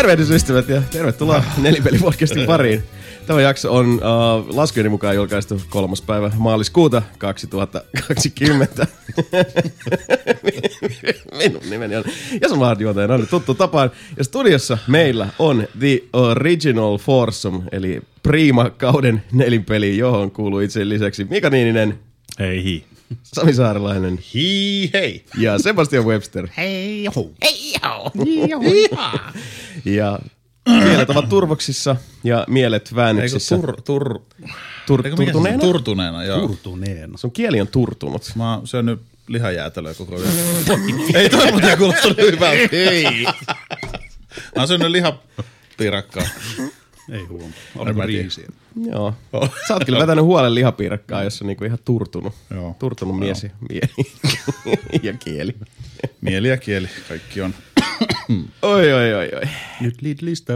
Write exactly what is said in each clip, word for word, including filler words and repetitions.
Tervehdys ystävät ja tervetuloa Nelipeli-podcastin pariin. Tämä jakso on uh, laskujeni mukaan julkaistu kolmas päivä maaliskuuta kaksituhattakaksikymmentä. Minun nimeni on Jason juontaja, on tuttu tapaan. Ja studiossa meillä on The Original Foursome, eli Prima-kauden nelinpeli, johon kuuluu itse lisäksi Mika Niininen. Hei hi. Sami Saarelainen. Hii hei. Ja Sebastian Webster. Hei ho. Hei ho. Ja mielet ovat turvoksissa ja mielet väännöksissä. Eikö tur, tur, Tur, Eikö turtuneena? Turtuneena, joo. Turtuneena. Sun kieli on turtunut. Mä oon syönyt lihajäätelöä koko ajan. Ei toi muuten kuulostanut hyvältä. Ei. Mä oon syönyt lihapiirakkaa. Ei huomaa. Oliko riisiä? Joo. Sä oot kyllä vetänyt huolen lihapiirakkaa, jos on niinku ihan turtunut. Joo. Turtunut mies ja mieli. ja kieli. Mieli ja kieli, kaikki on. Oi, oi, oi, oi. Nyt Lidlistä.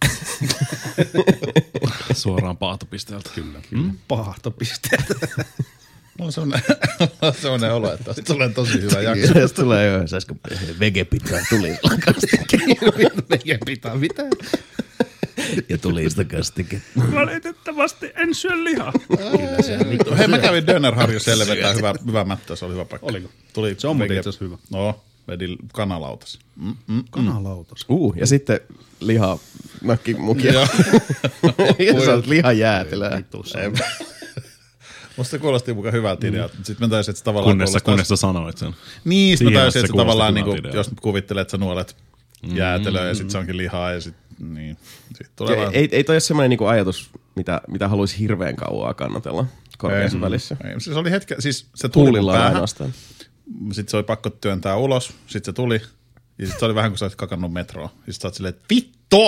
Suoraan paahtopisteeltä. Kyllä, kyllä. Mm? Paahtopisteeltä. Mulla on sellainen, sellainen olo, että tästä tulee tosi hyvä jakso. Tästä tulee jo, saisiko vegepitaa tuli kastike. Vegepitaa, mitä? Ja tuli sitä kastike. Valitettavasti en syö lihaa. Kyllä se on. Hei, mä kävin Dönerharjussa ja vetää hyvä, hyvä mättö, se oli hyvä paikka. Oliko? Tuli se on muuten itse asiassa hyvä. No, vedin kanalautas. Mm, mm, Kanalautas. Uh, ja sitten liha nakkimukia. Ja sä oot lihajäätelää. Musta se kuulosti mukaan hyvältä idealta. Sitten mä täysin, että se tavallaan Kunnes, kuulostaa... kunnes sä sanoit sen. Niin, sitten mä täysin, että se tavallaan, niin kuin, idealta. jos kuvittelet, että sä nuolet mm, jäätelöä ja sitten se onkin lihaa ja sitten niin, sit tulee vaan... Ei, ei toi ole semmoinen niinku ajatus, mitä, mitä haluaisi hirveän kauaa kannatella korkeassa välissä. Ei, siis oli hetki, siis se tuli mun Huulillaan päähän. ainoastaan. Sitten se oli pakko työntää ulos. Sitten se tuli. Ja sitten se oli vähän kuin sä olisit kakannut metroa. Ja sitten sä oot silleen, että vittu!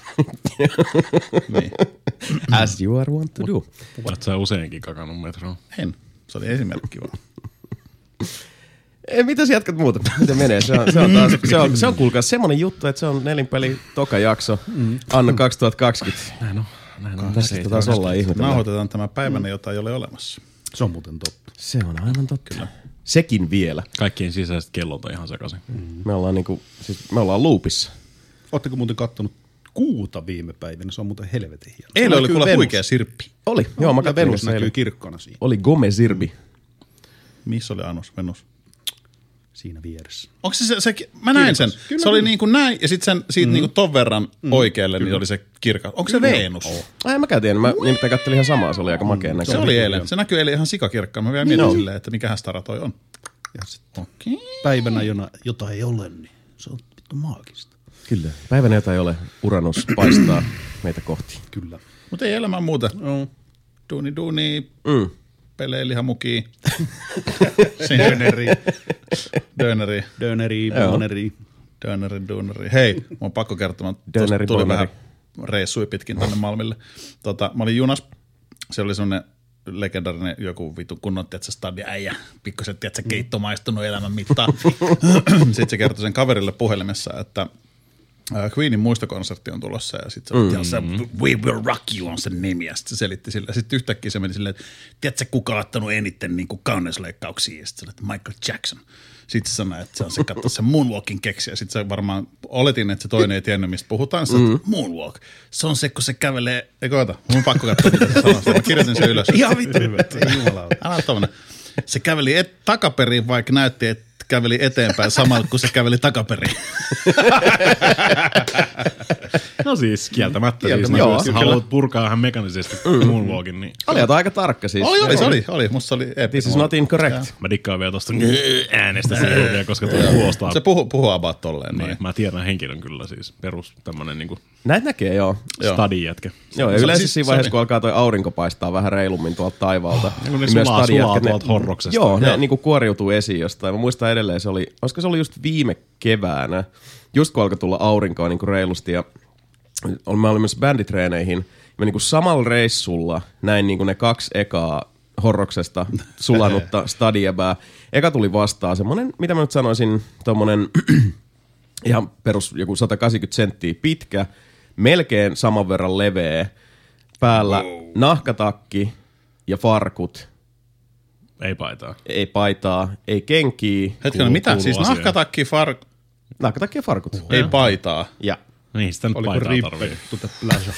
niin. As you are want to do. Olet sä useinkin kakannut metroon? En. Se oli esimerkki vaan. Ei, mitä sä jatkat muuta? Miten menee? Se on, se on, taas, se on, se on kuulkaa semmonen juttu, että se on nelinpeli toka jakso. Anno kaksituhattakaksikymmentä. Näin on. Näin on. Tässä sitten taas ollaan ihmetellä. Nauhoitetaan tämä päivänä, jota ei ole olemassa. Se on muuten totta. Se on aivan totta. Kyllä. Sekin vielä. Kaikkien sisäiset kellot on ihan sekaisin. Mm. Me ollaan niinku, siis me ollaan loopissa. Ootteko muuten kattonut kuuta viime päivinä? Se on muuten helvetin hieno. Eilen oli kuule huikea sirppi. Oli. No, joo, mä katsoin Venus Venusta. näkyy kirkkona siinä. Oli Gome-sirbi. Missä oli Anus, Venus? Siinä vieressä. Onko se se, se mä näin sen. Kyllä, se oli kyllä. niin kuin näin ja sitten sen siitä mm. niin kuin ton verran mm. oikealle Kyllä. niin oli se kirkka. Onko se Venus? Oh. Ai mä tiedä, mä nimittäin kattelin ihan samaa, se oli aika makea näköinen. Se oli eilen. Se näkyy eilen ihan sikakirkkaan. Mä vielä mietin Joo. silleen, että mikähän stara toi on. Ja sitten Okei. päivänä, jona, jota ei ole, niin se on vittu maagista. Kyllä. Päivänä, jota ei ole, Uranus paistaa meitä kohti. Kyllä. Mutta ei elämää muuta. No. Duuni, duuni, Mm. pelee lihamukii. Döneri. Döneri. Döneri, Joo. boneri. Döneri, duuneri. Hei, mä oon pakko kertoa. Mä Döneri, tuli boneri. vähän reissui pitkin tänne Malmille. Tota, mä olin junas. Se oli semmonen legendarinen joku vittu kunnon, tietsä, stadi äijä. Pikkusen, tietsä, keitto maistunut elämän mittaan. Sitten se kertoi sen kaverille puhelimessa, että Queenin muistokonsertti on tulossa ja sitten se, mm. se We Will Rock You on sen nimi ja sitten se selitti sille. Sitten yhtäkkiä se meni silleen, että tiedätkö kuka on ottanut eniten niin kuin kauneusleikkauksia ja sitten se Michael Jackson. Sitten se sanoi, että se on se katso se Moonwalkin keksi ja sitten se varmaan oletin, että se toinen ei tiennyt mistä puhutaan. Sitten mm. Moonwalk, se on se kun se kävelee, eikö ota, mun on pakko katsoa mitä se sanoo. Mä kirjoitin sen ylös. Ihan vittu hyvä. Älä tommonen. Se käveli et, takaperiin vaikka näytti, että käveli eteenpäin samalla, kun se käveli takaperiin. No siis kieltämättä. Kieltämättä. Siis, Joo, jos kyllä. haluat purkaa ihan mekanisesti mm. moonwalkin, niin Oli jotain aika tarkka siis. Oli, oli, se oli, oli. Musta se oli epic. This is not incorrect. mä dikkaan vielä tosta äänestä siitä, koska tuo kuulostaa. Se puhuu, puhuu about tolleen. Niin, Niin. mä tiedän henkilön kyllä siis. Perus tämmönen niinku Näitä näkee, joo. Joo. stadijätkä. Joo, ja Se- yleensä siis siinä se vaiheessa, oli- kun alkaa toi aurinko paistaa vähän reilummin tuolta taivaalta. Ja kun ne niin myös sulaa- stadijätkät, sulaa ne- tuolta horroksesta. Joo, ne Joo. niinku kuoriutuu esiin jostain. Mä muistan edelleen, se oli, olisiko se oli just viime keväänä, just kun alkoi tulla aurinkoa niinku reilusti ja mä olin myös bänditreeneihin. Mä niinku samalla reissulla näin niinku ne kaksi ekaa horroksesta sulanutta stadiebää. Eka tuli vastaan semmonen, mitä mä nyt sanoisin, tommonen ihan perus joku sata kahdeksankymmentä senttiä pitkä, melkein saman verran leveä, päällä wow. nahkatakki ja farkut, Ei paitaa. ei paitaa, ei kenkiä, Hetkinen, mitä? kuuluu Siis asiaan. nahkatakki, fark, nahkatakki ja farkut. ei paitaa. Ja Niin, sitä nyt Oliko paitaa rippe tarvii. to the pleasure?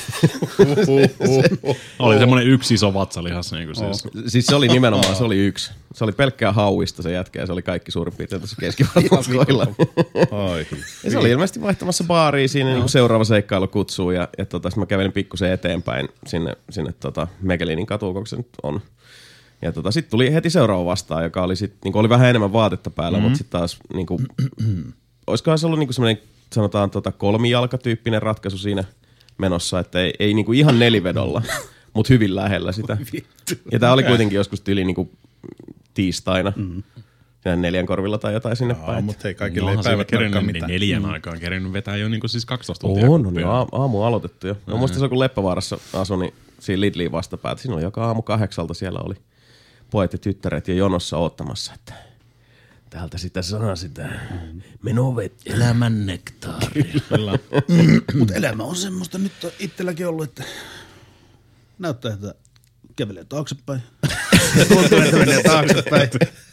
Oli semmoinen yksi iso vatsalihas. Niin kuin siis. Siis se oli nimenomaan, se oli yksi. Se oli pelkkää hauista se jätkä ja se oli kaikki suurin piirtein tässä keskivartaloilla. Ai. Ja se oli ilmeisesti vaihtamassa baariin siinä niin seuraava seikkailu kutsuu ja, ja tota, sitten mä kävelin pikkusen eteenpäin sinne, sinne tota Megelinin katuun, kun se nyt on. Ja tota, sitten tuli heti seuraava vastaan, joka oli, sit, niin oli vähän enemmän vaatetta päällä, mm-hmm. mutta sitten taas, niin kuin, olisikohan se ollut niin semmoinen, sanotaan tota, kolmijalkatyyppinen ratkaisu siinä menossa, että ei, ei niin kuin ihan nelivedolla, mutta hyvin lähellä sitä. Ja tämä oli kuitenkin joskus tyyli niin kuin tiistaina, mm-hmm. neljän korvilla tai jotain sinne Aa, päin. mutta hei, kaikille no, ei päivät merkkaa niin mitään. neljän mm. aikaan kerennyt vetää jo niin kuin siis kaksitoista tuntia. On, on jo aamu aloitettu jo. No, musta se kun Leppävaarassa asui, niin siinä Lidliin vastapäätä. Siinä oli joka aamu kahdeksalta siellä oli pojat ja tyttäret ja jonossa oottamassa, että täältä sitä sanaa sitä menovet elämän nektaaria. Mutta elämä on semmoista nyt itselläkin ollut, että näyttää, että kävelee taaksepäin. Tuntuu, että menee taaksepäin.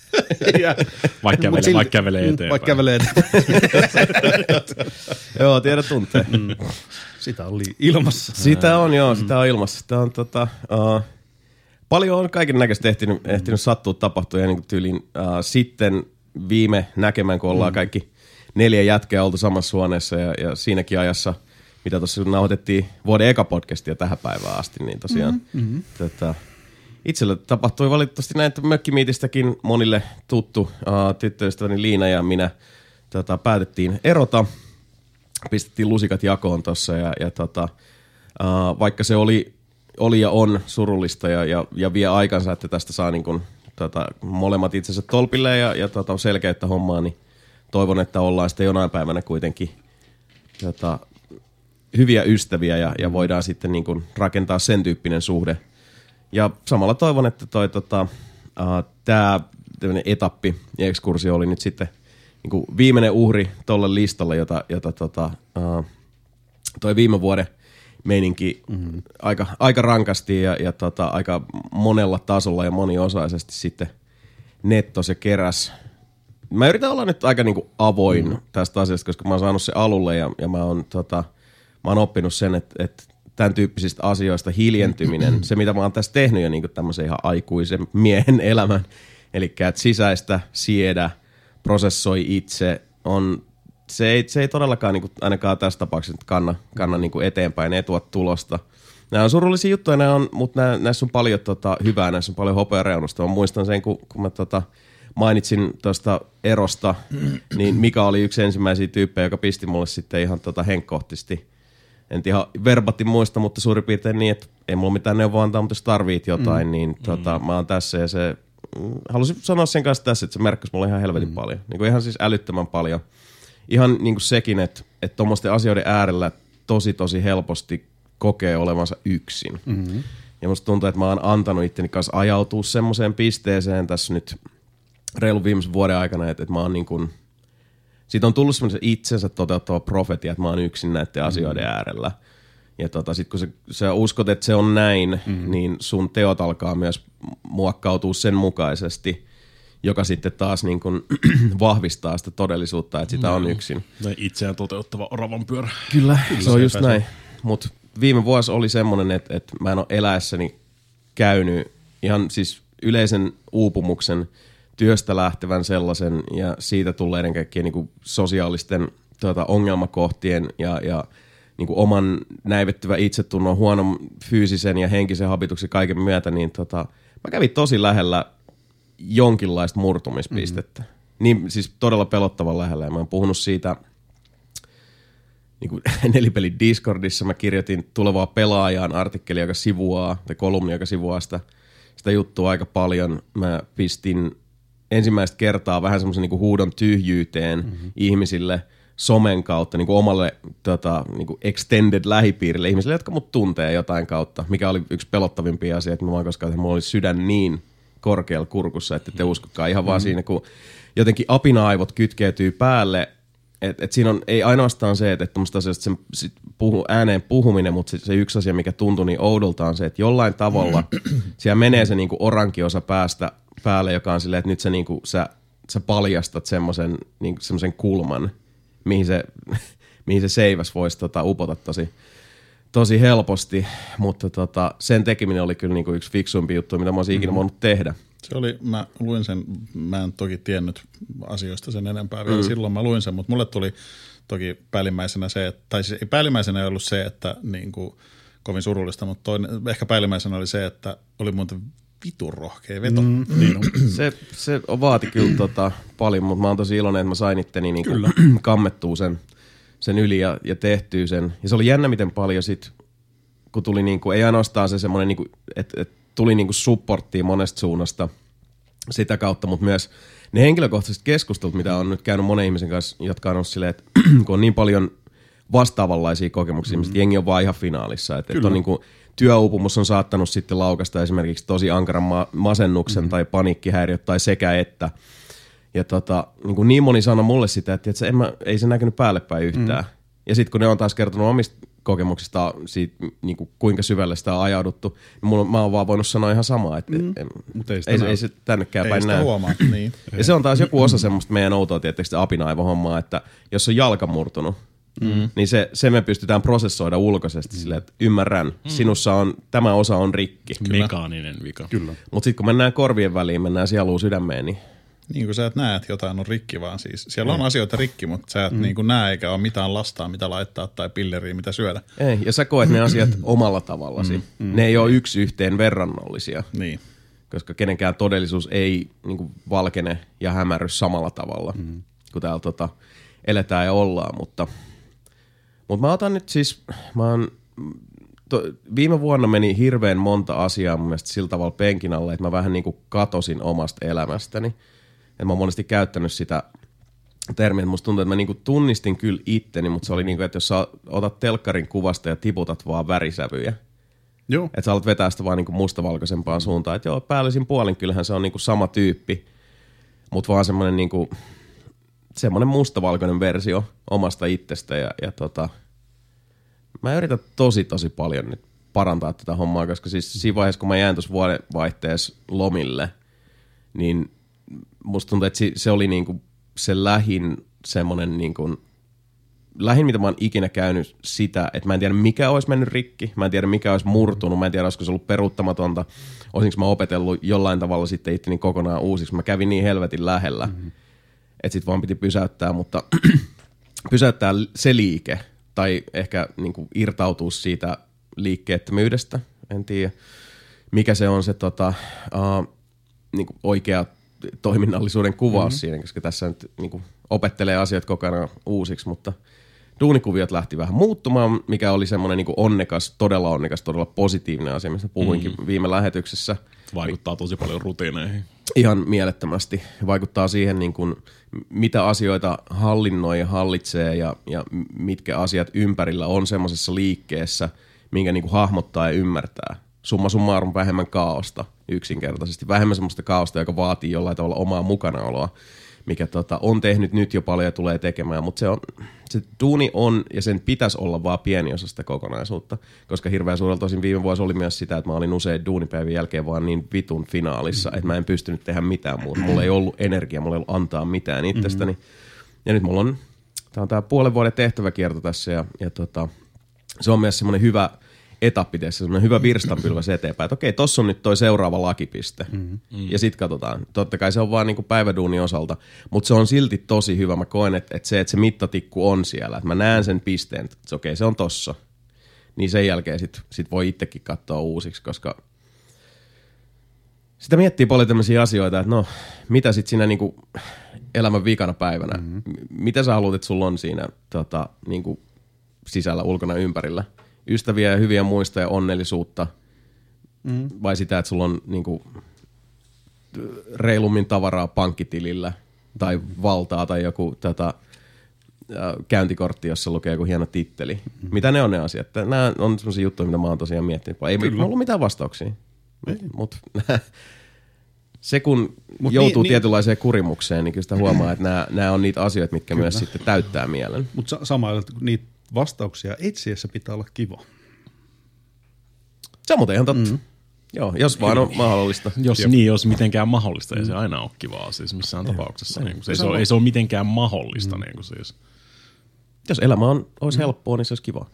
Vaikka kävelee, sille, vaikka kävelee eteenpäin. Vaikka kävelee eteenpäin. Joo, tiedä tuntee. Mm. Sitä oli ilmassa. Sitä on, joo, sitä on ilmassa. Sitä on tota... Uh, paljon on kaiken näköistä ehtinyt, ehtinyt sattua tapahtua ja niin kuin tyyliin uh, sitten viime näkemään, kun ollaan mm. kaikki neljä jätkää oltu samassa huoneessa ja, ja siinäkin ajassa, mitä tuossa nauhoitettiin vuoden eka podcastia tähän päivään asti, niin tosiaan mm-hmm. tota, itsellä tapahtui valitettavasti näin, että mökkimiitistäkin monille tuttu uh, tyttöystäväni Liina ja minä tota, päätettiin erota, pistettiin lusikat jakoon tuossa ja, ja tota, uh, vaikka se oli oli ja on surullista ja, ja, ja vie aikansa, että tästä saa niin kuin, tota, molemmat itsensä tolpille ja, ja tota, selkeyttä hommaa, niin toivon, että ollaan sitten jonain päivänä kuitenkin tota, hyviä ystäviä ja, ja voidaan sitten niin kuin rakentaa sen tyyppinen suhde. Ja samalla toivon, että toi, tota, uh, tämä etappi ja ekskursio oli nyt sitten niin kuin viimeinen uhri tolle listalle, jota, jota tota, uh, toi viime vuoden meininki mm-hmm. aika, aika rankasti ja, ja tota, aika monella tasolla ja moniosaisesti sitten nettos ja keräs. Mä yritän olla nyt aika niinku avoin mm-hmm. tästä asiasta, koska mä oon saanut se alulle ja, ja mä, oon, tota, mä oon oppinut sen, että, että tämän tyyppisistä asioista hiljentyminen, se mitä mä oon tässä tehnyt jo niinku tämmöisen ihan aikuisen miehen elämän, eli että sisäistä, siedä, prosessoi itse, on... Se ei, se ei todellakaan niin kuin, ainakaan tässä tapauksessa kanna, kanna niin kuin eteenpäin, ei tuo tulosta. Nämä on surullisia juttuja, nämä on, mutta nämä, näissä on paljon tota, hyvää, näissä on paljon hopeareunusta. Mä muistan sen, kun, kun mä tota, mainitsin tuosta erosta, niin Mika oli yksi ensimmäisiä tyyppejä, joka pisti mulle sitten ihan tota, henkkohtisti. En ihan verbatti muista, mutta suurin piirtein niin, että ei mulla mitään neuvoa antaa, mutta jos tarvit jotain, mm. niin tota, mä oon tässä ja se... Halusin sanoa sen kanssa tässä, että se merkkasi mulle ihan helvetin mm. paljon. Niin kuin ihan siis älyttömän paljon. Ihan niin kuin sekin, että että tuommoisten asioiden äärellä tosi tosi helposti kokee olevansa yksin. Mm-hmm. Ja musta tuntuu, että mä oon antanut itteni kanssa ajautua semmoiseen pisteeseen tässä nyt reilun viimeisen vuoden aikana, että, että mä oon niin kuin, siitä on tullut semmoisen itsensä toteuttava profetia, että mä oon yksin näiden mm-hmm. asioiden äärellä. Ja tota, sit kun sä, sä uskot, että se on näin, mm-hmm. niin sun teot alkaa myös muokkautua sen mukaisesti, joka sitten taas niin kuin vahvistaa sitä todellisuutta, että sitä no, on yksin. Itseään toteuttava oravan pyörä. Kyllä, Kyllä se on just näin. Mutta viime vuosi oli semmoinen, että, että mä en ole eläessäni käynyt ihan siis yleisen uupumuksen, työstä lähtevän sellaisen ja siitä tulleiden kaikkien niin kuin sosiaalisten tuota, ongelmakohtien ja, ja niin kuin oman näivettyvän itsetunnon, huonon fyysisen ja henkisen habituksen kaiken myötä, niin tota, mä kävin tosi lähellä jonkinlaista murtumispistettä. Mm-hmm. Niin siis todella pelottavan lähellä. Ja mä oon puhunut siitä niin kuin Nelipelin Discordissa. Mä kirjoitin tulevaa pelaajaan artikkeli, joka sivuaa, tai kolumni, joka sivuaa sitä, sitä juttua aika paljon. Mä pistin ensimmäistä kertaa vähän semmoisen niin kuin huudon tyhjyyteen mm-hmm. ihmisille somen kautta, niin kuin omalle tota, niin kuin extended lähipiirille, ihmisille, jotka mut tuntee jotain kautta, mikä oli yksi pelottavimpia asioita, että mä vaan koskaan, että mulla oli sydän niin korkealla kurkussa, että te uskokaa ihan vaan mm-hmm. siinä, kun jotenkin apina-aivot kytkeytyy päälle, että et siinä on, ei ainoastaan se, että et tuommoista asioista sen sit puhu, ääneen puhuminen, mutta se, se yksi asia, mikä tuntui niin oudolta on se, että jollain tavalla siellä menee se niinku orankiosa päästä päälle, joka on silleen, että nyt sä, niinku, sä, sä paljastat semmoisen niinku, kulman, mihin se, mihin se seiväs voisi tota, upota tosi, tosi helposti, mutta tota, sen tekeminen oli kyllä niinku yksi fiksuimpi juttu, mitä mä olisin ikinä voinut tehdä. Se oli, mä luin sen, mä en toki tiennyt asioista sen enempää vielä mm. silloin, mä luin sen, mutta mulle tuli toki päällimmäisenä se, että, tai siis ei päällimmäisenä ei ollut se, että niin kuin, kovin surullista, mutta toinen, ehkä päällimmäisenä oli se, että oli muuten vitun rohkea veto. Mm. Niin se, se vaati kyllä tota, paljon, mutta mä oon tosi iloinen, että mä sain itteni niin kammettua sen, sen yli ja, ja tehtyä sen. Ja se oli jännä, miten paljon sit, kun tuli niinku, ei ainoastaan se semmoinen, niinku, että et tuli niinku supporttia monesta suunnasta sitä kautta, mutta myös ne henkilökohtaiset keskustelut, mitä on nyt käynyt monen ihmisen kanssa, jotka on ollut silleen, että kun on niin paljon vastaavanlaisia kokemuksia, mistä mm. jengi on vaan ihan finaalissa. Että et on niinku, työuupumus on saattanut sitten laukasta esimerkiksi tosi ankaran ma- masennuksen mm. tai paniikkihäiriöt tai sekä että. Ja tota, niin, kuin niin moni sanoi mulle sitä, että, että se, en mä, ei se näkynyt päälle päin yhtään. Mm. Ja sitten kun ne on taas kertonut omista kokemuksista, siitä, niin kuin kuinka syvälle sitä on ajauduttu, niin mulla, mä oon vaan voinut sanoa ihan samaa, että mm. en, ei, ei, ei se tännekään päin näy. Huomaa, niin. Ja se on taas joku osa semmoista meidän outoa, tietysti apinaivohommaa, että jos on jalka murtunut, mm. niin se, se me pystytään prosessoida ulkoisesti mm. silleen, että ymmärrän, mm. sinussa on, tämä osa on rikki. Mekaaninen vika. Kyllä. Mutta sitten kun mennään korvien väliin, mennään sieluun sydämeen, niin niin kuin sä et näe, että jotain on rikki, vaan siis siellä on asioita rikki, mutta sä et mm. niin kuin näe eikä ole mitään lastaa, mitä laittaa tai pilleriä, mitä syödä. Ei, ja sä koet ne asiat omalla tavallasi. Mm. Ne ei ole yksi yhteen verrannollisia, niin. koska kenenkään todellisuus ei niin kuin valkene ja hämärry samalla tavalla, mm. kun täällä tota, eletään ja ollaan. Mutta, mutta mä otan nyt siis, mä oon, to, viime vuonna meni hirveän monta asiaa mun mielestä sillä tavalla penkin alle, että mä vähän niin kuin katosin omasta elämästäni. Että mä oon monesti käyttänyt sitä termiä, että musta tuntuu, että mä niin kuin tunnistin kyllä itteni, mutta se oli niin kuin, että jos sä otat telkkarin kuvasta ja tiputat vaan värisävyjä, joo. Että sä alat vetää sitä vaan niin kuin mustavalkoisempaan suuntaan. Että joo, päällisin puolin kyllähän se on niin kuin sama tyyppi, mutta vaan semmoinen niin kuin, semmoinen mustavalkoinen versio omasta itsestä ja, ja tota, mä yritän tosi tosi paljon nyt parantaa tätä hommaa, koska siis siinä vaiheessa, kun mä jäin tuossa vuodenvaihteessa lomille, niin musta tuntuu, että se oli niinku se lähin semmonen niinku, lähin mitä mä oon ikinä käynyt sitä, että mä en tiedä mikä olisi mennyt rikki, mä en tiedä mikä olisi murtunut, mä en tiedä olisiko se ollut peruuttamatonta, olisinko mä opetellut jollain tavalla sitten itteni kokonaan uusiksi, mä kävin niin helvetin lähellä, mm-hmm. että sit vaan piti pysäyttää, mutta pysäyttää se liike, tai ehkä niinku irtautua siitä liikkeettömyydestä, en tiedä mikä se on se tota, uh, niinku oikea toiminnallisuuden kuvaus mm-hmm. siinä, koska tässä nyt niinku opettelee asiat kokonaan uusiksi, mutta duunikuviot lähti vähän muuttumaan, mikä oli semmoinen niinku onnekas, todella onnekas, todella positiivinen asia, mistä puhuinkin mm-hmm. viime lähetyksessä. Vaikuttaa tosi paljon rutiineihin. Ihan mielettömästi. Vaikuttaa siihen, niin kuin, mitä asioita hallinnoi ja hallitsee ja, ja mitkä asiat ympärillä on semmoisessa liikkeessä, minkä niin kuin hahmottaa ja ymmärtää. Summa summarum vähemmän kaaosta yksinkertaisesti. Vähemmän semmoista kaaosta, joka vaatii jollain tavalla omaa mukanaoloa, mikä tota, on tehnyt nyt jo paljon ja tulee tekemään, mutta se, on, se duuni on ja sen pitäisi olla vaan pieni osa sitä kokonaisuutta, koska hirveän suurelta tosin viime vuosi oli myös sitä, että mä olin usein duunipäivän jälkeen vaan niin vitun finaalissa, että mä en pystynyt tehdä mitään muuta. Mulla ei ollut energiaa, mulla ei ollut antaa mitään itsestäni. Mm-hmm. Ja nyt mulla on, tää on tää puolen vuoden tehtäväkierto tässä ja, ja tota, se on myös semmoinen hyvä etappi tässä, semmoinen hyvä virstanpylväs eteenpäin, että okei, tossa on nyt toi seuraava lakipiste. Mm-hmm. Ja sit katsotaan. Totta kai se on vaan niinku päiväduunin osalta, mutta se on silti tosi hyvä. Mä koen, että, että se, että se mittatikku on siellä, että mä näen sen pisteen, että okei, se on tossa. Niin sen jälkeen sit, sit voi itsekin katsoa uusiksi, koska sitä miettii paljon tämmöisiä asioita, että no, mitä sit siinä niinku elämän viikana päivänä, mm-hmm. mitä sä haluat, että sulla on siinä tota, niinku sisällä, ulkona, ympärillä? Ystäviä ja hyviä muista ja onnellisuutta, mm. vai sitä, että sulla on niinku reilummin tavaraa pankkitilillä tai valtaa tai joku tätä, ä, käyntikortti, jossa lukee joku hieno titteli. Mm. Mitä ne on ne asiat? Nämä on sellaisia juttuja, mitä mä oon tosiaan miettinyt. Ei Kyllä. ollut mitään vastauksia, mutta se kun Mut joutuu niin, tietynlaiseen niin, kurimukseen, niin kyllä sitä huomaa, että nämä, nämä on niitä asioita, mitkä kyllä. myös sitten täyttää mielen. Mutta samalla niitä vastauksia etsiessä pitää olla kiva. Se on muuten ihan totta. Mm. Joo, jos vaan on mahdollista. Jos Jop. niin, jos mitenkään mahdollista, mm. ei se aina ole kivaa siis missään Jop. tapauksessa. Niin, se, ei se, ole, ei se ole mitenkään mahdollista. Mm. Niin, siis. Jos elämä on, olisi helppoa, niin se olisi kiva.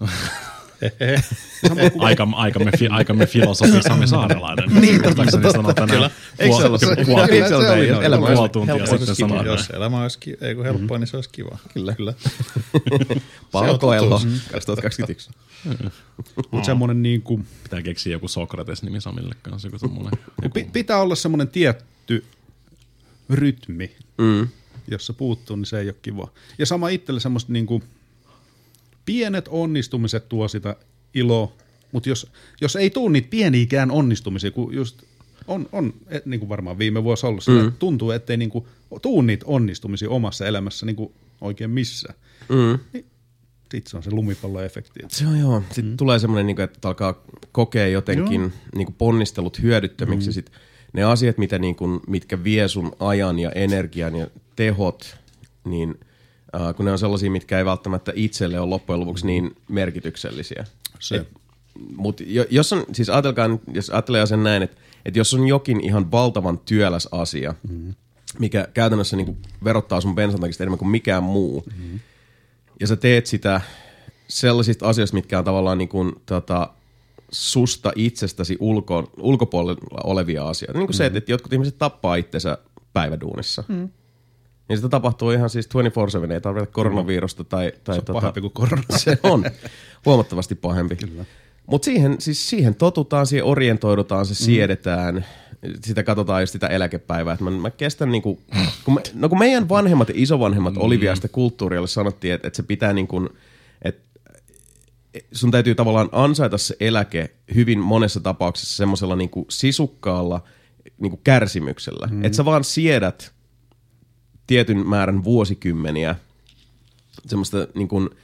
Aika, aikamme, fi, aikamme filosofi Sami Saarelainen. Niin, totta, totta, tänään kyllä. Eikö se ollut se? Puoli, Eikö se ollut se? Jos elämä puoli olisi tuntia helppoa, sitten se olisi sanoa. Jos elämä olisi ki- ei kun helppoa, niin se olisi kiva. Kyllä. Kyllä. Paolo Coelho, kaksituhattakaksikymmentäyksi. Mutta semmoinen niin kuin, Pitää keksiä joku Sokrates-nimi Samille kanssa. Joku tommonen, joku. pi- pitää olla semmoinen tietty rytmi, Mm. jos se puuttuu, niin se ei ole kiva. Ja sama itselle semmoista niin kuin, pienet onnistumiset tuo sitä iloa, mutta jos, jos ei tule niitä pieniäkään onnistumisia, kun just on, on et, niin kuin varmaan viime vuosi ollut, mm. sillä, tuntuu, ettei niin kuin, tuu niitä onnistumisia omassa elämässä niin kuin oikein missään. Mm. Niin sit se on se lumipalloefekti. Se on joo. Sitten mm. tulee semmoinen, niin kuin, että alkaa kokea jotenkin niin kuin ponnistelut hyödyttömiksi. Mm. Sitten ne asiat, mitä, niin kuin, mitkä vie sun ajan ja energian ja tehot, niin äh, kun ne on sellaisia, mitkä ei välttämättä itselle ole loppujen lopuksi niin merkityksellisiä. Se. Mutta jos on, siis ajatelkaa, jos ajattelee sen näin, että, että jos on jokin ihan valtavan työläs asia, mm. mikä käytännössä niin kuin verottaa sun bensantakista enemmän kuin mikään muu, mm. ja sä teet sitä sellaisista asioista, mitkä on tavallaan niin kuin, tota, susta itsestäsi ulko, ulkopuolella olevia asioita. Niin kuin mm. se, että, että jotkut ihmiset tappaa itsensä päiväduunissa. Mm. Niin sitä tapahtuu ihan siis kaksikymmentäneljä seitsemän, ei tarvitse koronavirusta. Tai, tai se on tota, pahempi kuin korona. Se on huomattavasti pahempi. Mutta siihen, siis siihen totutaan, siihen orientoidutaan, se mm. siedetään. Sitä katsotaan just sitä eläkepäivää. Mä, mä kestän niinku, kun me, no kun meidän vanhemmat ja isovanhemmat mm. oli vielä sitä kulttuuria, jolle sanottiin, että, että se pitää niinku, että sun täytyy tavallaan ansaita se eläke hyvin monessa tapauksessa semmoisella niinku sisukkaalla niinku kärsimyksellä. Mm. Että sä vaan siedät tietyn määrän vuosikymmeniä semmoista niinku, uh,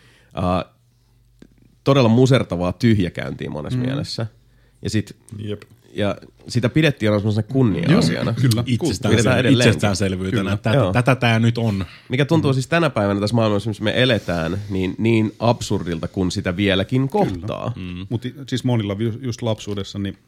todella musertavaa tyhjäkäyntiä monessa mm. mielessä. Ja, sit, ja sitä pidettiin aina semmoisena kunnia-asiana. Kyllä. Itsestään, itsestäänselvyytenä. Tätä, tätä tää nyt on. Mikä tuntuu mm. siis tänä päivänä tässä maailmassa, missä me eletään, niin, niin absurdilta, kun sitä vieläkin kohtaa. Mm. Mutta siis monilla just lapsuudessa, niin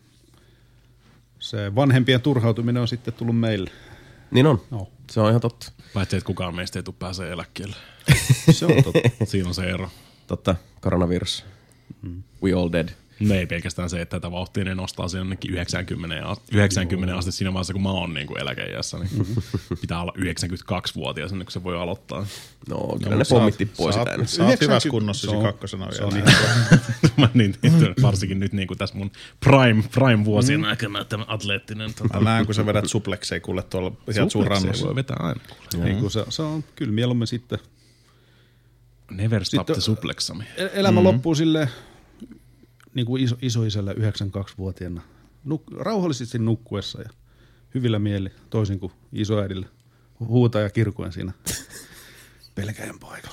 se vanhempien turhautuminen on sitten tullut meille. Niin on. No. Se on ihan totta. Paitsi, että kukaan meistä ei tule pääsee eläkkeelle. Se on totta. Siinä on se ero. Totta, koronavirus. Mm. We all dead. No ei pelkästään se, että tätä vauhtia ne nostaa sen jonnekin yhdeksänkymmentä asti siinä vaiheessa, kun mä oon niin kuin eläkeiässä, niin pitää olla yhdeksänkymmentäkaksivuotias ennen kuin se voi aloittaa. No, kyllä no, ne pommitti pois sitä ennen. Sä oot hyvässä kunnossa siinä kakkosena vielä. niin, varsinkin nyt niin kuin tässä mun prime, prime-vuosien mm. aikana tämä atleettinen. Tota. Mä näen, kun sä vedät supleksei kuule tuolla sieltä sun rannossa. Voi vetää aina. Niin, se, se on kyllä mieluummin sitten. Never stop the supleksami. Elämä mm. loppuu silleen, niin kuin iso, isoisällä yhdeksänkymmentäkaksivuotiaana nuk, rauhallisesti nukkuessa ja hyvillä mieli, toisin kuin isoäidillä huutaa ja kirkuen siinä pelkäjän paikalla.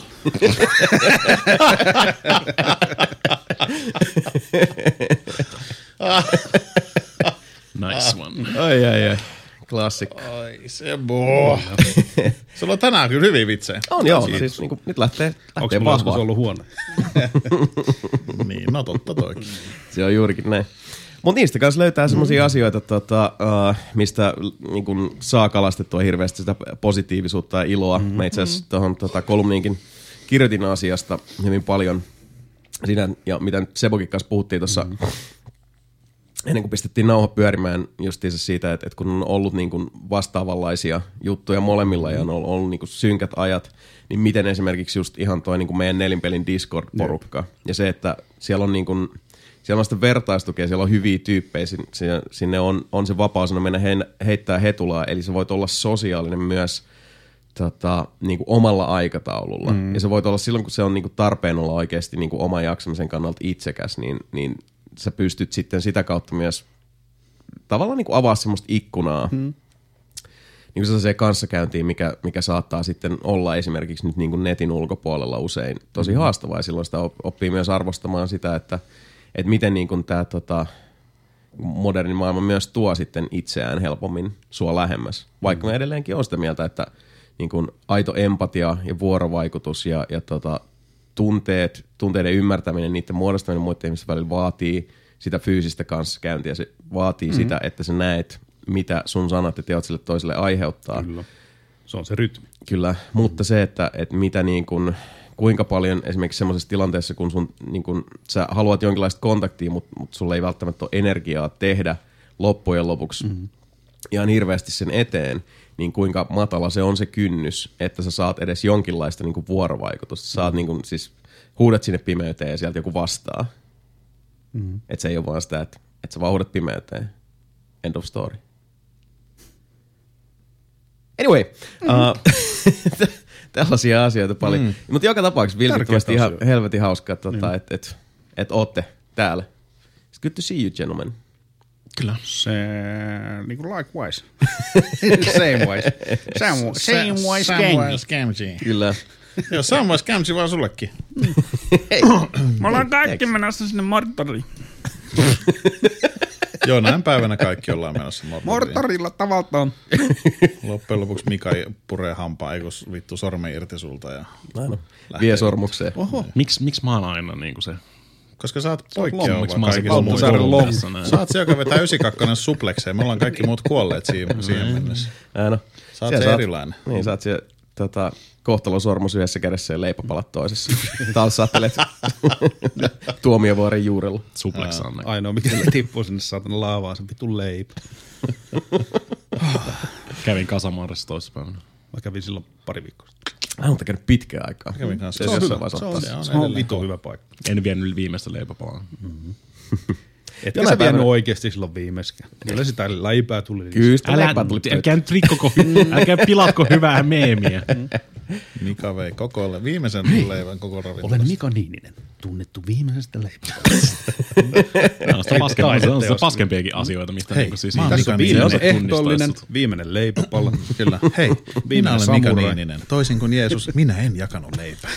Nice one. Ai ai ai. Klassikko. Ai se boo. Sulla on tänään kyllä hyviä vitsejä. On joo, Kiitos. Siis niinku, nyt lähtee, lähtee vahvaa. Onko ollut huono? Niin, no totta toikin. Se on juurikin näin. Mutta niistä kanssa löytää semmoisia mm. asioita, tota, uh, mistä niin kun saa kalastettua hirveästi sitä positiivisuutta ja iloa. Mm. Mä itse asiassa tuohon tota, kolumniinkin kirjoitin asiasta hyvin paljon siinä, ja mitä nyt Sebokin kanssa puhuttiin tuossa mm. ennen kuin pistettiin nauha pyörimään justiinsa siitä, että, että kun on ollut niin kuin vastaavanlaisia juttuja molemmilla ja on ollut, ollut niin kuin synkät ajat, niin miten esimerkiksi just ihan toi niin kuin meidän nelinpelin Discord-porukka Jep. ja se, että siellä on, niin kuin, siellä on sitä vertaistukea, siellä on hyviä tyyppejä, sinne, sinne on, on se vapaus mennä he, heittää hetulaa, eli sä voit olla sosiaalinen myös tota, niin kuin omalla aikataululla. Mm. Ja se voit olla silloin, kun se on niin kuin tarpeen olla oikeasti niin kuin oman jaksamisen kannalta itsekäs, niin, niin sä pystyt sitten sitä kautta myös tavallaan niin kuin avaa semmoista ikkunaa hmm. niin kuin sellaiseen kanssakäyntiin, mikä, mikä saattaa sitten olla esimerkiksi nyt niin kuin netin ulkopuolella usein tosi hmm. haastavaa. Ja silloin sitä oppii myös arvostamaan sitä, että, että miten niin kuin tämä tota, moderni maailma myös tuo sitten itseään helpommin sua lähemmäs. Vaikka hmm. me edelleenkin on sitä mieltä, että niin kuin aito empatia ja vuorovaikutus ja, ja tota, tunteet, tunteiden ymmärtäminen, niiden muodostaminen muiden ihmisten välillä vaatii sitä fyysistä kanssakäyntiä. Se vaatii mm-hmm. sitä, että sä näet, mitä sun sanat ja teot sille toiselle aiheuttaa. Kyllä. Se on se rytmi. Kyllä, mm-hmm. mutta se, että, että mitä niin kun kuinka paljon esimerkiksi semmoisessa tilanteessa, kun sun, niin kun, sä haluat jonkinlaista kontaktia, mutta mut sulla ei välttämättä ole energiaa tehdä loppujen lopuksi mm-hmm. ihan hirveästi sen eteen, niin kuinka matala se on se kynnys, että sä saat edes jonkinlaista niin kuin vuorovaikutusta. Sä saat niin kuin, siis huudat sinne pimeyteen ja sieltä joku vastaa. Mm-hmm. Että se ei ole vaan sitä, että, että sä vaan huudat pimeyteen. End of story. Anyway, mm-hmm. uh, tällaisia asioita paljon. Mm. Mutta joka tapauksessa vilpittömästi ihan helvetin hauskaa, tota, mm. että et, et ootte täällä. It's good to see you, gentlemen. Kyllä. Se, niin kuin likewise. Same wise. Same, same wise Scamsy. Kyllä. Joo, Samwise Scamsy vaan sullekin. Me ollaan kaikki menossa sinne Mortoriin. Joo, näin päivänä kaikki ollaan menossa Mortoriin. Mortorilla tavaltaan. Loppujen lopuksi Mika puree hampaa, eikö vittu sormen irti sulta. Ja no, vie sormukseen. Oho. Miks, miksi mä oon aina niinku se... Koska sä oot poikkeava kaikilla muilla. Sä oot se, joka vetää yhdeksänkymmentäkaksi suplekseen. Me ollaan kaikki muut kuolleet siihen, siihen mennessä. No. Sä oot se saat, erilainen. Niin, sä oot se tota, kohtalon sormus yhdessä kädessä ja leipäpalat toisessa. Taas saattelet Tuomiovuoren juurella. Supleksanne. Ainoa, mikä tippuu sinne saatana laavaan, se vitun leipä. Kävin Kasamaaressa toissapäivänä. Mä kävin silloin pari viikkoa. Mä oon käynyt pitkään aikaa. Kävin kanssa. Se, se on hyvä. Se on, se on, se on vitun hyvä paikka. En vienyt viimeistä leipäpalaa. Mm-hmm. Etkä sä vienyt oikeesti silloin viimeiskään. Kyllä sitä leipää tuli. Kyllä sitä leipää tuli. Älkää nyt rikkoko, älkää pilatko hyvää meemiä. Mika vei koko viimeisen leivän koko ravintolasta. Olen Mika Niininen, tunnettu viimeisestä leipäpalasta. No, on sitä paskempiakin asioita, mistä hei, niinku siis... Tässä on viimeinen ehtoollinen, viimeinen leipäpala. Kyllä. Hei, minä olen Mika Niininen. Toisin kuin Jeesus, minä en jakanut leipää.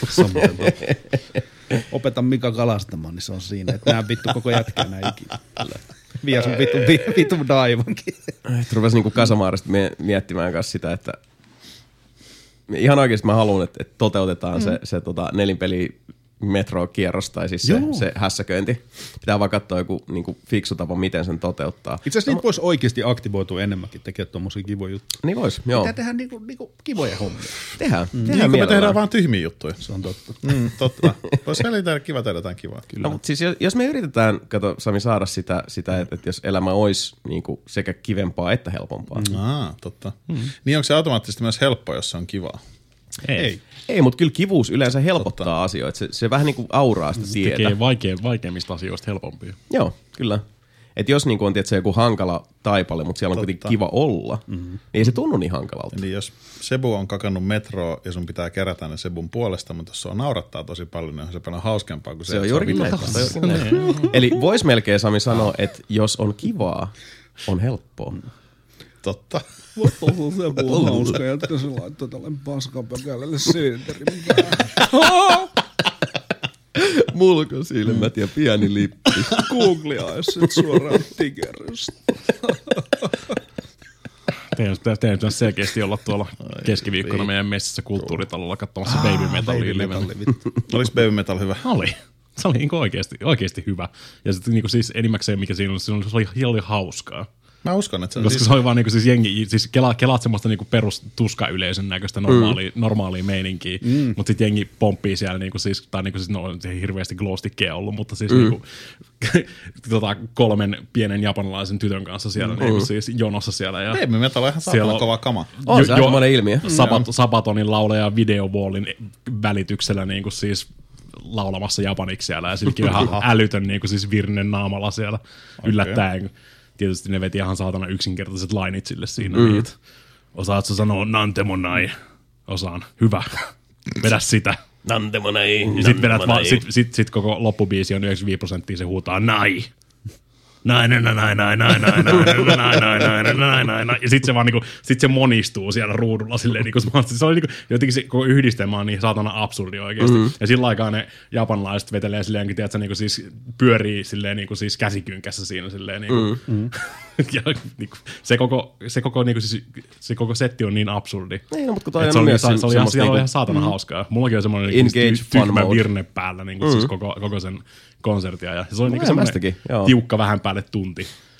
Opeta Mika kalastamaan, niin se on siinä, että nää vittu koko jätkää näin ikinä. Vie sun vittu, vittu daivankin. Rupesin niinku Kasamaarista miettimään kanssa sitä, että ihan oikeasti mä haluan, että, että toteutetaan mm. se, se tota, nelinpeli metro-kierros tai siis se, se hässäköinti. Pitää vaan katsoa joku niinku fiksu tapa, miten sen toteuttaa. Itse asiassa niitä voisi oikeasti aktivoitua enemmänkin tekemään tommosia kivoja juttuja. Niin vois, joo. Pitää tehdä niinku, niinku kivoja hommia. Tehdään. Mm. Tehdään niin me tehdään vaan tyhmiä juttuja. Se on totta. Mm, totta. Voisi välillä tehdä kiva tehdä jotain kivaa. Kyllä. No, mutta siis jos me yritetään, kato Sami, saada sitä, sitä että, että jos elämä olisi niinku sekä kivempaa että helpompaa. Mm. Aa, totta. Mm. Niin onko se automaattisesti myös helppoa, jos se on kivaa? Ei. Ei, Ei mutta kyllä kivuus yleensä helpottaa Totta. asioita. Se, se vähän niin kuin auraa sitä tietä. Tekee vaikea, vaikeimmista asioista helpompia. Joo, kyllä. Että jos niin kuin on tietysti joku hankala taipale, mutta siellä on Totta. kuitenkin kiva olla, mm-hmm. niin ei se tunnu niin hankalalta. Eli jos Sebu on kakannut metroa ja sun pitää kerätä ne Sebun puolesta, mutta jos se on naurattaa tosi paljon, niin on se paljon hauskempaa kuin se, se on juurikin näin. Eli vois melkein Sami sanoa, että jos on kivaa, on helppoa. Totta. Voitto on Sebu on hauska, että se laittoi tälle paskapökälälle syynterin. Mulkosilmät ja pieni lippi. Googlea sit suoraan Tigeristä. Teidän pitäisi selkeästi olla tuolla keskiviikkona meidän messissä kulttuuritalolla katsomassa ah, Baby Metallia livenä. Oliko Baby Metal hyvä? Oli. Se oli niinku oikeasti, oikeasti hyvä. Ja sitten niinku siis enimmäkseen mikä siinä oli, se oli, se oli hauskaa. Mä uskon, että se on Koska siis... se oli vaan niinku siis jengi, siis kela, kelaat semmoista niinku perus tuskayleisön näköistä normaalia, mm. normaalia meininkiä, mm. mutta sitten jengi pomppii siellä niinku siis, tai niinku siis, no se ei hirveästi glowstickia ollut, mutta siis mm. niinku tota, kolmen pienen japanilaisen tytön kanssa siellä mm. niinku siis jonossa siellä. Ja Baby Metal on ihan saatana kova kama. On se aikamoinen ilmiö. Sabat, Sabatonin laulaja Videowallin välityksellä niinku siis laulamassa japaniksi siellä ja silläkin vähän älytön niinku siis virnen naamalla siellä okay. yllättäen. Tietysti ne veti ihan saatana yksinkertaiset lainit sille siinä. Mm. Niin, osaatko sanoa nantemonai? Osaan. Hyvä. Vedä sitä. Nantemonai. Ja sit, vedät va- sit, sit, sit koko loppubiisi on yhdeksänkymmentäviisi prosenttia se huutaa nai. Nai, nai, nai, nai, nai, nai, nai, nai, nai, nai, nai, nai, nai. Ja sit se vaan niinku, sit se monistuu siellä ruudulla silleen niinku, se oli niinku, jotenkin se koko yhdistelmä on niin saatana absurdi oikeesti. Mm-hmm. Ja sillä aikaa ne japanilaiset vetelee silleen, tiedätkö, niinku siis pyörii silleen niinku siis käsikynkässä siinä silleen niinku. Mm-hmm. Ja niinku, se koko, se koko niinku siis, se koko setti on niin absurdi. Ei, no, mutta kun toi on se oli, myös se, se oli ihan, niinku, ihan saatana mm. hauskaa. Mullakin on semmoinen niinku, tyhmä virne päällä niinku, mm. siis koko, koko sen konsertia. Ja se oli no, niinku semmoinen tiukka vähän päälle tunti.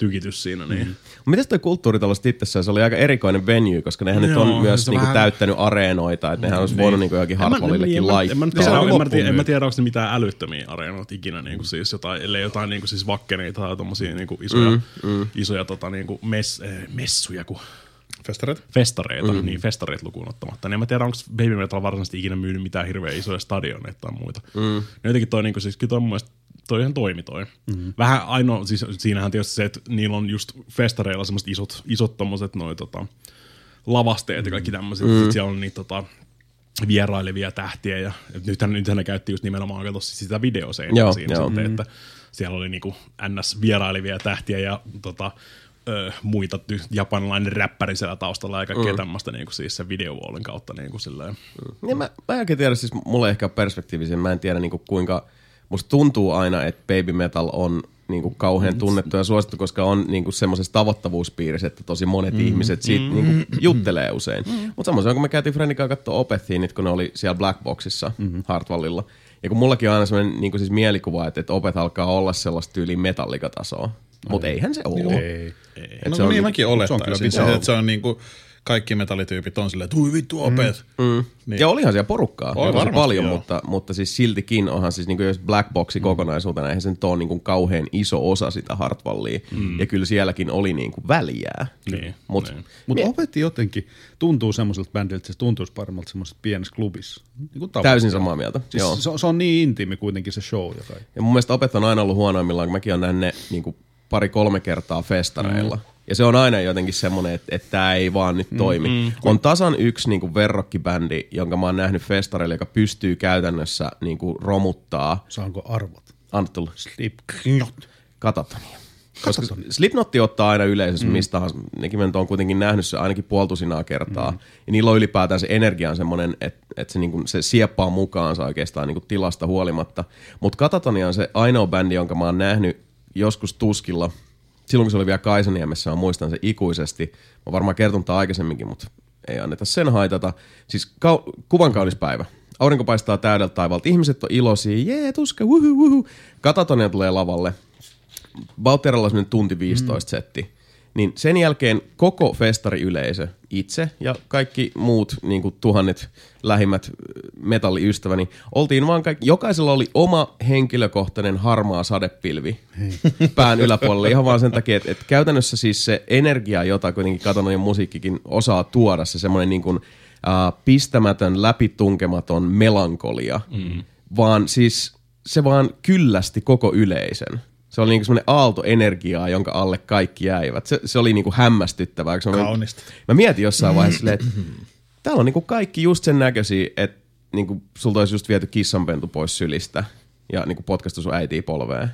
tykitys siinä. Niin. Mm. Mites toi kulttuuritalosta itsessään, se oli aika erikoinen venue, koska nehän nyt on myös niinku vähän täyttänyt areenoita, että nehän olisi voinut niinku johonkin Hartwallillekin laittaa. En mä tiedä, en mä tiedä, en mä tiedä onko ne mitään älyttömiä areenoita ikinä, niinku siis jotain, ellei jotain niinku siis vakkeneita tai tommosia niinku isoja, mm, mm. isoja tota, niinku mess, äh, messuja, kun Festareita? Festareita, mm. niin festareita lukuun ottamatta. Niin en mä tiedä, onko Baby Metal varsinaisesti ikinä myynyt mitään hirveän isoja stadioneita tai muita. Mm. No jotenkin toi, niinku, siis, toi mun mielestä toi ihan toimi toi. Mm-hmm. Vähän ainoa, siis siinähän tietysti se, että niillä on just festareilla semmoset isot, isot tommoset noi tota, lavasteet ja kaikki tämmöiset. Mm. Sitten siellä on niitä tota, vierailevia tähtiä ja nythän, nythän ne käytti just nimenomaan katsossa sitä videoseinää siinä joo. Sitten, että siellä oli niinku ns. Vierailevia tähtiä ja tota, ö, muita ty- japanilainen räppäri siellä taustalla ja kaikkea mm. tämmöistä niinku siis sen videowallin kautta niinku silleen. Mm. Ja mä, mä en oikein tiedä, siis mulle ehkä perspektiivisen, mä en tiedä niinku kuinka, musta tuntuu aina, että Baby Metal on niinku kauhean tunnettu ja suosittu, koska on niinku semmoisessa tavoittavuuspiirissä, että tosi monet mm. ihmiset siitä mm. niinku juttelee usein. Mm. Mutta samoin kun me käytiin Frennikaan katsoa Opethiin, kun ne oli siellä Black Boxissa mm-hmm. Hartwallilla. Ja kun mullakin on aina semmoinen niinku siis mielikuva, että, että Opeth alkaa olla sellaista tyyliin metallikatasoa. Mutta eihän se ole. Ei. ei. No se on, niin mäkin olettaisin, se, että se on niinku kaikki metallityypit on silleen, että ui vittu Opeth. Mm. Mm. Niin. Ja olihan siellä porukkaa. Oli varmasti paljon, mutta, mutta siis siltikin onhan siis niinku jos Black Boxi mm. kokonaisuutena, eihän se nyt ole niinku kauhean iso osa sitä Hartwallia. Mm. Ja kyllä sielläkin oli niinku väliää. Niin. Mutta niin. Mut Opeth jotenkin tuntuu semmoiselta bändiltä, että se tuntuisi paremmalta semmoisessa pienessä klubissa. Niin täysin samaa mieltä. Siis Joo. Se, se on niin intiimi kuitenkin se show. Ja, ja mun mielestä Opeth on aina ollut huonoimmillaan, kun mäkin olen nähnyt ne niinku pari-kolme kertaa festareilla. Mm. Ja se on aina jotenkin semmoinen, että, että tämä ei vaan nyt toimi. Mm-hmm. On tasan yksi niin kuin verrokkibändi, jonka mä oon nähnyt festareilla, joka pystyy käytännössä niin kuin romuttaa. Saanko arvot? Anna tulla. Slipknot. Katatonia. Koska Slipknotti ottaa aina yleisössä mm. mistä tahansa. Nekin mä on kuitenkin nähnyt se ainakin puoltusinaa kertaa. Mm. Ja niillä on ylipäätään se energia on semmoinen, että, että se, niin kuin, se sieppaa mukaansa oikeastaan niin kuin tilasta huolimatta. Mutta Katatonia on se ainoa bändi, jonka mä oon nähnyt joskus Tuskilla. Silloin kun se oli vielä Kaisaniemessä, mä muistan sen ikuisesti. Mä varmaan kertonut tämän aikaisemminkin, mutta ei anneta sen haitata. Siis kau- kuvan kaunis päivä. Aurinko paistaa täydeltä taivalta. Ihmiset on iloisia. Jee, tuska, wuhu, wuhu. Katatonia tulee lavalle. Bauteralla on semmoinen tunti viisitoista setti. Niin sen jälkeen koko festariyleisö, itse ja kaikki muut niin kuin tuhannet lähimmät metalliystäväni, oltiin vaan kaikki, jokaisella oli oma henkilökohtainen harmaa sadepilvi Hei. pään yläpuolella. Ihan vaan sen takia, että, että käytännössä siis se energia, jota kuitenkin Katatonia musiikkikin osaa tuoda, se semmoinen niin kuin äh, pistämätön, läpitunkematon melankolia, mm. vaan siis se vaan kyllästi koko yleisön. Se oli niinku semmoinen aaltoenergiaa, jonka alle kaikki jäivät. Se, se oli niinku hämmästyttävää. Kaunista. Mä, mä mietin jossain vaiheessa silleen, että täällä on niinku kaikki just sen näköisiä, että niinku sulta olisi just viety kissanpentu pois sylistä ja niinku potkastu sun äitiä polveen.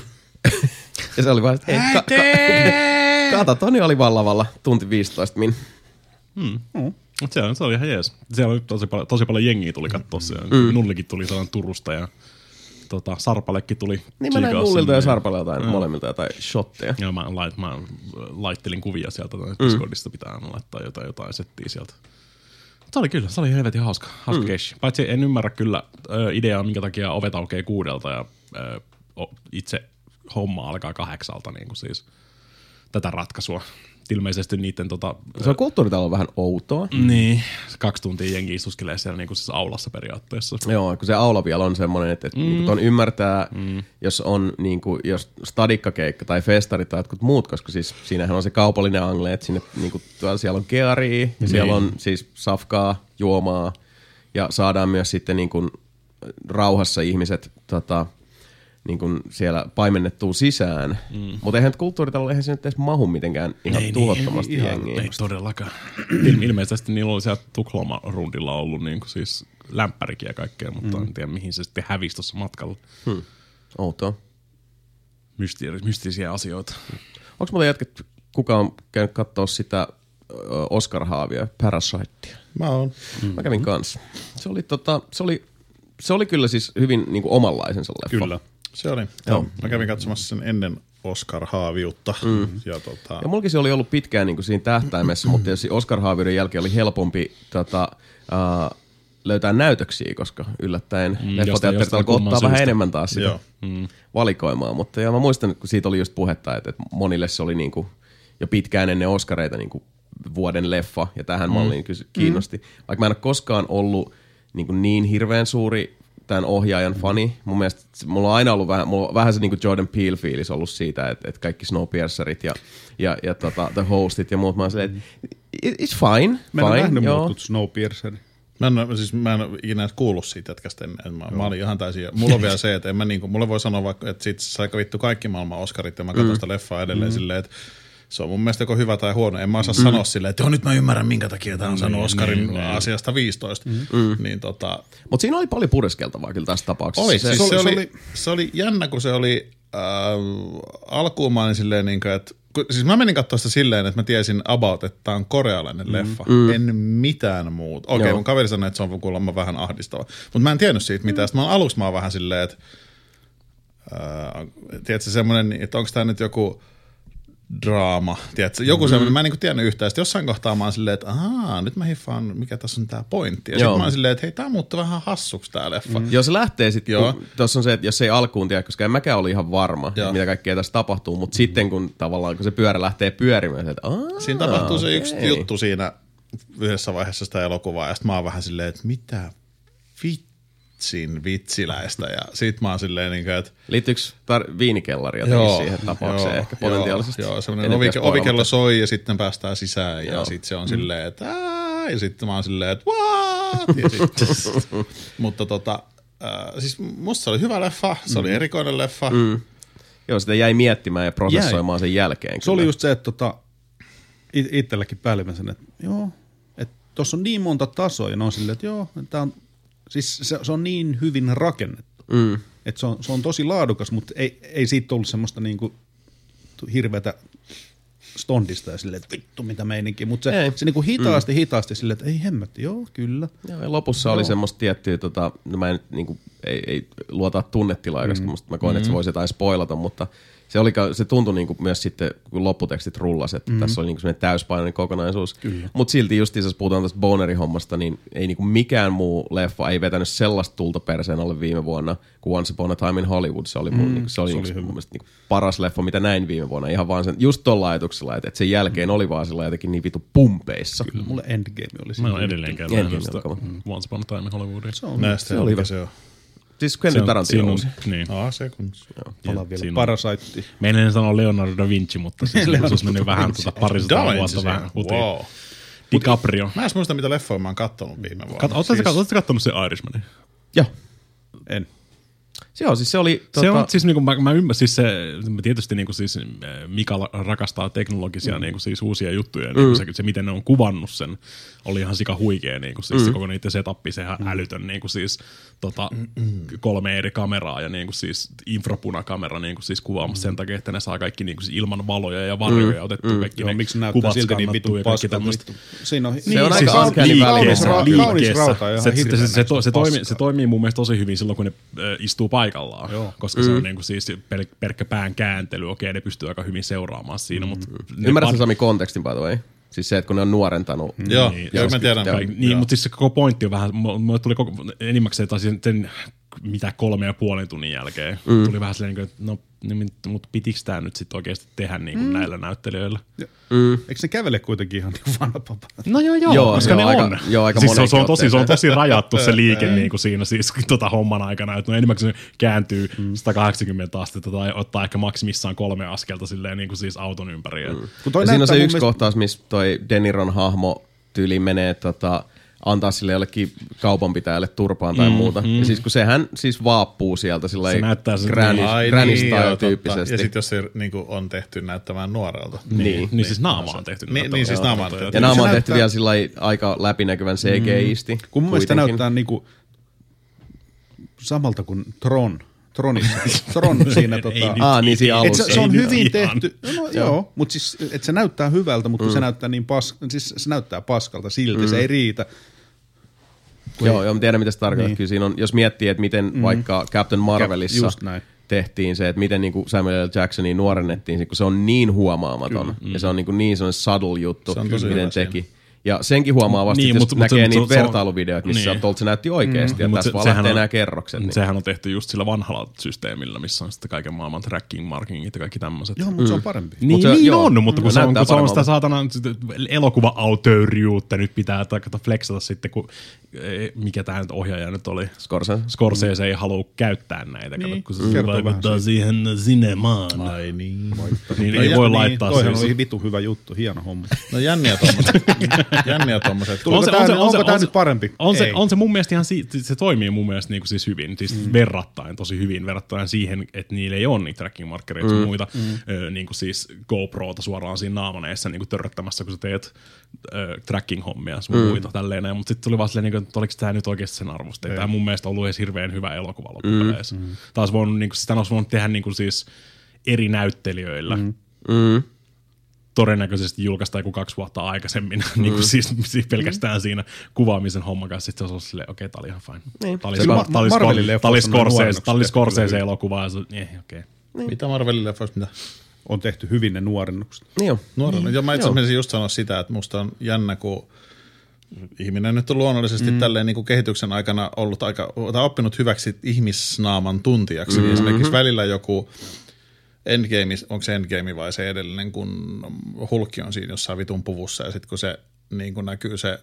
Ja se oli vaan, että hei, ka- ka- Katatoni oli vaan lavalla tunti viisitoista min. Hmm. Mm. Se, se oli ihan jees. Siellä oli tosi paljon, tosi paljon jengiä tuli katsoa siellä. Mm. Nullikin tuli sellainen Turusta ja Tota, Sarpallekin tuli. Niin mä näin Nullilta ja Sarpalle jotain, mm. molemmilta jotain shotteja. Joo, mä, lait, mä laittelin kuvia sieltä, mm. Discordista pitää laittaa jotain, jotain settiä sieltä. Se oli kyllä, se oli helvetin hauska, hauska mm. keissi. Paitsi en ymmärrä kyllä ö, ideaa, minkä takia ovet aukeaa kuudelta ja ö, itse homma alkaa kahdeksalta, niin kuin siis tätä ratkaisua. Ilmeisesti niiden tota... Se on kulttuuritalo vähän outoa. Niin, kaksi tuntia jengi istuskelee siellä niin kuin siis aulassa periaatteessa. Joo, kun se aula vielä on semmoinen, että, että mm. ton ymmärtää, mm. jos on niin kuin, jos stadikkakeikka tai festari tai jotkut muut, koska siis siinähän on se kaupallinen angle, että sinne, niin kuin, siellä on gearia ja niin. Siellä on siis safkaa, juomaa ja saadaan myös sitten niin kuin, rauhassa ihmiset tota, niin kuin siellä paimennettua sisään. Mm. Mutta eihän kulttuuritalolla, eihän se nyt edes mahu mitenkään ihan ei, tuhottomasti niin, jengiä. Ei todellakaan. Ilmeisesti niillä oli siellä Tukholma-rundilla ollut niin kuin siis lämpärikin ja kaikkea, mutta mm. en tiedä mihin se sitten hävisi tuossa matkalla. Hmm. Outoa. Mysteeri- mystisiä asioita. Onko muuten jätket, kuka on käynyt katsoa sitä Oscar Haavia, Parasitea? Mä oon. Mm. Mä kävin kanssa. Se oli, tota, se oli, se oli kyllä siis hyvin niin kuin omanlaisensa leffa. Kyllä. Se oli. Joo. Mä kävin katsomassa sen ennen Oscar-haaviutta. Mm. Ja, tota... ja mulkin se oli ollut pitkään niin kuin siinä tähtäimessä, mutta jos Oscar-haaviuden jälkeen oli helpompi tota, uh, löytää näytöksiä, koska yllättäen Mm, leffateatterit jostain alkoi kumman ottaa vähän syystä. enemmän taas sitä Joo. Mm. valikoimaa. Mutta ja mä muistan, kun siitä oli just puhetta, että, että monille se oli niinku jo pitkään ennen Oscareita niinku vuoden leffa, ja tähän Mm. malliin kyllä kiinnosti. Vaikka mä en ole koskaan ollut niin, kuin niin hirveän suuri tämän ohjaajan fani. Mun mielestä mulla on aina ollut vähän, mulla on vähän se niin kuin Jordan Peele-fiilis ollut siitä, että, että kaikki Snowpiercerit ja, ja, ja tota, The Hostit ja muut. Mä oon silleen, että it's fine, Mä en ole fine, nähnyt joo. muut kuin Snowpiercerin. Mä en, siis mä en ole ikinä edes kuullut siitä jätkästä ennen. Mä, mä olin ihan täysin. Mulla on vielä se, että en mä niinku, mulle voi sanoa vaikka, että sit sai vittu kaikki maailman Oscarit ja mä katson mm. sitä leffaa edelleen mm. silleen, että se on mun mielestä joko hyvä tai huono. En mä osaa mm. sanoa silleen, että joo, nyt mä ymmärrän minkä takia tää on saanut Oscarin niin, niin. asiasta viisitoista. Mm. Niin tota... Mutta siinä oli paljon pureskeltavaa kyllä tässä tapauksessa. Oli, se, siis se, se oli, oli- se oli jännä, kun se oli äh, alkuun mä olin silleen, niin kuin, että kun, siis mä menin katsoa sitä silleen, että mä tiesin about, että tää on korealainen mm. leffa. Mm. En mitään muuta. Okei, okay, mun kaveri sanoi, että se on kuulemma vähän ahdistava. Mutta mä en tiennyt siitä mitään. Sitten mä aluksi mä oon vähän silleen, että äh, tiedätkö semmoinen, että onko tää nyt joku draama, tiedätkö? Joku semmoinen, mä en niin tiennyt yhtään. Sitten jossain kohtaa mä oon silleen, että ahaa, nyt mä hiffaan, mikä tässä on tää pointti. Ja sitten mä oon silleen, että hei, tää muuttuu vähän hassuksi tää leffa. Mm. Joo, se lähtee sitten, Joo. tuossa on se, että jos ei alkuun tiedä, koska en mäkään ollut ihan varma, Joo. mitä kaikkea tässä tapahtuu, mutta sitten kun tavallaan, kun se pyörä lähtee pyörimään, että aah, Siinä tapahtuu se yksi okei. juttu siinä yhdessä vaiheessa sitä elokuvaa, ja sitten mä oon vähän silleen, että mitä vitsin vitsiläistä, ja sit mä oon silleen, niin kuin, että Liittyykö tar- viinikellari joo, siihen tapaukseen joo, ehkä potentiaalisesti? Joo, joo semmoinen En ovi, tiedä ovikello spoilata. soi, ja sitten päästään sisään, ja Joo. sitten se on silleen, että ää, ja sitten mä oon silleen, että what? Ja sit, mutta tota, äh, siis musta se oli hyvä leffa, se oli erikoinen leffa. Mm. Joo, sitä jäi miettimään ja prosessoimaan sen jälkeen. Se oli just se, että tota, it- itselläkin päällimmäisenä, että joo, että tuossa on niin monta tasoa, ja ne on silleen, että joo, että on, siis se, se on niin hyvin rakennettu, Mm. että se on, se on tosi laadukas, mutta ei, ei siitä tullut semmoista niinku hirveätä stondista ja silleen, että vittu mitä meininki, mutta se, Ei. se niinku hitaasti, mm. hitaasti silleen, että ei hemmetti, joo, kyllä. Joo, ja lopussa Joo. oli semmoista tiettyä, tota, no mä en nyt niinku, ei, ei luota tunnetilaa, koska musta mä koen, että se voisi jotain spoilata, mutta se, oli, se tuntui niinku myös sitten, kun lopputekstit rullasi, että mm. tässä oli niinku semmoinen täyspainoinen kokonaisuus. Mutta silti just jos puhutaan tästä Boneri-hommasta, niin ei niinku mikään muu leffa ei vetänyt sellaista tulta perseen alle viime vuonna kuin Once Upon a Time in Hollywood. Se oli, mun, mm. niinku, se oli, se oli mun mielestä niinku paras leffa, mitä näin viime vuonna. Ihan vaan sen, just tolla ajatuksella, että, että sen jälkeen mm. oli vaan sillä jotenkin niin vitu pumpeissa. Kyllä mulle Endgame oli Mä siinä. oon edelleenkään Endgame nähnyt sitä alkava. Once Upon a Time in Hollywoodia. Se on, Näistä se oli hyvä. se on. Siis Quentin Tarantino uusi. Niin. Aa, se kun... palaan vielä siinä on- Parasite. Meidän en sano Leonardo da Vinci, mutta siis Leonardo se meni vähän tuota parisataa Da vuotta Vinci vähän siinä. hutiin. Wow. DiCaprio. Mä en edes muista, mitä leffoja mä oon kattonut viime vuonna. Kat, Oletko siis... kattonut se Irishmanin? Joo. En. Joo, siis se oli... Se tota, on siis niinku, mä, mä ymmärrän, siis se, tietysti niinku siis Mika rakastaa teknologisia mm. niinku siis uusia juttuja, mm. niinku se, se miten ne on kuvannut sen, oli ihan sika huikea, niinku siis mm. se koko niiden setappi, sehän mm. älytön niinku siis tota, mm. kolme eri kameraa ja niinku siis infrapunakamera niinku siis kuvaamassa mm. sen takia, että ne saa kaikki niinku siis ilman valoja ja varjoja mm. otettu, kaikki Joo, ne miksi näyttää kuvat silti niin skannattu vittu ja kaikki paskalta. tämmöistä. Siinä on, Se on siis aika uncanny valley. kaunis, ra- Liikkeessä. kaunis rauta ja ihan se, se, hirveän se, se, to, se, näköistä toimii, paskaa. se toimii mun mielestä tosi hyvin silloin, kun ne äh, istuu paikallaan, Joo. koska mm. se on niinku siis pel, pelkkä pään kääntely, okei, ne pystyy aika hyvin seuraamaan siinä, mm. mutta... Ymmärrätkö Sami kontekstin, by the way? Siis se, että kun ne on nuorentanut. Mm. Joo, Niin, joo, mä tiedän. Kaik, niin, mutta siis se koko pointti on vähän, mulle tuli koko, enimmäkseen taas sen, mitä kolme ja puolen tunnin jälkeen, mm. tuli vähän silleen, että no, mutta pitikö tämä nyt sitten oikeasti tehdä niin kuin mm. näillä näyttelijöillä? Mm. Eikö ne kävele kuitenkin ihan niin vanha papa? No joo, joo, Joo, koska joo, ne aika- on. joo, aika siis se, on, se, on monenkin tosi, se on otteeseen. tosi rajattu se liike niin kuin siinä siis tota homman aikana, että no enimmäkseen se kääntyy mm. sata kahdeksankymmentä astetta tai ottaa ehkä maksimissaan kolme askelta silleen niin kuin siis auton ympäri. Mm. Kun toi Ja siinä on se näyttää mun yksi mielestä- kohtaus, missä toi Deniron hahmo tyyli menee tota, antaa sille jollekin kaupanpitäjälle turpaan tai mm, muuta. Mm. Ja siis kun sehän siis vaappuu sieltä sillä Se näyttää sen- granny, Ai granny niin, joo, style totta. tyyppisesti. Ja sitten jos se niinku on tehty näyttämään nuorelta. Niin, niin, Niin. niin siis naama on tehty. Niin, niin siis naama on tehty. Ja naama on Se tehty näyttää- vielä sillä aika läpinäkyvän C G I-sti. Kun mun mielestä kuitenkin. näyttää niinku samalta kuin Tron. Tronissa. Tron siinä tota... Ei nyt Aa, niin siinä Et alussa. se, se on Ei hyvin nyt ihan. tehty. No, no joo, mutta siis et se näyttää hyvältä, mutta kun se näyttää niin pas, siis se näyttää paskalta silti, mm. se ei riitä. Joo, joo, mä tiedän mitä se tarkoittaa. Niin. Kyllä siinä on, jos miettii, että miten mm. vaikka Captain Marvelissa Just näin. tehtiin se, että miten niinku Samuel L. Jacksonia nuorennettiin, kun se on niin huomaamaton. Mm. Ja se on niinku niin sellainen subtle juttu, Se on tosi miten hyvä teki. Ja senkin huomaa vasta, Niin, niin, jos mutta- näkee mutta se- niitä se on- vertailuvideoita, missä niin. niin. se näytti oikeasti, mm, ja Mut tässä se- vaan sehän lähtee on- nämä kerrokset. Niin. Sehän on tehty just sillä vanhalla systeemillä, missä on sitten kaiken maailman tracking, markingit ja kaikki tämmöiset. Joo, mutta mm. se on parempi. Niin, Mut se- niin joo. on, mutta kun Se se on, näyttää kun se on sitä paremmalta. saatana elokuva-auteuriutta nyt pitää kato flexata sitten, kun eh, mikä tämä nyt ohjaaja nyt oli. Scorsese. Scorsese ei halua käyttää näitä, Niin, kato, kun se kertoo vaikuttaa vähän siihen cinemaan. Ai niin. Niin No ei ja- voi niin, laittaa toihan siis. oli vitu hyvä juttu, hieno homma. No jänniä tommoset. jänniä tommoset. Tuliko se- tää, on se- nyt- on se- onko tää on se- nyt parempi? On se, Ei. on se mun mielestä ihan, si- se toimii mun mielestä niinku siis hyvin, siis mm. verrattain tosi hyvin, verrattain siihen, että niillä ei ole niitä tracking markereita mm. muita, mm. Ö, niinku siis GoProta suoraan siinä naamaneessa niinku törröttämässä, kun sä teet ö, tracking-hommia sun mm. muita tälleen, mutta sitten tuli vaan silleen, niinku, että oliko tämä nyt oikeasti sen arvosta, ei tämä mun mielestä ollut edes hirveän hyvä elokuva loppupeleissä. Mm. Mm. Taas voinut, niinku, sitä olisi voinut tehdä niinku siis eri näyttelijöillä, mm. Mm. todennäköisesti julkaista joku kaksi vuotta aikaisemmin, mm. niin kuin siis, siis pelkästään mm. siinä kuvaamisen homman kanssa. Sitten se olisi ollut silleen, okei, okay, tää oli ihan fine. Niin. Tää oli, Se Scor- Ma- tää oli, Marvelin Scor- leffoissa tää oli on Scorsese, nuorennukset tää oli tehty kyllä Scorsese hyvin. elokuva, ja se, eh, okei. Okay. Mitä Marvelin leffoista, mitä? On tehty hyvin ne nuorennukset. Niin on. Nuorena. Joo, mä itse Joo. asiassa just sanoa sitä, että musta on jännä, kun ihminen nyt on luonnollisesti mm. tälleen niin kuin kehityksen aikana ollut aika, tai oppinut hyväksi ihmisnaaman tuntijaksi. Mm-hmm. Esimerkiksi välillä joku Endgame, onko se Endgame vai se edellinen, kun Hulkki on siinä jossain vitun puvussa ja sitten kun se niin kuin näkyy se,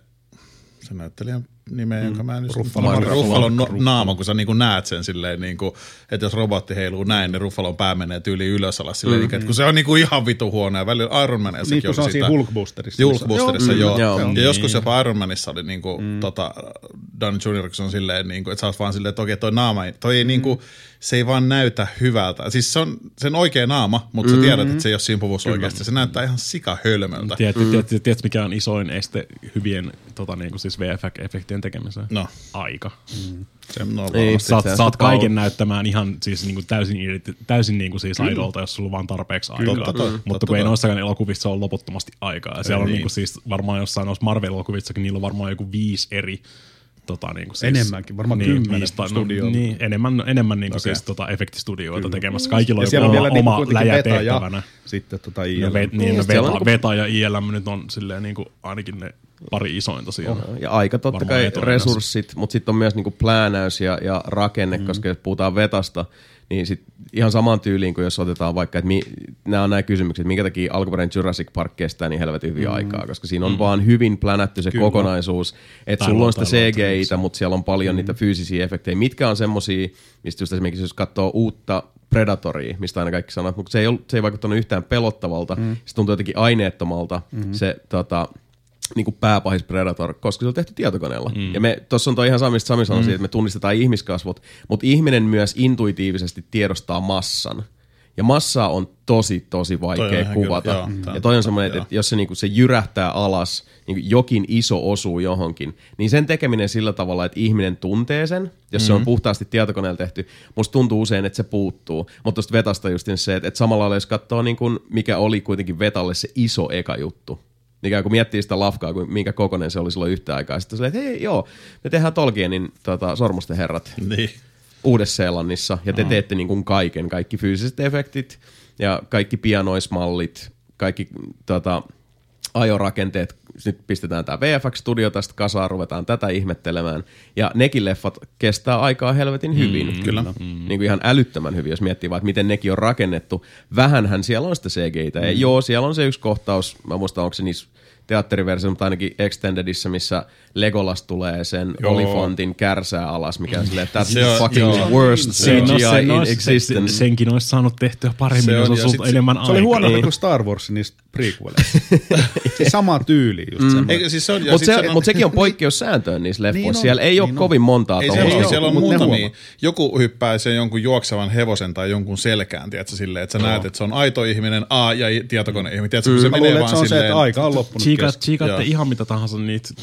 se näyttelijän nimeä, mm. jonka mä en just... Ruffalo. Ruffalon no, naama, kun sä niin kuin näet sen silleen, niin kuin, että jos robotti heiluu näin, niin Ruffalon pää menee tyyliin ylös alas silleen, mm-hmm. että kun se on niin kuin ihan vitu huono ja välillä Iron Man Niin kuin se on siinä Hulkbusterissa. Hulkbusterissa, joo. joo. Ja Mm, joskus jopa Iron Manissa oli niinku, mm. tota, Downey juniori, kun se on silleen, niinku, että sä oot vaan silleen, että okei, toi naama, ei- toi ei mm. niinku, se ei vaan näytä hyvältä. Siis se on sen oikea naama, mutta mm. sä tiedät, että se ei ole siinä puvussa oikeasti. Se näyttää ihan sikahölmöltä. Tiedätkö, mm. tiedätkö, tiedätkö, mikä on isoin este hyvien tota, niin kuin siis V F X-efektien tekemiseen? No. Aika. Mm. Se, no, Ei, varmasti. Saat, se- saat se- kaiken näyttämään ihan siis niin kuin täysin, irti- täysin niin kuin siis aidolta, jos sulla on vaan tarpeeksi aikaa. Totta toi, Mutta totta kun ei toi. noissakaan elokuvissa ole loputtomasti aikaa. Ja siellä on niin. niin kuin siis varmaan jossain noissa Marvel-elokuvissakin niillä on varmaan joku viisi eri tota, niin kuin siis, Enemmänkin, varmaan kymmenen viisi tai- studioa. No, niin, enemmän, enemmän niin kuin Okei. siis tota, efektistudioita tekemässä. Kaikilla Ja on siellä on oma, vielä niinku oma kuitenkin läjä Veta ja tehtävänä. sitten tota I Ja L. ve, niin, Niin, no, siellä on Veta, niinku- Veta ja I L M nyt on silleen niin kuin ainakin ne pari isointa siellä. Ja aika totta Varmaan kai etuajassa. resurssit, mutta sitten on myös niinku pläänäys ja, ja rakenne, mm. koska jos puhutaan vetasta, niin sit ihan samaan tyyliin kuin jos otetaan vaikka, että mi, nämä on nämä kysymykset, minkä takia alkuperäinen Jurassic Park kestää niin helvetin hyvin mm. aikaa, koska siinä on mm. vaan hyvin plänätty se Kyllä. kokonaisuus, että Täällä sulla on- on sitä täällä on C G I-tä, täällä. mutta siellä on paljon mm. niitä fyysisiä efektejä, mitkä on semmosia, mistä just esimerkiksi jos katsoo uutta Predatoria, mistä aina kaikki sanoo, mutta se ei, ollut, se ei vaikuttanut yhtään pelottavalta, mm. se tuntui jotenkin aineettomalta, mm. se tota, niin kuin pääpahis Predator, koska se on tehty tietokoneella. Mm. Ja me, tuossa on toi ihan samista Sami sanoi, mm. että me tunnistetaan ihmiskasvot, mutta ihminen myös intuitiivisesti tiedostaa massan. Ja massaa on tosi, tosi Toi on vaikea ihan kuvata. kyllä, joo, tää ja on toi on totta, semmoinen, joo. että jos se, niinku, se jyrähtää alas, niinku jokin iso osuu johonkin, niin sen tekeminen sillä tavalla, että ihminen tuntee sen, jos mm. se on puhtaasti tietokoneella tehty, musta tuntuu usein, että se puuttuu. Mutta tuosta Vetasta just se, että, että samalla lailla jos katsoo, niin kuin, mikä oli kuitenkin Vetalle se iso eka juttu, ikään kuin miettii sitä lafkaa, kuin minkä kokoinen se oli silloin yhtä aikaa. Sitten silleen, että hei joo, me tehdään Tolkienin tota, Sormusten herrat Niin. Uudessa-Seelannissa, ja te teette niin kuin kaiken, kaikki fyysiset efektit ja kaikki pianoismallit, kaikki tota, ajorakenteet, nyt pistetään tämä V F X-studio tästä kasaan, ruvetaan tätä ihmettelemään, ja nekin leffat kestää aikaa helvetin hyvin. Mm, kyllä. Mm. Niin kuin ihan älyttömän hyvin, jos miettii vaan, että miten nekin on rakennettu. Vähänhän siellä on sitä C G I-tä, mm. ja joo, siellä on se yksi kohtaus, mä muistan, onko se niissä teatteriversio, mutta ainakin Extendedissä, missä Legolas tulee sen Joo. olifantin kärsää alas, mikä on silleen, that's Se the on- fucking joo. worst C Siinä G olisi- I siinä in olisi- existence. se- Senkin olisi saanut tehtyä paremmin, Se on, jos ja olisi sit ollut se- enemmän Se aikaa. oli huonompi Niin. kuin Star Warsin niistä prequeleista. Se sama tyyli just semmoinen. Eikö, siis se on, ja Mutta sit se, se on- mut sekin on poikkeussääntöön niissä leffoissa. Niin on, Siellä ei ole niin on. kovin montaa Ei tuollaista. siellä, Ei ole, siellä on mut ne muutamia. huomaa. Joku hyppää sen jonkun juoksevan hevosen tai jonkun selkään, tiedätkö, silleen, että sä näet, että se on aito ihminen, A ja tietokoneihminen. Tiedätkö, kun se Mä menee luulen, vaan että se on se, silleen... että aika on loppunut Tsiika- kesken. Tsiikaatte Joo. ihan mitä tahansa niitä, siis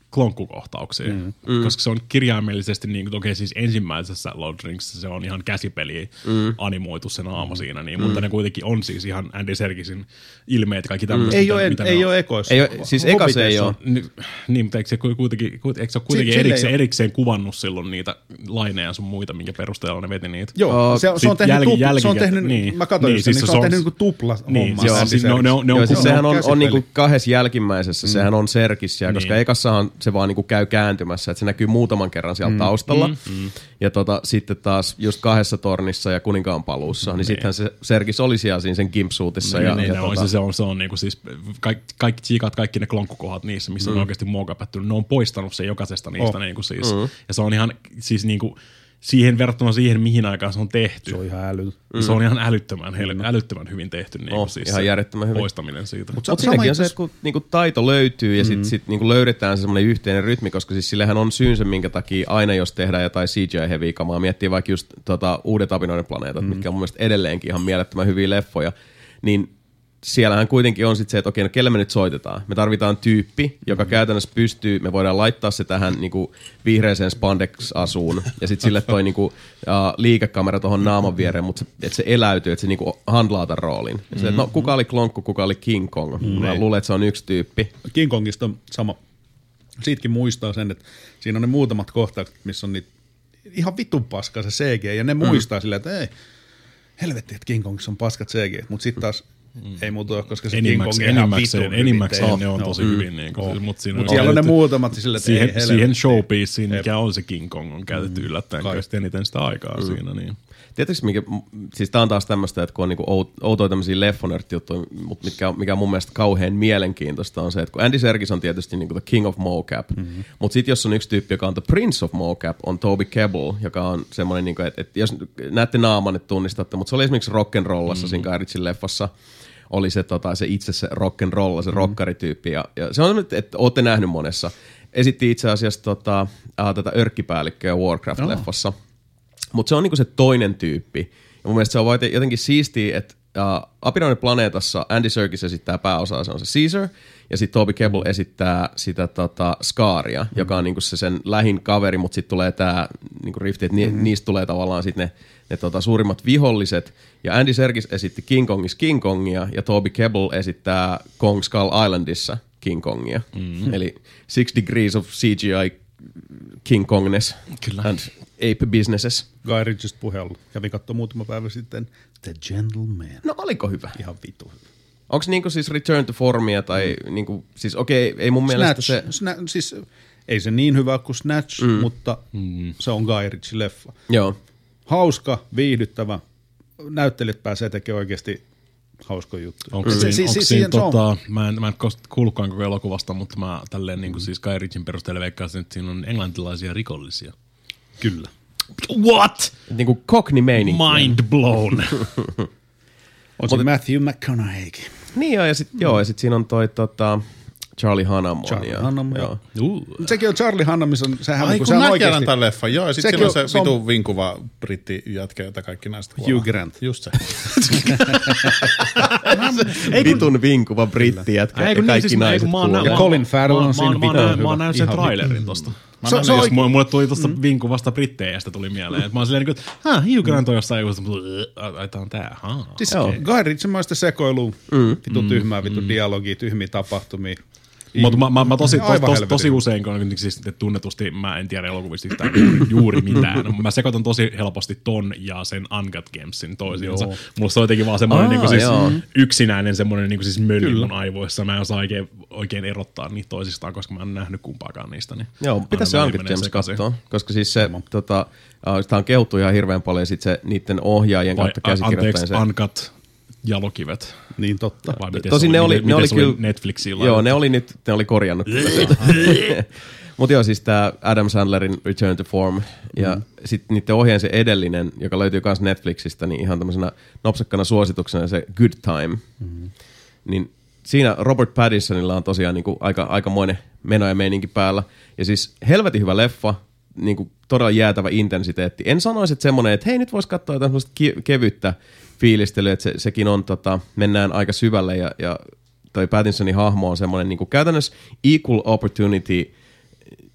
klonkkukohtauksia, mm. koska se on kirjaimellisesti, niin kuin, okei okay, siis ensimmäisessä Lord of the Ringsissa se on ihan käsipeliä mm. animoitu se naama mm. siinä, niin, mm. mutta ne kuitenkin on siis ihan Andy Serkisin ilmeet ja kaikki tämmöiset. Mm. Ei, ole, mitä ei ole ekoissa. Ei ole, siis eka se ei ole. Niin, mutta eikö se kuitenkin, eikö se ole kuitenkin si- erikseen, erikseen kuvannut silloin niitä laineja sun muita, minkä perusteella ne veti niitä? Joo, oh, se, se on tehnyt, jälki, tupla, jälki, se on tehnyt niin, mä katsoin niin, sen, siis niin se on tehnyt niin tupla niin, hommaa. Joo, siis ne on, ne on, ne on, joo, siis sehän on, on niinku kahdessa jälkimmäisessä, mm. sehän on Serkissä, koska niin. ekassahan se vaan niinku käy kääntymässä, että se näkyy muutaman kerran siellä mm. taustalla. Mm. Mm. Ja tota, sitten taas just kahdessa tornissa ja kuninkaan paluussa, mm. niin sittenhän se Serkis oli siellä siinä sen gimpsuutissa. Niin, ja, niin, ja on, tota... se, se on, se on niinku siis kaikki, kaikki tsiikat, kaikki ne klonkkukohat niissä, missä mm. on oikeasti mookapattu, ne on poistanut sen jokaisesta niistä. Oh. Niinku siis, mm. Ja se on ihan siis niinku siihen verrattuna siihen, mihin aikaan se on tehty. Se on ihan äly. Mm. Se on ihan älyttömän, mm. älyttömän hyvin tehty. Niin oh, siis ihan järjettömän hyvin. Poistaminen siitä. Mutta Mut siinäkin on se, että kun niinku taito löytyy ja sitten mm. sit, niinku löydetään se semmoinen yhteinen rytmi, koska siis sillehän on syynsä, minkä takia aina jos tehdään jotain C G I-heviä kamaa, miettii vaikka just tota, Uudet apinoiden planeetat, mm. mitkä on mun mielestä edelleenkin ihan mielettömän hyviä leffoja, niin siellähän kuitenkin on sitten se, että okei, no kelle me nyt soitetaan? Me tarvitaan tyyppi, joka mm. käytännössä pystyy, me voidaan laittaa se tähän niinku vihreäseen spandex-asuun ja sitten sille toi niinku, uh, liikekamera tuohon naaman viereen, mutta että se eläytyy, että se niinku handlaa tämän roolin. Ja se, että no kuka oli Klonkku, kuka oli King Kong? Mm. Mä luulen, että se on yksi tyyppi. King Kongista on sama. Siitäkin muistaa sen, että siinä on ne muutamat kohtaukset, missä on niitä ihan vitun paskaa se C G, ja ne muistaa mm. silleen, että ei, helvetti, että King Kongissa on paskat C G, mutta sitten taas Mm. ei muuta, koska se King Kong on ihan vitun enimmäkseen ne on tosi no. hyvin. Niin kuin, oh. Mutta Mut siellä on ne muutamat sille, että siihen, ei siihen showpieceen, mikä on se King Kong, on käytetty mm. yllättäen kaikista eniten sitä aikaa mm. siinä. Niin. Tiedätkö, mikä, siis tää on taas tämmöistä, että kun on niinku outoja tämmöisiä leffonörttijuttuja, mutta mitkä, mikä on mun mielestä kauhean mielenkiintoista on se, että kun Andy Serkis on tietysti niinku the king of mocap, mm-hmm. mutta sitten jos on yksi tyyppi, joka on the prince of mocap, on Toby Kebbell, joka on semmoinen, niinku, että, että jos näette naaman, että tunnistatte, mutta se oli esimerkiksi Rock'n'Rollassa mm-hmm. siinä Guy Ritchien leffassa, oli se, tota, se itse se rock'n'rolla, se mm. rockarityyppi. Ja, ja se on nyt, että ootte nähnyt monessa. Esitti itse asiassa tota, äh, tätä örkkipäällikköä Warcraft-leffassa. Oh. Mutta se on niinku se toinen tyyppi. Ja mun mielestä se on jotenkin siistiä, että äh, Apinoiden planeetassa Andy Serkis esittää pääosaa, se on se Caesar. Ja sitten Toby Kebbell esittää sitä tota, Scaria, mm. joka on niinku se sen lähin kaveri, mutta sitten tulee tämä niinku rifti, että ni, mm. niistä tulee tavallaan sitten ne ne tota, suurimmat viholliset. Ja Andy Serkis esitti King Kongissa King Kongia, ja Toby Kebbell esittää Kong Skull Islandissa King Kongia. Mm-hmm. Eli Six Degrees of C G I King Kongness Kyllä. and Ape Businesses. Guy Ritchiestä puheella. Kävi katsoa muutama päivä sitten The Gentleman. No oliko hyvä? Ihan vitu hyvä. Onko niinku siis Return to Formia tai mm. niinku, siis okei, okay, ei mun Snatch. mielestä se... Sna- siis ei se niin hyvä kuin Snatch, mm. mutta mm. se on Guy Ritchie-leffa. Joo. Hauska, viihdyttävä. Näyttelijät pääsee tekemään oikeasti hauskoja juttuja. Onko siinä, se, onko se, siinä tota, mä en, mä en kuullutkaan koko elokuvasta, mutta mä tälleen niin kuin siis Guy Ritchien perusteella veikkaisin, että siinä on englantilaisia rikollisia. Kyllä. What? Niin kuin Cockney-meininki. Mind blown. On se Mut, Matthew McConaughey. Niin joo, ja sitten joo, ja sit siinä on toi tota... Charlie Hunnam. Charlie ja, Hunnam, joo. Uh. Sekin on Charlie Hunnam, missä on... Sehän, Ai kun, kun näkee tämän leffan, joo, ja sitten siellä on se, se vitu on... vinkuva brittijätkä, jota kaikki näistä kuolaa. Hugh Grant. Just se. Vitun vinkuva brittijätkä, ja kaikki niin, siis naiset kuolaa. Ja Colin Farrell on siinä vitun hyvä. Mä oon nähnyt sen trailerin tosta. Mä so, so, jos mulle, mulle tuli tuosta mm. vinkuvasta brittejästä tuli mieleen. Et mä oon silleen niin kuin, että hä, Hugh Grant on jossain joku, ai tää on tää. Ha, siis okay. Guy Ritchie sekoilua, mm. vitu tyhmää, vitu mm. dialogia, tyhmiä tapahtumia. Mutta mä, mä, mä tosi, tos, tos, tosi usein, kun siis tunnetusti mä en tiedä elokuvista juuri, juuri mitään. Mä sekoitan tosi helposti ton ja sen Uncut Gamesin toisiinsa. Mulla se on jotenkin vaan semmoinen niinku siis yksinäinen semmoinen niinku siis möly mun aivoissa. Mä en osaa oikein, oikein erottaa niitä toisistaan, koska mä en nähnyt kumpaakaan niistä. Niin joo, pitäisi se Uncut Games katsoa, koska siis se, tota, sitä on kehuttu ihan hirveän paljon sit se niiden ohjaajien kautta käsikirjoittajien. Anteeksi, Uncut Jalokivet. Niin totta. Tosin ne oli, ne oli kyllä Netflixilla. Joo, ne oli nyt, ne oli korjannut. Mutta joo, siis tää Adam Sandlerin Return to Form ja mm. sitten niiden ohjeen se edellinen, joka löytyy myös Netflixistä, niin ihan tämmöisenä nopsakkana suosituksena se Good Time. Mm. Niin siinä Robert Pattinsonilla on tosiaan niinku aika, aikamoinen meno ja meininki päällä. Ja siis helvetin hyvä leffa, niinku todella jäätävä intensiteetti. En sanoisi, että semmoinen, että hei nyt vois katsoa jotain semmoista kevyttä fiilistely, että se, sekin on, tota, mennään aika syvälle ja, ja toi Pattinsonin hahmo on semmoinen niin kuin käytännössä equal opportunity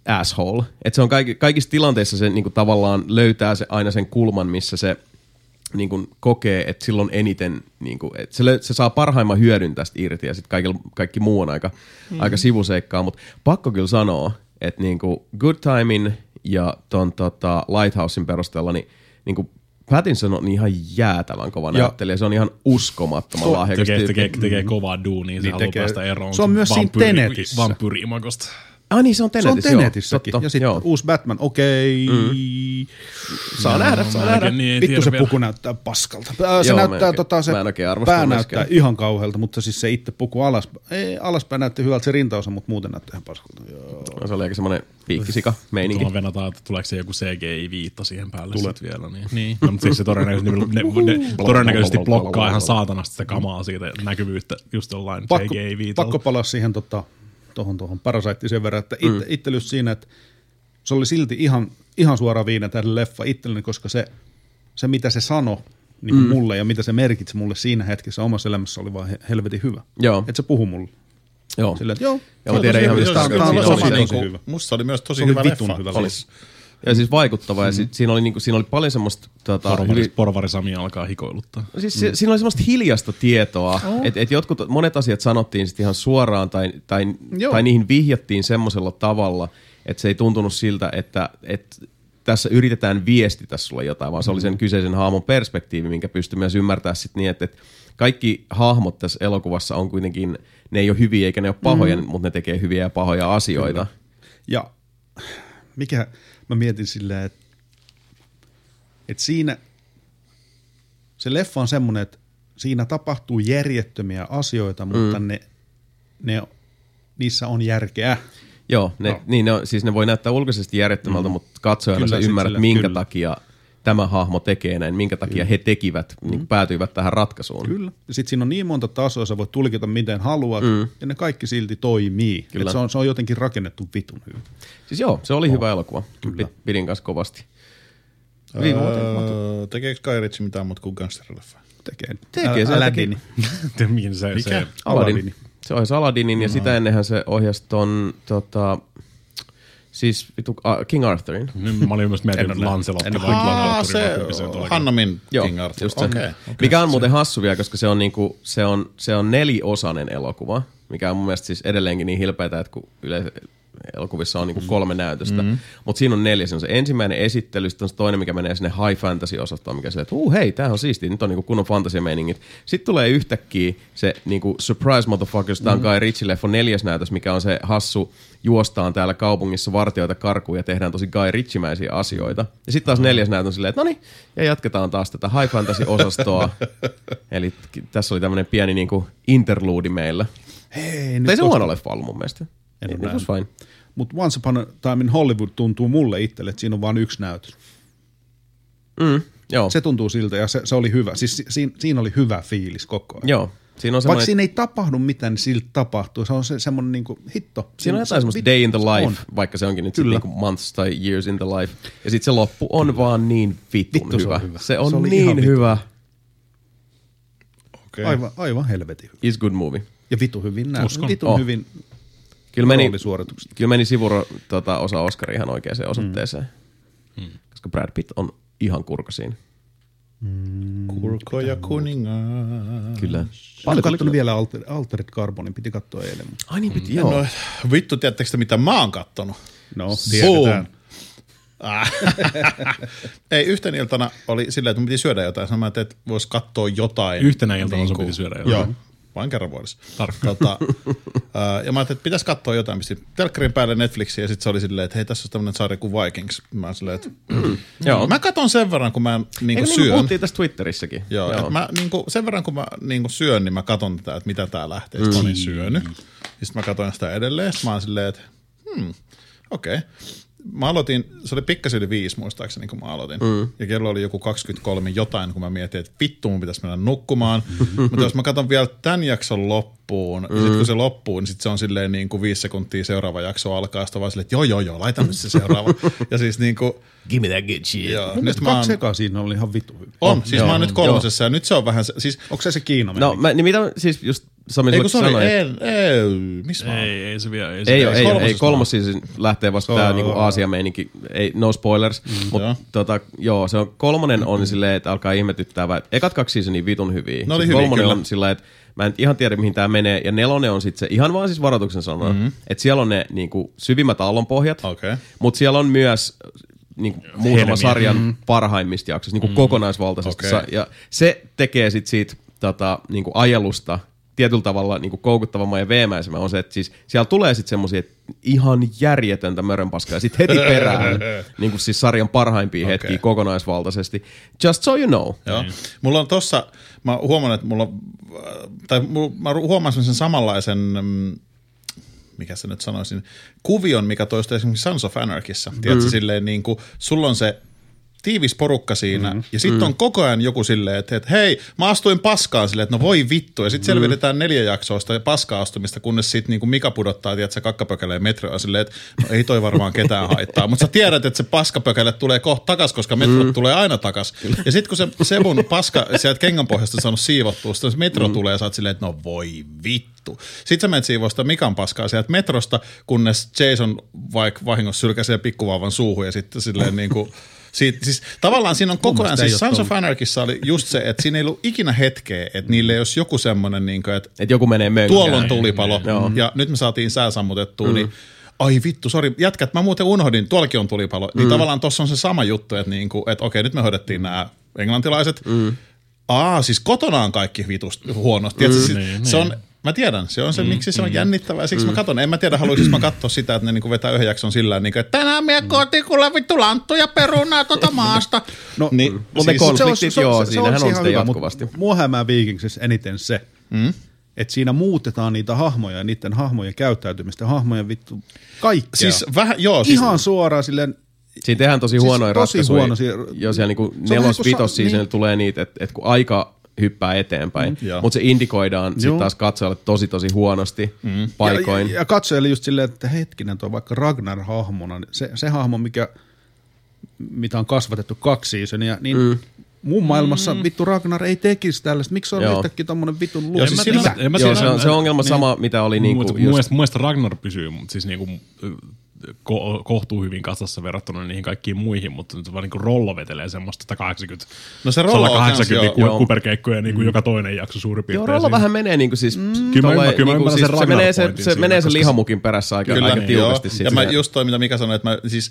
asshole. Että se on kaik- kaikissa tilanteissa se niinku tavallaan löytää se, aina sen kulman, missä se niinku kokee, että silloin eniten, niinku, että se, lö- se saa parhaimman hyödyn tästä irti ja sitten kaikki muu on aika, mm. aika sivuseikkaa. Mutta pakko kyllä sanoa, että niinku Good Timein ja ton tota, Lighthousein perusteella, niin niinku Pattinson on ihan jäätävän kova näyttelijä. Se on ihan uskomattoman lahjakas tekee, tyyppi. tekee, tekee kovaa duunia, se Niin haluaa tekee. päästä eroon. Se on myös siinä Tenetissä. Vampyyri-imagosta. Ah niin, se on Se on Tenetissä, Tenetissäkin. joo, Ja sitten joo. uusi Batman, okei. Okay. Mm. Saa nähdä, saa nähdä. Niin, Vittu se vielä. puku näyttää paskalta. Ää, Se Joo, mä en näyttää, oikein- tota, se mä en oikein arvosta pää myöskään. näyttää ihan kauhealta, mutta siis se itse puku alas, ei, alaspäin näytti hyvältä se rintaosa, mutta muuten näyttää ihan paskalta. Joo. No, se oli aika semmoinen piikkisika meininki. Tuolla venataan, että tuleeko se joku C G I-viitta siihen päälle sit vielä. Niin, niin. No, mutta siis se todennäköisesti, ne, ne, todennäköisesti blokkaa ihan saatanasti sitä kamaa siitä näkyvyyttä just jollain Pakko, C G I-viitalla. pakko palaa siihen tota, tohon, tohon Parasitein sen verran, että itse, mm. itse just siinä, että se oli silti ihan, ihan suora viina tälle leffa itselleni, koska se, se mitä se sanoi niin mm. mulle ja mitä se merkitsi mulle siinä hetkessä omassa elämässä oli vaan he- helvetin hyvä. Joo. Että se puhui mulle. Joo. Silleen, että joo, Ja mä tiedän ihan, mistä tää on- tarkoitat. tää on Siinä tosi, oli tosi se- hyvä. Musta se oli myös tosi Se oli hyvä vitun leffa. hyvä Oli. leffa. Ja siis vaikuttava, ja sit, siinä, oli niinku, siinä oli paljon semmoista... Tota, Porvari, hyvin, porvari Sami alkaa hikoiluttaa. siis mm. siinä oli semmoista hiljasta tietoa, oh. että et jotkut, monet asiat sanottiin sit ihan suoraan, tai, tai, tai niihin vihjattiin semmoisella tavalla, että se ei tuntunut siltä, että, että tässä yritetään viestitä sulle jotain, vaan se oli sen kyseisen hahmon perspektiivi, minkä pystyi myös ymmärtämään sit niin, että, että kaikki hahmot tässä elokuvassa on kuitenkin, ne ei ole hyviä eikä ne ole pahoja, mm. mutta ne tekee hyviä ja pahoja asioita. Kyllä. Ja mikä mä mietin silleen, että, että siinä se leffa on semmoinen, että siinä tapahtuu järjettömiä asioita, mutta mm. ne, ne, niissä on järkeä. Joo, ne, No. niin ne on, siis ne voi näyttää ulkoisesti järjettömältä, mm. mutta katsojana Kyllä, sä sit ymmärrät, sillä- minkä kyllä. takia tämä hahmo tekee näin, minkä takia Kyllä. he tekivät, mm. niin päätyivät tähän ratkaisuun. Kyllä. Ja sitten siinä on niin monta tasoa, sä voit tulkita miten haluat, mm. ja ne kaikki silti toimii. Kyllä. Et se, on, se on jotenkin rakennettu vitun hyvin. Siis joo, se oli oh. hyvä elokuva. Kyllä. Pidin kanssa kovasti. Viime vuoteen. Öö, tekeekö Guy Ritchie mitään muuta kuin gangsterileffa? Tekee. Tekee, se Aladdin. Mihin se, Mikä? se Aladdin. Aladdin. Se ohjasi Aladdinin ja sitä ennenhän se ohjasi ton, tota, siis vitu, uh, King Arthurin. Nyt mä olin myös miettinyt, että Lancelotti vai King Aa, Arthur, se vai kumpi se tuleekin. Hanna Min Joo, King Arthur. just se. Okei, okei. Mikä on muuten hassu vielä, koska se on, niinku, se on, se on neliosainen elokuva, mikä on mun mielestä siis edelleenkin niin hilpeätä, että kun yleensä elokuvissa on niinku kolme näytöstä, mm-hmm. mutta siinä on neljä. Se on se ensimmäinen esittely, sitten on se toinen, mikä menee sinne high fantasy-osastoon, mikä silleen, että uh, hei, tämähän on siistiä, nyt on niinku kunnon fantasiameiningit. Sitten tulee yhtäkkiä se niinku surprise motherfuckers, tämä on Guy Ritchie-leffon neljäs näytös, mikä on se hassu, juostaan täällä kaupungissa vartijoita karkuun ja tehdään tosi Guy Ritchie-mäisiä asioita. Ja sitten taas neljäs näytö on silleen, että no niin, ja jatketaan taas tätä high fantasy-osastoa. Eli t- tässä oli tämmöinen pieni niinku interluudi meillä. Hei, Mutta ei se huono leffa ollut mun mielestä. En It ole was fine. Mutta Once Upon a Time in Hollywood tuntuu mulle itselle, että siinä on vain yksi näytös. Mm, joo. Se tuntuu siltä ja se, se oli hyvä. Siis si- siinä, siinä oli hyvä fiilis koko ajan. Joo. Siinä on Vaikka semmoinen, siinä ei tapahdu mitään, niin siltä tapahtuu. Se on se, semmoinen niinku hitto. siinä on jotain se- semmoista day in the life, on. vaikka se onkin nyt sit Kyllä. niinku months tai years in the life. Ja sitten se loppu on vaan niin vitun Vittu, se hyvä. on hyvä. Se on Se oli niin ihan vitun hyvä. Okei. Aivan, aivan helvetin hyvä. Is good movie. Ja vitu hyvin näy. Uskon. Vitun Oh. hyvin Kyllä meni, roolisuoritukset. kyllä meni sivuro tota, osa Oscaria ihan oikeaan osoitteeseen. Mm. Koska Brad Pitt on ihan kurka siinä. Kurko ja kuningas. Kyllä. Mä oon kattonut vielä Alter, Altered Carbonin, piti katsoa eilen. mutta- Ai niin piti, joo. No, vittu, tiedättekö te, mitä mä oon kattonut? No, Boom. tiedetään. Ah. Ei, yhtenä iltana oli silleen, että mun piti syödä jotain. Sanoin, että et vois katsoa jotain. Yhtenä iltana niin sun kuin- piti syödä jotain. Joo, vain kerran vuodessa. Tarkka. Tota, ää, ja mä ajattelin, että pitäisi katsoa jotain. Pistin telkkarin päälle Netflixiä ja sitten se oli silleen, että hei, tässä on tämmöinen sarja kuin Vikings. Mä oon silleen, että Joo. mä katon sen verran, kun mä niinku Eikö niin kuin syön. puhuttiin tästä Twitterissäkin? Joo, Joo. Mä, niinku, sen verran kun mä niinku syön, niin mä katon tätä, että mitä tää lähtee. Sitten mä olin syönyt. Sitten mä katoin sitä edelleen. Sitten mä oon silleen, että hmm, okei. Okay. Mä aloitin, se oli pikkasen yli viisi muistaakseni, kun mä aloitin. Mm. Ja kello oli joku kaksikymmentäkolme jotain, kun mä mietin, että vittu mun pitäisi mennä nukkumaan. Mutta jos mä katson vielä tämän jakson loppuun, loppuun. Mm. Ja sitten kun se loppuu, niin sit se on silleen niin kuin viisi sekuntia seuraava jakso alkaa. Sitten vaan silleen, että joo, joo, joo, laita nyt se seuraava. Ja siis niin kuin... Give me that good shit. Joo, Mun nyt kaksi mä oon... sekaa siinä oli ihan vittu hyvin. On, Oh, siis joo, mä oon nyt kolmosessa ja nyt se on vähän... Se, siis... Onko se se Kiina? No, mä, niin mitä siis just Sami Ei kun sori, sanoi, ei, ei, missä mä oon? Ei, ei se vielä. Ei, se Ei, vielä. ei, ei, ei kolmosessa kolmos siis lähtee vasta tää Oh, niinku oh, Aasia-meininki, ei, no spoilers, mm, mutta joo. tota, joo, se on, kolmonen on silleen, että alkaa ihmetyttää, vai- ekat kaksi seasonia vitun hyviä. Ne oli Sit hyviä, kolmonen kyllä. on sillä että mä en ihan tiedä mihin tää menee, ja nelonen on sit se, ihan vaan siis varoituksen sanona, mm-hmm. että siellä on ne niinku syvimmät aallonpohjat, Okei. mutta siellä on myös niinku muutama Helmiä. sarjan mm. parhaimmista jaksoista, niinku mm. kokonaisvaltaisesti. Okei. Sa- ja se tekee sit siitä tota, niinku ajelusta tietyllä tavalla niinku koukuttavamman ja veemäisemmän on se, että siis siellä tulee sitten semmosia ihan järjetöntä mörönpaskaa ja sitten heti perään niinku siis sarjan parhaimpia Okei. hetkiä kokonaisvaltaisesti. Just so you know. Joo. Mulla on tossa, mä huomaan, että mulla on, tai mulla, mä huomaan sen samanlaisen, mm, mikä se nyt sanoisin, kuvion, mikä toistuu esimerkiksi Sons of Anarchyssa. Mm. Tiedätkö, silleen niin kuin, sulla on se tiivis porukka siinä, mm. ja sitten mm. on koko ajan joku silleen, että, että hei, mä astuin paskaan silleen, että no voi vittu, ja sitten mm. selvitetään neljä jaksoa sitä paskaa-astumista, kunnes sitten niin kuin Mika pudottaa, tiedätkö, kakkapökäleen metroa silleen, että no ei toi varmaan ketään haittaa, mutta sä tiedät, että se paskapökäle tulee kohta takas, koska metrot mm. tulee aina takas. Ja sitten kun se Sebun paska sieltä kengän pohjasta on saanut siivottua, sitten se metro mm. tulee, ja sä oot silleen, että no voi vittu. Sitten sä menet siivoo sitä Mikan paskaa sieltä metrosta, kunnes Jason vaikka vahingossa sylkäsee pikkuvauvan suuhun, ja sitten silleen niin kuin Siitä, siis, tavallaan siinä on koko ajan, siis Sons of Anarchyssa oli just se, että siinä ei ollut ikinä hetkeä, että niille ei olisi joku semmoinen, niin kuin, että Et joku menee mönkään. tuolla on tulipalo Mm. ja nyt me saatiin sää sammutettua, mm. niin ai vittu, sori, jätkät, mä muuten unohdin, tuollakin on tulipalo. Mm. Niin tavallaan tossa on se sama juttu, että, niin kuin, että okei, nyt me hoidettiin nämä englantilaiset. Mm. Aa, siis kotona on kaikki vitusti huonosti. Mm. Se, Niin, se niin. on... Mä tiedän, se on se, mm, miksi se on mm, jännittävää, siksi mm. mä katson. En mä tiedä, haluaisin mä katsoa sitä, että ne niinku vetää yhden jakson sillä tavalla, että tänään mie kotiin, kun vittu lanttuja perunaa tuota maasta. No, niin, mutta ne konfliktit, joo, siinähän on sitä jatkuvasti. Mua hämää Vikingsissä eniten se, Mm. että siinä muutetaan niitä hahmoja ja niiden hahmojen käyttäytymistä, hahmojen vittu kaikkea. Siis vähän, joo. Siis, Ihan suoraan silleen, Siinä tehdään tosi Siis huonoja tosi ratkaisuja. huonoisia. Jo siellä niinku Se on vähän nelos, kuin vitos sa- siis niin. tulee niitä, että et kun aika hyppää eteenpäin, Mm, joo. mutta se indikoidaan sitten Joo. taas katsojalle tosi tosi huonosti mm. paikoin. Ja, ja, ja katsojalle just silleen, että hetkinen, tuo vaikka Ragnar-hahmona, se, se hahmo, mikä, mitä on kasvatettu kaksi seasonia, niin mm. mun maailmassa mm. vittu Ragnar ei tekisi tällaista. Miksi se on Joo. yhtäkkiä tommonen vitun luo? Joo, siis En mä siinä- tiedä, en mä Joo, tiedä. se on, se on ongelma sama, mitä oli niinku Mun just... mielestä, mun mielestä Ragnar pysyy, mutta siis niinku ko- kohtuu hyvin kasassa verrattuna niihin kaikkiin muihin, mutta nyt vaan niinku Rollo vetelee semmoista sata kahdeksankymmentä, No se Rollo on sata kahdeksankymmentä kans, ku- joo. kuperkeikkoja niinku joka toinen jakso suurin piirtein. Joo, Rollo siinä. vähän menee niinku siis... Mm. Kyllä mä ymmärrän- kyllä mä ymmärrän siis sen se menee se, Ragnar-pointin se, siinä, menee se koska se- lihamukin perässä aika, Kyllä, aika joo. tiukasti. Ja sit mä siinä. just toi, mitä Mika sanoi, että mä siis,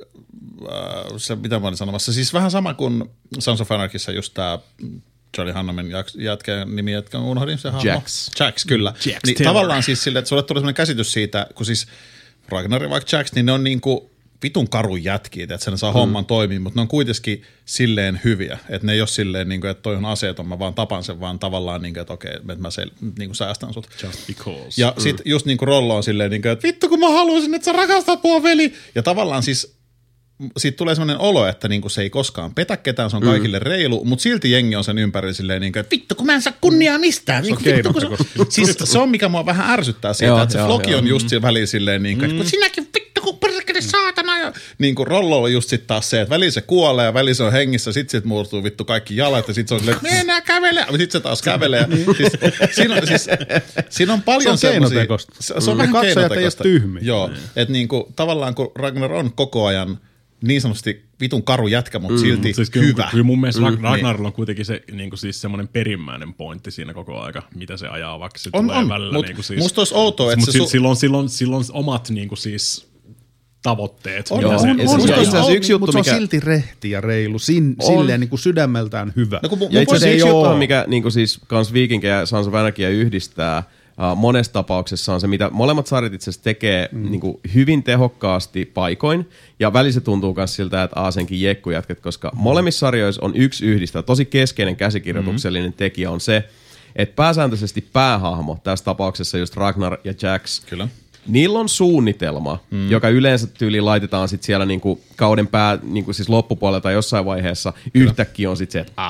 äh, se, mitä mä olin sanomassa, siis vähän sama kuin Sons of Anarchyssa just tää Charlie Hannamen jätkän nimi, jätkä unohdin se hahmo. Jax. Jax, kyllä. Jax niin Taylor. tavallaan siis sille, että sulle tulee sellainen käsitys siitä, kun siis Ragnar ja vaikka Jax, niin ne on niinku vitun karun jätkiä, että ne saa mm. homman toimia, mutta ne on kuitenkin silleen hyviä, että ne ei ole silleen, niin kuin, että toi on aseeton, mä vaan tapan sen, vaan tavallaan, niin kuin, että okei, että mä sel, niin kuin säästän sut. Just because. Ja mm. sit just niin kuin Rollo on silleen, niin kuin, että vittu kun mä haluaisin, että sä rakastat mua veli. Ja tavallaan siis siitä tulee sellainen olo, että niinku se ei koskaan petä ketään, se on kaikille mm. reilu, mutta silti jengi on sen ympärillä silleen, niinku, että vittu kun mä en saa kunniaa mistään. Niinku, vittu, kun se, siis se on mikä mua vähän ärsyttää siitä, Joo, että se joo, floki joo. on just siinä väliin silleen, niinku, että kun sinäkin vittu kun perkele saatana. Ja niinku Rollo on just sit taas se, että väliin se kuolee ja väliin se on hengissä, sit sit muurtuu vittu kaikki jalat ja sit se on silleen, että me enää kävelee. Sit se taas kävelee. Ja siis, siinä, on, siis, siinä on paljon Se on semmosia. keinotekosta. Se, se on Mm. vähän Katsojat ei ole keinotekosta. tyhmiä. Joo, että niinku tavallaan kun Ragnar on koko ajan niin sanotusti vitun karu jätkä, mutta mm, silti siis kyllä, hyvä. Kyllä mun mielestä mm, niin. Ragnarilla on kuitenkin se niin siis semmoinen perimmäinen pointti siinä koko aika, mitä se ajaa, vaikka se On, tulee on, välillä. mut Niin siis, musta olisi outoa, että mutta se se su- silloin, silloin, silloin omat niin kuin siis tavoitteet. On, mitä on, se, on, Ja on, se- on, itse asiassa on, yksi juttu, mutta se mikä... on silti rehti ja reilu, sin, On. silleen niin kuin sydämeltään hyvä. No kun mun- Ja mun itse asiassa pointti- yksi ei juttu, oo. mikä niin siis kans Viikinkejä ja Sons of Anarchya yhdistää uh, monessa tapauksessa on se, mitä molemmat sarjat itse asiassa tekee mm. niin kuin hyvin tehokkaasti paikoin. Ja välissä tuntuu myös siltä, että Aasenkin jekkujätket, koska mm. molemmissa sarjoissa on yksi yhdistää. Tosi keskeinen käsikirjoituksellinen mm. tekijä on se, että pääsääntöisesti päähahmo, tässä tapauksessa just Ragnar ja Jax, Kyllä. niillä on suunnitelma, mm. joka yleensä tyyliin laitetaan sit siellä niinku kauden pää, niinku siis loppupuolella tai jossain vaiheessa Kyllä. yhtäkkiä on sit se, että aha,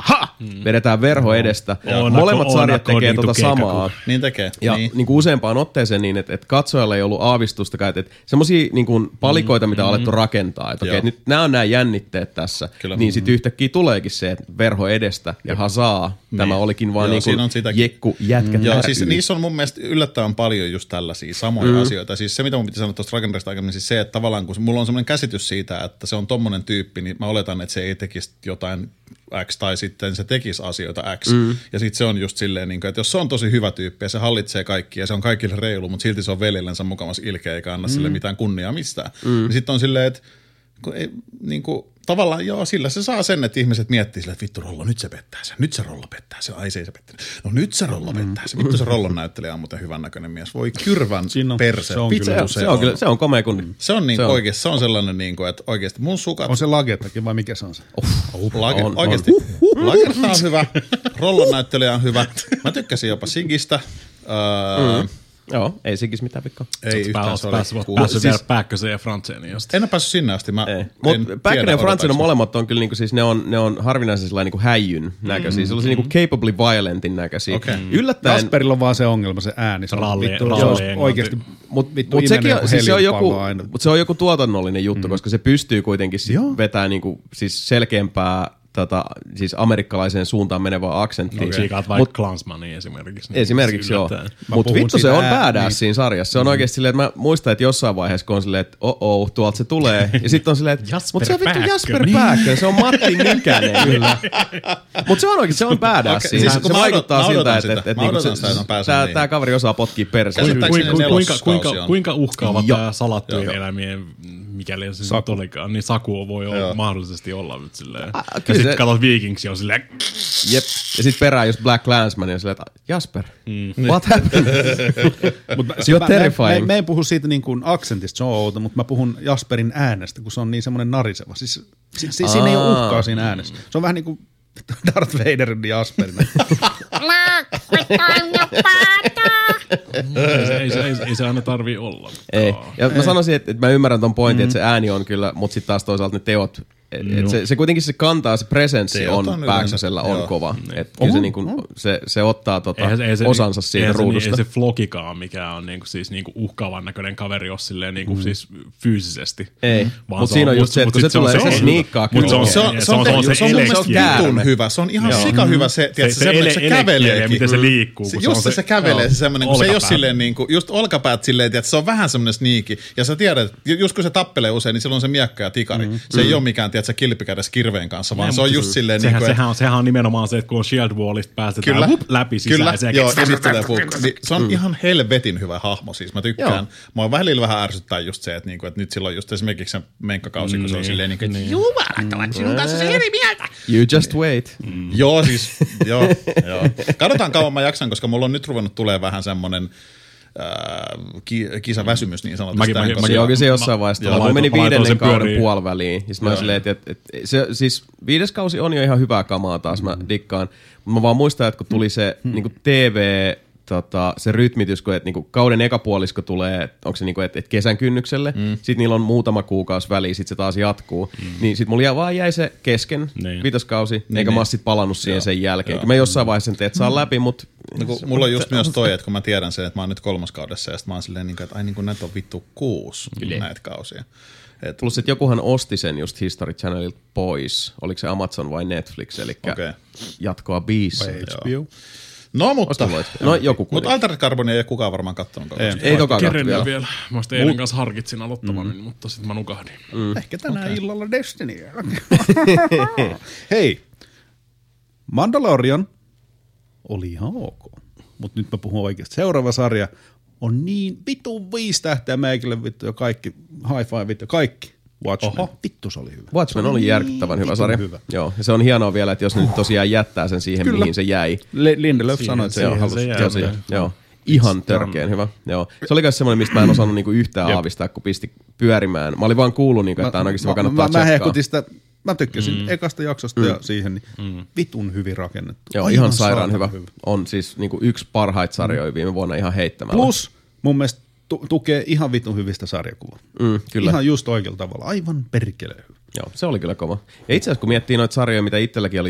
mm. vedetään verho edestä. Onnako, Molemmat sarjat onnako, tekee niin tota tukee samaa. Niin tekee. Ja niin. niin kuin useampaan otteeseen niin, että, että katsojalla ei ollut aavistustakaan, että, että semmoisia niin kuin palikoita, mitä on alettu rakentaa, että okei, nyt nämä on nämä jännitteet tässä, Kyllä. niin sitten yhtäkkiä tuleekin se, että verho edestä ja hazaa, niin. Tämä olikin vaan Joo, niin kuin sitäkin. jekku jätkät Joo, ry. siis niissä on mun mielestä yllättävän paljon just tällaisia samoja mm. asioita. Siis se, mitä mun piti sanoa tuosta rakenteesta aikaisemmin, siis se, että tavallaan kun mulla on semmoinen käsitys siitä, että se on tommonen tyyppi, niin mä oletan, että se ei tekisi jotain X tai sitten se tekisi asioita X. Mm. Ja sitten se on just silleen, että jos se on tosi hyvä tyyppi ja se hallitsee kaikkia ja se on kaikille reilu, mutta silti se on veljellensä mukamassa ilkeä eikä anna mm. sille mitään kunniaa mistään. Mm. Niin sitten on silleen, että ei, niin kuin, tavallaan joo, sillä se saa sen, että ihmiset miettii silleen, että vittu Rollo, nyt se pettää sen, nyt se Rollo pettää sen, ai se ei se pettää. No nyt se Rollo pettää sen, vittu se Rollon näyttelijä on muuten hyvän näköinen mies, voi kyrvän on, perse. se on Vittu, kyllä. Se, se, on, kyllä, se on komea kundi. Se on, niin se on. Oikeasti, se on sellainen, niin kuin, että oikeasti mun sukat... On se Lagettakin vai mikä se on se? Uh, Lage, on, oikeasti, on. Lagerta on hyvä, Rollon näyttelijä on hyvä. Mä tykkäsin jopa Sigistä. Öö, Mm. Joo, ei sikis mitään vikkaa. Ei yhtään, se oli Päässyt cool. päässyt vielä Siis- Pääkkösen ja Frantseeniin josta. En ole päässyt sinne asti. Mä Mutta Päkkönen ja Franzen on molemmat on kyllä niinku, siis ne on, ne on harvinaisen sellainen niinku häijyn näköisiä. Se on niinku capably violentin näköisiä. Okei. Yllättäen, Jasperilla on vaan se ongelma, se ääni. Se on Ralli- vittu, ralli- se on englanti. oikeasti Mutta vittu mut sekin imenee on, siis se, on joku, heliumpallo aina. mut se on joku tuotannollinen juttu, mm. koska se pystyy kuitenkin sit vetää niinku, siis selkeämpää tota, siis amerikkalaiseen suuntaan menevää aksenttia. Okay. Siikaat vaikka Klansmania esimerkiksi. Niin Esimerkiksi joo. yllättäen. Mutta puhun vittu se siitä on ää- badass niin. siinä sarjassa. Se on mm. oikeasti silleen, että mä muistan, että jossain vaiheessa kun on silleen, että oh oh, tuolta se tulee. Ja sitten on silleen, että Jasper mutta se on vittu Pääkkö. Jasper Pääkkö, se on Matti Nykänen. Kyllä. Mutta se on oikeasti, se on badass Okei, siinä. siis kun se mä vaikuttaa odotan- mä siltä, odotan että sitä. että- että Mä niinku odotan se- sitä, että mä pääsen tää- niin. tää kaveri osaa potkia perseen. Käsittääkseni Kuinka, kuinka, neloskausi kuinka, on. kuinka uhkaava Joo. tämä salattujen Joo. elämien, mikäli se Saku. nyt olikaan, niin Saku voi olla, Joo. mahdollisesti olla nyt silleen. Ah, Ja kyllä sitten se- katsot Vikings ja on silleen, Jep. Ja sit perään just Black Clansman ja silleen, että Jasper, Mm. what happened? Mut mä, Se on mä, terrifying. Mä, mä en puhu siitä niin kuin aksentista, se on outo, mutta mä puhun Jasperin äänestä, kun se on niin semmoinen nariseva. Siis, si, si, siinä ei ole uhkaa siinä äänessä. Se on vähän niin kuin Darth Vaderin Jasperin. ei, se, ei, se, ei, ei se aina tarvii olla. Ei. Ja mä sanoisin, että, että mä ymmärrän ton pointin, mm. että se ääni on kyllä, mutta sitten taas toisaalta ne teot, et, et se, se kuitenkin se kantaa, se presenssi Teot on, on Pääkkösellä yleensä, on joo. kova. Et kyllä se, niinku, se, se ottaa tota Eihän se- ei se- osansa siitä eihän se, ruudusta. Ei se Flokikaan, mikä on niinku, siis niinku uhkaavan näköinen kaveri, ole silleen niinku, siis fyysisesti. Ei. Vaan Mut se siinä on just mut- se, että mut kun sit se tulee, se on- sniikkaa mut se on kyllä. Se on, se on, se on se se on mun mielestä elekieli. vitun hyvä. Se on ihan Joo. sika hyvä se, tiedätkö, se semmoinen, kun se ele- käveleekin. elekieli ja miten se liikkuu, Se, kun se just on se, se- se kävelee, joo. se semmoinen, kun se ei ole Olkapäät. silleen niin kuin, just olkapäät silleen, että se on vähän semmoinen sniiki. Ja sä tiedät, että just kun se tappelee usein, niin silloin on se miekka ja tikari. Mm-hmm. Se ei ole mikään, tiedätkö, kilpikädessä kirveen kanssa, vaan Ei, se on mutta just silleen, niin sehän, kuin, että sehän, on, sehän on nimenomaan se, että kun on Shield Wallista päästetään Kyllä, hup, läpi sisään. kyllä, ja se joo, ja sitten tulee puukko. Niin se on ihan helvetin hyvä hahmo siis, mä tykkään. Joo. Mua välillä vähän ärsyttää just se, että, niinku, että nyt silloin just esimerkiksi se menkkakausi, kun se on Niin, silleen, niinku, että niin. jumalat ovat sinun kanssa se eri mieltä. You just wait. Mm. Joo, siis, joo, joo. Katsotaan kauan mä jaksan, koska mulla on nyt ruvennut tulee vähän semmonen äh, ki, kisaväsymys niin sanotusti. Mäkin- tähän, mäkin- koska- Se onkin se jossain vaiheessa. Joo, Mulla laitoin- meni laitoin viidennen sen kauden pyöriin. puoliväliin. Ja sit mä silleen, että, että, että se, siis viides kausi on jo ihan hyvää kamaa taas, mä dikkaan. Mutta mä vaan muistan, että kun tuli se Hmm. niinku T V, tota, se rytmitys, kun et, niinku, kauden ekapuolisko tulee, onko se niinku, että et kesän kynnykselle, mm. sit niillä on muutama kuukausi väliin, sit se taas jatkuu. Mm. Niin sit mulla vaan jäi se kesken Niin. viitoskausi, Niin, eikä niin. mä oo sit palannut siihen Joo, sen jälkeen. joo. Kyllä mä jossain vaiheessa sen teet saa läpi, mutta No, kun mulla on just myös toi, että kun mä tiedän sen, että mä oon nyt kolmoskaudessa ja sit mä oon silleen, niin kuin, että ai niin kuin näitä on vittu kuusi näitä kausia. Et, plus, että jokuhan osti sen just History Channelilta pois. Oliko se Amazon vai Netflix, eli Okei. jatkoa biisi. H B O. no mutta, Olisiko H B O? No, joku mutta kuitenkin. Altered Carbonia ei ole kukaan varmaan kattonut kauheasti. Ei tokaan katso Kerennyt vielä. vielä. Mä sitten eilen kanssa harkitsin aloittavan, mm. mutta sitten mä nukahdin. Mm. Ehkä tänään okay. illalla Destiny. Hei, Mandalorian oli ihan ok, mutta nyt mä puhun oikeasti. Seuraava sarja on niin vitun viisi tähteä meikille vittu ja kaikki, high five vittu, kaikki. Watchmen, Oho. vittu se oli hyvä. Watchmen oli järkyttävän hyvä vitun sarja. hyvä. Joo, ja se on hienoa vielä, että jos nyt tosiaan jättää sen siihen, Kyllä. mihin se jäi. Le- Lindelöf Siihen- sanoi, että se siihen ei se halusi. jäi. Joo, se, joo. Ihan törkeen hyvä. Joo. Se oli myös semmoinen, mistä mä en osannut niinku yhtään Jep. aavistaa, kun pisti pyörimään. Mä olin vaan kuullut, niinku, että tämä on oikeasti vaan kannattaa mä, mä, mä tsekkaa. hehkutin sitä, mä tykkäsin mm. ekasta jaksosta mm. ja siihen, niin mm. vitun hyvin rakennettu. Joo, Aivan ihan sairaan hyvä. hyvä. On siis niinku yksi parhaita sarjoja mm. viime vuonna ihan heittämällä. Plus mun mielestä tu- tukee ihan vitun hyvistä sarjakuvaa. Mm, kyllä. Ihan just oikealla tavalla. Aivan perkele hyvä. Joo, se oli kyllä kova. Ja itse asiassa kun miettii noita sarjoja, mitä itselläkin oli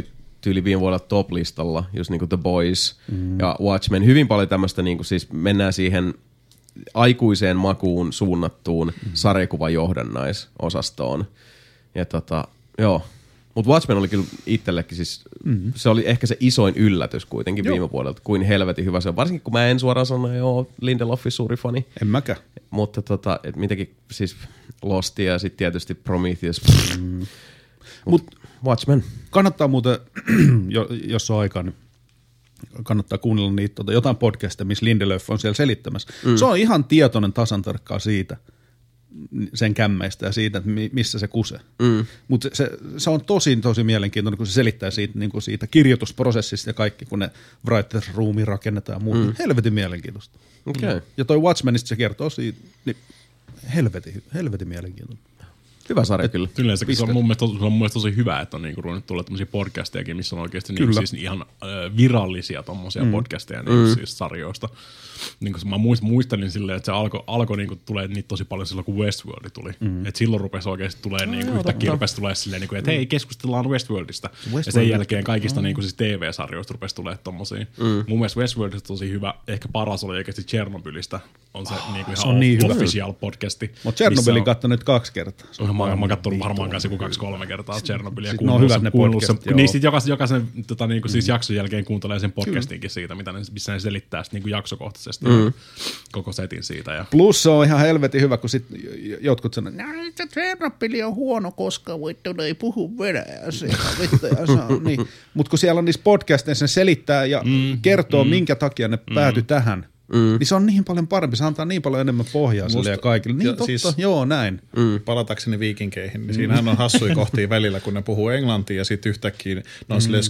tyyli viime vuonna top-listalla, just niin kuin The Boys mm. ja Watchmen. Hyvin paljon tämmöistä, niin kuin siis mennään siihen aikuiseen makuun suunnattuun mm. sarjakuvajohdannaisosastoon. Ja tota, joo. Mutta Watchmen oli kyllä itsellekin siis, mm-hmm. se oli ehkä se isoin yllätys kuitenkin Joo. viime vuodelta, kuin helvetin hyvä se on. Varsinkin kun mä en suoraan sano, että joo, Lindelofin suuri fani. En mäkään. Mutta tota, et mitenkin siis Lostia ja sitten tietysti Prometheus. Mm. Mut Watchmen. Kannattaa muuten, jos on aikaa, niin kannattaa kuunnella niitä tota, jotain podcasteja, missä Lindelöf on siellä selittämässä. Mm. Se on ihan tietoinen tasan tarkkaan siitä, sen kämmeistä ja siitä, että missä se kusee. Mm. Mutta se, se on tosi, tosi mielenkiintoinen, kun se selittää siitä, niin kuin siitä kirjoitusprosessista ja kaikki, kun ne writers roomia rakennetaan ja muuta. Mm. Helvetin mielenkiintoista. Okay. Ja toi Watchmenista se kertoo siitä, niin helvetin, helvetin mielenkiintoinen. Hyvä sarja kyllä. Kyllä se, se on mun mielestä, se on mun mielestä tosi hyvä, että on niinku ruvennut tulla tämmöisiä podcastejakin, missä on oikeasti niinku siis ihan äh, virallisia tommosia mm. podcasteja niinku mm. siis sarjoista. Niinku mä muistelin silleen, että se alkoi alko niinku tulee niitä tosi paljon silloin, kun Westworld tuli. Mm. Et silloin rupesi oikeasti tulee, no, niinku joo, yhtäkkiä rupesi tulee silleen, niinku, että hei, keskustellaan Westworldista. Westworld. Ja sen jälkeen kaikista mm. niinku siis T V-sarjoista rupesi tulee tommosia. Mm. Mun mielestä Westworld on tosi hyvä. Ehkä paras oli oikeasti Chernobylistä. On se oh, niinku ihan on niin official podcasti. Mä oon Chernobylin kattonut nyt kaksi kertaa. Mä oon kattonut varmaan kanssa joku kaksi-kolme kertaa Chernobylia. Sitten ne on hyvät ne podcastit. Niin sit jokaisen, jokaisen tota, niinku, siis jakson jälkeen kuuntelee sen podcastinkin siitä, mitä ne, missä ne selittää sit, niinku jaksokohtaisesti mm. koko setin siitä. Ja. Plus se on ihan helvetin hyvä, kun sit jotkut sanoo, että Chernobyl on huono, koska vittu ne ei puhu venäjää siinä. Niin. Mutta kun siellä on niissä podcasteissa, ne selittää ja mm, kertoo, mm, minkä takia ne mm. päätyi tähän. Mm. Niin se on niin paljon parempi, se antaa niin paljon enemmän pohjaa sille ja kaikille. Niin jo, totta, siis, joo näin. Mm. Palatakseni viikinkeihin, niin mm. siinähän on hassuja kohtia välillä, kun ne puhuu englantia ja sitten yhtäkkiä ne on mm. silleen,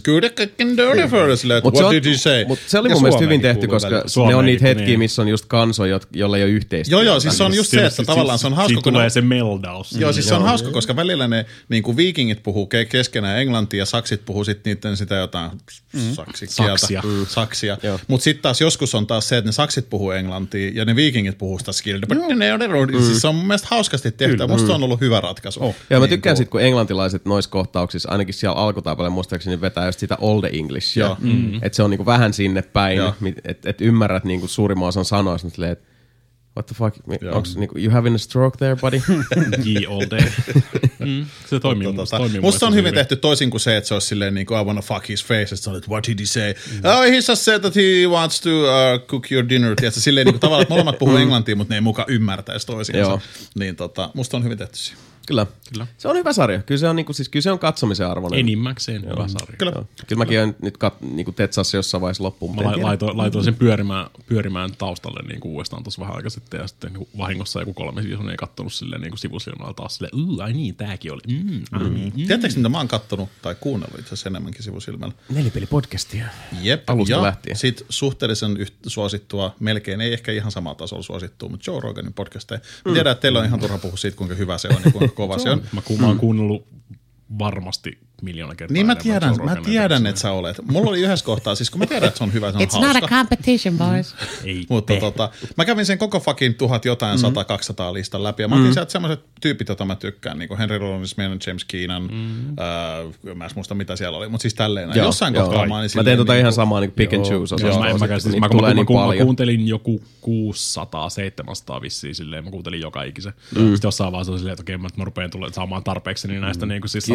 what did you say? Mutta se oli mun mielestä hyvin tehty, koska ne on niitä hetkiä, missä on just kansoja, joilla ei ole yhteistyötä. Joo, joo, siis se on just se, että tavallaan se on hauska. Siinä tulee se meldaus. Joo, siis se on hauska, koska välillä ne viikingit puhuu keskenään englantia ja saksit puhuu sitten niiden sitä jotain saksikieltä. Saksia. Mutta sitten taas joskus on taas se, että ne saksit puhuu englantia ja ne viikingit puhuu sitä skiltä. Mm. Siis se on mun mielestä hauskasti tehty. Musta se on ollut hyvä ratkaisu. Oh. Ja mä tykkään sit, kun englantilaiset noissa kohtauksissa, ainakin siellä alkutaipaleen muistaakseni vetää just sitä old Englishia. Mm. Että se on niinku vähän sinne päin, että et ymmärrät niinku suurimman osan sanoista, että what the fuck, onks niinku, you having a stroke there, buddy? Ye all day. Mm. Se toimii mun tota, musta. Musta on hyvin, hyvin tehty toisin kuin se, että se olisi silleen niin kuin I wanna fuck his face, että se on, että what did he say? Mm. Oh, he just said that he wants to uh, cook your dinner. Tiedätkö, silleen niin kuin tavallaan, että molemmat puhuu englantia, mutta ne ei muka ymmärtäisi toisiinsa. Niin tota, musta on hyvin tehty siinä. Kyllä. Kyllä. Se on hyvä sarja. Kyllä se on, niinku, siis, kyllä se on katsomisen arvoinen. Enimmäkseen hyvä sarja. Kyllä. Kyllä mäkin olen nyt kat, niinku Tetsassa jossain vaiheessa loppuun. Mä laitoin, laitoin sen pyörimään, pyörimään taustalle niinku uudestaan tuossa vähän aikaa sitten ja sitten niinku vahingossa joku kolme seasonia ei kattonut silleen niinku sivusilmällä taas silleen, uu, ai niin, tääkin oli. Mm, ai mm. niin. Tiedättekö, mitä mä oon kattonut tai kuunnellut itse asiassa enemmänkin sivusilmällä? Nelipelipodcastia. Jep. Alusta ja lähtien. Sitten suhteellisen yht, suosittua, melkein ei ehkä ihan samalla tasolla suosittua, mutta Joe Roganin podcasteja. Mä mm. tiedän, että teillä on ihan turha puhua siitä, kuinka hyvä se on ja kuinka kova se on. Mä oon kuunnellut varmasti miljoona kertaa. Niin mä tiedän, mä tiedän, että sä olet. Mulla oli yhdessä kohtaa, siis kun mä tiedän, että se on hyvä, se on It's hauska. It's not a competition, boys. Ei Mutta tota, mä kävin sen koko fucking tuhat jotain, sata, mm-hmm. kaksisataa listan läpi. Ja mä otin mm-hmm. sieltä sellaiset tyypit, joita mä tykkään, niin kuin Henry Rollins, James Keenan, mm-hmm. äh, mä en muista mitä siellä oli, mutta siis tälleen. Joo, jossain joo, kohtaa mä olin silleen. Mä teen tota niin ihan samaa niin pick and choose. Joo, mä, mä, siis, mä, mä, niin mä, mä kuuntelin joku kuusisataa seitsemänsataa vissiin silleen, mä kuuntelin joka ikisen. Mm. Sitten jossain vaiheessa oli silleen, että okei, mä rupean saamaan tarpeeksi niin näistä niin kuin siis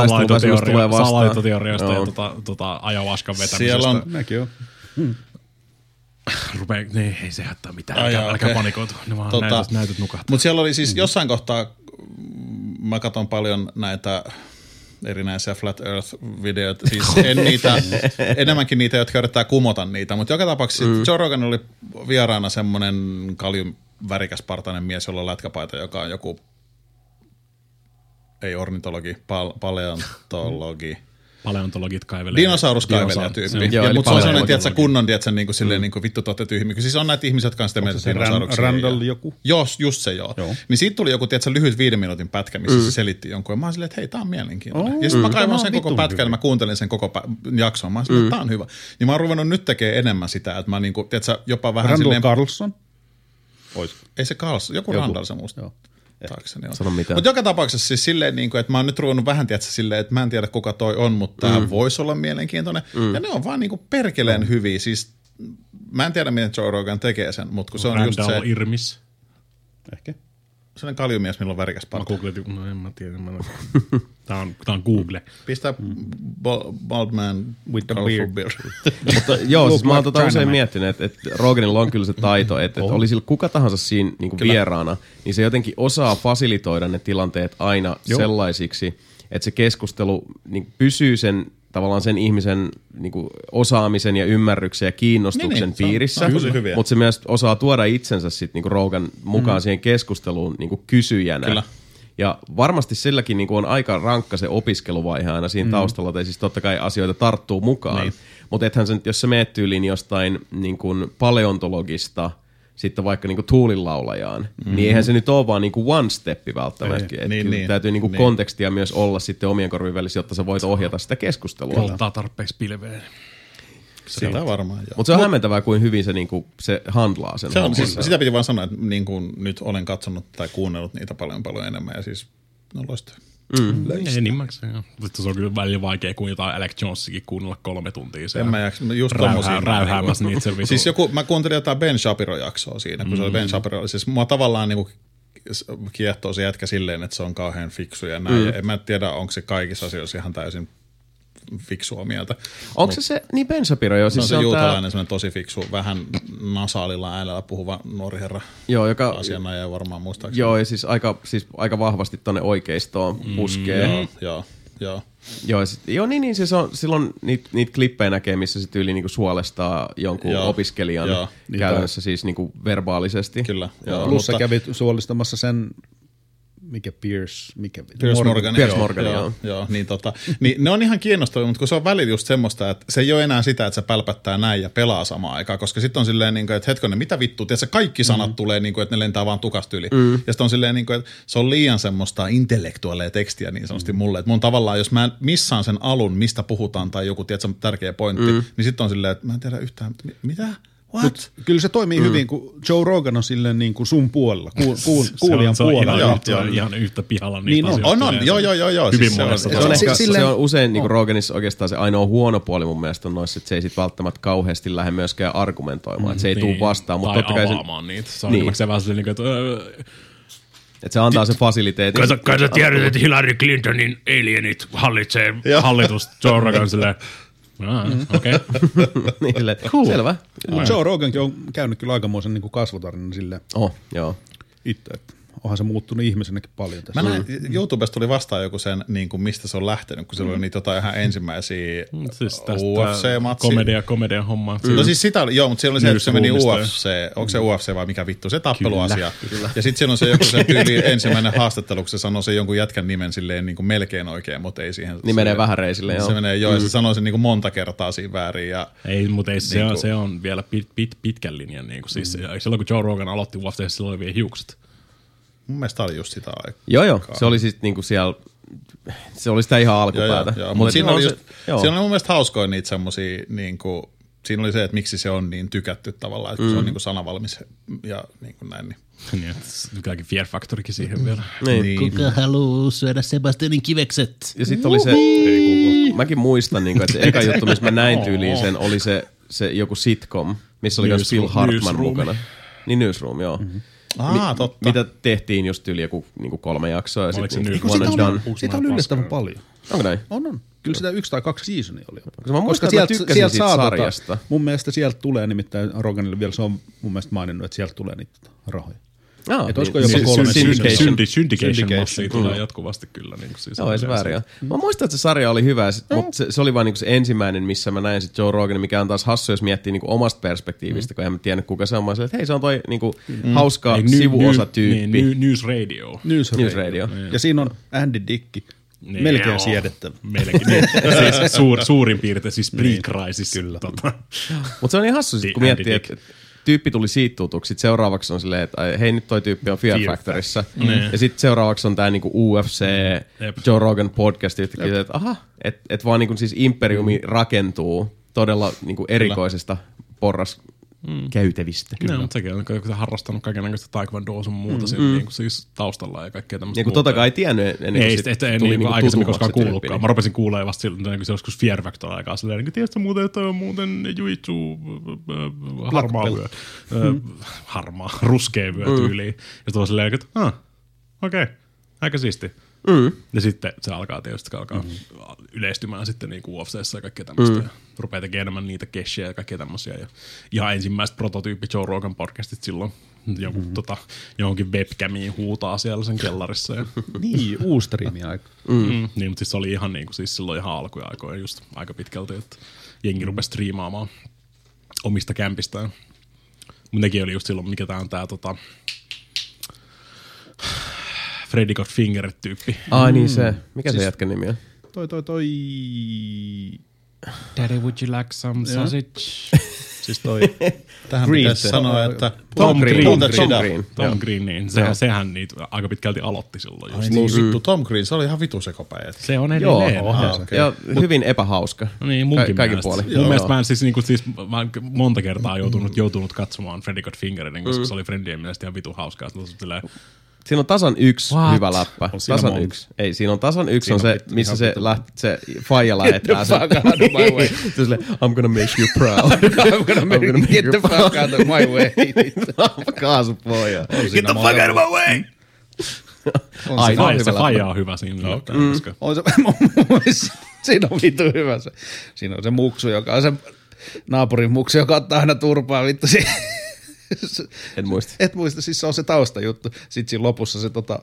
salaliittoteorioista ja tota, tota ayahuascan vetämisestä. Siellä on, näkin on. Hmm. Rupee, ne, ei se haittaa mitään, Ai älkää, älkää okay. panikoitu, ne vaan tota, näytöt, näytöt nukahtaa. Mutta siellä oli siis mm. jossain kohtaa, mä katson paljon näitä erinäisiä Flat Earth-videoita, siis en niitä, enemmänkin niitä, jotka yrittää kumota niitä, mutta joka tapauksessa mm. Joe Rogan oli vieraana semmoinen kaljun värikäspartainen mies, jolla on lätkäpaita, joka on joku, ei ornitologi, pal- paleontologi, paleontologit kaivelee. Dinosauruskaivelija tyyppi. Ja, mutta se on sellainen, tiedätkö, kunnon, tiedätkö, niin kuin, silleen, mm. niin kuin vittu te olette tyhmiä. Siis on näitä ihmisiä, jotka on sitä mieltä dinosauruksia. Randall joku? Joo, just se joo. joo. Niin siitä tuli joku, tiedätkö, lyhyt viiden minuutin pätkä, missä mm. se selitti jonkun. Ja mä oon silleen, että hei, tää on mielenkiintoinen. Oh, ja sitten mm. mä kaivoin sen koko pätkän ja mä kuuntelin sen koko jakson. Mä oon silleen, että tää on hyvä. Niin mä oon ruvennut nyt tekemään enemmän sitä, että mä niinku, tiedätkö, jopa vähän Randall silleen. Carlson? Ois. Ei se Carlson, joku, joku. Randall se musta. Joo. muistaakseni on. Sano mitään. Mutta joka tapauksessa siis silleen, niin kuin, että mä oon nyt ruvennut vähän tietysti silleen, että mä en tiedä kuka toi on, mutta tää mm. voisi olla mielenkiintoinen. Mm. Ja ne on vaan niin kuin perkeleen mm. hyviä. Siis mä en tiedä, miten Joe Rogan tekee sen, mutta kun se on Randall just se... Irmis. Ehkä. Sellainen kaljumies, millä on värikäs parta. Mä googletin, no en mä tiedä. Mä... tää, on, tää on Google. Pistä bald, bald man with the beard. beard. Mutta joo, siis mä oon tota usein miettinyt, että, että Roganilla on kyllä se taito, että, että oli sillä kuka tahansa siinä niin kuin vieraana, niin se jotenkin osaa fasilitoida ne tilanteet aina joo. sellaisiksi, että se keskustelu niin pysyy sen tavallaan sen ihmisen niin kuin osaamisen ja ymmärryksen ja kiinnostuksen niin, niin, piirissä, mutta se myös osaa tuoda itsensä sit, niin kuin Rogan mukaan mm. siihen keskusteluun niin kuin kysyjänä. Kyllä. Ja varmasti silläkin niin kuin on aika rankka se opiskeluvaihe aina siinä mm. taustalla, tai siis totta kai asioita tarttuu mukaan. Niin. Mutta ethän se, jos sä meet tyyliin jostain niin kuin paleontologista sitten vaikka niinku tuulilaulajaan, mm-hmm. niin eihän se nyt ole vaan niinku one steppi välttämättä. Ei, niin, niin, täytyy niinku niin. kontekstia myös olla sitten omien korvien välissä, jotta sä voit ohjata sitä keskustelua. Polttaa tarpeeksi pilveen. Sitä varmaan, joo. Mutta se on Mut, hämmentävää, kuin hyvin se, niinku, se handlaa sen. Se on, siis, sitä piti vaan sanoa, että niin kuin nyt olen katsonut tai kuunnellut niitä paljon paljon enemmän ja siis ne on loistavia. Mm. Enimmäkseen, joo. Sitten se on kyllä välillä vaikea, kun jotain Alec Jonesikin kuunnella kolme tuntia. En mä jaksa, just räyhää, räyhäämässä niitä se vitu. Siis joku, mä kuuntelin jotain Ben Shapiro-jaksoa siinä, kun mm. se oli Ben Shapiro. Siis mua tavallaan niinku kiehtoo se jätkä silleen, että se on kauhean fiksu ja näin. Mm. En mä tiedä, onko se kaikissa asioissa ihan täysin fiksua mieltä. Onko se se, niin Ben Shapiro jo? Siis no, se, se on juutalainen, tää... semmoinen tosi fiksu, vähän nasaalilla äänellä puhuva nuori herra. Joo, joka... asianajaja varmaan muistaakseni. Joo, ja siis aika, siis aika vahvasti tonne oikeistoon puskee. Mm, joo, joo, joo. Joo, sit, joo, niin, niin siis on, silloin niitä niit klippejä näkee, missä se tyyli niinku suolestaa jonkun joo, opiskelijan joo, käytännössä siis niinku verbaalisesti. Kyllä. Joo, plus mutta... sä kävit suolistamassa sen... Mikä Pierce, mikä Pierce Morgan, Pierce joo, Morgan, joo, joo. joo, niin tota, niin ne on ihan kiinnostavia, mutta kun se on välillä just semmoista, että se ei ole enää sitä, että se pälpättää näin ja pelaa samaan aikaan, koska sitten on silleen, niin kuin, että hetkonen, mitä vittua, tiedätkö, kaikki sanat mm. tulee, niin kuin, että ne lentää vaan tukasta yli. Mm. Ja sitten on silleen, niin kuin, että se on liian semmoista intellektuaalia tekstiä niin sanotusti mm. mulle, että mun tavallaan, jos mä missaan sen alun, mistä puhutaan tai joku, tiedätkö, tärkeä pointti, mm. niin sitten on silleen, että mä en tiedä yhtään, mitä? Mut kyllä se toimii mm. hyvin, kun Joe Rogan on silleen niin kuin sun puolella, ku, ku, kuulijan se on, puolella. Se on, joo, ihan, ihan yhtä pihalla niistä niin asioista. On, on, joo, joo, joo. joo. Hyvin siis monessa. Se on, ehkä, silleen, se on usein niin kuin Roganissa oikeastaan se ainoa huono puoli mun mielestä on noissa, että se ei sit välttämättä kauheasti lähde myöskään argumentoimaan, että se ei niin, tuu vastaan. Tai totta kai avaamaan se, niitä. Se on niin. se vähän silleen, että... Että se antaa sen fasiliteetin. Kai sä, kai sä tiedät, että Hillary Clintonin alienit hallitsee hallitusta Joe Rogan silleen... Ah, okei. niin, cool. Selvä. Mutta Joe Rogankin on käynyt kyllä aikamoisen niin kasvutarinan silleen. Oh, joo. Itse, että onhan se muuttunut ihmisenäkin paljon tässä. Mä näin, YouTubesta tuli vastaan joku sen, niin kuin mistä se on lähtenyt, kun siellä oli niitä jotain ihan ensimmäisiä siis U F C-matsia. Komedia, komedia hommaa. Mm. No siis sitä oli, joo, mutta siellä oli se, että se meni U F C, onko se U F C vai mikä vittu, se tappeluasia. Kyllä. Ja sitten siellä on se joku se tyyli ensimmäinen haastattelu, kun se sanoo sen jonkun jätkän nimen silleen niin kuin melkein oikein, mutta ei siihen. Niin menee vähän reisille, joo. Se menee, joo, mm. ja se sanoo sen niin kuin monta kertaa siinä väärin. Ja, ei, mutta ei, se, niin on, se on vielä pit, pit, pitkän linjan. Niin kuin, siis, mm. silloin kun Joe Rogan aloitti U F C, silloin oli vielä hiukset. Mun mielestä oli just sitä aikaa. Joo, joo. Se oli siis niinku siellä, se oli sitä ihan alkupäätä. Joo, joo. Mutta siinä oli, just, siinä oli mun mielestä hauskoin niitä semmosia, niinku, siinä oli se, että miksi se on niin tykätty tavallaan, että mm. se on niinku sanavalmis ja niinku näin. Niin. Niin, kaikki Fear Factorikin siihen vielä. Niin. Niin. Kuka haluaa syödä Sebastianin kivekset? Ja sitten oli se, ei, mäkin muistan, niinku, että se eka juttu, missä mä näin tyyliin sen, oli se, se joku sitcom, missä oli myös Phil Hartman Newsroom. Mukana. Niin Newsroom, joo. Mm-hmm. Aa, Mi- totta. Mitä tehtiin just yli joku niinku kolme jaksoa. Ja sit, sitä oli, sitä oli yllättävän paljon. Onko näin? On, on. Kyllä sitä yksi tai kaksi seasonia oli. Koska mä muistan, että mä tykkäsin siitä sarjasta. Mun mielestä sieltä tulee, nimittäin Roganille vielä se on mun mielestä maininnut, että sieltä tulee niitä rahoja. Ah, että olisiko jopa kolme Syndication, syndication massia tulee jatkuvasti kyllä. Niin siis joo, ei se väärin. Mm. Mä muistan, että se sarja oli hyvä, sit, mm. mutta se, se oli vain niinku se ensimmäinen, missä mä näin sit Joe Roganin, mikä on taas hassu, jos miettii niinku omasta perspektiivistä, mm. kun en mä tiennyt, kuka se on. Mä sanoin, että hei, se on toi niinku mm. hauska ei, sivuosatyyppi. Niin, News Radio. News Radio. News Radio. Ja siinä on Andy Dick. Niin, melkein joo. Siedettävä. Melkein. Niin. siis suur, suurin piirtein, siis Pre-Crisis. Kyllä. Tota. Mutta se on niin hassu, sit, kun miettii, että tyyppi tuli siitä tutuksi, sitten seuraavaksi on silleen, että hei nyt toi tyyppi on Fear, Fear Factorissa. Mm. Ja sitten seuraavaksi on tää niinku U F C, mm. Joe Rogan podcast, yhtäkkiä, että aha, että et vaan niinku siis imperiumi mm. rakentuu todella niinku erikoisesta porras mm. käytävistä. Kyllä. No, mutta sekin on harrastanut kaikenlaista taekwondoa sun muuta mm. siinä, niin kuin siis taustalla ja kaikkea tämmöistä. Ja kun tota kai ei tiennyt ennen kuin ei, sit et, et, tuli niin, niinku aikaisemmin koskaan tutummaksi kuullutkaan. Mä rupesin kuulemaan vasta silloin, niin kuin se joskus Fear Factor aikaa silleen, niin kuin tiedätkö muuten, että on muuten jujitsu harmaa vyö. Mm. Harmaa, ruskea vyö tyyliin. Mm. Ja sitten on silleen, että ah, okei, okay, aika siisti. Mm. Ja sitten se alkaa tietysti se alkaa mm. yleistymään sitten niin kuin U F C:ssä ja kaikkea tämmöistä. Mm. Rupeaa tekemään enemmän niitä keshejä ja kaikkea tämmöisiä. Ja ihan ensimmäiset prototyyppi Joe Rogan podcastit silloin joku, mm. tota, johonkin webcamiin huutaa siellä sen kellarissa. Ja niin, uustriimi aika. Mm. Mm. Niin, mutta siis se oli ihan niin kuin, siis silloin ihan alkuja aikoja just aika pitkälti, että jengi rupesi striimaamaan omista kämpistään. Mutta nekin oli just silloin, mikä tää on tää tota Freddy Got Fingered-tyyppi. Ai niin se. Mikä siis, se jätkän nimi on? Toi, toi, toi... Daddy, would you like some sausage? Siis toi... Tähän pitäisi sanoa, että... Tom Green. Tom Green. Tom Green, niin sehän, sehän niitä aika pitkälti aloitti silloin. Ai niin, vittu, Tom Green, se oli ihan vitu sekopäin. Se on edelleen. Joo, ah, okay. Ja hyvin epähauska. No niin, munkin Ka- kaikin mielestä. puoli. Mun Joo, mielestä joo. mä en siis, niinku, siis mä monta kertaa joutunut, joutunut katsomaan Freddy Got Fingered, koska mm. se oli friendien mielestä ihan vitu hauskaa. Siinä on tasan yksi What? hyvä läppä. Tasan monta. yksi. Ei, siinä on tasan yksi Siinä on se, on vittu, missä ihan se, vittu. läht, se faija lähettää sen. Get the fuck out of my way. Se on silleen, I'm gonna make you proud. I'm gonna make, gonna make get you the fuck out of my way. Kaasupoja. Get the fuck out of my way. Aina on Se hyvä läppä. faija on hyvä siinä. Okay. Mm. Koska On se, mun mielestä siinä on vittu hyvä se. Siinä on se muksu, joka on se naapurin muksu, joka ottaa aina turpaa vittu siihen. En muista. Et muista, siis se on se taustajuttu. Sitten siinä lopussa se tota,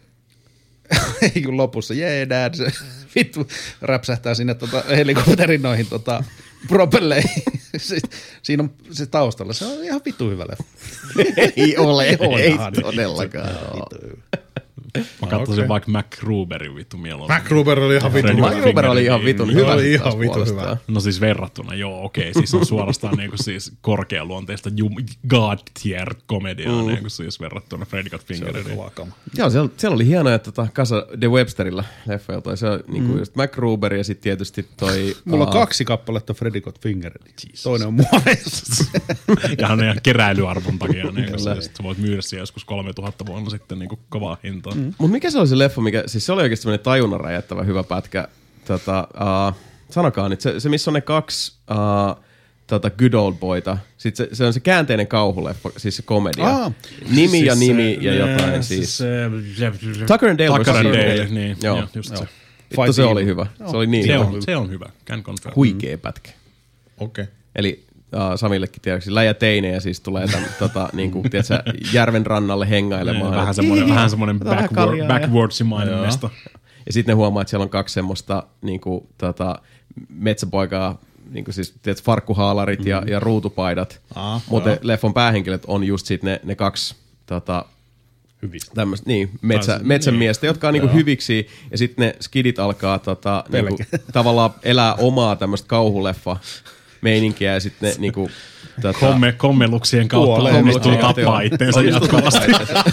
ei kun lopussa, yeah dad, se vittu räpsähtää sinne tota helikopterin noihin tota propelleihin. Sitten, siinä on se taustalla, se on ihan vittu hyvä leffa. Ei ole, ei Onhan nyt. todellakaan. Vittu hyvä. mä katsoisin Okay. vaikka MacGruberin vittu mieluummin. MacGruber oli ihan vittu Freddy hyvä. Got MacGruber oli ihan Fingered, vitun niin- hyvä. oli ihan taas vitun puolestaan. hyvä. No siis verrattuna, joo, okei. Siis on suorastaan niinku siis korkealuonteista God tier komediaa mm. niinku siis verrattuna Freddy Got Se oli Fingeriin. kova kama. Joo, siellä, siellä oli hienoja tota, kasa The Websterillä leffoja. Toi. Se on niinku mm. just MacGruber ja sitten tietysti toi... Mulla on uh, kaksi kappaletta Freddy Got Fingered. Toinen on muoveissa. Ja hän on ihan keräilyarvon takia, niin sä voit myydä siellä joskus kolmetuhatta vuonna sitten niin kovaa hintaa. Mm. Mut mikä se oli se leffa, mikä, siis se oli oikeasti semmoinen tajunnan räjättävä hyvä pätkä. Tota, uh, sanokaa nyt, se, se missä on ne kaksi uh, tota Good Old Boyta. Sitten se, se on se käänteinen kauhuleffa, siis se komedia. Aa. Nimi Siis ja se- nimi ja ne- jotain siis. Se, Tucker and Dale. Tucker and versus Dale, Evil. niin, Joo. joo, just se. Vittu, se oli hyvä. Se oli niin Se hyvä. on, se on hyvä, can confirm. Huikea pätkä. Okei. Okay. Eli uh, Samillekin tiedoksi, läjä teinejä siis tulee tämän, tota, niinku, tiedätkö, järven rannalle hengailemaan. Vähän semmoinen, vähän semmoinen Otetaan vähän backward, kaljaa ja- backwards-mainen mesta. Ja sitten ne huomaa, että siellä on kaksi semmoista niinku, tota, metsäpoikaa, niinku siis tiedätkö, farkkuhaalarit mm. ja, ja ruutupaidat. Ah, Mutta joo. leffon päähenkilöt on just sit ne, ne kaksi tota, Hyvistä. tämmöistä, niin, metsä, Tai se- metsämiestä, jotka on niinku hyviksi, ja sitten ne skidit alkaa tota, niinku, tavallaan elää omaa tämmöistä kauhuleffa meininkiä, ja sitten ne niinku, tota, Komme, kommeluksien kautta Kuolee. onnistuu Kommeluksien tappaa kautta, itteensä joo. jatkuvasti.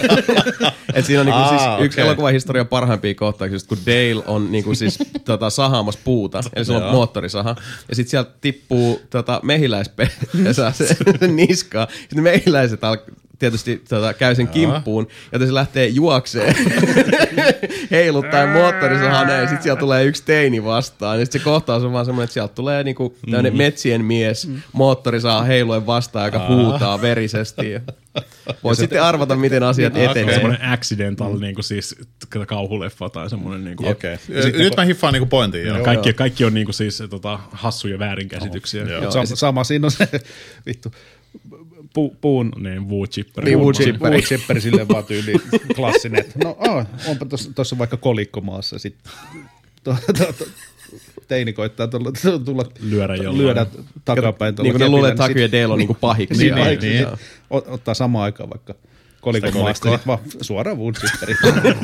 Et siinä on niinku Aa, siis okei. yksi elokuvahistorian parhaimpia kohtauksia, just kun Dale on niinku siis tota, sahaamassa puuta, eli se on moottorisaha, ja sitten sieltä tippuu tota, mehiläispesä se niskaa, sitten mehiläiset al- tietysti tota, käy sen kimppuun, joten se lähtee juokseen, heiluttaa moottorisahan, ja sitten sieltä tulee yksi teini vastaan, ja sitten se kohtaus on vaan semmoinen, että sieltä tulee niinku tämmöinen metsien mies, moottorisaha heiluen vastaan, joka huutaa verisesti, ja voi sitten arvata, miten asiat etenee. Semmoinen accidental niinku siis kauhuleffa tai semmoinen niinku. Okei. Okay. Nyt mä hiffaan niinku pointin. Joo. Kaikki, kaikki on niinku siis tota, hassuja väärinkäsityksiä. Joo. Sama, sama siinä on se vittu pu, puun Niin, woodchipper. Niin, wood chip. Wood chipperi silleen vaan tyyli klassinen. että No oh, onpa tuossa vaikka kolikko maassa. Sitten to, to, to, teini koittaa tulla, tulla Lyödä jollain. lyödä takapäin. Niin kuin ne luulee, että Tucker ja Dale on niinku pahiksi. Niin, Ja- niin, niin. Joo. Ot, ottaa samaan aikaan vaikka kolikon Sitä maasta, kolikkoa. sit vaan suoraan wood chipperi.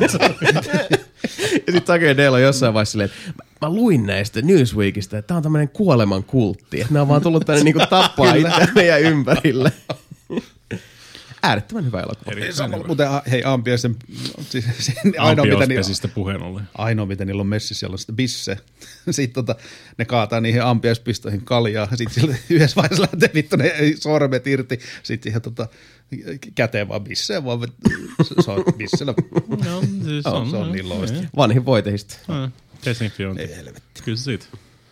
Ja sitten Tucker ja Dale on jossain vaiheessa silleen, että mä, mä luin näistä Newsweekista, että tää on tämmönen kuoleman kultti. Että ne on vaan tullut tänne niinku tappaa itseään meidän ympärille. äärettömän hyvä elokuva. Ei samalla, mutta hei, Ampiaisen, siis, ainoa, mitä niillä, puheen ollen. ainoa mitä niillä on messissä, siellä on sitä bisse. Sitten tota, ne kaataa niihin ampiaispistoihin kaljaa, sitten siellä yhdessä vaiheessa lähtee vittu ne sormet irti, sitten siihen tota, käteen vaan bisseen, vaan se on bissellä. No, siis oh, on, se on no, niin loistava. Vanhin voitehista. Desinfiointi. Ei helvetti. Kyllä se siitä.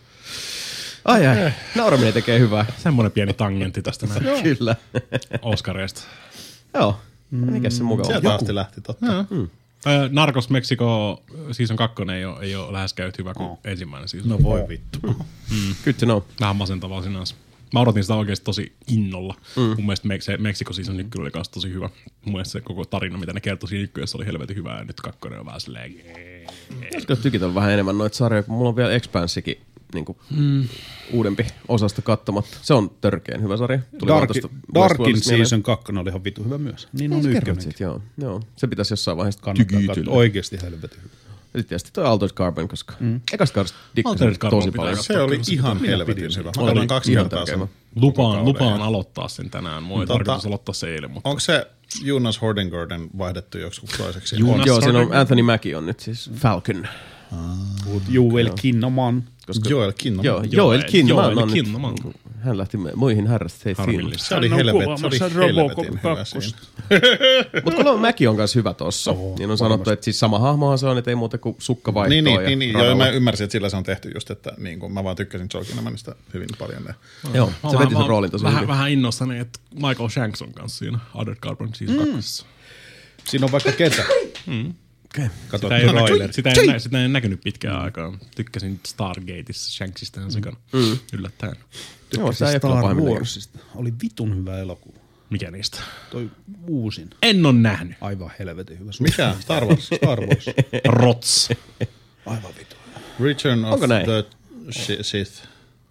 Ai ai, nauraminen tekee hyvää. Semmoinen pieni tangentti tästä näin. Kyllä. Oscareista. Joo, mikä se mukava. Sieltä asti lähti, totta. Mm. Narcos Mexico season kakkonen ei ole, ei ole läheskään yhtä hyvä kuin oh. ensimmäinen season. No voi vittu. Mm. Good to know. Vähän masentavaa sinänsä. Mä odotin sitä oikeasti tosi innolla. Mm. Mun mielestä se Mexico season mm. kyllä oli kanssa tosi hyvä. Mun mielestä se koko tarina, mitä ne kertoi siinä ykkössä, oli helvetin hyvä. Ja nyt kakkonen on vähän silleen... Olisiko tykitellä vähän enemmän noita sarjoja, kun mulla on vielä Expansikin niin mm. uudempi osasta katsomatta. Se on törkeen hyvä sarja. Darkin, Darkin season kakkonen oli ihan vitu hyvä myös. Niin on ykkönen. Joo, joo. Se pitäisi jossain vaiheessa tykitellä. Oikeasti helvetin hyvä. Ja sitten tietysti toi Altered Carbon, koska mm. ekasta kaudesta dikkasin tosi paljon. Se oli ihan helvetin hyvä. Mä katsoin kaksi kertaa sen. Lupaan, lupaan aloittaa sen tänään. Mua ei tota, tarkoitus aloittaa se eilen. Mutta... Onko se Jonas Hordengorden vaihdettu joksikin toiseksi? Jonas Joo, siinä on Anthony Mackie on nyt siis Falcon. Ah. Joel Kinnaman. Koska, Joel Kinnaman. Joo, Joel Kinnaman on Kinnaman. Nyt, hän lähti muihin harrasteisiin. Se oli helvet, se oli helvetin hyvä siinä. Mutta kun Mackie on kanssa hyvä tossa, oh, niin on sanottu, että siis sama hahmohan se on, että ei muuta kuin sukkavaihtoa. Niin, niin, niin, niin. Joo, mä ymmärsin, että sillä se on tehty just, että niin kuin, mä vaan tykkäsin Joel Kinnamanista hyvin paljon. Ne. Joo, se veti sen roolin tosi vähän, hyvin. Vähän innossani, että Michael Shanks on kanssa siinä Altered Carbon season kakkosessa. Siinä on vaikka ketä. Mm. Okay. Sitä, ei nä- sitä, ei nä- sitä ei näkynyt pitkään aikaa. Tykkäsin Stargateissa Shanksista ihan sikana. Mm. Yllättäen. Tykkäsin Star Warsista. Oli vitun hyvä elokuva. Mikä niistä? Toi uusin. En ole nähnyt. Aivan helvetin hyvä. Mikä? Star Wars? Star Wars. Rots. Aivan vitun. Return of the Sith.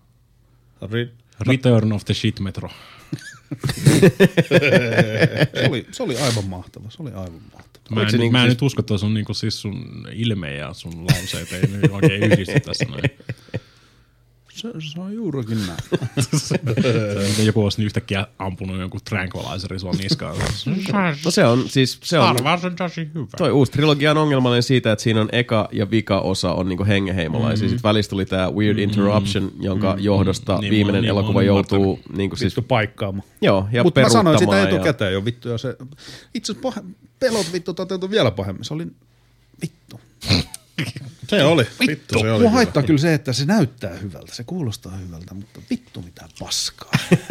Re- Return of the Shit Metro. se, oli, se oli aivan mahtava. Se oli aivan mahtava. Mä en, niin mä en siis... nyt usko, että sun, niin siis sun ilme ja sun lauseet ei nyt oikein yhdisty tässä näin. Se, se on juurikin näin. se, joku olisi yhtäkkiä ampunut jonkun tranquilizeri sua niskaan. No se on siis... Se on, Star Wars on tosi hyvä. Toi uusi trilogia on ongelmallinen siitä, että siinä on eka ja vika osa on niinku hengenheimolaisia. Mm-hmm. Sitten välistä tuli tää Weird Interruption, mm-hmm. jonka mm-hmm. johdosta niin viimeinen niin elokuva joutuu... Niinku siis, vittu paikkaamaan. Joo, ja mutta mä sanoin sitä ja... etukäteen jo vittu. Ja se, itse asiassa pelot vittu toteutui vielä pahemmin. Se oli vittu. Se oli. Vittu, se oli. Mua haittaa kyllä se, että se näyttää hyvältä, se kuulostaa hyvältä, mutta vittu mitään paskaa.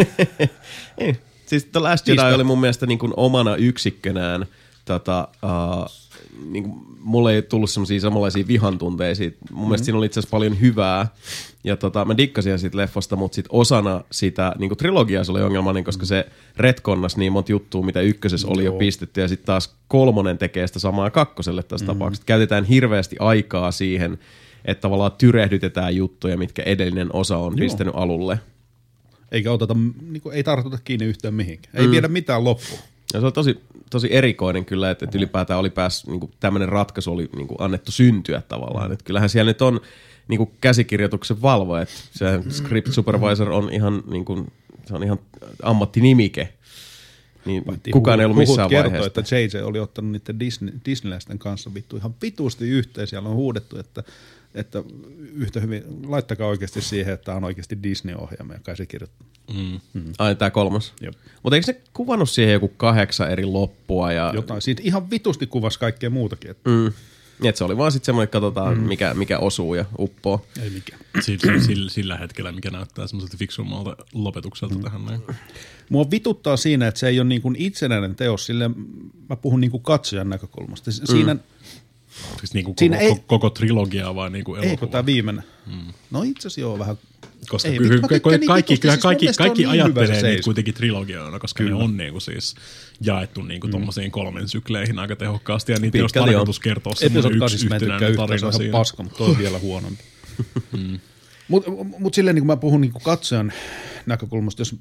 Ei. Siis The Last Jedi oli mun mielestä niin kuin omana yksikkönään. Tota, uh, niin kuin, mulle ei tullut semmosia samanlaisia vihantunteisia. Mun mm-hmm. mielestä siinä oli itse asiassa paljon hyvää. Ja tota, mä dikkasin siitä leffasta, mutta sit osana sitä niin kuin trilogiaa se oli ongelmainen, koska se retkonnas niin monta juttua, mitä ykkösessä oli Joo. jo pistetty. Ja sitten taas kolmonen tekee sitä samaa kakkoselle tässä mm-hmm. tapauksessa. Käytetään hirveästi aikaa siihen, että tavallaan tyrehdytetään juttuja, mitkä edellinen osa on Joo. pistänyt alulle. Eikä oteta, niin kuin, ei tartuta kiinni yhtään mihinkään. Ei mm. viedä mitään loppuun. Ja se on tosi, tosi erikoinen kyllä, että, että ylipäätään oli pääs, niin kuin, tämmöinen ratkaisu oli niin kuin, annettu syntyä tavallaan. Että kyllähän siellä nyt on niin kuin, käsikirjoituksen valvoja, että se script supervisor on ihan, niin kuin, se on ihan ammattinimike. Niin Vaihtiin kukaan huhut, ei ollut missään kertoo, vaiheessa. että J J oli ottanut niiden Disney, Disneyläisten kanssa vittu ihan vitusti yhteen. Siellä on huudettu, että, että yhtä hyvin, laittakaa oikeasti siihen, että on oikeasti Disney-ohjelma ja käsikirjoittanut. Mm. Mm. Ai tää kolmas. Mutta eikö ne kuvannut siihen joku kahdeksan eri loppua? Ja... Jotain. Siitä ihan vitusti kuvasi kaikkea muutakin. Että... Mm. Et se oli vaan sitten semmoinen, että katsotaan mm. mikä, mikä osuu ja uppoo. Ei mikään. Sillä, sillä, sillä hetkellä, mikä näyttää semmoiselta fiksummalta lopetukselta mm. tähän näin. Mua vituttaa siinä, että se ei ole niin kuin itsenäinen teos. Silleen, mä puhun niin kuin katsojan näkökulmasta. Siinä... Mm. Siis niin kuin koko, ei, koko, koko trilogiaa vai niin kuin elokuva? Eikö tämä viimeinen? Mm. No itse asiassa joo vähän. Koska ei, kyllä, kaikki, kaikki, kaikki, siis kaikki, kaikki niin ajattelee niitä kuitenkin trilogiana, koska kyllä. ne on niin kuin siis jaettu niin kuin mm. tuommoisiin kolmen sykleihin aika tehokkaasti. Ja niitä olisi tarkoitus kertoa semmoinen yksi yhtenäinen tarina siinä. Se on paska, mutta toi on vielä huonompi. mm. Mutta mut silleen niin kuin mä puhun niin kuin katsojan näkökulmasta, jos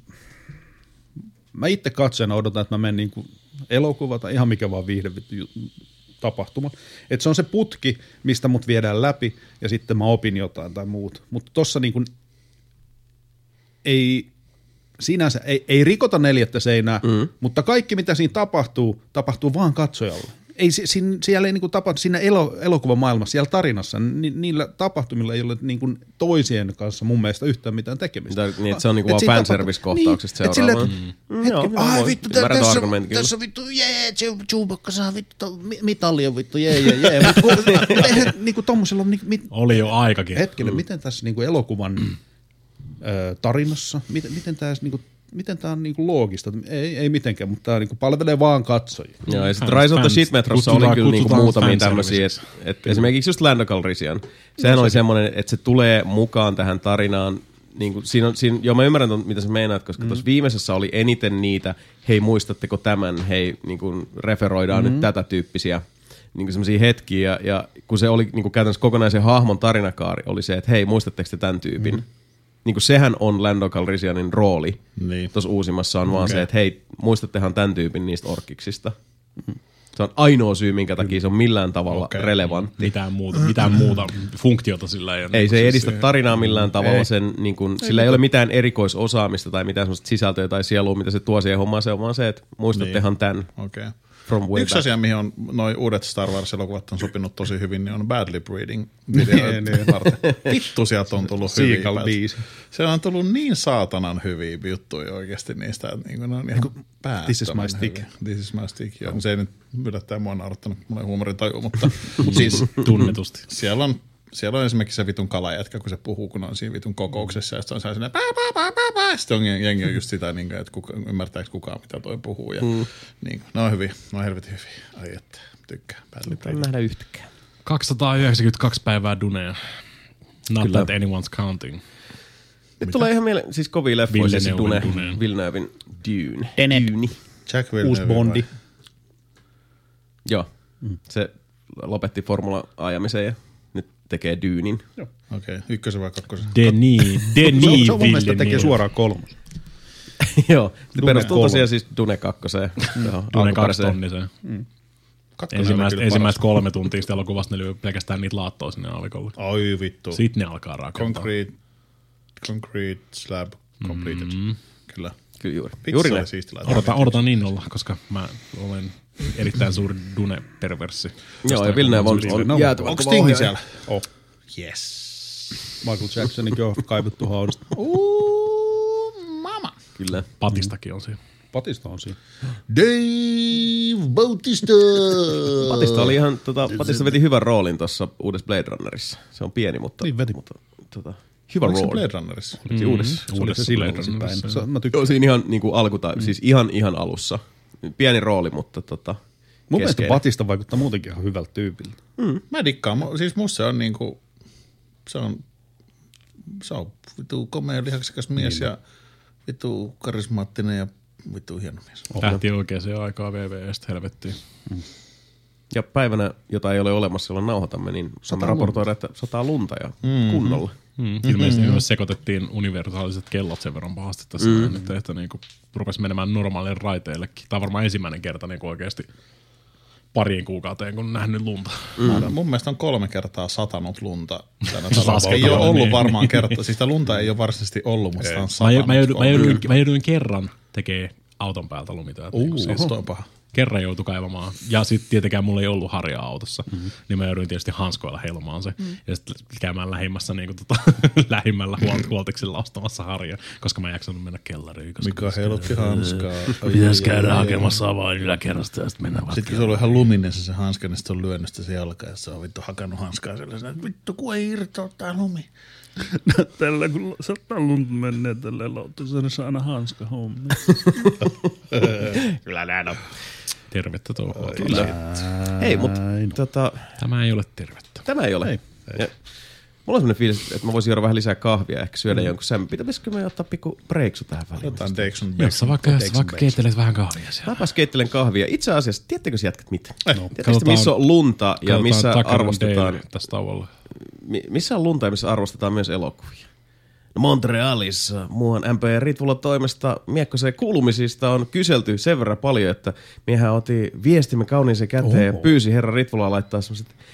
mä itse katsojana odotan, että mä menen niin kuin elokuva tai ihan mikä vaan viihde tapahtuma. Että se on se putki, mistä mut viedään läpi ja sitten mä opin jotain tai muut. Mutta tossa niin kuin ei sinänsä ei, ei rikota neljättä seinää, mm. mutta kaikki mitä siinä tapahtuu, tapahtuu vaan katsojalle. Ei, siinä, siellä ei niin kuin tapahtu, siinä elo, elokuvamaailmassa, siellä tarinassa, ni, niillä tapahtumilla ei ole niin kuin toisien kanssa mun mielestä yhtään mitään tekemistä. Mitä, niin, että se on niin kuin vaan fanservice-kohtauksesta niin, seuraavaan. Mm. Hetki, mm, ai vittu, tä, tässä, on, tässä on vittu, jee, Chewbacca saa vittu, mitalli on vittu, jee, jee, jee. Mutta eihän niin kuin tommosella on... Mit, oli jo aikakin. Hetkinen, mm. miten tässä niin kuin elokuvan mm. ö, tarinassa, miten, miten tämä niin kuin miten tämä on niinku loogista? Ei, ei mitenkään, mutta tämä niinku palvelee vaan katsojia. Joo, ja sitten Rise of the Shit-metrossa oli kyllä niinku muutamia tämmöisiä, että et esimerkiksi just Lando Calrissian, sehän no, oli semmoinen, että se tulee mukaan tähän tarinaan, niinku, siinä on, siinä, joo mä ymmärrän, mitä sä meinaat, koska mm. tuossa viimeisessä oli eniten niitä, hei muistatteko tämän, hei niinku, referoidaan mm. nyt tätä tyyppisiä niinku semmoisia hetkiä, ja, ja kun se oli niinku käytännössä kokonaisen hahmon tarinakaari, oli se, että hei muistatteko te tämän tyypin, mm. niin kuin sehän on Lando Calrissianin rooli. Niin. Tuossa uusimmassa on okay. vaan se, että hei, muistattehan tämän tyypin niistä orkiksista. Mm-hmm. Se on ainoa syy, minkä takia se on millään tavalla okay. relevantti. Mitään muuta, mitään muuta funktiota sillä ei ole. Ei, se ei edistä tarinaa millään tavalla. Sen, niin kuin, ei, sillä ei ole mitään erikoisosaamista tai mitään sellaista sisältöä tai sielua, mitä se tuo siihen hommaan. Se on vaan se, että muistattehan niin. tämän. Okay. Yksi back. Asia, mihin on noi uudet Star Wars-elokuvat on sopinut tosi hyvin, niin on Badly Breeding videoiden varten. Vittu sieltä on tullut hyviä. Se on tullut niin saatanan hyviä juttuja oikeasti niistä, että niin ne on ihan päättömän This is my stick. Hyviä. This is my stick. Joo. Se ei nyt yllättäen mua naurattanut, mulla ei huumorintaju, mutta siis tunnetusti. Siellä on Siellä on esimerkiksi se vitun kalajätkä, kun se puhuu, kun on siinä vitun kokouksessa, ja sitten on sellainen pää, pää, pää, pää, pää. Sitten on jengi on just sitä, että kuka, ymmärtääkö kukaan, mitä toi puhuu. Ja, mm. niin, ne on hyviä, ne on helvetin hyviä. Ai että, tykkää. En nähdä yhtäkään. kaksisataayhdeksänkymmentäkaksi päivää Dunea. Not Kyllä. that anyone's counting. Nyt tulee ihan mieleen, siis kovia leffoja, siis Dune, Villeneuven Dune. Dune. Jack Villeneuve. Uusi Bondi. Joo, mm. se lopetti formula-ajamisen ja nyt tekee Dynin. Joo. Okei, okay. Ykkösen vai kakkosen? Denis, Denis Se on mun mielestä tekee suoraan kolmas. Joo, se perustuu tosiaan siis Dune kakkoseen. Dune kaksitonniseen. Mm. Ensimmäiset, ensimmäiset kolme tuntia sitä elokuvasta ne lyö pelkästään niitä laattoa sinne aavikolle. Ai vittu. Sitten ne alkaa rakentaa. Concrete, concrete slab completed. Mm. Kyllä. Kyllä juuri. Vitsi juuri oli ne. siisti laittaa. Odotan, odotan innolla, koska mä olen erittäin suuri Dune-perverssi. Joo, ja Villeneuve on, on, on jäätävän onko Stingi siellä? Oh. Yes. Michael Jacksonikin on kaivettu haudasta. Uuu, mama. Kyllä. Patistakin on siinä. Patista on siinä. Dave Bautista. Patista oli ihan, tota, Patista veti hyvän roolin tuossa uudessa Blade Runnerissa. Se on pieni, mutta, niin veti. mutta tota, hyvä rooli. Oliko se Blade Runnerissa? Oliko se uudessa? Uudessa Blade Runnerissa. Joo, siinä ihan niin kuin alkuta, mm. siis ihan, ihan alussa. Pieni rooli, mutta tota, mun mielestä Patista vaikuttaa muutenkin ihan hyvältä tyypiltä. Mm. Mä dikkaan. Siis musta se on niinku, se on, se on vittu komea lihaksikas mies niin, ja vittu karismaattinen ja vittu hieno mies. Lähti oikeaan aikaan V V E:stä helvettiin. Mm. Ja päivänä, jota ei ole olemassa, jolloin nauhoitamme, niin saamme raportoida, että sataa lunta ja mm-hmm. kunnolla. Mm. Ilmeisesti mm-hmm. myös sekoitettiin universaaliset kellot sen verran pahasti tässä, mm. että, että niin kuin rupesi menemään normaalille raiteillekin. Tämä on varmaan ensimmäinen kerta niin kuin oikeasti pariin kuukauteen, kun nähnyt lunta. Mm. Mun mielestä on kolme kertaa satanut lunta tänä talvella. Ei ole ollut niin. varmaan kerta. Siis sitä lunta ei ole varsinaisesti ollut, mutta sitä on satanut. Mä, mä, jouduin, mä, jouduin, mä jouduin kerran tekemään auton päältä lumitöitä. Uh, siis toi on paha. Kerran joutui kaivamaan. Ja sitten tietenkään mulla ei ollut harjaa autossa. Mm-hmm. Niin mä jouduin tietysti hanskoilla heilumaan se. Mm. Ja sitten käymään lähimmässä niin kuin, tota, lähimmällä huolt- huoltiksella ostamassa harjaa, koska mä en jaksanut mennä kellariin. Mikä heilutti hanskaa. Pitäisi käydä hakemassa avain yläkerrasta ja sitten mennä vasta. Sitten kun se oli ihan luminessa se hanska, niin sitten on lyönyt sitä se jalka ja se on vittu hakannut hanskaa sellaisena, että vittu kun ei irtoa tää lumi. No, tällä kun saattaa lunta menee tälleen lautasella, niin saa aina hanska hommi. Kyllä näin on. Tervettä touhua. Kyllä. Ei, mutta tota, tämä ei ole tervettä. Tämä ei ole. Ei. Ja, mulla on sellainen fiilis, että mä voisin juoda vähän lisää kahvia ja ehkä syödä mm. jonkun sämpy. Pitäisikö me ottaa pikku breiksu tähän väliin? Jotain Dexon Jos sä vaikka, vaikka keittelet vähän kahvia siellä. Mäpäs keittelen kahvia. Itse asiassa, tiedättekö jätkät mitä? No. Tiedättekö missä on lunta ja missä arvostetaan? Tästä tauolla. Missä on lunta ja missä arvostetaan myös elokuvia? No Montrealissa muuan M P Ritvulan toimesta miekkoseen kuulumisista on kyselty sen verran paljon, että miehän otti viestimme kauniiseen käteen oh. ja pyysi herra Ritvulaa laittaa sellaiset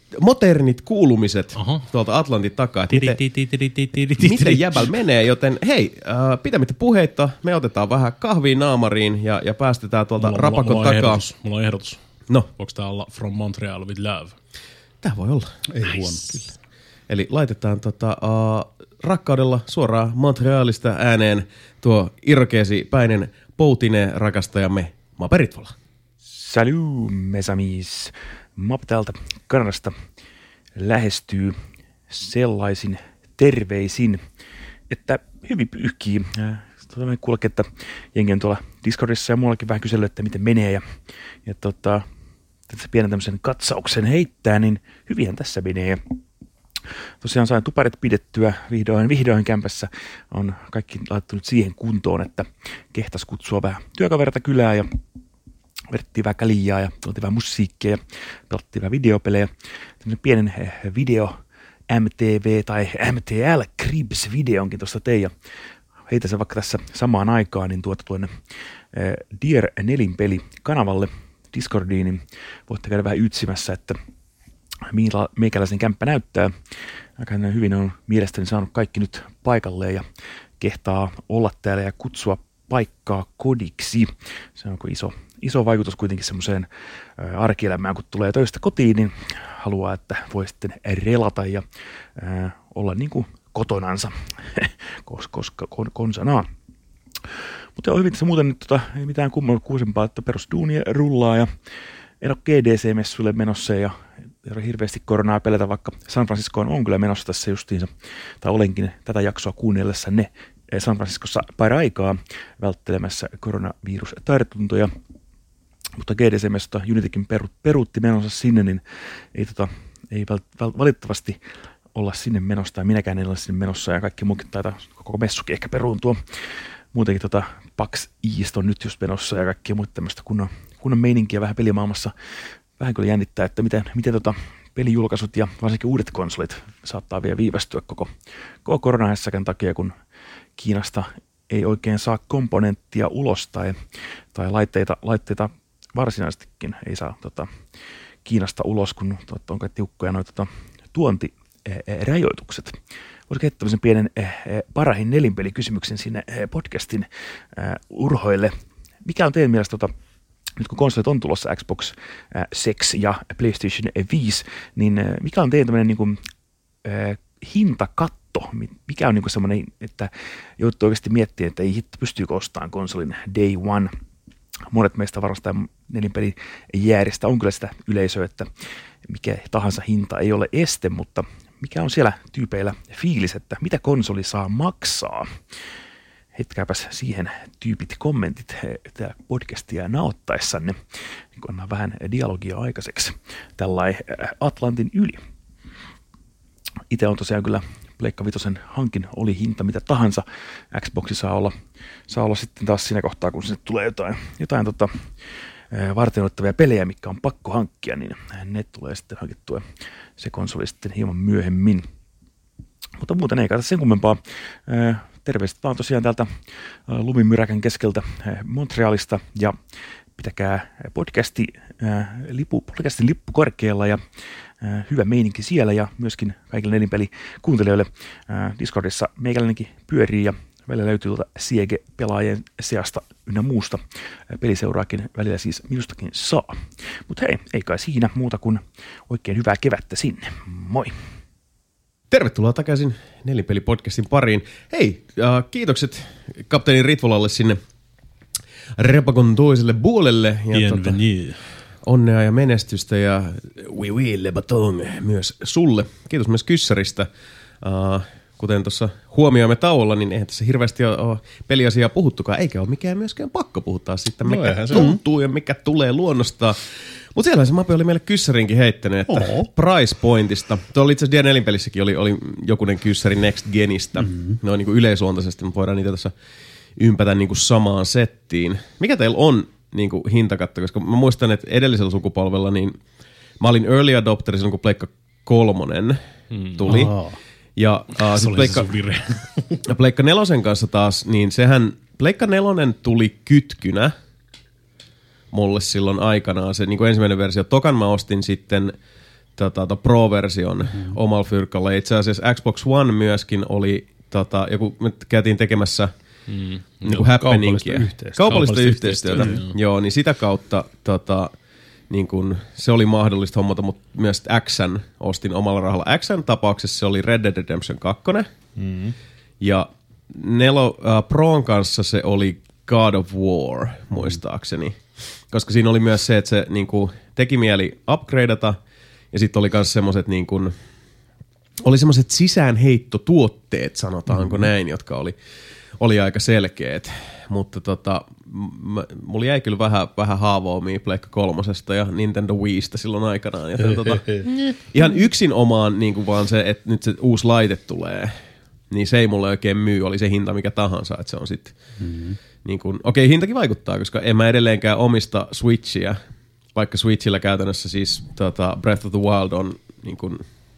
modernit kuulumiset Aha. tuolta Atlantin takaa, että miten, miten jäbäl menee, joten hei, äh, pitämättä puheitta, me otetaan vähän kahvia naamariin ja, ja päästetään tuolta Mulla, rapakon mulla, mulla takaa. Ehdotus. Mulla on ehdotus. No, Voiko tää olla From Montreal with Love? tää voi olla. Ei nice. Huono. Eli laitetaan tota, uh, rakkaudella suoraan Montrealista ääneen tuo irkeesi-päinen poutine rakastajamme Mape Ritvola. Salut, mes amis. Map täältä Kanadasta lähestyy sellaisin terveisin, että hyvin pyyhkii. Tota, me kuulekin, että jengi on tuolla Discordissa ja muuallakin vähän kysellyt, että miten menee. Ja, ja tota, tässä pienen tämmöisen katsauksen heittää, niin hyvinhän tässä menee. Tosiaan sain tuparit pidettyä vihdoin, vihdoin kämpässä. On kaikki laittanut siihen kuntoon, että kehtas kutsua vähän työkaverita kylään ja vedettiin vähän kaljaa ja oltiin vähän musiikkia ja pelattiin vähän videopelejä. Tämmöinen pienen video M T V tai M T L Cribs-videonkin tuosta tein ja heitä se vaikka tässä samaan aikaan niin tuota tuonne Dear Nelinpeli-kanavalle Discordiin, niin voitte käydä vähän ytsimässä, että millä meikäläisen kämppä näyttää. Aika hyvin on mielestäni saanut kaikki nyt paikalleen ja kehtaa olla täällä ja kutsua paikkaa kodiksi. Se on iso, iso vaikutus kuitenkin semmoiseen arkielämään, kun tulee töistä kotiin, niin haluaa, että voi sitten relata ja ää, olla niin kuin kotonansa, koska kon, konsanaan. Mutta on hyvin tässä muuten nyt tota, ei mitään kumman kuusempaa, että perusduunia rullaa ja en ole G D C-messuille menossa ja ei ole hirveästi koronaa pelätä, vaikka San Franciscoon on kyllä menossa tässä justiinsa, tai olenkin tätä jaksoa kuunnellessa ne San Franciscossa pari aikaa välttelemässä koronavirustartuntoja. Mutta G D C-messusta Unitykin peruutti menonsa sinne, niin ei, tota, ei valitettavasti olla sinne menossa, tai minäkään en ole sinne menossa, ja kaikki muukin taitaa koko messukin ehkä peruuntua. Muutenkin tota, PAX East on nyt just menossa, ja kaikki muuta tämmöistä kunnon, kunnon meininkiä vähän pelimaailmassa. Vähän kyllä jännittää, että miten, miten tota pelijulkaisut ja varsinkin uudet konsolit saattaa vielä viivästyä koko, koko koronahässäkän takia, kun Kiinasta ei oikein saa komponenttia ulos tai, tai laitteita, laitteita varsinaisestikin ei saa tota, Kiinasta ulos, kun tota, on kai tiukkoja noita tota, tuontirajoitukset. Voisi kehittää tämmöisen pienen eh, parahin nelinpelikysymyksen sinne eh, podcastin eh, urhoille. Mikä on teidän mielestä tota, nyt kun konsolit on tulossa Xbox äh, Sex ja PlayStation viisi, niin äh, mikä on teidän tämmöinen niin kuin, äh, hintakatto? Mikä on niin kuin semmoinen, että joutuu oikeasti miettimään, että ei hitto pystyykö ostamaan konsolin day one. Monet meistä varastaa nelinpelin jääristä on kyllä sitä yleisöä, että mikä tahansa hinta ei ole este, mutta mikä on siellä tyypeillä fiilis, että mitä konsoli saa maksaa? Heitkääpäs siihen tyypit kommentit tätä podcastia naottaessanne, niin kun annan vähän dialogia aikaiseksi tällainen Atlantin yli. Itse on tosiaan kyllä Pleikka Vitosen hankin, oli hinta mitä tahansa. Xboxi saa olla, saa olla sitten taas siinä kohtaa, kun sinne tulee jotain, jotain tota, varteenottavia pelejä, mikä on pakko hankkia, niin ne tulee sitten hankittua se konsoli sitten hieman myöhemmin. Mutta muuten ei kai sen kummempaa. Terveiset vaan tosiaan täältä lumimyräkän keskeltä Montrealista ja pitäkää podcasti, lipu, podcastin lippu korkealla ja hyvä meininki siellä ja myöskin kaikille nelinpelikuuntelijoille Discordissa meikäläinenkin pyörii ja välillä löytyy tuolta Siege-pelaajien seasta ynnä muusta. Peliseuraakin välillä siis minustakin saa. Mutta hei, ei kai siinä muuta kuin oikein hyvää kevättä sinne. Moi! Tervetuloa takaisin Nelinpeli-podcastin pariin. Hei, äh, kiitokset kapteeni Ritvolalle sinne repakon toiselle puolelle. Ja tota, onnea ja menestystä ja oui oui le baton myös sulle. Kiitos myös kyssäristä. Äh, kuten tuossa huomioimme tauolla, niin eihän tässä hirveästi ole peliasiaa puhuttukaan, eikä ole mikään myöskään pakko puhuttaa siitä, mikä no tuntuu ja mikä tulee luonnostaan. Mutta siellä se Mape oli meille kyssärinkin heittänyt, että Oho. price pointista. Tuolla oli itse asiassa D N L-pelissäkin oli, oli jokunen kyssäri Next Genistä. Mm-hmm. Ne on niinku yleisluontaisesti, mutta voidaan niitä tässä ympätä niinku samaan settiin. Mikä teillä on niinku hintakatto? Koska mä muistan, että edellisellä sukupolvella niin mä olin early adopteri silloin, kun Pleikka kolmonen tuli. Oh. Ja uh, sit Pleikka, Pleikka nelosen kanssa taas, niin sehän Pleikka nelonen tuli kytkynä mulle silloin aikanaan. Se niin kuin ensimmäinen versio. Tokan mä ostin sitten tota, tota Pro-version mm. omalla fyrkalla. Itse asiassa Xbox One myöskin oli, tota, joku, me käytiin tekemässä mm. niin kuin happeningia. Kaupallista, Kaupallista yhteistyötä. yhteistyötä. Joo. Joo, niin sitä kautta tota, niin kuin, se oli mahdollista hommata, mutta myös Xn ostin omalla rahalla. Xn tapauksessa se oli Red Dead Redemption kaksi. Mm. Ja Nelo, uh, Proon kanssa se oli God of War, muistaakseni. Koska siinä oli myös se, että se niin kuin, teki mieli upgradeata. Ja sitten oli myös semmoiset niin kuin, oli semmoiset sisäänheittotuotteet, sanotaanko mm. näin, jotka oli, oli aika selkeät. Mutta tota, m- mulla jäi kyllä vähän, vähän haavoamia Pleikka kolmosesta ja Nintendo Wiistä silloin aikanaan. Joten tota, ihan yksin omaan niin kuin vaan se, että nyt se uusi laite tulee, niin se ei mulle oikein myy, oli se hinta mikä tahansa. Että se on sitten, mm-hmm. niin kuin, okei okay, hintakin vaikuttaa, koska en mä edelleenkään omista Switchiä, vaikka Switchillä käytännössä siis tota, Breath of the Wild on niin kuin,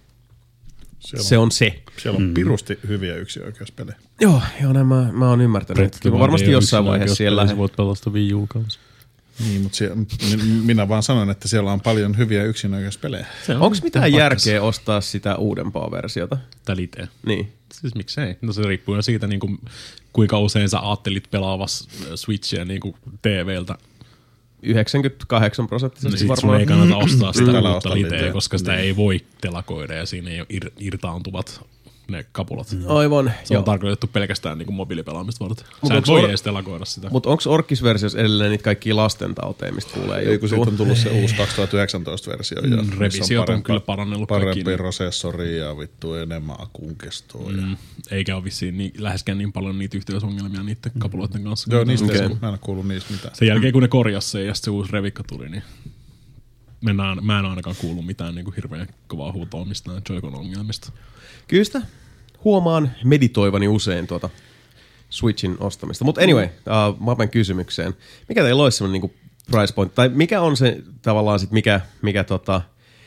Siellä se on se. Siellä on pirusti hyviä yksioikeuspelejä. Joo, joo näin mä, mä oon ymmärtänyt. Kyllä varmasti jossain vaiheessa siellä lähden. Voit pelastaa Wii U kanssa. Niin, mutta siellä, minä vaan sanon, että siellä on paljon hyviä yksinoikeuspelejä. Onko mitään järkeä ostaa sitä uudempaa versiota? Tai liteen. Niin. Siis miksei? No se riippuu jo siitä, niin kuin, kuinka usein sä ajattelit pelaavas Switchia niin kuin T V:ltä. yhdeksänkymmentäkahdeksan prosenttisesti niin varmaan. Sit sun ei kannata ostaa sitä Älä uutta osta liteä, liteä. koska sitä Niin. ei voi telakoida ja siinä ei ole ir- irtaantuvat ne kapulat. Aivan. Se on tarkoitettu pelkästään niin kuin mobiilipelaamista varten. Mut Sä et onks voi or- edes telakoida sitä. Mutta onko Orkis-versiossa edelleen niitä kaikkia lastentauteja, mistä kuulee Ei kun juttua? siitä on tullut se uusi kaksituhattayhdeksäntoista-versio. Ja Mm, revisiot on kyllä parannellut kaikki. Parempi Niin. prosessori ja vittu enemmän akun kestoa. Ja... Mm, eikä ole vissiin niin, läheskään niin paljon niitä yhteysongelmia niiden kapuloiden kanssa. Joo, niistä Okei. okay. Mä en ole kuullut niistä mitään. Sen jälkeen kun ne korjasi sen ja sitten se uusi revikka tuli, niin mennään, mä en ainakaan kuullut mitään niin kuin hirveän kovaa huutoa mistään Joy-Con ongelmista. Kyllä sitä huomaan meditoivani usein tuota Switchin ostamista. Mutta anyway, uh, Mapen kysymykseen. Mikä teillä olisi semmoinen niinku price point, tai mikä on se tavallaan sit, mikä, mikä tota,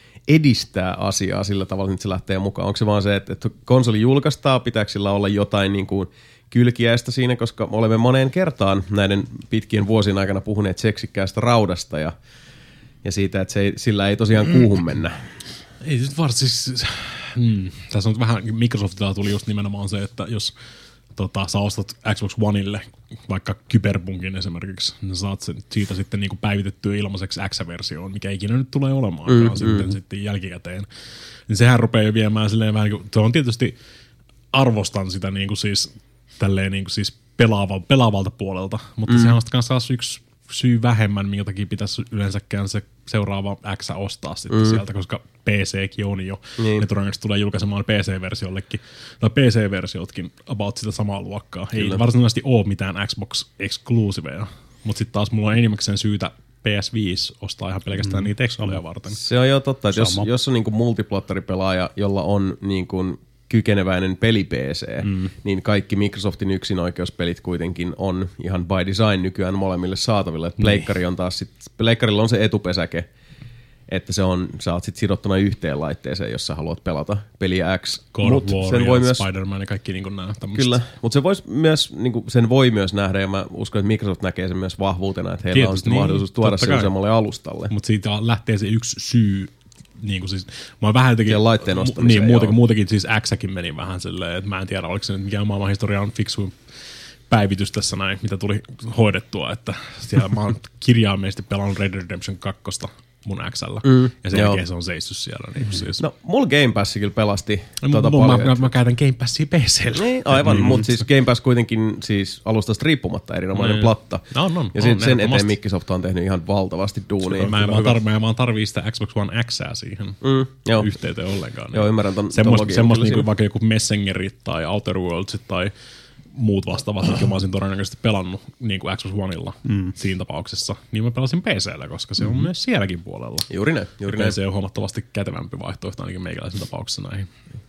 edistää asiaa sillä tavalla, että se lähtee mukaan? Onko se vaan se, että, että konsoli julkaistaan, pitääkö sillä olla jotain niinku kylkiäistä siinä, koska olemme moneen kertaan näiden pitkien vuosien aikana puhuneet seksikkäästä raudasta ja, ja siitä, että se ei, sillä ei tosiaan kuuhun mennä. Ei nyt varsin siis, hmm, tässä on vähän, Microsoftilla tuli just nimenomaan se, että jos tota, sä ostat Xbox Oneille vaikka Cyberpunkin esimerkiksi, niin saat sen, siitä sitten niinku päivitettyä ilmaiseksi X-versioon, mikä ikinä nyt tulee olemaan mm, mm. sitten, sitten jälkikäteen. Niin sehän rupeaa jo viemään silleen vähän, se on tietysti, arvostan sitä niinku siis, tälleen niinku siis pelaava, pelaavalta puolelta, mutta mm. sehän on sitten yksi syy vähemmän, minkä takia pitäisi yleensäkään se seuraava X ostaa sitten mm. sieltä, koska P C:kin on jo. Niin. Ne todennäköisesti tulee julkaisemaan P C-versiollekin, tai P C-versiotkin about sitä samaa luokkaa. Kyllä. Ei varsinaisesti ole mitään Xbox-exclusiveja, mutta sitten taas mulla on enimmäkseen syytä P S viisi ostaa ihan pelkästään mm. niitä excluja varten. Se on jo totta, että jos, jos on niinku multiplattaripelaaja, jolla on niinku kykeneväinen peli-P C, mm. niin kaikki Microsoftin yksinoikeuspelit kuitenkin on ihan by design nykyään molemmille saataville. Niin. Pleikkari on taas sit, pleikkarilla on se etupesäke, että se on, sä oot sit sidottuna yhteen laitteeseen, jos sä haluat pelata peliä X. God of War sen voi myös, Spider-Man ja kaikki niin nämä tämmöiset. Kyllä, mutta se vois myös, niin kuin, sen voi myös nähdä, ja mä uskon, että Microsoft näkee sen myös vahvuutena, että heillä Tietysti, on sitten niin, mahdollisuus tuoda se useammalle alustalle. Mutta siitä lähtee se yksi syy, niin kuin siis, mä oon vähän jotenkin, laitteen ostamiseen. Niin, muutenkin, muutenkin siis Xäkin meni vähän silleen, että mä en tiedä, oliko se nyt mikään maailman historian fiksuin päivitys tässä näin, mitä tuli hoidettua, että siellä mä oon kirjaimellisesti pelannut Red Dead Redemption kaksi mun X:llä, mm, ja sen jälkeen se on seissyt siellä. Niin siis. No, mulla Game Pass kyllä pelasti no, tuota mä, paljon. Mä, mä käytän Game Passia P C:llä. Niin, aivan, mm, mutta siis Game Pass kuitenkin siis alustasta riippumatta erinomainen mm. platta. On, on, ja sen, on, sen eteen Microsoft on tehnyt ihan valtavasti duunia. Mä en vaan, tar- mä en vaan tarvii sitä Xbox One Xää siihen mm, joo. yhteyteen ollenkaan. Joo, ymmärrän ton, Semmos, ton Semmoista niinku vaikka joku Messengerit tai Outer Worldsit tai muut vastaavat, mitkä mä olisin todennäköisesti pelannut niin kuin Xbox Oneilla mm. siinä tapauksessa, niin mä pelasin P C:llä, koska se on mm. myös sielläkin puolella. Juuri näin. Juuri näin. P C on huomattavasti kätevämpi vaihtoehto ainakin meikäläisen tapauksessa näihin.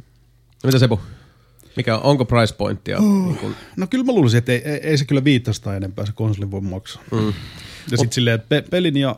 No mitä Sepu? Mikä on, onko price pointtia? Oh. Niin kun... No kyllä mä luulisin, että ei, ei, ei se kyllä viitasta enempää se konsolin voi maksaa. Mm. Ja sitten silleen, että pe- pelin ja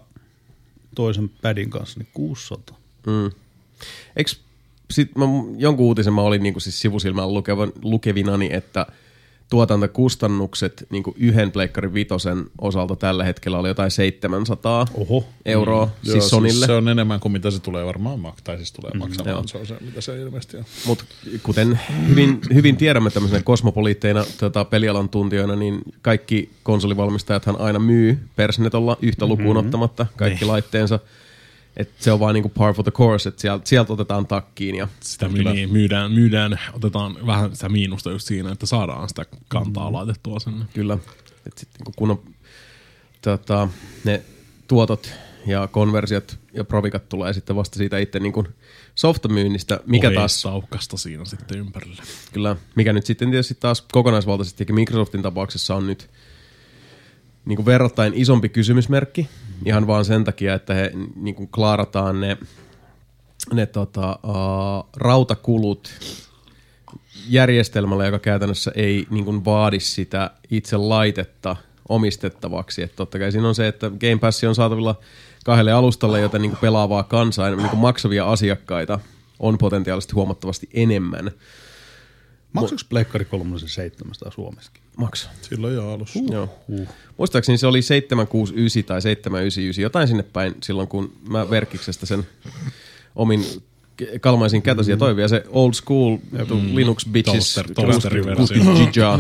toisen padin kanssa niin kuusisataa. Mm. Eikö sit mä, jonkun uutisen mä olin niin kuin siis sivusilmällä lukevan, lukevinani, että tuotantokustannukset niin kuin yhden Pleikkari Vitosen osalta tällä hetkellä oli jotain seitsemänsataa Oho. euroa, mm. siis Joo, Sonylle. Siis se on enemmän kuin mitä se tulee varmaan mak- tai siis tulee maksamaan, joo. se on se, mitä se ilmeisesti on. Mutta kuten hyvin, hyvin tiedämme tämmöisenä kosmopoliitteina tota, pelialan tuntijoina, niin kaikki konsolivalmistajathan aina myy Persnetolla yhtä lukuun ottamatta kaikki mm-hmm. laitteensa. Et se on vaan niinku par for the course, että sieltä, sieltä otetaan takkiin. Ja sitä my, niin, myydään, myydään, otetaan vähän sitä miinusta just siinä, että saadaan sitä kantaa mm. laitettua sinne. Kyllä, että sitten niinku kun on, tota, ne tuotot ja konversiot ja provikat tulee sitten vasta siitä itse niinku softamyynnistä, mikä taas saukasta siinä sitten ympärillä. Kyllä, mikä nyt sitten tietysti taas kokonaisvaltaisesti Microsoftin tapauksessa on nyt niin kuin verrattain isompi kysymysmerkki, mm. ihan vaan sen takia, että he niin kuin klaarataan ne, ne tota, uh, rautakulut järjestelmällä, joka käytännössä ei niin kuin vaadi sitä itse laitetta omistettavaksi. Että totta kai siinä on se, että Game Pass on saatavilla kahdelle alustalle, joten niin kuin pelaavaa kansaa, niin kuin maksavia asiakkaita on potentiaalisesti huomattavasti enemmän. Maksaako Pleikkari kolme seitsemänsataa Suomessakin? Maksaa. Silloin jo alussa. Uh, Joo. Uh. Muistaakseni se oli seitsemän kuusi yhdeksän tai seitsemän yhdeksän yhdeksän, jotain sinne päin silloin, kun mä Verkkiksestä sen omin kalmaisin kätösiä mm. toivia. Se old school mm. Linux bitches. Toaster-versio.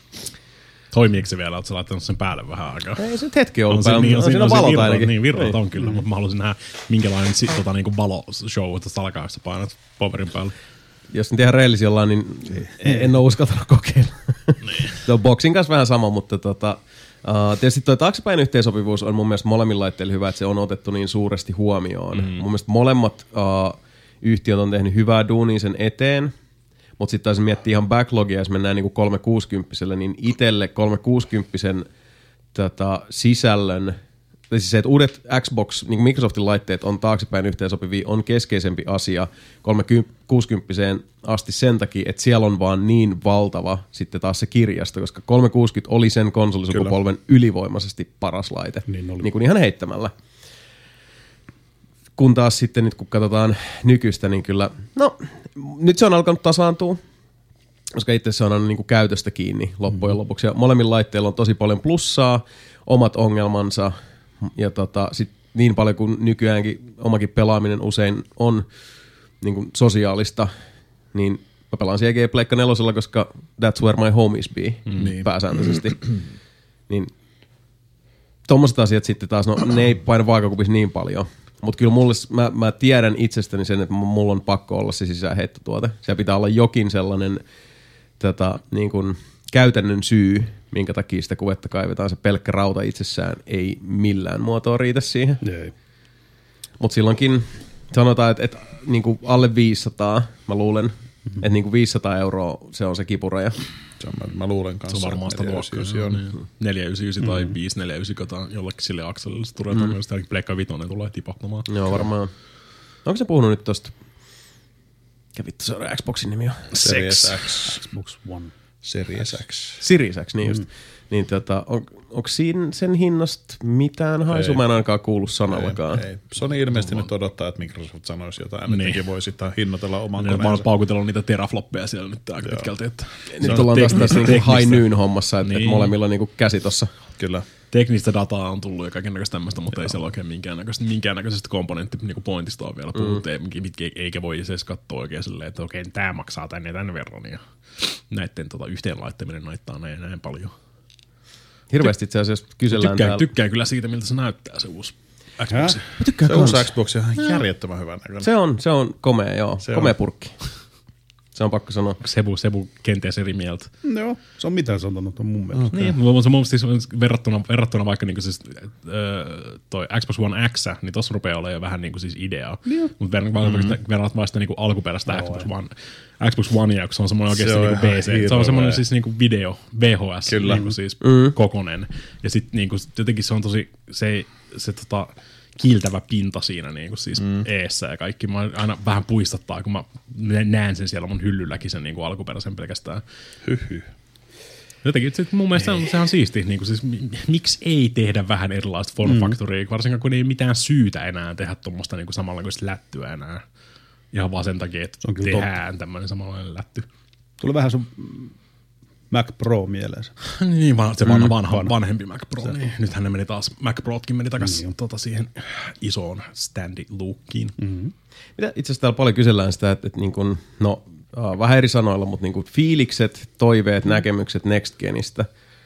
Toimiiko se vielä? Oletko sä laittanut sen päälle vähän aikaa? Ei se nyt hetki ollut on päällä, niin, mutta on, on siinä valot ainakin. Niin, virrat on kyllä, mutta mä haluaisin nähdä, minkälainen tota, niin valo-show tuosta alkaa, jos sä painat powerin päälle. Jos nyt ihan reellisiä ollaan, niin en, en ole uskaltanut kokeilla. Niin. Tuo boxin kanssa vähän sama, mutta tota, uh, tietysti tuo taaksepäin yhteensopivuus on mun mielestä molemmilla laitteilla hyvä, että se on otettu niin suuresti huomioon. Mm. Mun mielestä molemmat uh, yhtiöt on tehnyt hyvää duunia sen eteen, mutta sitten taas miettii ihan backlogia, jos mennään niin kolmesataakuusikymmentä, niin itselle kolmesataakuusikymmentä tota, sisällön, siis se, että uudet Xbox, niin kuin Microsoftin laitteet on taaksepäin yhteensopivia, on keskeisempi asia kolmesataakuusikymmentä asti sen takia, että siellä on vaan niin valtava sitten taas se kirjasto, koska kolmesataakuusikymmentä oli sen konsolisukupolven ylivoimaisesti paras laite, niin, niin kuin ihan heittämällä. Kun taas sitten nyt kun katsotaan nykyistä, niin kyllä, no nyt se on alkanut tasaantua, koska itse se on niin kuin käytöstä kiinni loppujen lopuksi. Ja molemmilla laitteilla on tosi paljon plussaa, omat ongelmansa, ja tota, sit niin paljon kuin nykyäänkin omakin pelaaminen usein on niin kuin sosiaalista, niin mä pelaan siellä Pleikka nelosella, koska that's where my homies be mm. pääsääntöisesti. Niin tommoset asiat sitten taas, no ne ei paina vaakakupissa niin paljon. Mutta kyllä mulle, mä, mä tiedän itsestäni sen, että mulla on pakko olla se sisäänheittotuote. Siellä pitää olla jokin sellainen tätä, niin kuin, käytännön syy, minkä takia sitä kuvetta kaivetaan. Se pelkkä rauta itsessään ei millään muotoa riitä siihen. Mutta silloinkin sanotaan, että, että niin kuin alle viisisataa, mä luulen, mm-hmm. että niin kuin viisisataa euroa se on se kipuraja. Se on, mä, mä luulen kanssa. Se on varmaan sitä luokkaa. neljä yhdeksänkymmentäyhdeksän tai mm. viisi neljä yhdeksänkymmentä jollekin sille akselille. Se tulee mm. sitä Pleikka Vitoinen tulee tipahtamaan. Joo, varmaan. Onko se puhunut nyt tosta? Mikä vittu se on Xboxin nimi on? Series X. Xbox One. Series X. Series X, niin just. Mm. Niin tota, on, onko siinä sen hinnasta mitään haisua? Mä en ainakaan kuullut sanallakaan. Ei, ei. Sony ilmeisesti no, nyt odottaa, että Microsoft sanoisi jotain. Niin. Nytkin voi sitten hinnoitella oman niin, koneensa. Mä oon paukutellut niitä terafloppeja siellä nyt aika pitkälti. Että nyt ollaan taas tässä niinku high noon hommassa, että niin. et molemmilla on niinku käsi tossa. Kyllä. Teknistä dataa on tullut ja kaikennäköistä tämmöistä, mutta Joo. ei siellä oikein minkäännäköistä, minkäännäköisestä komponenttipointista on vielä puhuttu, mm. eikä voi edes katsoa oikein silleen, että okei, tämä maksaa tänne tämän verran ja näiden tota, yhteenlaittaminen naittaa näin, näin paljon. Hirveästi itse asiassa kysellään tykkään, täällä. Tykkään kyllä siitä, miltä se näyttää se uusi Xbox. Se uusi Xbox on ihan järjettömän hyvän näköinen. Se on, se on komea, joo. Se komea on. Purkki. Se on pakko sanoa. Sebu, Sebu kenties eri mieltä. Joo, se on mitään sanonut on mun mielestä. Okay. Niin, mutta mun siis verrattuna, verrattuna vaikka niinku siis, äh, toi Xbox One X, niin tossa rupeaa olemaan jo vähän niinku siis ideaa. Mutta verrattuna mm. sitä niinku alkuperäistä no, Xbox One, Xbox Onea, kun se on semmoinen oikeasti se niinku P C. Se on semmoinen siis niinku video, V H S, niinku siis mm. kokonen. Ja sit niinku jotenkin se on tosi, se, se tota, kiiltävä pinta siinä niin kuin siis mm. eessä ja kaikki. Mä aina vähän puistattaa, kun mä näen sen siellä mun hyllylläkin sen niin kuin alkuperäisen pelkästään. Hyhy. Jotenkin sit mun mielestä ei. Se on siisti. Niin kuin siis, miksi ei tehdä vähän erilaista form factoria, mm. varsinkaan kun ei mitään syytä enää tehdä tuommoista niin samanlaista lättyä enää. Ihan vaan sen takia, että tehdään tämmöinen samanlainen lätty. Tuli vähän sun Mac Pro mieleensä. Niin, vaan se vanha, vanha, vanhempi Mac Pro. Niin. Nythän ne meni taas, Mac Protkin meni takaisin niin tota, siihen isoon standi-luukkiin. Mm-hmm. Mitä itse asiassa täällä paljon kysellään sitä, että, että niin kuin, no uh, vähän eri sanoilla, mutta niin kuin fiilikset, toiveet, mm. näkemykset Next Genistä.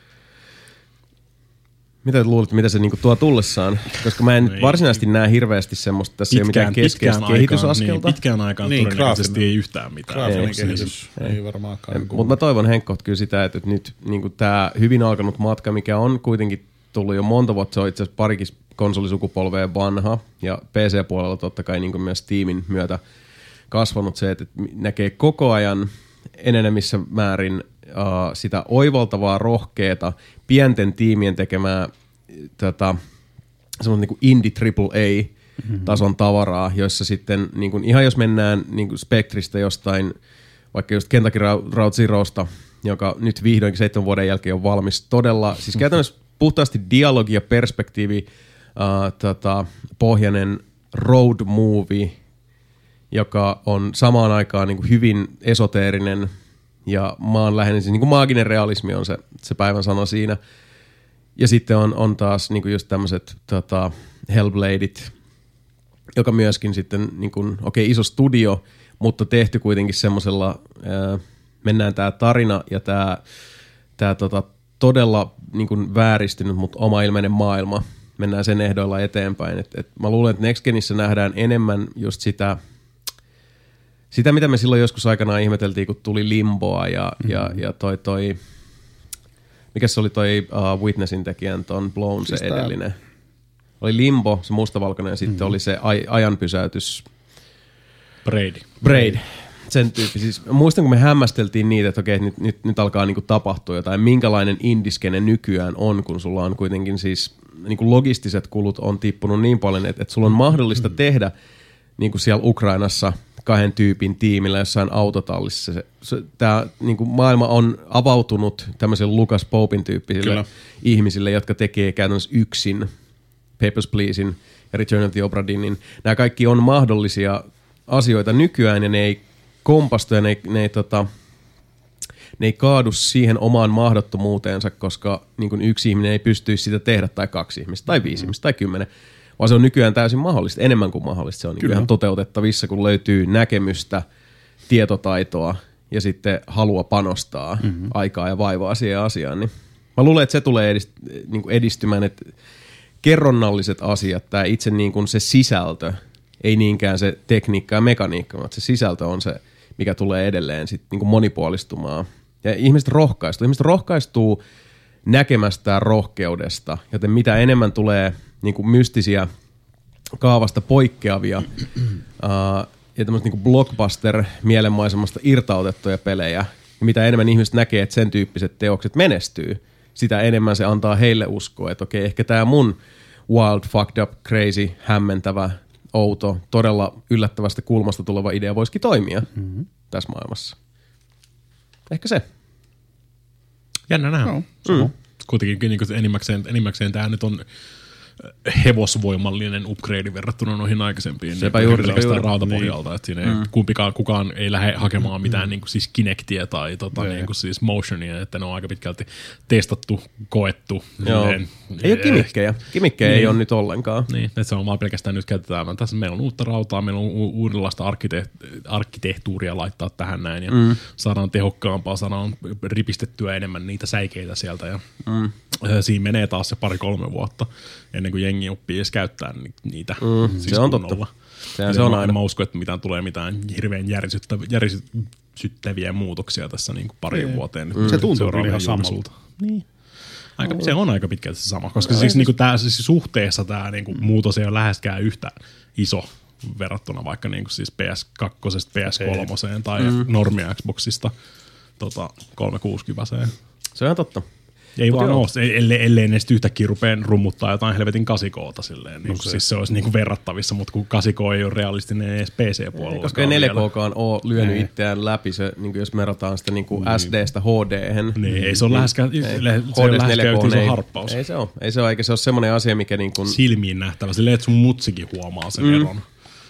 Mitä te luulitte, mitä se niinku tuo tullessaan? Koska mä en no varsinaisesti näe hirveästi semmoista, tässä ei ole mitään keskeistä kehitysaskelta. Niin, pitkään aikaan niin, todennäköisesti ei yhtään mitään. Graafinen kehitys ei, ei varmaankaan. Mutta mä toivon Henkkoht kyllä sitä, että nyt niinku tämä hyvin alkanut matka, mikä on kuitenkin tullut jo monta vuotta, se on itse asiassa parikin konsolisukupolveen vanha, ja P C-puolella totta kai niinku myös Steamin myötä kasvanut se, että näkee koko ajan enenevissä määrin Uh, sitä oivaltavaa, rohkeeta, pienten tiimien tekemää tota, semmoista niinku indie triple A-tason tavaraa, joissa sitten niinku, ihan jos mennään niinku Spectristä jostain, vaikka just Kentucky Route Zerosta, joka nyt vihdoinkin seitsemän vuoden jälkeen on valmis todella, siis käytännössä puhtaasti dialogi ja perspektiivi uh, tota, pohjainen road movie, joka on samaan aikaan niinku hyvin esoteerinen ja maanläheinen, siis niin kuin maaginen realismi on se, se päivän sana siinä. Ja sitten on, on taas niin kuin just tämmöiset tota, Hellbladeit, joka myöskin sitten, niin kuin, okei okay, iso studio, mutta tehty kuitenkin semmoisella, mennään tämä tarina ja tämä tää, tota, todella niin kuin vääristynyt, mutta oma ilmeinen maailma, mennään sen ehdoilla eteenpäin. Et, et mä luulen, että Next Genissä nähdään enemmän just sitä, Sitä, mitä me silloin joskus aikanaan ihmeteltiin, kun tuli Limboa ja, mm-hmm. ja, ja toi, toi mikä se oli toi uh, Witnessin tekijän, ton Blown siis se edellinen. Tää... Oli Limbo, se mustavalkoinen, ja sitten mm-hmm. oli se aj- ajanpysäytys. Braid. Braid. Sen tyyppi. Siis, muistan, kun me hämmästeltiin niitä, että okei, nyt, nyt, nyt alkaa niinku tapahtua jotain. Minkälainen indiskene nykyään on, kun sulla on kuitenkin siis niinku logistiset kulut on tippunut niin paljon, että, että sulla on mahdollista mm-hmm. tehdä niin kuin siellä Ukrainassa kahden tyypin tiimillä jossain autotallissa. Se, se, tää, niin kuin maailma on avautunut tämmöiselle Lucas Popin tyyppisille Kyllä. ihmisille, jotka tekee käytännössä yksin Papers, Pleasein ja Return of the Obra Dinnin. Nämä kaikki on mahdollisia asioita nykyään, ja ne ei kompastu ja ne ei, ne ei, tota, ne ei kaadu siihen omaan mahdottomuuteensa, koska niin kuin yksi ihminen ei pystyisi sitä tehdä, tai kaksi ihmistä, tai viisi mm-hmm. ihmistä, tai kymmenen. Vaan se on nykyään täysin mahdollista, enemmän kuin mahdollista. Se on niin ihan toteutettavissa, kun löytyy näkemystä, tietotaitoa ja sitten halua panostaa mm-hmm. aikaa ja vaivaa siihen asiaan. Niin mä luulen, että se tulee edist- niin kuin edistymään, että kerronnalliset asiat, tämä itse niin kuin se sisältö, ei niinkään se tekniikka ja mekaniikka, vaan se sisältö on se, mikä tulee edelleen sit niin kuin monipuolistumaan. Ja ihmiset rohkaistuu. Ihmiset rohkaistuu näkemästään rohkeudesta, joten mitä enemmän tulee niin kuin mystisiä kaavasta poikkeavia uh, ja tämmöistä niin kuin blockbuster-mielenmaisemasta irtautettuja pelejä, ja mitä enemmän ihmiset näkee, että sen tyyppiset teokset menestyy, sitä enemmän se antaa heille uskoa, että okei, ehkä tämä mun wild, fucked up, crazy, hämmentävä, outo, todella yllättävästä kulmasta tuleva idea voisikin toimia mm-hmm. tässä maailmassa. Ehkä se. Jännä nähdä. No, mm. Kuitenkin niin enimmäkseen, enimmäkseen tämä nyt on hevosvoimallinen upgrade verrattuna noihin aikaisempiin. Sepä niin juuri, sepä juuri. Rautapohjalta, että siinä mm. kumpikaan, kukaan ei lähde hakemaan mitään mm. niin kuin siis Kinectia tai tota, niin kuin siis motionia, että ne on aika pitkälti testattu, koettu. Silleen, ei ole kimikkejä. Kimikkejä niin. ei ole nyt ollenkaan. Niin, että se on vaan pelkästään nyt käytetään. Tässä meillä on uutta rautaa, meillä on u- uudenlaista arkkitehtu- arkkitehtuuria laittaa tähän näin ja mm. saadaan tehokkaampaa, saadaan ripistettyä enemmän niitä säikeitä sieltä ja mm. siinä menee taas se pari-kolme vuotta ennen kuin jengi oppii edes käyttää niitä. Mm, siis se on totta. Sehän se on aina. En mä usko, että mitään tulee mitään hirveän järisyttäviä muutoksia tässä niin kuin pariin vuoteen. Mm. Se tuntuu kyllä ihan samalta. Niin. Aika, se on aika pitkälti se sama, koska siis, niin kuin tää, siis suhteessa tämä niin kuin muutos ei ole läheskään yhtä iso verrattuna vaikka niin kuin siis P S kaksi P S kolme tai mm. normia Xboxista tota, kolmesataakuusikymmentä. Se on ihan totta. Ei vaan ole, ellei, ellei ne sitten yhtäkkiä rupea rummuttaa jotain helvetin kasikoota silleen. Niin, no se. Siis se olisi niinku verrattavissa, mutta kun kasiko ei ole realistinen edes P C-puolella. Koska ei neljä K-kaan ole lyönyt ei. itseään läpi, se, niin jos verrataan sitä niin kuin niin. S D:stä H D-hän. Niin, ei se ole läheskään, se on läheskään yhtä iso harppaus. Ei se ole, ei se ole, eikä se ole semmoinen asia, mikä niin kuin... Silmiin nähtävä, silleen, että sun mutsikin huomaa sen mm. eron.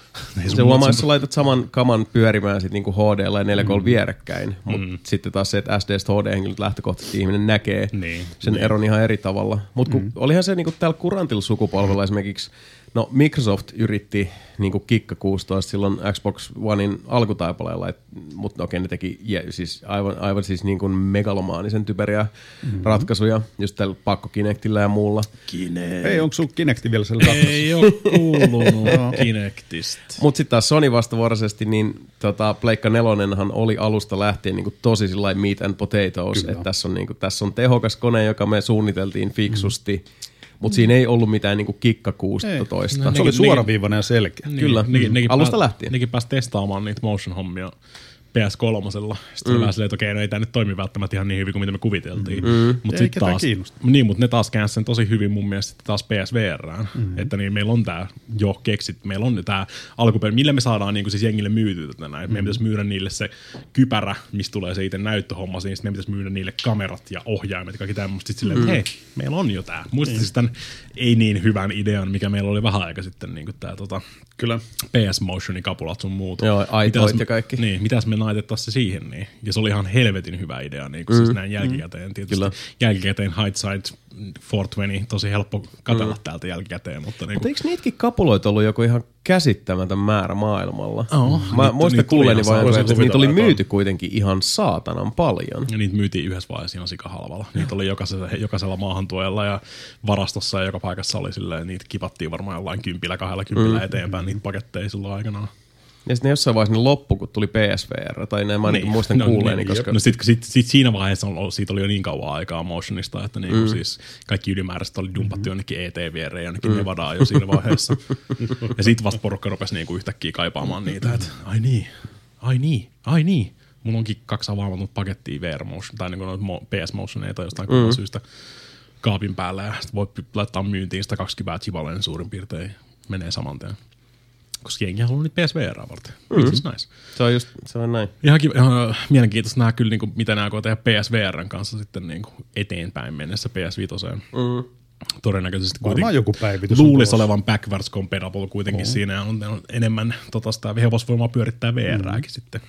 Se huomaa, jos sä laitat saman kaman pyörimään sit niinku H D:llä ja neljä K mm. vierekkäin, mutta mm. sitten taas se, että S D:stä H D-henkilöt lähtökohtaisesti ihminen näkee niin. sen niin. eron ihan eri tavalla. Mutta mm. olihan se niinku täällä kurantilla sukupolvella esimerkiksi, no Microsoft yritti niinku Kikka kuusitoista silloin Xbox Onein alkutaipaleella, mutta okei ne teki je, siis aivan, aivan siis niinku megalomaanisen typeriä mm-hmm. ratkaisuja, just tällä pakko Kinectillä ja muulla. Kinect. Ei, onko sulla Kinecti vielä siellä kakkossa? Ei ole kuulunut Kinectista. Mutta sitten taas Sony vastavuoroisesti, niin tota, Pleikka nelonenhan oli alusta lähtien niinku tosi sillai meat and potatoes, että tässä on, niinku, tässä on tehokas kone, joka me suunniteltiin fiksusti, mm. mutta siinä ei ollut mitään niinku Kikka kuusitoista. No, se oli suoraviivainen ja selkeä. Niin, Kyllä, nekin, nekin alusta pääs, lähtien. Nekin pääsi testaamaan niitä motion-hommia P S kolme. Sitten mm. se vähän silleen, että okei, no ei tämä nyt toimi välttämättä ihan niin hyvin kuin mitä me kuviteltiin. Mm. Mut ei ketään taas, kiinnosta. Niin, mutta ne taas käänsi sen tosi hyvin mun mielestä taas P S V R:ään. Mm. Että niin, meillä on tämä jo keksit, meillä on tämä alkuperä, millä me saadaan niin kuin siis jengille myytyä tätä näin. Mm. Meidän pitäisi myydä niille se kypärä, mistä tulee se itse näyttöhomma, niin sitten meidän pitäisi myydä niille kamerat ja ohjaimet ja kaikki tämmöistä. Sitten silleen, että mm. hei, meillä on jo tämä. Muistatko siis tämän ei niin hyvän idean, mikä meillä oli vähän aika sitten, niin kuin tämä tota, kyllä P S Motionin kapulat sun muuta. Joo, aitoit ja kaikki. Niin, mitäs me naitettaisiin se siihen, niin. Ja se oli ihan helvetin hyvä idea, niin kuin mm. siis näin jälkikäteen. Tietysti Kyllä. jälkikäteen hindsight neljäsataakymmentä, tosi helppo katsella mm. täältä jälkikäteen. Mutta niin Mutta eikö niitäkin kapuloita ollut joku ihan käsittämätön määrä maailmalla? Oh, Mä niitä, muistan kuuleeni vaan, että, että niitä oli aikaan. myyty kuitenkin ihan saatanan paljon. Ja niitä myytiin yhdessä vaiheessa ihan sikahalvalla. Niitä oli jokaisella, jokaisella maahantuojalla ja varastossa ja joka paikassa oli silleen, niitä kipattiin varmaan jollain kympillä, kahdella kympillä mm. eteenpäin niitä paketteja silloin aikanaan. Ja sitten jossain vaiheessa ne loppu, kun tuli P S V R, tai näin mä niin, muistan no, kuuleeni, niin, koska... No sit, sit, sit siinä vaiheessa on, siitä oli jo niin kauan aikaa Motionista, että niinku mm. siis kaikki ylimääräiset oli dumpattu jonnekin E T V R ja jonnekin mm. Nevadaan jo siinä vaiheessa. Ja sit vasta porukka rupesi niinku yhtäkkiä kaipaamaan niitä, että ai niin, ai niin, ai niin. Mulla onkin kaksi avaamatonta pakettia V R Motion, tai niinku noita P S Motioneita jostain mm. kumman syystä kaapin päällä, ja sit voi laittaa myyntiin sitä kaksikymmentä chivaleen suurin piirtein, menee saman teen. Koska jengi haluaa niitä P S V R:ää varten. Mm-hmm. Which is nice. Se on just, se on näin. Ihan, ihan mielenkiintoista nähdä kyllä, niin kuin, mitä ne aikoo tehdä P S V R:n kanssa sitten niin kuin eteenpäin mennessä P S viitoseen. Mm. Todennäköisesti varmaan joku päivitys luulisi olevan backwards compatible kuitenkin oh. siinä. On, on enemmän tota, sitä hevosvoimaa pyörittää V R:ääkin mm-hmm. sitten.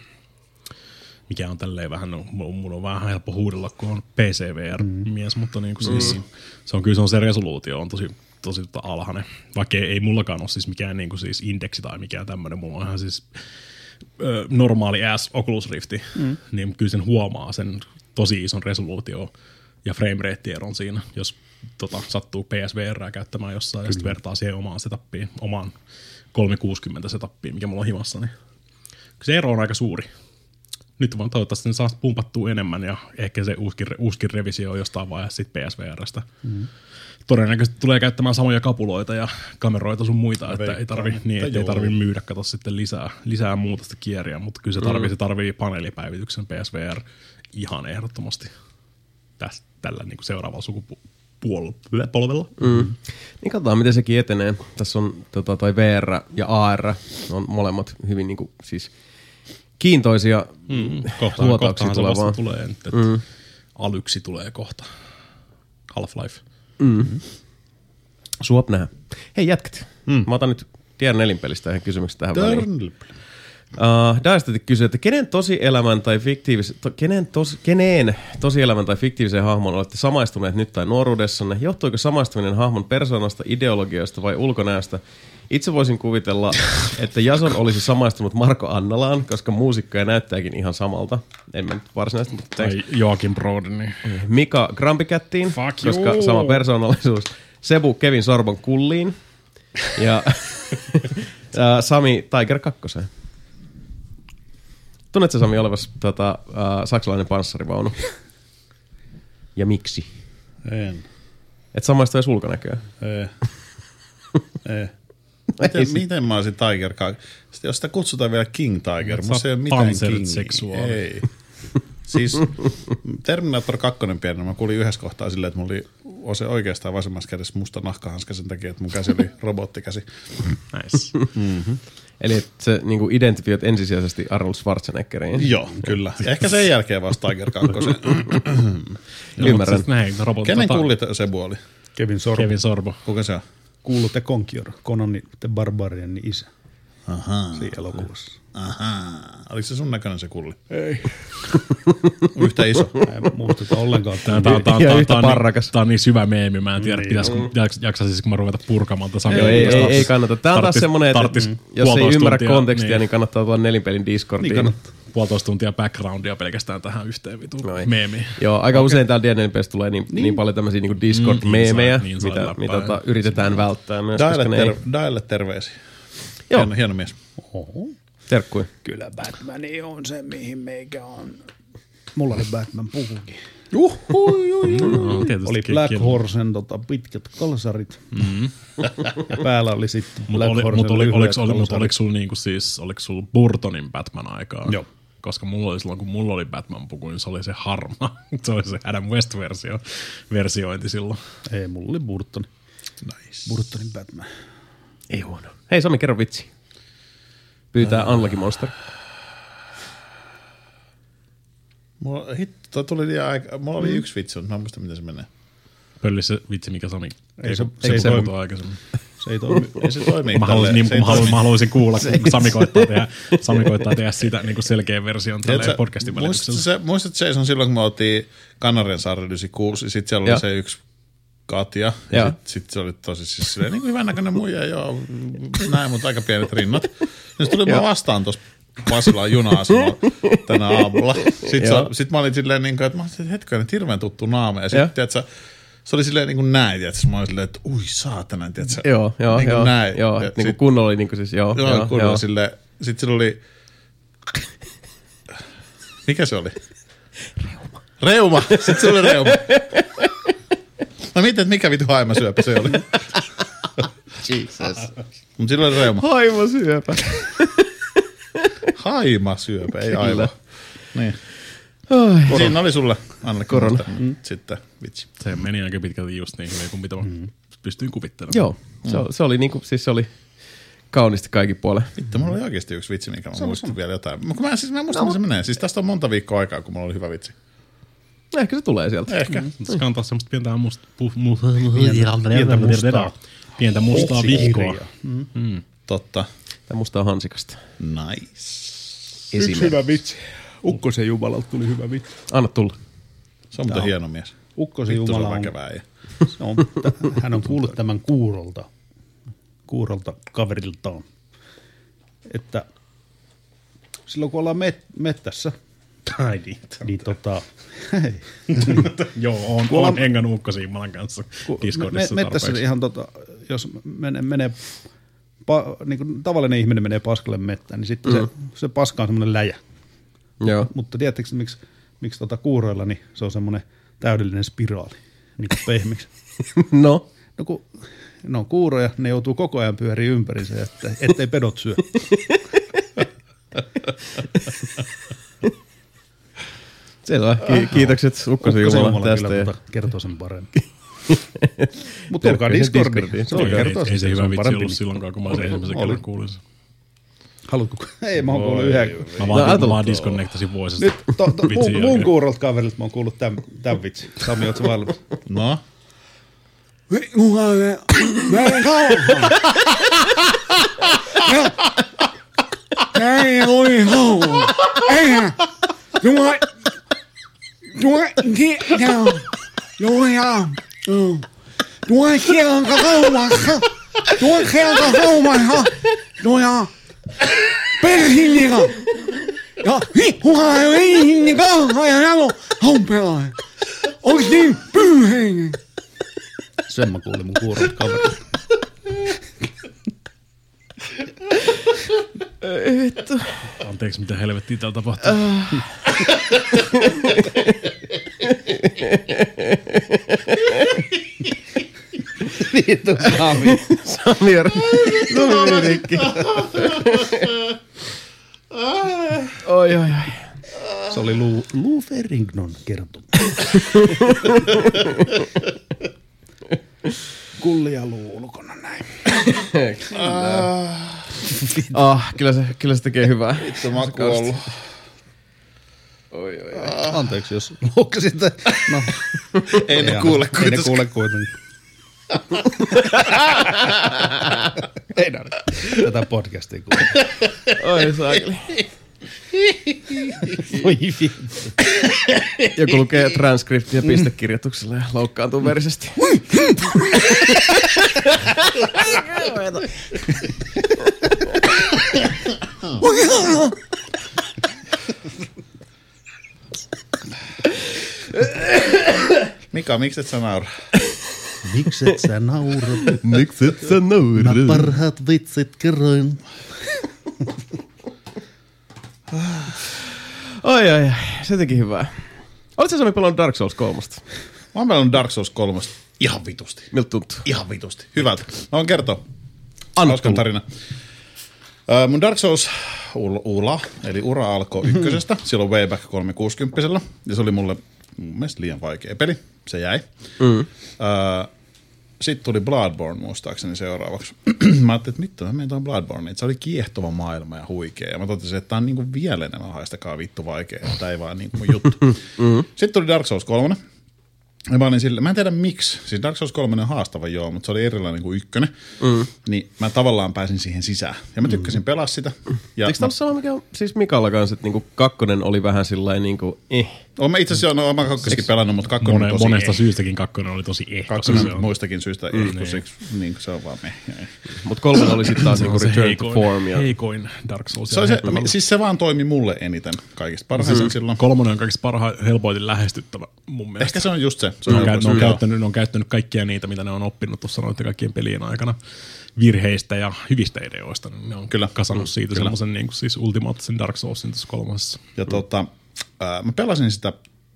Mikä on tälleen vähän, no, mun on vähän helppo huudella, kun on P C V R-mies, mm. mutta niin kuin siis, mm. se on kyllä se, on se resoluutio on tosi tosi tota alhainen. Vaikka ei, ei mullakaan ole siis mikään niin kuin siis indeksi tai mikään tämmöinen. Mulla on ihan siis ö, normaali ass Oculus Rifti, mm. niin kyllä sen huomaa sen tosi ison resoluutio ja frame rate eron siinä, jos tota, sattuu P S V R:ää käyttämään jossain kyllä. ja sitten vertaa siihen omaan setappiin, omaan kolmesataakuusikymmentä setappiin, mikä mulla on himassa. Niin se ero on aika suuri. Nyt vaan toivottavasti ne saa pumpattua enemmän ja ehkä se uuskin, uuskin revisio on jostain vaiheessa sitten P S V R:stä. Mm. Todennäköisesti tulee käyttämään samoja kapuloita ja kameroita sun muita, mä että ei tarvi, niin, ei tarvi myydä kato sitten lisää, lisää muuta sitä kieriä, mutta kyllä se tarvii, mm. se tarvii paneelipäivityksen P S V R ihan ehdottomasti tästä, tällä niin kuin seuraavalla sukupolvella. Mm. Niin katsotaan, miten sekin etenee. Tässä on tota, toi V R ja A R, on molemmat hyvin niin kuin, siis kiintoisia mm. kohtaan, luotauksia tulevaan. Tulee nyt, että mm. Alyksi tulee kohta. Half-Life. Mm. Suop nähdä. Hei jätkät, mm. mä otan nyt Tier nelinpelistä ihan kysymykset tähän väliin. Uh, Daistati kysyy, että kenen tosielämän tai fiktiivis, to, kenen, tos, keneen tosielämän tai fiktiiviseen hahmoon olette samaistuneet nyt tai nuoruudessanne? Johtuiko samaistuminen hahmon persoonasta, ideologioista vai ulkonäöstä? Itse voisin kuvitella, että Jason olisi samaistunut Marko Annalaan, koska muusikkoja näyttääkin ihan samalta. En mä nyt varsinaisesti. Tai Joakim Broden. Mika Grampikättiin, koska you. sama persoonallisuus. Sebu Kevin Sorbon Kulliin. Ja Sami Tiger kakkoseen. Tunnetko Sami olevasi tota, uh, saksalainen panssarivaunu? Ja miksi? En. Et samaistu edes ulkonäköä? Ei. Ei. Miten, miten mä olisin Tiger kaksi? Sitten jos sitä kutsutaan vielä King Tiger, mutta se ei ole mitään King. Ei. Siis Terminator kaksi pienenä mä kuulin yhdessä kohtaa silleen, että mulla oli se oikeastaan vasemmassa kädessä musta nahkahanska sen takia, että mun käsi oli robottikäsi. Nice. Mm-hmm. Eli se niinku identifioit ensisijaisesti Arnold Schwarzeneggeriin. Joo, kyllä. Ehkä sen jälkeen vasta Tiger kaksi. Ymmärrän. Siis näin, robot, kenen tota... kullit Sebu oli? Kevin Sorbo. Kevin Sorbo. Kuka se on? Kuuluu The Conqueror, Conan the Barbarianin isä. Ahaa. siinä elokuvassa. Ahaa. Oliko se sun näköinen se kulli? Ei. Yhtä iso. En muistuta ollenkaan. Tää, tää, tää, Ja tää, yhtä tää, on niin, parrakas. tää on niin syvä meemi, mä en tiedä, Niin. pitäisikö, jaks, jaksaisinko mä ruveta purkamaan tätä Joo, ei, ei, ei kannata. Tää on taas semmonen, että tarttis jos ei puolitoista ymmärrä tuntia, kontekstia, niin, niin kannattaa tulla nelinpelin Niin Discordiin. kannattaa. puolitoista tuntia backgroundia pelkästään tähän yhteen vituun Noin. meemiin. Joo, aika okay. usein täällä D N L P:ssä tulee niin, niin. niin paljon tämmöisiä niin Discord-meemejä, Mm, niin saa- niin saa mitä, läppää. mitä tota, yritetään välttää myös, koska Daelle, ne ei... ter- Daelle terveisiä. Joo. Hieno, hieno mies. Oho. Terkkui. Kyllä Batman on se, mihin meikä on. Mulla oli Batman pukukin. Juh, hui, hui. No, tietysti Oli ki- Black ki- Horsen tota, pitkät kalsarit. Mm-hmm. Ja päällä oli sitten Mut Black oli, Horsen mut oli, lyhyet oliks, oli, mut kalsarit. oliko sulla niinku siis, oliko sulla Burtonin Batman-aikaa? Joo. Koska mulla oli silloin, kun mulla oli Batman-puku, niin se oli se harma. Se oli se Adam West-versio, versiointi silloin. Ei, mulla oli Burton. Nice. Burtonin Batman. Ei huono. Hei Sami, kerro vitsi. Pyytää uh. Unlucky Monster. Mulla, hitto, toi tuli liian aika. Mulla oli yksi vitsi, mutta mä en muista, miten se menee. Pölli se vitsi, mikä Sami Ei se- se, ei se, toimi. se aikaisemmin. Se ei toimi. Ei se toimi. Mä haluaisin, niin, se mä, ei haluaisin, toimi. mä haluaisin kuulla, kun Sami koittaa tehdä, Sami koittaa tehdä sitä niin kuin selkeän version Tiedätkö, tälleen podcastin muistatko välityksellä. se, muistatko Jason silloin, kun me oltiin Kanarian saarella yhdeksänkymmentäkuusi, ja sitten siellä oli Joo. se yksi Katja, Joo. ja sitten sit se oli tosi siis silleen, niin kuin hyvännäköinen muija, joo, näin, mutta aika pienet rinnat. Ja se tuli mua vastaan tuossa Pasilaan juna-asemalla tänä aamulla. Sitten Joo. se, sit mä olin silleen, niin kuin, että mä olin, että hetkinen, hirveän tuttu naama, ja Joo. sitten, tiedätkö, se oli silleen niin kuin näin, tiedätkö, mä olin silleen, että ui saatana, tiedätkö, Joo, joo, niin kuin joo. näin. Joo, Ja niin kuin sit- kunnolla oli niin kuin siis, joo. Joo, joo, kunnolla joo. silleen, sit sillä oli, mikä se oli? Reuma. Reuma, sit se oli reuma. Mä mietin, että mikä vitu haimasyöpä se oli. Jesus. Mut sillä oli reuma. Haimasyöpä. Haimasyöpä, ei aivan. Niin. Ai. Siinä oli sulle, Anne, Korona. mm. sitten vitsi. Se meni aika pitkälti just niin hyvin kuin mitä mä Mm. pystyin kuvittelemaan. Joo, se, mm. se oli niinku, siis se oli kaunisti kaikin puolin. Vittu, mulla oli oikeasti yksi vitsi, minkä mä muistin vielä jotain. Mä, mä, siis, mä en muista, no. se menee. Siis tästä on monta viikkoa aikaa, kun mulla oli hyvä vitsi. Ehkä se tulee sieltä. Ehkä. Mm. Se kantaa semmoista pientä musta, pu, mu, Pientä mustaa. pientä mustaa vihkoa. Mm. Totta. Tämä musta on hansikasta. Nice. Yksi hyvä vitsi. Ukkosen Jumalalta tuli hyvä vitsi. Anna tulla. Se on muuten hieno mies. Ukkosen Vittu, se Jumala on on, väkevää. Ja. se on, hän on kuullut tämän Kuurolta, Kuurolta kaveriltaan, että silloin kun ollaan met, mettässä, Ai niin. niin tota, hei, Joo, on, Kuulla- on hengannut Ukko-Simmalan kanssa kun me, Discordissa me, mettässä tarpeeksi. ihan tota, jos menee, menee pa, niin kuin tavallinen ihminen menee paskalle mettään, niin sitten mm. se, se paska on semmoinen läjä. Joo. Mutta tiedättekö, miksi, miksi tota kuuroilla niin se on semmoinen täydellinen spiraali, niin kuin pehmiksi? No. No kun ne on kuuroja, ne joutuu koko ajan pyöriä ympärinsä, että, ettei pedot syö. Selvä. Ki- kiitokset Ukkosen Jumala tästä. kyllä Ja... tota, kertoo sen paremmin. Mutta tulkaa Terkkuisin Discordiin. Discordiin. Se on Ei, kertoo ei, ei se sen, hyvä on vitsi parempi. ollut silloinkaan, kun mä sen ensimmäisen oli. kerran kuulin sen. Haluatko? Ei, mä oon kuullut yhden. Mä No, vaan, mä ajatellut- vaan disconnectasin vuosista. Nyt to, to, vitsin mun, mun jälkeen. kuurolta kaverilta mä oon kuullut tämän, tämän vitsi. Sami, ootko valmis? No. Ei oli hou. Eihän. Tuo. Tuo. Tuo. Tuo ja. Tuo kielka kaupassa. Tuo kielka kaupassa. Tuo ja. Perhillika. Ja kuka ei niin kauan ja jalo haupelaa. Onks niin pyyheinen? Sen mä kuulin mun kuurolta kaverilta. Anteeksi, mitä helvettiä täällä tapahtuu. Vittu Sami. Sami on Sami meni rikki. Oi, oi, oi. Se oli Lou, Lou Ferrignon kertomus. Kulli ja Lou ulkona näin. Ah, kyllä se, kyllä se tekee hyvää. Vittu, mä oon kuollut. Oi, oi, oi. Anteeksi, jos loukkasit. No, Ei ne ihan- kuule Ei ne kuitenkaan. kuule kuitenkin. Ei nähdä tätä podcastia kuule. Oi saakeli. Voi vittu. Joku lukee transkriptiä pistekirjoituksella ja loukkaantuu verisesti. Mika, mikset sä naura? Mikset sä naurat? Mikset sä Mä naurat? parhaat vitsit kerroin. Oi, oi, oi. Se teki hyvää. Oletko Sami pelannut Dark Souls kolmosta? Mä oon pelannut Dark Souls kolme ihan vitusti. Miltä tuntuu? Ihan vitusti. Hyvältä. Mä voin kertoa. Anna Hauskan tulla. tarina. Ö, mun Dark Souls ula, eli ura alkoi ykkösestä, silloin way back kolmesataakuusikymmentä, ja se oli mulle mun mielestä liian vaikea peli. Se jäi. Mm. Ö, Sitten tuli Bloodborne muistaakseni seuraavaksi. Mä ajattelin, että mitä mä menen tuon Bloodborne. Se oli kiehtova maailma ja huikea. Ja mä totesin, että tää on niinku vielä enemmän haistakaa vittu vaikea. Tää ei vaan niinku mun juttu. Mm-hmm. Sitten tuli Dark Souls kolme. Ja mä olin sille, mä en tiedä miksi. Siis Dark Souls kolme on haastava joo, mutta se oli erilainen kuin ykkönen. Mm. Niin mä tavallaan pääsin siihen sisään. Ja mä tykkäsin pelaa sitä. Ja Eikö tämä ole sama, mikä on siis Mikalla kanssa, että niinku kakkonen oli vähän sillain niinku eh. Oon mä itse asiassa no, mä kakkoskin pelannut, mutta kakkonen Mone, on tosi monesta eh. syystäkin kakkonen oli tosi eh. Kakkonen se on- muistakin syystä mm, eh, kun siksi, niin kuin se on vaan meh. Mut kolmen oli sitten taas se niinku on se Return heikoin, to Form. Ja heikoin Dark Souls. Se, on se, siis se vaan toimi mulle eniten kaikista parhaiten mm. silloin. Kolmonen on kaikista parhaiten helpoiten lähestyttävä mun mielestä. Ehkä se on just se. se Ne on on, käy, ne, on helppo. käyttänyt, ne on käyttänyt kaikkia niitä, mitä ne on oppinut tuossa noiden kaikkien pelien aikana virheistä ja hyvistä ideoista. Niin ne on Kyllä. kasannut siitä Kyllä. semmoisen niin kuin siis ultimaattisen Dark Soulsin tässä kolmosessa. Ja tota, ää, mä pelasin sitä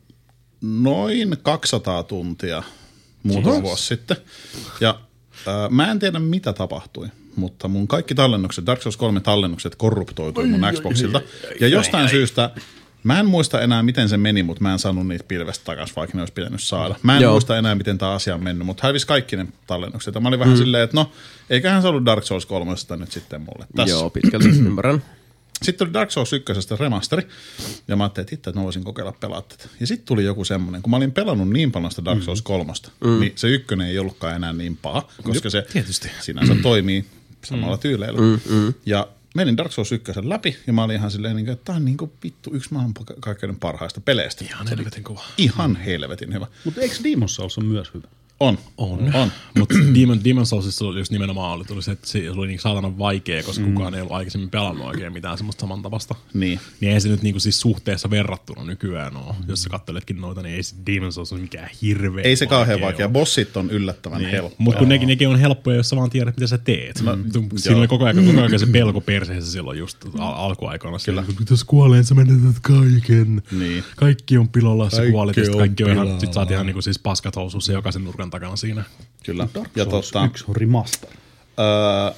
noin kaksisataa tuntia muutama vuosi sitten. Ja ää, mä en tiedä mitä tapahtui, mutta mun kaikki tallennukset, Dark Souls kolme tallennukset korruptoitui mun Xboxilta. Ja jostain syystä, mä en muista enää miten se meni, mutta mä en saanut niitä pilvestä takaisin, vaikka ne olisi pitänyt saada. Mä en Joo. muista enää miten tämä asia on mennyt, mutta hävisi kaikki ne tallennukset. Ja mä olin vähän mm. silleen, että no, eiköhän se ollut Dark Souls kolme nyt sitten mulle tässä. joo, pitkälti ymmärrän. Sitten tuli Dark Souls ykkösestä remasteri, ja mä ajattelin, että itse, että mä voisin kokeilla pelaa tätä. Ja sitten tuli joku semmoinen, kun mä olin pelannut niin paljon sitä Dark Souls kolmosta, mm. niin se ykkönen ei ollutkaan enää niin paha, koska se tietysti. sinänsä toimii samalla mm. tyyleillä. Mm, mm. Ja menin Dark Souls ykkösen läpi, ja mä olin ihan silleen, että tää on niin kuin vittu yksi maailman kaikkein parhaista peleistä. Ihan helvetin kova. Ihan helvetin hyvä. Mutta eikö Demon's Souls on myös hyvä? On. On. On. Mutta Demon, Demon Soulsissa oli just nimenomaan oli, tuli se, että se oli niin saatanan vaikea, koska mm. kukaan ei ollut aikaisemmin pelannut oikein mitään semmoista samantavasta. Niin. Niin ei se nyt niinku siis suhteessa verrattuna nykyään ole. Mm. Jos sä katseletkin noita, niin ei se Demon Souls ole mikään hirveä Ei se kauhean vaikea vaikea. ole. Bossit on yllättävän Niin. helppoja. Mutta kun nekin, nekin on helppoja, jos sä vaan tiedät, mitä sä teet. No, siinä oli koko ajan, koko ajan se pelko perseessä silloin just al- alkuaikoina. Kyllä. Kun jos kuolee, sä menetät kaiken. Niin. Kaikki on pilalla, sä Kaikki kuolit. Ja sit on kaikki on ihan, pilalla. sit sä oot ihan niinku siis paskat housussa jokaisen nurkan takana siinä. Kyllä. Dark Ja Souls tota, yksi on remaster. öö,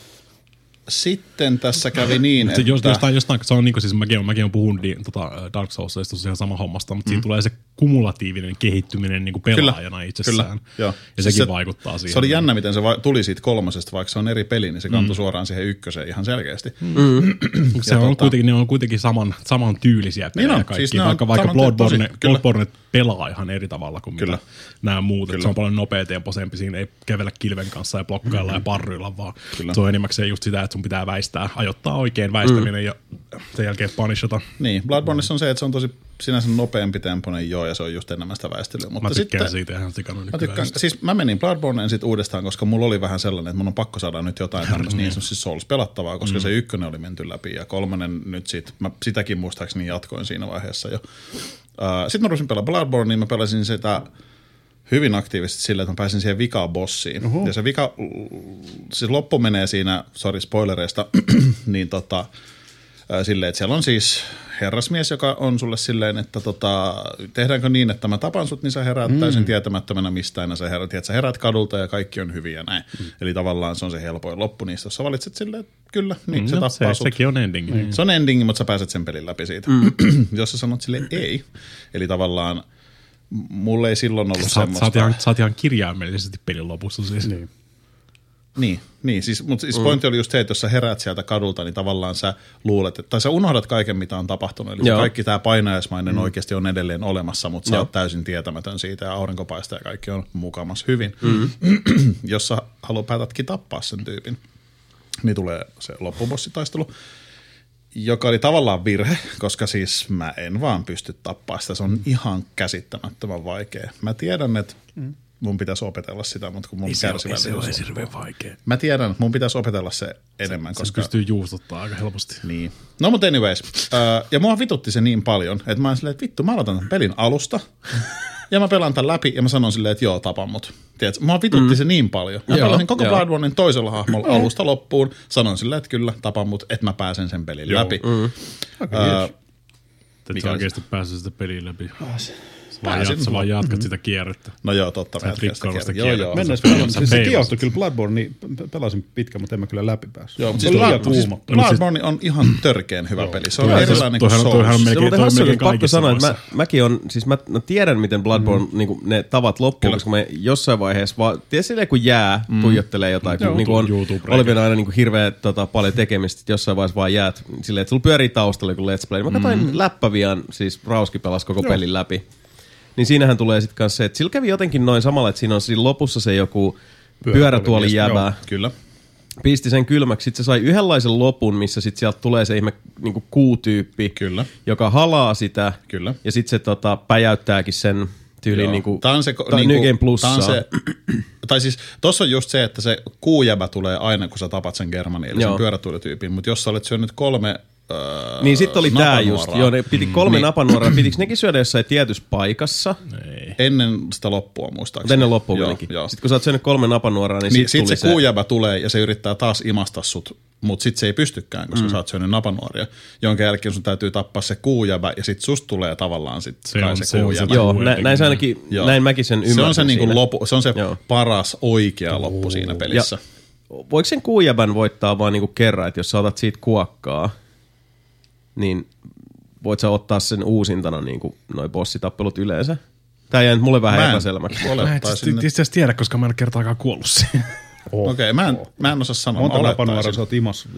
sitten tässä kävi niin, Se, että... jos, jostain, jostain, se on niin kuin siis mäkin, mäkin olen puhunut di, tota, Dark Soulsista ihan sama hommasta, mutta mm. siinä tulee se kumulatiivinen kehittyminen niin kuin pelaajana itsessään. Kyllä, joo. Ja Siis sekin se, vaikuttaa siihen. Se oli jännä, miten se va- tuli siitä kolmosesta, vaikka se on eri peli, niin se kantoi mm. suoraan siihen ykköseen ihan selkeästi. Mm. Se on tota, kuitenkin, ne on kuitenkin saman, saman tyylisiä pelejä Niin on, kaikki, siis ne on vaikka, vaikka saman- Bloodborne, tosi- kyllä. Bloodborne pelaa ihan eri tavalla kuin Kyllä. mitä nämä muut. Kyllä. Se on paljon nopeatempoisempi, siinä ei kävellä kilven kanssa ja blokkailla mm. ja parryilla, vaan Kyllä. se on enimmäkseen just sitä, että sun pitää väistää, ajoittaa oikein väistäminen mm. ja sen jälkeen punishata. Niin, Bloodborneissa on se, että se on tosi sinänsä nopeampi tempoinen joo, ja se on just enemmän sitä väistelyä. Mutta Mä tykkään sitten, siitä ihan sikana Mä, nykyään. tykkään, siis mä menin Bloodborneen sitten uudestaan, koska mulla oli vähän sellainen, että mun on pakko saada nyt jotain tämmöistä niin sanotusti Souls-pelattavaa, koska mm. se ykkönen oli menty läpi ja kolmonen nyt sit, mä sitäkin muistaakseni jatkoin siinä vaiheessa jo. Uh, sitten mä rupesin pelaa Bloodborne, niin mä pelasin sitä hyvin aktiivisesti sillä, että mä pääsin siihen vika-bossiin. Uh-huh. Ja se vika, siis loppu menee siinä, sorry spoilereista, niin tota, silleen, että siellä on siis herrasmies, joka on sulle silleen, että tota, tehdäänkö niin, että mä tapan sut, niin sä heräät mm. täysin tietämättömänä mistään, ja sä herät, että sä herät kadulta ja kaikki on hyviä ja näin. Mm. Eli tavallaan se on se helpoin loppu niistä, jos sä valitset silleen, että kyllä, niin mm, se tappaa se, sut. Sekin on endingi. Mm. Se on endingi, mutta sä pääset sen pelin läpi siitä. Mm. Jos sä sanot silleen ei, eli tavallaan mulle ei silloin ollut Sä, semmoista. sä, oot ihan, sä oot ihan kirjaimellisesti pelin lopussa siis. Niin. Niin, niin siis, mutta siis pointti oli just se, että jos sä heräät sieltä kadulta, niin tavallaan sä luulet, että, tai sä unohdat kaiken, mitä on tapahtunut. Eli kaikki tämä painajaismainen mm. oikeasti on edelleen olemassa, mutta sä oot täysin tietämätön siitä ja aurinko paistaa ja kaikki on mukamas hyvin. Mm. Jos sä haluat päätätkin tappaa sen tyypin, niin tulee se loppubossitaistelu, joka oli tavallaan virhe, koska siis mä en vaan pysty tappaa sitä. Se on ihan käsittämättömän vaikea. Mä tiedän, että mun pitäisi opetella sitä, mutta kun mun kärsivällisyys on. Se on hirveän vaikea. Mä tiedän, että mun pitäisi opetella se enemmän, Se, koska... se pystyy juustuttaa aika helposti. Niin. No mutta anyways. Uh, ja mua vitutti se niin paljon, että mä oon silleen, että vittu, mä aloitan tämän pelin alusta. Ja mä pelaan tämän läpi ja mä sanon silleen, että joo, tapa mut. Tiedätkö? Mua vitutti mm. se niin paljon. Mä joo, pelasin koko Bloodbornein toisella hahmolla alusta loppuun. Sanon silleen, että kyllä, tapa mut, että mä pääsen sen pelin joo. läpi. Mm. Okay, uh, et sä oikeasti päässyt sitä peliä läpi. Vaan jat, sä vaan jatkat mm-hmm. sitä kierrettä. No joo, totta. Sä et rikkoilla sitä kierrettä. Joo, joo. Mennään pelasin. Siis se kiehtoi kyllä Bloodborne, niin pelasin pitkä, mutta en mä kyllä läpi päässyt. Joo, mutta siis Bloodborne, Bloodborne on ihan törkeen hyvä peli. Se on erilainen kuin Souls. Se on muuten hassu, että pakko sanoa, että mä, mäkin on, siis mä, mä tiedän, miten Bloodborne, mm. niin ne tavat loppuu, koska mä jossain vaiheessa vaan, tiedä silleen kun jää, mm. tuijottelee jotain, kun niin on Olivina aina niin hirveän tota, paljon tekemistä, että jossain vaiheessa vaan jäät silleen, että sulla pyörii taustalla joku Let's Play. Mä katsoin läppäviään, siis Rauski pelasi koko pelin läpi. Niin siinähän tulee sitten kanssa se, että sillä kävi jotenkin noin samalla, että siinä on siinä lopussa se joku pyörätuoli jäbä. Kyllä. Pisti sen kylmäksi. Sitten se sai yhdenlaisen lopun, missä sitten sieltä tulee se ihme niinku kuutyyppi, Kyllä. joka halaa sitä. Kyllä. Ja sitten se tota, päjäyttääkin sen tyyliin niinku, Tämä on se, ta, niinku, New Game Plussaa. se, tai siis tossa on just se, että se kuujäbä tulee aina, kun sä tapat sen Germanin, eli Joo. sen pyörätuolityypin. Mutta jos sä olet syönyt kolme Öö, niin sitten oli tää just, joo, ne piti kolme mm. napanuoraa, pitikö nekin syödä jossain tietyssä paikassa? Ei. Ennen sitä loppua muistaakseni. Ennen loppua kuitenkin. Sitten kun sä oot syönyt kolme napanuoraa, niin, niin sitten sit tuli se, se kuujäbä tulee ja se yrittää taas imasta sut, mutta sitten se ei pystykään, koska mm. sä oot syönyt napanuoria, jonka jälkeen sun täytyy tappaa se kuujäbä ja sitten susta tulee tavallaan sit se, on, se, se kuujäbä. Joo, nä, näin, ainakin, näin mäkin sen ymmärsin. Se on se, niinku lopu, se, on se joo. paras oikea loppu siinä pelissä. Ja voiko sen kuujäbän voittaa vaan niinku kerran, että jos sä otat siitä kuokkaa, niin voit sä ottaa sen uusintana niin kuin noi bossitappelut yleensä? Tää jäi nyt mulle vähän epäselmäksi. Mä en itse asiassa tiedä, koska mä en ole kertaakaan kuollut siihen. Oh. Okei, okay, mä, mä en osaa sanoa. Monta napanuoraa sä oot imassa?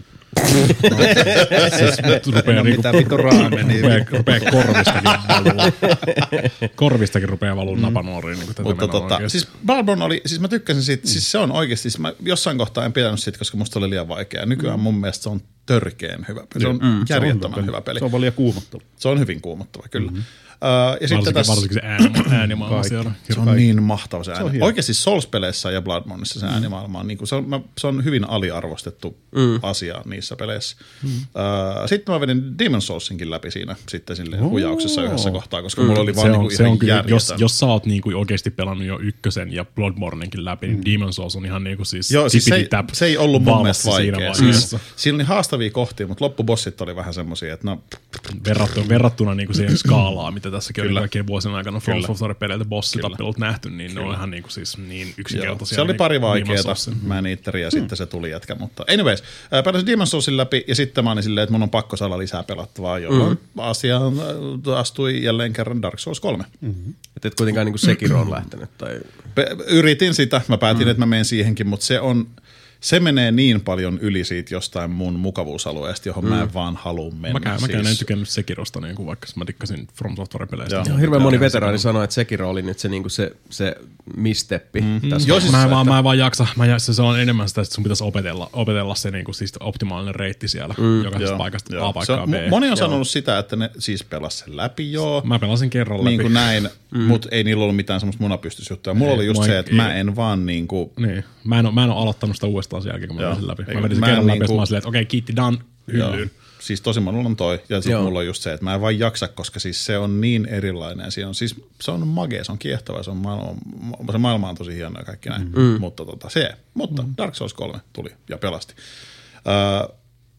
Siis rupeaa niinku... Mitä vittu raameni. Rupeaa korvistakin valuu. Korvistakin rupeaa valuu mm. napanuoriin. Niin Mutta tota, siis Bloodborne oli, siis mä tykkäsin siitä, mm. siis se on oikeasti, siis mä jossain kohtaa en pidänyt siitä, koska musta oli liian vaikea. Nykyään mm. mun mielestä se on törkeen hyvä peli. Se on mm. järjettömän hyvä peli. Se on paljon kuumottava. Se on hyvin kuumottava, kyllä. Mm-hmm. Uh, ja varsinkin, sitten tässä, varsinkin se ääni, äänimaailma siellä. Se on kaikki. Niin mahtava se ääni. Se Oikeasti Souls-peleissä ja Bloodborneissa se mm. äänimaailma on, niin kuin, se, on, mä, se on hyvin aliarvostettu mm. asia niissä peleissä. Mm. Uh, sitten mä vedin Demon's Soulsinkin läpi siinä sitten silleen oh. hujauksessa yhdessä kohtaa, koska mm. mulla oli vaan se niin on, ihan on kyllä, järjetön. jos, jos sä oot niin kuin oikeasti pelannut jo ykkösen ja Bloodborneinkin läpi, niin mm. Demon's Souls on ihan niin kuin siis Joo, siis se, ei, se ei ollut mun mielestä vaikea. Siis, siinä oli haastavia kohtia, mutta loppubossit oli vähän semmosia, että no... Verrattuna, verrattuna niin kuin siihen skaalaan, mitä tässäkin oli kaikkien vuosien aikana From Software-peleiltä bossitappelut nähty, niin Kyllä. ne on ihan niin, kuin siis niin yksinkertaisia. Se oli niin pari vaikeeta, mä en itteri, ja mm. sitten se tuli jätkä. Mutta anyways, äh, pääsin Demon's Soulsin läpi, ja sitten mä olin silleen, että mun on pakko saada lisää pelattavaa, jolloin mm. asiaan astui jälleen kerran Dark Souls kolme. Mm-hmm. Että et kuitenkaan niin kuin Sekiro on lähtenyt? Tai... Yritin sitä, mä päätin, mm. että mä menen siihenkin, mutta se on... Se menee niin paljon yli siitä jostain mun mukavuusalueesta, johon mm. mä en vaan halua mennä. Mäkään, mäkään siis... en tykännyt Sekirosta, niin kuin vaikka mä tikkasin From Software-peleistä. Joo, hirveän moni veteraani sanoi, että Sekiro oli nyt se, niin kuin se, se misteppi. Mm. Tässä Joo, siis mä, en vaan, mä en vaan jaksa. Mä, se, se on enemmän sitä, että sun pitäisi opetella, opetella se niin kuin, siis optimaalinen reitti siellä mm. jokaisesta paikasta joo. A paikkaa B. Moni on sanonut sitä, että ne siis pelas sen läpi joo. Mä pelasin kerran läpi. Niin kuin näin, mm. mutta ei niillä ollut mitään semmoista munapystysjuttua. Mulla ei, oli just se, että ei, mä en vaan niin kuin... Niin. Mä en, mä en ole aloittanut sitä uudestaan sen jälkeen, kun mä vedin sen läpi. Mä vedin sen kerran läpi, niinku... mä olin silleen, että okei, okay, kiitti, done, hyllyyn. Siis tosi monella on toi. Ja sitten mulla on just se, että mä en vaan jaksa, koska siis se on niin erilainen. Siinä on, siis, se on magea, se on kiehtova, se, on maailma, se maailma on tosi hieno ja kaikki näin. Mm. Mutta tota, se, mutta mm. Dark Souls kolme tuli ja pelasti. Uh,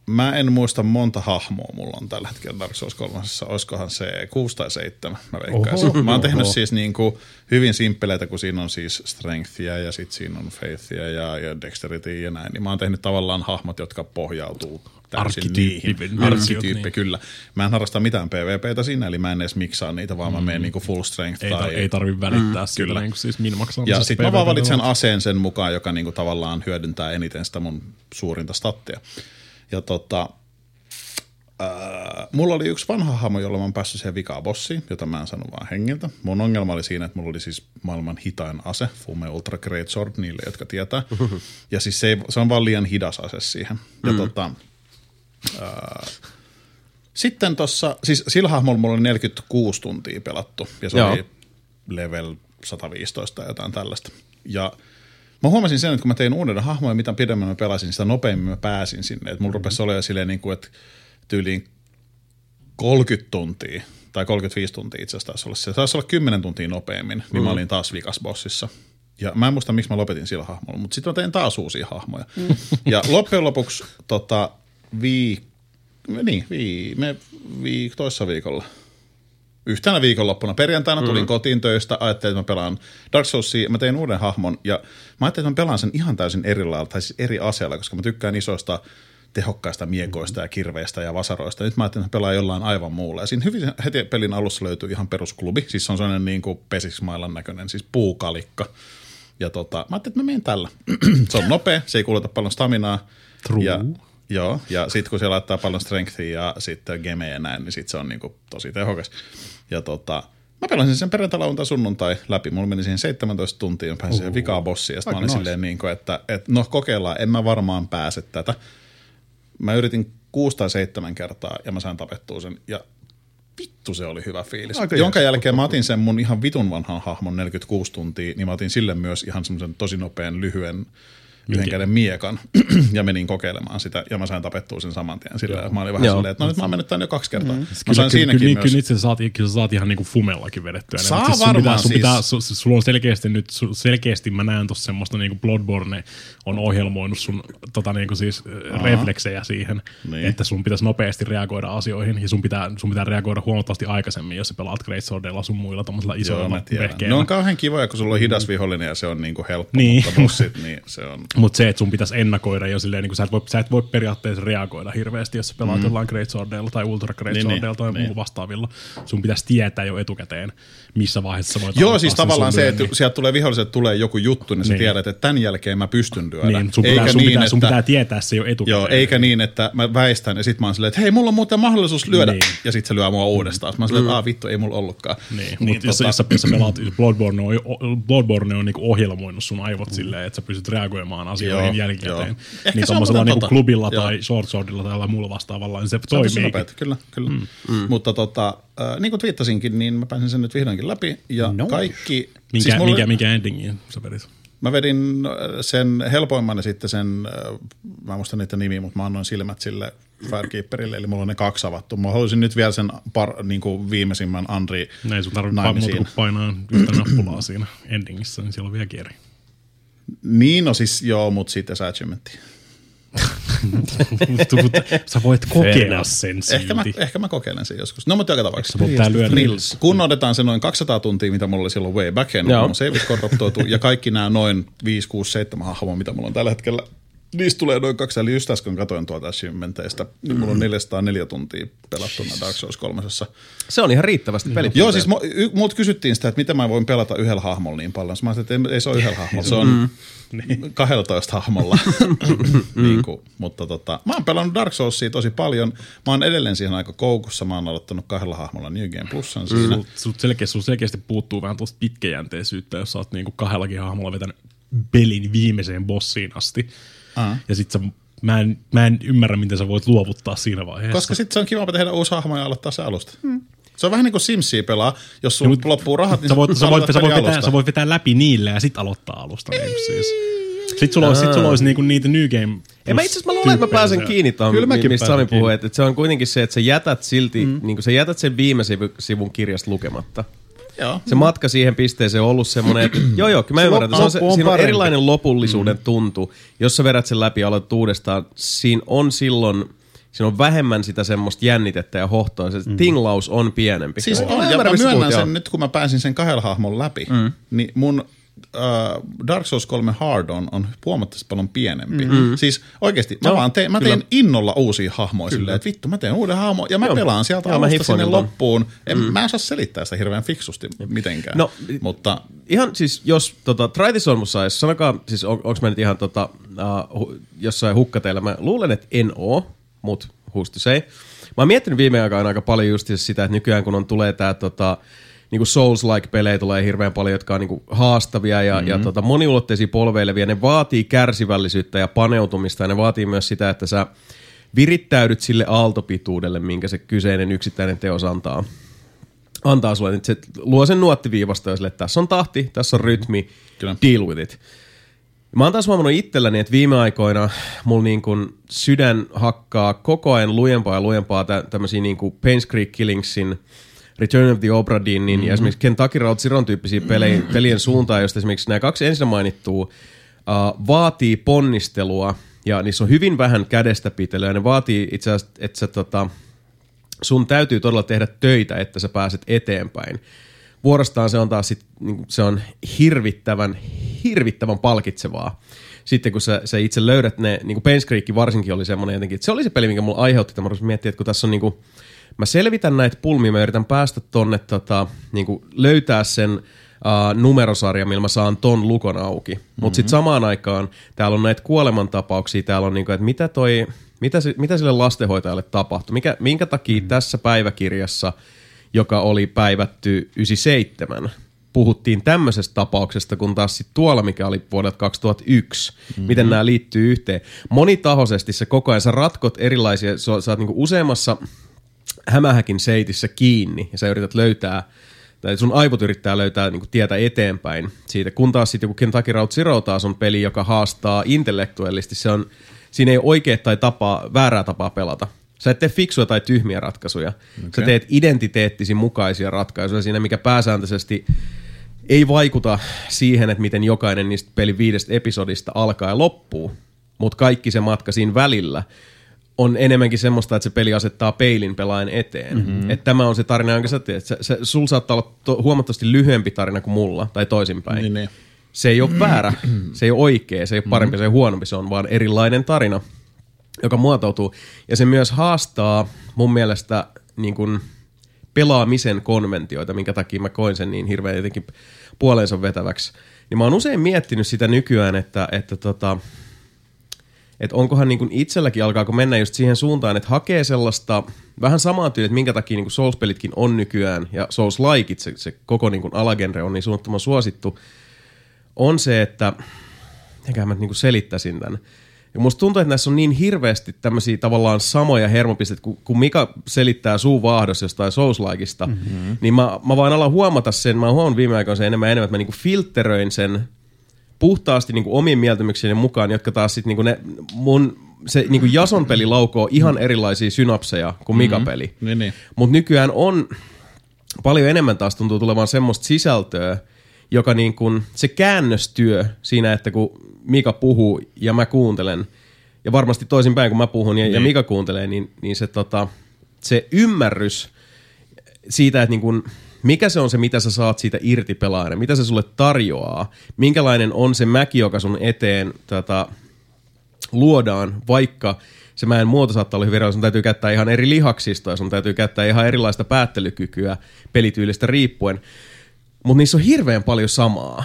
Mä en muista monta hahmoa mulla on tällä hetkellä Dark Souls kolmosessa. Olisikohan se kuusi tai seitsemän, mä veikkaisin. Oho, mä oon tehnyt oho. siis niinku hyvin simppeleitä, kun siinä on siis strengthia ja sit siinä on faithia ja, ja dexterity ja näin. Niin mä oon tehnyt tavallaan hahmot, jotka pohjautuu täysin niihin. Arkkityyppi, niin. Kyllä. Mä en harrasta mitään PvPtä siinä, eli mä en edes miksaa niitä, vaan mm. mä menen niinku full strength. Ei, tai... ei tarvi välittää mm, siitä niin siis minmaksamisesta. Ja sit mä vaan valitsen aseen sen mukaan, joka niinku tavallaan hyödyntää eniten sitä mun suurinta stattia. Ja tota, ää, mulla oli yksi vanha hahmo, jolla mä oon päässyt siihen vikaan bossiin, jota mä en saanut vaan hengiltä. Mun ongelma oli siinä, että mulla oli siis maailman hitain ase, Fume Ultra Great Sword, niille, jotka tietää. Ja siis se, ei, se on vaan liian hidas ase siihen. Ja mm. tota, ää, sitten tossa, siis sillä hahmolla mulla oli neljäkymmentäkuusi tuntia pelattu, ja se Joo. oli level sata viisitoista tai jotain tällaista. Ja mä huomasin sen, että kun mä tein uuden hahmoja, mitä pidemmän mä pelasin, sitä nopeammin mä pääsin sinne. Että mulla rupesi olemaan silleen, niin kuin, että tyyliin kolmekymmentä tuntia, tai kolmekymmentäviisi tuntia itse asiassa taisi olla. Se taisi olla kymmenen tuntia nopeammin, niin mm. mä olin taas vikas bossissa. Ja mä en muista, miksi mä lopetin sillä hahmolla, mutta sitten mä tein taas uusia hahmoja. Mm. Ja loppujen lopuksi tota, viik... niin, viime viik... toissa viikolla. Yhtenä viikonloppuna perjantaina tulin mm. kotiin töistä, ajattelin, että mä pelaan Dark Soulsia, mä tein uuden hahmon ja mä ajattelin, että mä pelaan sen ihan täysin eri lailla, tai siis eri aseella, koska mä tykkään isoista tehokkaista miekoista ja kirveistä ja vasaroista. Nyt mä ajattelin, että mä pelaan jollain aivan muulla. Ja siinä hyvin heti pelin alussa löytyy ihan perusklubi, siis se on sellainen niin kuin pesismailan näköinen, siis puukalikka. Ja tota, mä ajattelin, että mä menen tällä. Se on nopea, se ei kuleta paljon staminaa. True. Ja Joo, ja sitten kun se laittaa paljon strengthia ja sitten gemeä ja näin, niin sitten se on niinku tosi tehokas. Ja tota, mä pelasin sen perjantai, sunnuntai läpi. Mulla meni siihen seitsemäntoista tuntia, mä pääsin siihen vikaan bossiin. Ja sitten mä olin silleen, niin kuin, että, että no kokeillaan, en mä varmaan pääse tätä. Mä yritin kuusi tai seitsemän kertaa ja mä sain tapettua sen. Ja vittu se oli hyvä fiilis. Aika Jonka jäs. jälkeen mä otin sen mun ihan vitun vanhan hahmon neljäkymmentäkuusi tuntia, niin mä otin sille myös ihan semmoisen tosi nopean, lyhyen, yhden käden miekan ja menin kokeilemaan sitä ja mä sain tapettua sen saman tien sillä. Mä olin vähän Joo. silleen, että no nyt mä oon mennyt tänne jo kaksi kertaa. Mm. Mä sain siinäkin kyllä, myös. Kyllä nyt sä saat, kyllä sä saat ihan niinku fumellakin vedettyä. Saa siis varmaan pitää, siis. Pitää, su, sulla on selkeästi nyt, selkeästi mä näen tuossa semmoista niinku Bloodborne on ohjelmoinut sun tota niinku siis Aha. refleksejä siihen, niin. että sun pitäisi nopeasti reagoida asioihin ja sun pitää, sun pitää reagoida huomattavasti aikaisemmin, jos sä pelaat Great Swordilla sun muilla tommosilla isoilla vehkeillä. Ne on kauhean kivoja, kun sulla on hidas vihollinen ja se on niinku helppo, niin. mutta bossit, niin se on... Mutta se, että sun pitäisi ennakoida jo silleen, niin sä, et voi, sä et voi periaatteessa reagoida hirveästi, jos sä pelaat mm. jollain Great Swordilla tai Ultra Great niin, Swordilla tai niin. muu vastaavilla. Sun pitäisi tietää jo etukäteen, missä vaiheessa sä voit Joo, siis tavallaan se, että sieltä tulee viholliset, tulee joku juttu, niin sä niin. tiedät, että tämän jälkeen mä pystyn lyödä. Niin, sun, pitää, sun, niin, pitää, sun että, pitää tietää se jo etukäteen. Joo, eikä niin, että mä väistän ja sit mä oon silleen, että hei, mulla on muuten mahdollisuus lyödä. Niin. Ja sit se lyö mua uudestaan. Mä oon silleen, että aah vittu, ei mulla ollutkaan. Niin, niin mutta tota... jos, jos sä pelaat Bloodborne on, Bloodborne on niinku ohjelmoinut sun aivot mm. silleen, että sä pystyt reagoimaan asioihin jälkikäteen. Niin tommosella niinku klubilla tai short swordilla tai jollain muulla vastaavalla, niin se, se toimii. Kyllä, kyllä. Mm. Mm. Mutta tota, äh, niin kuin twiittasinkin, niin mä pääsin sen nyt vihdoinkin läpi. Ja no. kaikki... Minkä, siis mulla, minkä, minkä endingin sä vedit? Mä vedin sen helpoimman ja sitten sen, mä muistan niitä nimiä, mutta mä annoin silmät sille Firekeeperille, eli mulla on ne kaksi avattu. Mä haluaisin nyt vielä sen par, niin kuin viimeisimmän Andri naimisiin. Ei sun tarvitse muuta painaa yhtä nappulaa siinä endingissä, niin siellä on vielä kieri. Niin, no siis joo, mutta sitten se achievementti. Sä voit kokeilla sen silti. Ehkä mä, ehkä mä kokeilen sen joskus. No, mutta joka tapauksessa. Kun otetaan se noin kaksisataa tuntia, mitä mulla oli silloin way back, en mun saveit korruptoitu, ja kaikki nämä noin viisi, kuusi, seitsemän hahmoa, mitä mulla on tällä hetkellä, niistä tulee noin kaksi. Eli just äsken katoin tuota achievementeista, niin mulla on neljäsataaneljä tuntia pelattuna Dark Souls kolmosessa. Se on ihan riittävästi pelit. Joo, siis multa kysyttiin sitä, että miten mä voin pelata yhdellä hahmolla niin paljon. Mä ajattelin, että ei se ole yhdellä hahmolla, se on niin. kaksitoista hahmolla. niin kuin, mutta tota, mä oon pelannut Dark Soulsia tosi paljon. Mä oon edelleen siihen aika koukussa. Mä oon aloittanut kahdella hahmolla New Game Plusan siinä. Mm. Sut selkeästi, sun selkeästi puuttuu vähän tuosta pitkäjänteisyyttä, jos sä oot niinku kahdellakin hahmolla vetänyt pelin viimeiseen bossiin asti. Uh-huh. Ja sit sä, mä, en, mä en ymmärrä, miten sä voit luovuttaa siinä vaiheessa. Koska sit se on kiva tehdä uusi hahmo ja aloittaa se alusta. Hmm. Se on vähän niin kuin Simsia pelaa. Jos sun no, loppuu rahat, niin sä voit, sä voit, sä voit, vetää, sä voit vetää läpi niille ja sit aloittaa alusta. Niin siis. Sitten sulla olisi, sit sulla olisi niinku niitä New Game. Ja mä itse asiassa mä luulen, että mä pääsen kiinni tuohon, mistä Sami puhuu. Että se on kuitenkin se, että sä jätät silti, mm. niin sä jätät sen viime sivun kirjasta lukematta. Joo. Se matka siihen pisteeseen on ollut semmoinen, että joo joo, mä ymmärrän, että se on, on siinä on erilainen lopullisuuden mm. tuntu. Jos sä vedät sen läpi ja aloitat uudestaan, siinä on silloin Siinä on vähemmän sitä semmoista jännitettä ja hohtoa. Se mm. tinglaus on pienempi. Siis on, on, ja mä myönnän sen nyt, kun mä pääsin sen kahdella hahmon läpi, mm. niin mun uh, Dark Souls kolme Hard on, on huomattavasti paljon pienempi. Mm. Siis oikeasti, mä, no, vaan teen, mä teen innolla uusia hahmoja silleen, että vittu, mä teen uuden hahmon, ja mä Joo. pelaan sieltä Joo, alusta sinne loppuun. En, mm. Mä en saa selittää sitä hirveän fiksusti mitenkään. No, mutta ihan siis, jos tota, try this on mussa, jos sanokaa, siis on, onks mä nyt ihan tota, uh, jossain hukkateilla, mä luulen, että en oo, mut who's to say. Mä oon miettinyt viime aikaan aika paljon just sitä, että nykyään kun on tulee tää tota, niinku Souls-like-pelejä tulee hirveän paljon, jotka on niinku haastavia ja, mm-hmm. ja tota, moniulotteisia polveilevia. Ne vaatii kärsivällisyyttä ja paneutumista ja ne vaatii myös sitä, että sä virittäydyt sille aaltopituudelle, minkä se kyseinen yksittäinen teos antaa. Antaa sulle, että se luo sen nuottiviivasta ja sille, että tässä on tahti, tässä on rytmi, Kyllä. deal with it. Mä oon taas huomannut itselläni, että viime aikoina mulla niin kuin sydän hakkaa koko ajan lujempaa ja lujempaa tä- tämmöisiä niin kuin Pain's Creek Killingsin, Return of the Obra Dinin mm-hmm. ja esimerkiksi Kentucky Route Zeron tyyppisiä pelejä, pelien suuntaan, josta esimerkiksi nämä kaksi ensin mainittua uh, vaatii ponnistelua ja niissä on hyvin vähän kädestä pitelyä. Ne vaatii itse asiassa, että sä, tota, sun täytyy todella tehdä töitä, että sä pääset eteenpäin. Vuorostaan se on taas sit, niin se on hirvittävän, hirvittävän palkitsevaa. Sitten kun sä, sä itse löydät ne, niin kuin Pain's Creek varsinkin oli semmoinen jotenkin, että se oli se peli, mikä mulla aiheutti, että mä rupesin miettimään, että kun tässä on niin kuin, mä selvitän näitä pulmia, mä yritän päästä tonne, tota, niin kuin löytää sen uh, numerosarja, millä mä saan ton lukon auki. Mm-hmm. Mutta sitten samaan aikaan täällä on näitä kuolemantapauksia, täällä on niin kuin, että mitä toi, mitä, se, mitä sille lastenhoitajalle tapahtui, mikä, minkä takia mm-hmm. tässä päiväkirjassa, joka oli päivätty yhdeksänkymmentäseitsemän. Puhuttiin tämmöisestä tapauksesta, kun taas sit tuolla, mikä oli vuodelta kaksituhattayksi. Mm-hmm. Miten nämä liittyy yhteen. Monitahoisesti se koko ajan, sä ratkot erilaisia, sä, sä oot niinku useammassa hämähäkin seitissä kiinni, ja sä yrität löytää, tai sun aivot yrittää löytää niinku tietä eteenpäin siitä. Kun taas sitten joku Kentucky Route Zero taas on peli, joka haastaa intellektuellisesti, se on, siinä ei ole oikea tai tapaa, väärää tapaa pelata. Sä et tee fiksuja tai tyhmiä ratkaisuja. Okay. Sä teet identiteettisi mukaisia ratkaisuja siinä, mikä pääsääntöisesti ei vaikuta siihen, että miten jokainen niistä pelin viidestä episodista alkaa ja loppuu. Mutta kaikki se matka siinä välillä on enemmänkin semmoista, että se peli asettaa peilin pelaajan eteen. Mm-hmm. Että tämä on se tarina, jonka sä teet. Se, se, sul saattaa olla to, huomattavasti lyhyempi tarina kuin mulla, tai toisinpäin. Niin, niin. Se ei ole väärä, se ei ole oikea, se ei ole parempi, mm-hmm. se ei ole huonompi, se on vaan erilainen tarina, joka muotoutuu. Ja se myös haastaa mun mielestä niin kuin pelaamisen konventioita, minkä takia mä koin sen niin hirveän jotenkin puoleensa vetäväksi. Niin mä oon usein miettinyt sitä nykyään, että, että, tota, että onkohan niin kuin itselläkin alkaako mennä just siihen suuntaan, että hakee sellaista vähän samaa tyyliä, että minkä takia niin kuin Souls-pelitkin on nykyään, ja Souls-likeit, se, se koko niin kuin alagenre on niin suunnattoman suosittu, on se, että enköhän mä niin kuin selittäisin tämän. Ja musta tuntuu, että näissä on niin hirveästi tämmöisiä tavallaan samoja hermopisteitä, kun, kun Mika selittää suun vaahdossa jostain Souls-likeista, mm-hmm. niin mä, mä vaan alan huomata sen, mä huomaan viime aikoina sen enemmän enemmän, että mä niinku filtteröin sen puhtaasti niinku omien mieltymyksien mukaan, jotka taas sit niinku ne mun, se niinku Jason peli laukoo ihan erilaisia synapseja kuin Mika-peli. Mm-hmm. Niin, niin. Mutta nykyään on paljon enemmän taas tuntuu tulevan semmoista sisältöä, joka niin kuin, se käännöstyö siinä, että kun Mika puhuu ja mä kuuntelen, ja varmasti toisinpäin kun mä puhun ja, niin. ja Mika kuuntelee, niin, niin se, tota, se ymmärrys siitä, että niin kuin, mikä se on se, mitä sä saat siitä irti pelaajana, mitä se sulle tarjoaa, minkälainen on se mäki, joka sun eteen tota, luodaan, vaikka se mäen muoto saattaa olla hyvin, sun täytyy käyttää ihan eri lihaksistoa, sun täytyy käyttää ihan erilaista päättelykykyä pelityylistä riippuen. Mutta niissä on hirveän paljon samaa.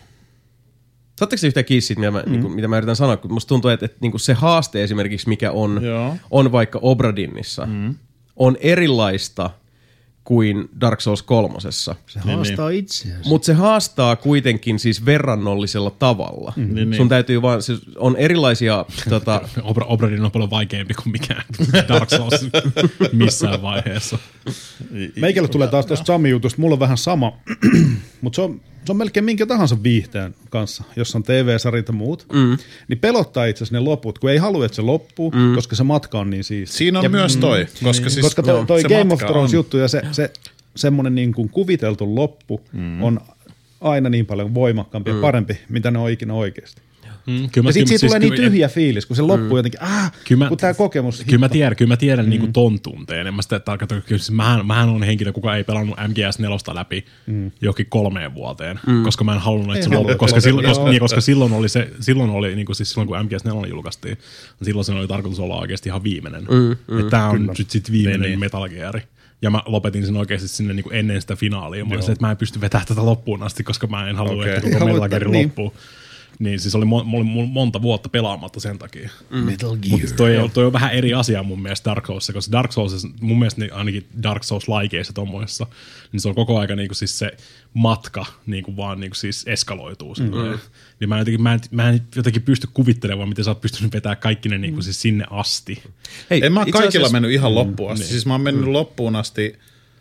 Saatteko se yhtään kiinni siitä, mitä mä, mm. niinku, mitä mä yritän sanoa? Kun musta tuntuu, että, että niinku se haaste esimerkiksi, mikä on, on vaikka Obra Dinnissa, mm. on erilaista kuin Dark Souls kolmosessa. Se haastaa niin, itseänsä. Mutta se haastaa kuitenkin siis verrannollisella tavalla. Mm. Niin, Sun täytyy vaan, se on erilaisia... tota... Obra, Obra Dinn on paljon vaikeampi kuin mikään Dark Souls missään vaiheessa. Meikälle tulee taas tuosta Sami-jutusta, mulla on vähän sama, mutta se on, se on melkein minkä tahansa viihteen kanssa, jos on T V-sarit ja muut, mm. niin pelottaa itse asiassa ne loput, kun ei halua, että se loppuu, mm. koska se matka on niin siisti. Siinä on ja, myös toi, mm, koska, siis, koska toi, toi Game of Thrones juttu ja se, se semmoinen niin kuin kuviteltu loppu mm. on aina niin paljon voimakkaampi mm. ja parempi, mitä ne on ikinä oikeasti. Mm, kyllä mä, ja sitten siitä siis, tulee niin kyllä, tyhjä fiilis, kun se loppuu mm. jotenkin, ah, mä, kun tämä kokemus. Kyllä mä tiedän, kyllä mä tiedän mm. niinku ton tunteen. En mä sitä tarkoita, kyllä siis mähän, mähän on henkilö, kuka ei pelannut M G S neljä läpi mm. johonkin kolmeen vuoteen, mm. koska mä en halunnut, että se loppuu, koska, silloin, koska, niin, koska silloin oli se, silloin oli, niin kuin siis silloin kun M G S neljä julkaistiin, silloin se oli tarkoitus olla oikeasti ihan viimeinen. Mm, mm, että tää on nyt sit viimeinen niin. Metal Gear. Ja mä lopetin sen oikeasti sinne niin kuin ennen sitä finaalia. Mä olisin, että mä en pysty vetämään tätä loppuun asti, koska mä en halua, okay. että koko Metal Gearin niin. loppuun. Niin siis oli, mo- oli monta vuotta pelaamatta sen takia. Mm. Metal Gear. Mutta toi, toi on vähän eri asia mun mielestä Dark Soulsissa, koska Dark Souls, mun mielestä niin ainakin Dark Souls-laikeissa tommoissa, niin se on koko aika niinku siis se matka niinku vaan niinku siis eskaloituu. Mm-hmm. Niin mä, jotenkin, mä, en, mä en jotenkin pysty kuvittelemaan, miten sä oot pystynyt vetämään kaikki ne niinku siis sinne asti. Hei, en mä oon kaikilla asiassa mennyt ihan loppuun asti. Mm, siis mä oon mennyt mm. loppuun asti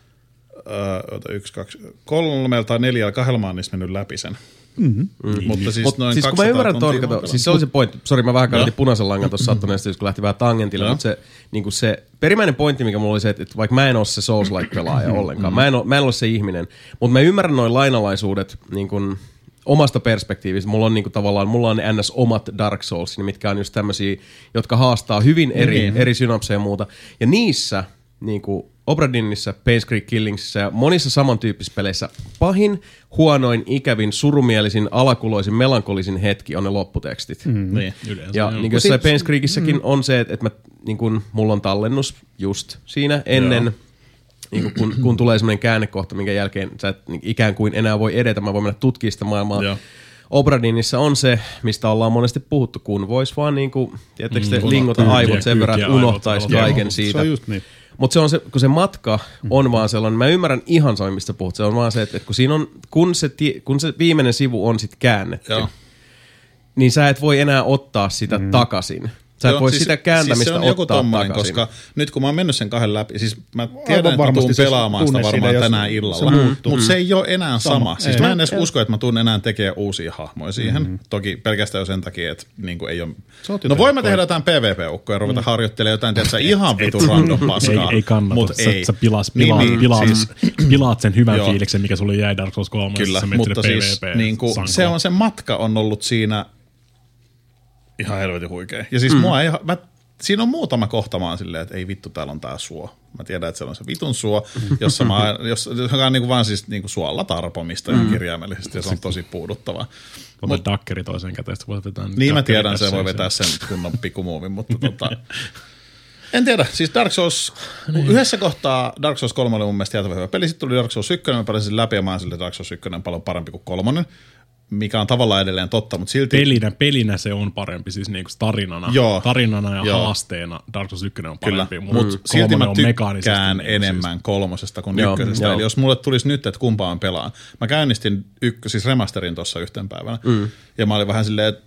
äh, yksi, kaksi, kolmella tai neljällä, kahdella mä oon niistä mennyt läpi sen. Mm-hmm. Mm. Mutta siis, Mut, noin siis kun mä ymmärrän tuon, kato, siis se oli se pointti, sori mä vähän kannatin punaisen langan tuossa sattuneesti, kun lähti vähän tangentille, mutta se, niin se perimmäinen pointti, mikä mulla oli se, että, että vaikka mä en ole se Souls-like-pelaaja ollenkaan, mä en ole, mä en ole se ihminen, mutta mä ymmärrän noin lainalaisuudet niin kuin omasta perspektiivistä. Mulla on niin kuin, tavallaan, mulla on ne N S omat Dark Souls, mitkä on just tämmöisiä, jotka haastaa hyvin eri, mm-hmm. eri synapseja ja muuta, ja niissä niin kuin Obra Dinnissä, Pain's Creek Killingsissa ja monissa samantyyppisissä peleissä pahin, huonoin, ikävin, surumielisin, alakuloisin, melankolisin hetki on ne lopputekstit. Mm, niin, yleensä. Ja niin kuin jossain Pain's Creekissäkin mm. on se, että, että mä, niin kuin, mulla on tallennus just siinä ennen, niin kuin, kun, kun tulee semmoinen käännekohta, minkä jälkeen sä et niin, ikään kuin enää voi edetä, mä voin mennä tutkimaan sitä maailmaa. Joo. Obra Dinissä on se, mistä ollaan monesti puhuttu, kun vois vaan niin kuin, tietysti mm, lingota aivot sen verran, että unohtaisi kaiken siitä. Se on just niin. Mutta se on se, kun se matka on mm-hmm. vaan sellainen, mä ymmärrän ihan samoin, mistä puhut, se on vaan se, että kun siinä on, kun se, kun se viimeinen sivu on sit käännetty, Joo. niin sä et voi enää ottaa sitä mm. takaisin. Sä et Joo, voi siis, sitä kääntämistä siis se on joku ottaa takaisin. Koska nyt kun mä oon mennyt sen kahden läpi, siis mä tiedän, että mä tuun pelaamaan sitä varmaan tänään illalla, mutta mm. se ei ole enää sama. sama. Siis ei, mä en edes ei. usko, että mä tuun enää tekemään uusia hahmoja siihen. Mm. Toki pelkästään jo sen takia, että niinku ei ole... No voin mä tehdä jotain P V P-ukkoja ja ruveta mm. harjoittelemaan jotain, tiedätkö ihan vitun random paskaa. Ei, ei kannata. Mut sä, ei. Sä pilaat, pilaat, niin, pilaat, siis, pilaat sen hyvän joo. fiiliksen, mikä sulle jäi Dark Souls kolme. Kyllä, mutta siis se on se matka on ollut siinä ihan helvetin huikea. Ja siis mua ei... Siinä on muutama kohta, mä oon silleen, että ei vittu, täällä on tää suo. Mä tiedän, että siellä on se vitun suo, jossa mä, jos, joka on niinku vaan siis niinku suolla tarpomista mm. kirjaimellisesti, ja se on tosi puuduttavaa. Mutta dakkeri toiseen käteen, sitten voi vetää... Niin mä tiedän, se voi vetää sen kunnon pikumuovin, mutta tota... En tiedä, siis Dark Souls, niin. yhdessä kohtaa Dark Souls kolme oli mun mielestä jäätävä hyvä peli, sitten tuli Dark Souls yksi, mä pelasin läpi, ja mä oon silleen, Dark Souls yksi on paljon parempi kuin kolmonen. Mikä on tavallaan edelleen totta, mutta silti... Pelinä, pelinä se on parempi, siis niinku tarinana. Joo. Tarinana ja Joo. haasteena Dark Souls yksi on parempi. Kyllä, mutta silti mä tykkään enemmän siis kolmosesta kuin Joo. ykkösestä. Joo. Eli jos mulle tulisi nyt, että kumpaan pelaan. Mä käynnistin ykkö, siis remasterin tuossa yhten päivänä. Mm. Ja mä olin vähän silleen, että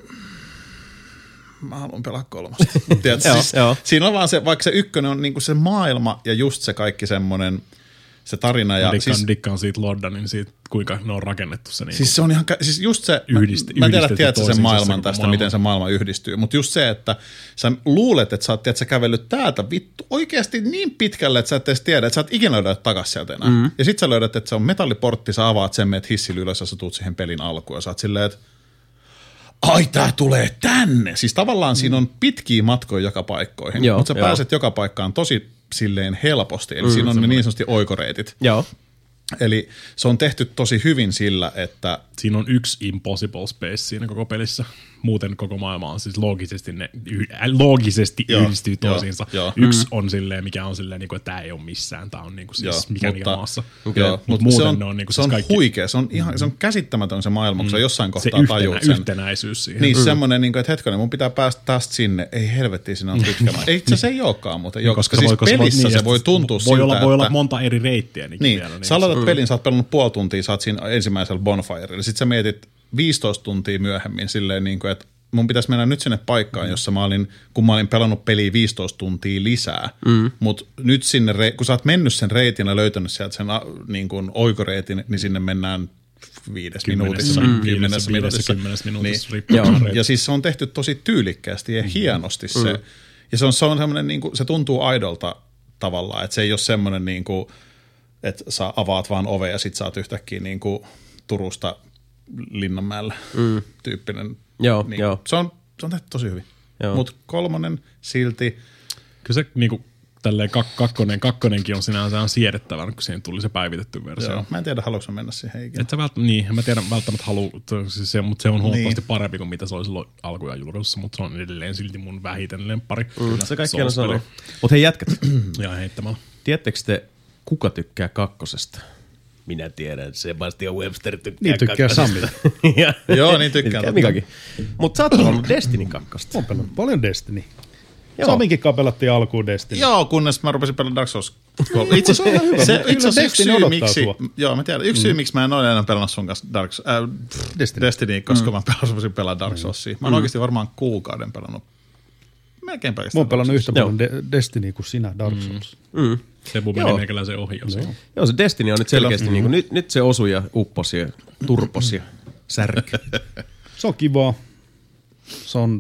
mä haluan pelaa kolmosta. Tiedätkö, siis, siinä on vaan se, vaikka se ykkönen on niinku se maailma ja just se kaikki semmoinen... Se tarina ja... Dikkaan, siis, dikkaan siitä Lordanin, siitä kuinka ne on rakennettu se. Niin siis se on ihan, siis just se, Yhdist, mä, mä tiedän, tiedätkö sen maailman tästä, maailma. Miten se maailma yhdistyy, mutta just se, että sä luulet, että sä oot tiedät, sä kävellyt täältä vittu oikeasti niin pitkälle, että sä et edes tiedä, että sä et ikinä löydä takaisin sieltä enää. Mm-hmm. Ja sit sä löydät, että se on metalliportti, sä avaat sen, meet hissillä ylös ja sä tuut siihen pelin alkuun ja sä oot silleen, että ai tää tulee tänne. Siis tavallaan mm. siinä on pitkiä matkoja joka paikkoihin, joo, mutta sä joo. pääset joka paikkaan tosi silleen helposti. Eli mm, siinä on ne niin sanotusti oikoreitit. Joo. Eli se on tehty tosi hyvin sillä, että... Siinä on yksi impossible space siinä koko pelissä. Muuten koko maailma on siis loogisesti, ne, loogisesti joo, yhdistyy toisiinsa. Jo, yksi mm. on silleen, mikä on silleen, että tämä ei ole missään. Tämä on niinku siis joo, mikä mutta, mikä maassa. Okay. Joo, mutta muuten se on, ne on niinku se siis on kaikki... huikea. Se on, ihan, se on käsittämätön se maailma, kun mm. sä jossain kohtaa se tajuut sen. Se yhtenäisyys siihen. Niin, mm. semmoinen, niin että hetkonen, mun pitää päästä tästä sinne. Ei helvettiin, siinä on pitkä maa. Ei itse se ei olekaan muuten. Joo, koska siis pelissä se voi tuntua siltä, voi olla monta eri reittiä. Niin, sä aloitat pelin, sä oot pelannut puoli tuntia, sä oot siinä ensimmäisellä bonfirella. Sitten sä mietit viisitoista tuntia myöhemmin silleen, niin kuin, että mun pitäisi mennä nyt sinne paikkaan, jossa mä olin, kun mä olin pelannut peliä viisitoista tuntia lisää. Mm. Mutta nyt sinne, kun sä oot mennyt sen reitin ja löytänyt sieltä sen niin kuin oikoreitin, niin sinne mennään viides kymmenessä, minuutissa. Mm. Kymmenessä minuutissa. Kymmenessä minuutissa. Niin, ja siis se on tehty tosi tyylikkäästi ja mm. hienosti se. Mm. Ja se on, se on semmoinen, niin kuin, se tuntuu aidolta tavallaan, että se ei ole semmoinen niin kuin, että sä avaat vaan ove ja sit sä oot yhtäkkiä niin kuin Turusta Linnanmäellä mm. tyyppinen Joo, niin, joo. Se on, se on tehty tosi hyvin. Joo. Mutta kolmonen silti, Kyllä se niinku, tälleen kak- kakkonen, kakkonenkin on sinänsä on siedettävä, kun siihen tuli se päivitetty versio. joo, mä en tiedä haluatko mennä siihen ikinä. Et sä vält, niin, mä tiedän välttämättä halu, siis se, mutta se on huomattavasti Niin. parempi kuin mitä se oli silloin alkuja julkaisussa, mutta se on edelleen silti mun vähiten lemppari. Mm, se kaikki aina sanoo. Souls-peli. Mutta hei jätkät, Ja heittämällä. tiedättekö te, kuka tykkää kakkosesta? Minä tiedän, Sebastian Webster tykkää Niin tykkää kakkosesta. Ja- Joo, niin tykkään. Tykkää Mikakin. Mutta sä oot pelannut Destiny kakkosta. On pelannut paljon Destiny. Joo. Saminkin kai pelattiin alkuun Destiny. Joo, kunnes mä rupesin pelaamaan Dark Souls kolme. Itse asiassa hyvä, se, mutta itse asiassa kyllä yksi Destiny syy, odottaa miksi, sua. joo, mä tiedän, yksi syy, miksi mä en ole enää pelannut sun kanssa Dark, äh, Destiny. Destiny, koska mä pelasin pelaa Dark Soulsia. Mä oon oikeasti varmaan kuukauden pelannut. Melkein Mä pelkästään oon pelannut Dark yhtä paljon de- Destiny kuin sinä Dark Souls. Mm. Sebu meni meikäläisen ohi jo siinä. Joo, se Destiny on nyt selkeästi, niin kuin, nyt, nyt se osui ja upposi ja turposi ja särki. Se on kivaa. Se, on,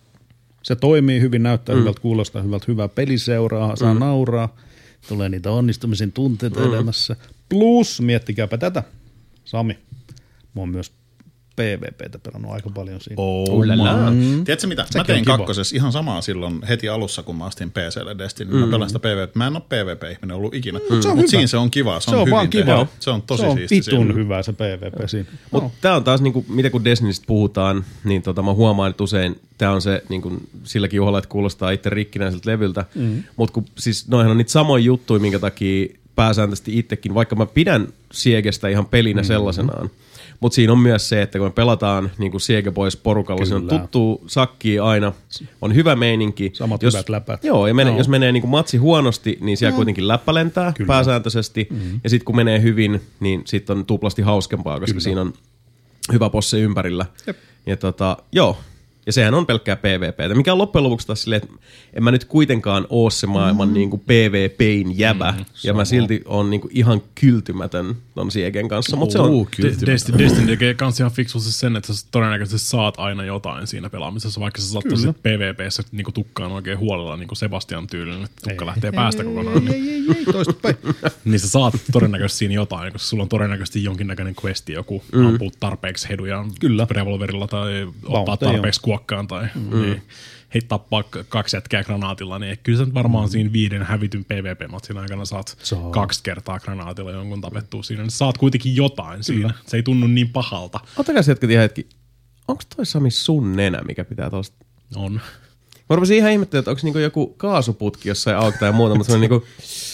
se toimii hyvin, näyttää mm. hyvältä, kuulostaa hyvältä, hyvää peliseuraa, saa mm. nauraa. Tulee niitä onnistumisen tunteita mm. elämässä. Plus, miettikääpä tätä, Sami. Mä oon myös P V P:tä pelannut aika paljon siinä. Oh, la la. Mm. Tiedätkö mitä? Sekin Mä tein on kiva. kakkosessa ihan samaa silloin heti alussa, kun mä astin P C:lle Destiny. Mm. Mä pelaan sitä P V P. Mä en ole P V P-ihminen ollut ikinä. Mm. se on Mutta hyvä. siinä se on kiva. Se, Se on hyvin vaan kiva. tehty. Se on tosi se on siisti. vitun siinä. hyvä se P V P siinä. Mutta No. tämä on taas, niinku, mitä kun Destinystä puhutaan, niin tota, mä huomaan, että usein tämä on se niinku, silläkin juhlalla, että kuulostaa itse rikkinäiseltä levyltä. Mm. Mutta siis noihän on niitä samoja juttuja, minkä takia pääsääntöisesti itsekin, vaikka mä pidän Siegestä ihan pelinä mm. sellaisenaan. Mutta siinä on myös se, että kun me pelataan niin kuin Siege Boys porukalla, siinä on tuttu sakkia aina, on hyvä meininki. Samat jos, hyvät läpät. Joo, ja mene, No. jos menee niin kuin matsi huonosti, niin siellä no. kuitenkin läppä lentää Kyllä. pääsääntöisesti. Mm-hmm. Ja sitten kun menee hyvin, niin sitten on tuplasti hauskempaa, koska Kyllä. siinä on hyvä posse ympärillä. Jep. Ja tota, joo. Ja sehän on pelkkää P V P:tä, mikä on loppujen lopuksi taas silleen, että en mä nyt kuitenkaan oo se maailman mm. niin kuin P V P:in jäbä, mm, ja mä silti on niin kuin ihan kyltymätön ton Siegen kanssa, mutta se on Destiny, Destiny tekee kans ihan fiksusti sen, että sä todennäköisesti saat aina jotain siinä pelaamisessa, vaikka sä saattaisit P V P:ssä niin tukkaan oikein huolella, niin kuin Sebastian tyylinen, että tukka ei, lähtee ei, päästä ei, kokonaan. Ei, ei, ei, ei toistapäin. Niin sä saat todennäköisesti siinä jotain, koska sulla on todennäköisesti jonkinnäköinen questi, joku mm. ampuu tarpeeksi heduja Kyllä. revolverilla tai ottaa tarpeeksi kuokkaan tai mm. niin, hei tappaa kaksi jätkää granaatilla, niin kyllä sä varmaan mm. siinä viiden hävityn P V P-matsin aikana saat Saa. kaksi kertaa granaatilla jonkun tapettua siinä. Niin saat kuitenkin jotain kyllä. siinä. Se ei tunnu niin pahalta. Ottakaa se hetki, hetki. Onko toi Sami sun nenä, mikä pitää tosta? On. Mä rupesin ihan ihmettelyä, että onko niinku joku kaasuputki jossain auki tai muuta, mutta se on niinku...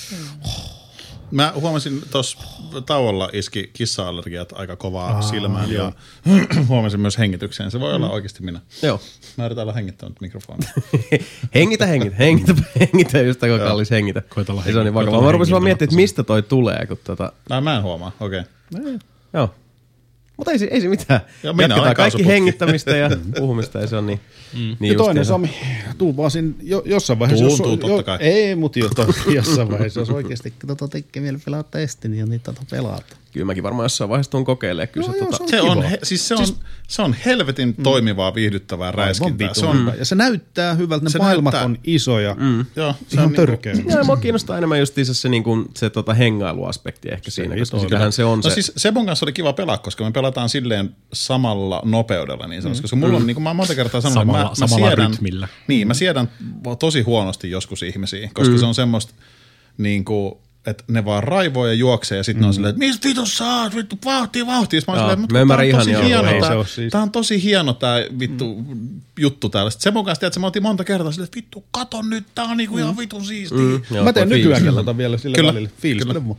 Mä huomasin tuossa tauolla iski kissa-allergiat aika kovaa Aa, silmään joo. ja huomasin myös hengitykseen. Se voi olla oikeasti minä. Joo. Mä yritän olla hengittänyt mikrofonia. hengitä, hengitä, hengitä, hengitä, just tämä kallis hengitä. Koitella hengitä. Se on niin vakavaa. Mä rupesin vaan miettimään, että mistä toi tulee. Kun tota... No, mä en huomaa, okei. Okay. Joo. Mutta ei, ei se mitään. Joo, minä jatketaan kaikki hengittämistä ja puhumista ja se on niin. Mm. niin ja toinen Sami, tuu vaan siinä jo, jossain vaiheessa. Tuun, tuun, totta kai. Ei, mutta jo, jossain vaiheessa, jos oikeasti tota tekee vielä pelaa testin, niin niitä tota pelata. Kyllä mäkin varmaan jossain vaiheessa tuun kokeilemaan. Kyllä no, se, joo, tota... se, on se, on, he, siis se, on, siis, se on helvetin mm. toimivaa, viihdyttävää räiskintää. Se on, ja se näyttää hyvältä, ne se maailmat näyttää. on isoja. Mm. Joo, se ihan on törkeä. Niin ja mua kiinnostaa enemmän justiinsa se, niin kuin, se tota, hengailuaspekti ehkä se siinä, koska sitähän se on no se. siis Sebon kanssa oli kiva pelaa, koska me pelataan silleen samalla nopeudella niin sanotaan, mm. koska mulla on, niin kuin mä oon monta kertaa sanonut, samalla, että mä, samalla mä siedän, rytmillä. Niin, mä siedän tosi huonosti joskus ihmisiä, koska mm. se on semmoista niin kuin, että ne vaan raivoo ja juoksee ja sitten mm. ne on silleen, että mistä vitus sä oot, vittu, vauhtia, vauhtia. Mä oon silleen, mutta tää on tosi hieno, tää, siis. tää on tosi hieno tää vittu mm. juttu täällä. Sitten Sebon kanssa, tiedätkö, mä otin monta kertaa silleen, että vittu, kato nyt, tää on niinku mm. ihan vitun siistiä. Mm. Joo, mä teen nykyäänkin tätä vielä sille Kyllä. välillä. Fiilistele mua.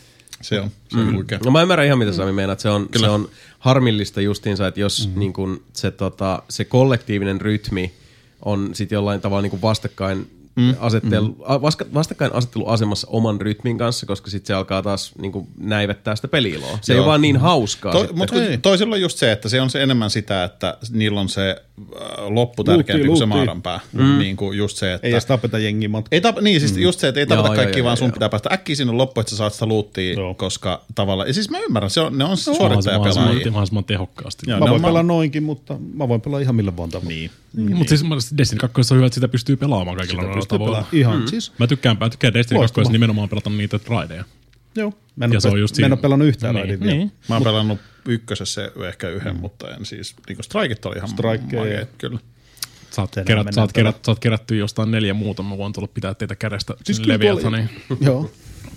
Se on, se on mm. huikea. No mä ymmärrän ihan mitä Sami meinaat, se on, se on harmillista justiinsa, että jos mm. niin kun se, tota, se kollektiivinen rytmi on sitten jollain tavalla niin kuin vastakkain mm. asettelu, mm. vastakkain asetteluasemassa oman rytmin kanssa, koska sitten se alkaa taas niin kuin näivettää sitä peli-iloa. Se Joo. ei ole vaan niin hauskaa. To, mutta toisilla on just se, että se on se enemmän sitä, että niillä on se äh, loppu tärkeämpi kuin se maaranpää. Mm. Niin kuin just se, että... Ei edes tapeta jengiä matka. Ei tapa, niin, siis mm. just se, että ei tapeta joo, kaikki, joo, vaan joo, sun joo. pitää päästä äkkiä sinne loppuun, että sä saat sitä luuttia, joo. koska tavallaan... Ja siis mä ymmärrän, se on, ne on suorittajapelaajia. Mahdollisimman tehokkaasti. Joo, mä voin pelaa noinkin, mutta mä voin pelaa ihan millä vaan tavalla. Niin. Mm. Mutta siis Destiny kaksi on hyvä, että sitä pystyy pelaamaan kaikilla noilla tavoilla. Ihan siis. Mä tykkään, mä tykkään Destiny kaksi nimenomaan pelata niitä raideja. Joo. Mä en, ole, pe- mä en ole pelannut yhtään niin, raidin vielä. Niin. Mä oon pelannut ykkösessä ehkä yhden, mm. mutta en siis, niin kuin Strikeit oli ihan Strikeja, makeet, kyllä. Sä oot, kerät, sä, oot kerät, sä oot kerätty jostain neljä muuta, mä voin tulla pitää teitä kädestä siis Leviathaniin. Joo.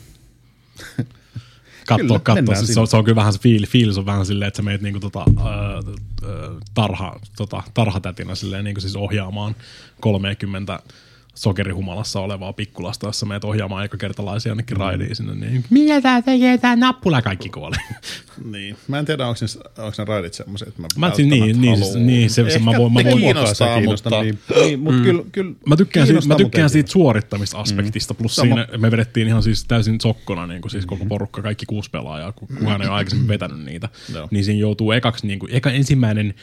Katsoa, katsoa. Siis se, on, se on kyllä vähän se fiil, fiilis on vähän silleen, että sä meet niinku tota, äh, tarha, tota, tarhatätinä silleen niinku siis ohjaamaan kolmekymmentä sokerihumalassa olevaa pikkulasta, jossa meet ohjaamaan ekakertalaisia jonnekin raidiin sinne, niin mitä tää tekee tää nappula, kaikki kuolee. Niin. Mä en tiedä, onko ne, onko ne raidit semmoiset, että mä, mä siis niin, niin, siis, niin se, se, mä voin, mä voin kiinnostaa, mutta... Niin, niin, mut mm. kyllä, kyllä mä tykkään, siitä, mä tykkään siitä suorittamisaspektista, plus Sama. Siinä me vedettiin ihan siis täysin sokkona, niin kuin siis koko porukka, kaikki kuusi pelaajaa, kun kukaan ei ole aikaisemmin vetänyt niitä, niin siinä joutuu ekaksi, niin kuin, eka ensimmäinen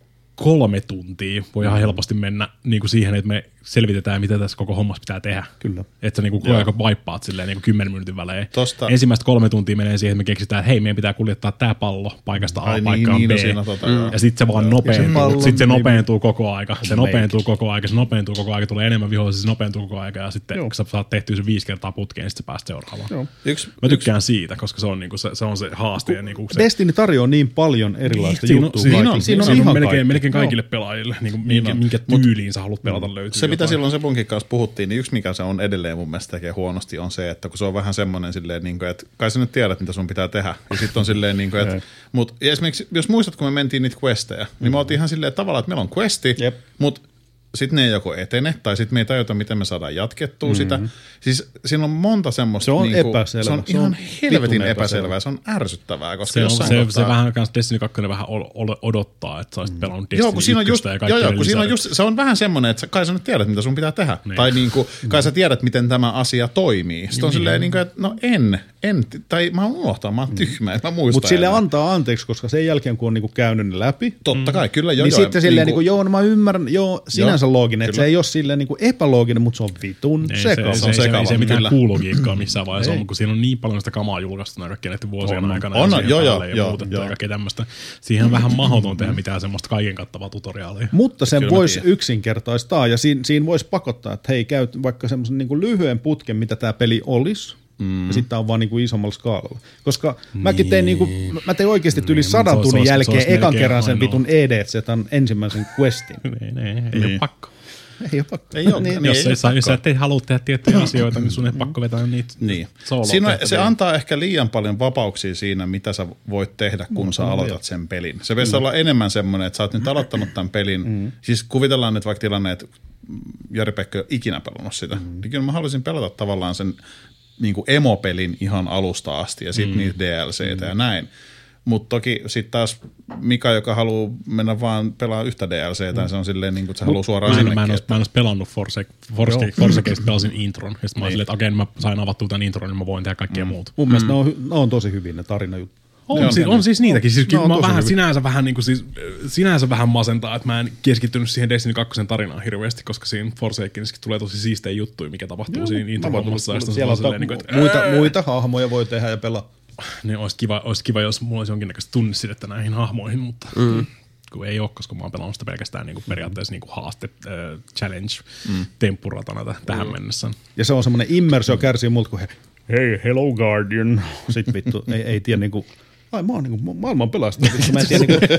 kolme tuntia voi ihan helposti mennä niin kuin siihen, että me selvitetään, mitä tässä koko hommassa pitää tehdä. Kyllä. Että sä niin kuin koko ajan vaippaat silleen niin kuin kymmenen minuutin välein. Tosta. Ensimmäistä kolme tuntia menee siihen, että me keksitään, että hei, meidän pitää kuljettaa tää pallo paikasta A Ai paikkaan niin, B. niin, no tota, ja sitten se vaan nopeentuu. Sitten se nopeentuu koko aika. Se nopeentuu koko aika. Se nopeentuu koko aika. Tulee enemmän vihollisia, se nopeentuu koko aika. Ja sitten Joo. kun sä saat tehtyä se viisi kertaa putkeen, niin sitten sä pääst seuraavaan. Yksi, mä tykkään yksi. siitä, koska se on, niin kuin se, se, on se haaste. Ja niin kuin se... Destiny tarjoaa niin paljon erilaista niin, juttua. Siinä on, siinä on, on, on ihan melkein, kaikki. melkein kaikille pelaajille, niin kuin minkä, minkä tyyliin sä haluat pelata löytyy. Se, mitä silloin Sebunkin kanssa puhuttiin, niin yksi mikä se on edelleen mun mielestä tekee huonosti on se, että kun se on vähän semmoinen silleen, niin kuin, että kai sä nyt tiedät, mitä sun pitää tehdä. Ja sitten on silleen, niin kuin, että, mut, ja esimerkiksi jos muistat, kun me mentiin niitä questeja, niin me oltiin ihan silleen tavallaan, että meillä on questi, mutta sitten ne ei joko etene, tai sitten me ei tajuta, miten me saadaan jatkettua mm-hmm. sitä. Siis siinä on monta semmoista... Se on niin kuin, epäselvä. Se on se ihan on helvetin epäselvää. Se on ärsyttävää, koska se, on, jossain se, kohtaa... se vähän kanssa Destiny kaksi vähän odottaa, että sä olisit pelannut Destiny joo, kun siinä on just, ja joo, joo, kun siinä on just, se on vähän semmoinen, että kai sä nyt tiedät, mitä sun pitää tehdä. Niin. Tai niin kuin, kai sä tiedät, miten tämä asia toimii. Sitten on niin. silleen, niin kuin, että no en, en, tai mä oon unohtaa, mä oon tyhmä, mä muistan. Mutta sille antaa anteeksi, koska sen jälkeen, kun on niinku käynyt ne läpi. Totta kai, kyllä joo. Niin joo, sitten silleen, niinku, joo, no mä ymmärrän, joo, sinänsä looginen, että se ei ole silleen niinku epälooginen, mutta se on vitun sekava. Se on sekava. Ei se mitään kuulogiikkaa missään vaiheessa on, kun siinä on niin paljon sitä kamaa julkaistuna kaikkien näiden vuosien aikana. On, on, joo, joo. Ja muutettu ja kaikkea tämmöistä. Siihen on vähän mahdoton tehdä mitään semmoista kaiken kattavaa tutoriaalia. Mutta sen voisi yksinkertaistaa ja siinä, siinä voisi pakottaa, että hei, käy vaikka semmoisen niinku lyhyen putken, mitä tämä peli olisi. Mm. Ja sitten on vaan niinku isommalla skaalalla. Koska niin. mäkin tein, niinku, mä tein oikeasti yli niin, sadan tunnin olisi, jälkeen ekan kerran sen vitun E D Z:n ensimmäisen questin. niin, niin, ei niin. ole pakko. Ei ole pakko. Ei ole, niin, niin, jos, ei sä, jos sä et halua tehdä tiettyjä asioita, niin sun ei pakko vetää niitä niin. solo. Siinä, se antaa ehkä liian paljon vapauksia siinä, mitä sä voit tehdä, kun mm, sä aloitat mm. sen pelin. Se pitäisi mm. olla enemmän semmoinen, että sä oot nyt aloittanut tämän pelin. Mm. Siis kuvitellaan nyt vaikka tilanne, että Jari-Pekka ei ole ikinä pelannut sitä. Mm. Niin kyllä mä haluaisin pelata tavallaan sen niin kuin emopelin ihan alusta asti ja sitten mm. niitä D L C:tä mm. ja näin. Mutta toki sitten taas Mika, joka haluaa mennä vaan pelaa yhtä D L C:tä, mm. se on silleen, niin kuin, että se haluaa suoraan sinnekin. Mä en olisi pelannut Forsakeista, pelasin intron. Ja sitten mä olin silleen, että okei, mä sain avattua tämän intron, niin mä voin tehdä kaikkea mm. muuta. Mun mielestä mm. ne, on, ne on tosi hyvin ne tarinajutut. On, on, siis, on siis niitäkin. Siis no, mä vähän sinänsä vähän, niin kuin, siis, sinänsä vähän masentaa, että mä en keskittynyt siihen Destiny kaksi tarinaan hirveästi, koska siinä Forsakenissakin tulee tosi siistejä juttuja, mikä tapahtuu no, siinä introhommassa. Siellä on silleen, niin kuin, että, muita, muita hahmoja voi tehdä ja pelaa. Niin olisi kiva, olisi kiva, jos mulla olisi jonkinnäköistä tunnisidettä näihin hahmoihin, mutta mm. kun ei ole, koska mä oon pelannut sitä pelkästään niin kuin periaatteessa niin kuin haaste, äh, challenge, mm. temppuratana t- tähän mm. mennessä. Ja se on semmoinen immersio kärsii multa, kun he, hei, hello Guardian. Sitten vittu, ei, ei tiedä niinku, ai mä oon niinku maailman pelastaja. Vittu, mä en tiedä niinku,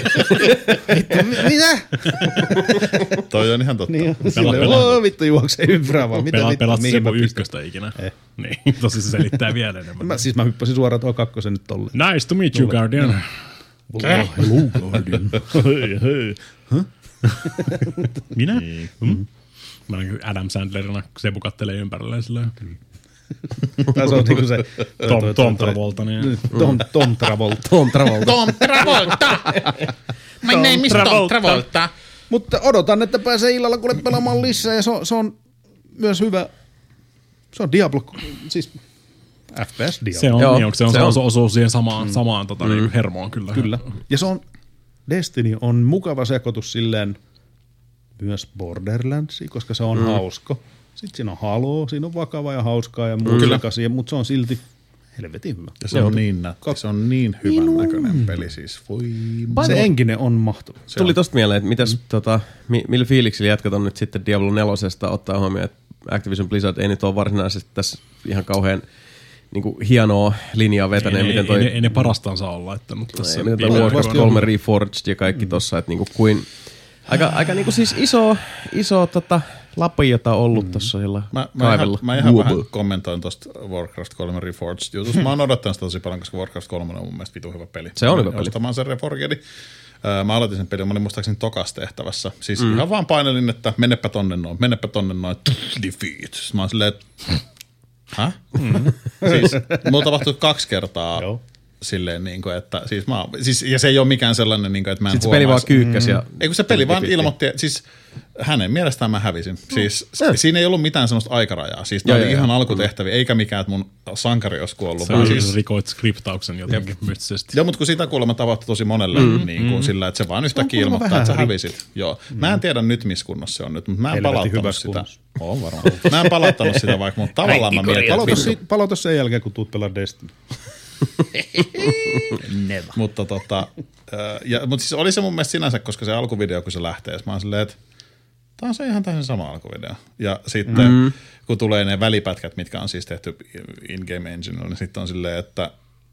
vittu, mitä? Toi on ihan totta. Niin, silleen, oo, vittu juoksee ympyrää vaan. Mitä Pela, vittu, pelasit mihin mä Sebu pystyn? ykköstä ikinä. Eh. Niin, tosi se selittää vielä enemmän. Mä, siis mä hyppäsin suoraan tuohon kakkosen nyt tolleen. Nice to meet you, Guardian. Hello Guardian. Hei, hei. Minä? Mm. Mä olen Adam Sandlerina, Sebu kattelee ympärilleen silleen. Tai se on niinku se... Tom, Tom Travolta. Niin. Tom, Tom Travolta. Tom Travolta. Tom Travolta! My name is Tom Travolta. Mutta odotan, että pääsee illalla kuule pelaamaan lisää ja se on, se on myös hyvä... Se on Diablo, siis F P S Diablo. Se on, Joo, niin, se on, se on. osuu siihen samaan, mm. samaan tota, mm. niin hermoon kyllä. Kyllä. Ja se on, Destiny on mukava sekoitus silleen myös Borderlandsia, koska se on mm. hauska. Sitten siinä on Halo, siinä on vakava ja hauskaa ja muusikasia, mutta se on silti helvetin hyvä. Ja se, se on niin nätti, se on niin hyvän niin näköinen on. Peli siis. Voi se enkinen on mahtava. Se Tuli on. tosta mieleen, että mitäs, mm. tota, mi, millä fiiliksillä jatkat on nyt sitten Diablo nelosesta ottaa huomioon, että Activision Blizzard ei nyt ole varsinaisesti tässä ihan kauhean niinku hienoa linjaa vetäneen, ei, miten toi... Ei, ei, ei ne parastaan saa olla laittanut tässä. Ei, miten toi Warcraft kolme Reforged ja kaikki tossa, että niinku kuin... Aika, aika niinku siis iso, iso tota, lapijata ollut mm. tossa sillä mä, mä kaivella. Ihan, mä ihan vähän kommentoin tosta Warcraft kolme Reforged jutusta. Mä oon odottanut sitä tosi paljon, koska Warcraft kolme on mun mielestä vitu hyvä peli. Se on hyvä peli. Ostamaan sen Reforgedi. Mä aloitin sen pelin, mä olin muistaakseni tokas tehtävässä. Siis mm. ihan vaan painelin, että mennepä tonne noin, mennepä tonne noin, defeat. Siis mä oon silleen, että häh? Mm. Siis mulla tapahtui kaksi kertaa. Joo. Silleen niin kuin, että siis mä siis, ja se ei ole mikään sellainen, niin kuin, että mä en Sitten se peli vaan kyykkäs ja... Ei kun se peli vaan ilmoitti, siis hänen mielestään mä hävisin. Siis mm. siinä ei ollut mitään sellaista aikarajaa. Siis tää oli ihan alkutehtäviä, eikä mikään, että mun sankari olisi kuollut. Se siis... rikoit skriptauksen jotenkin mystisesti. Joo, mutta kun sitä kuulemma tavattui tosi monelle mm. niin kuin, mm. sillä, että se vaan yhtäkkiä ilmoittaa, että sä hävisit. Joo. Mä en tiedä nyt, missä kunnossa se on nyt, mutta mä en palauttanut sitä. On varmaan. Mä en palauttanut sitä vaikka, mutta tavallaan mä mietin. Palauta sen jälkeen, kun tuut pelaa Destiny. mutta tota, ja, mutta siis oli se mun mielestä sinänsä, koska se alkuvideo, kun se lähtee, mä oon silleen, että tää on se ihan täysin sama alkuvideo. Ja sitten mm. kun tulee ne välipätkät, mitkä on siis tehty in-game enginellä, niin sitten on silleen, että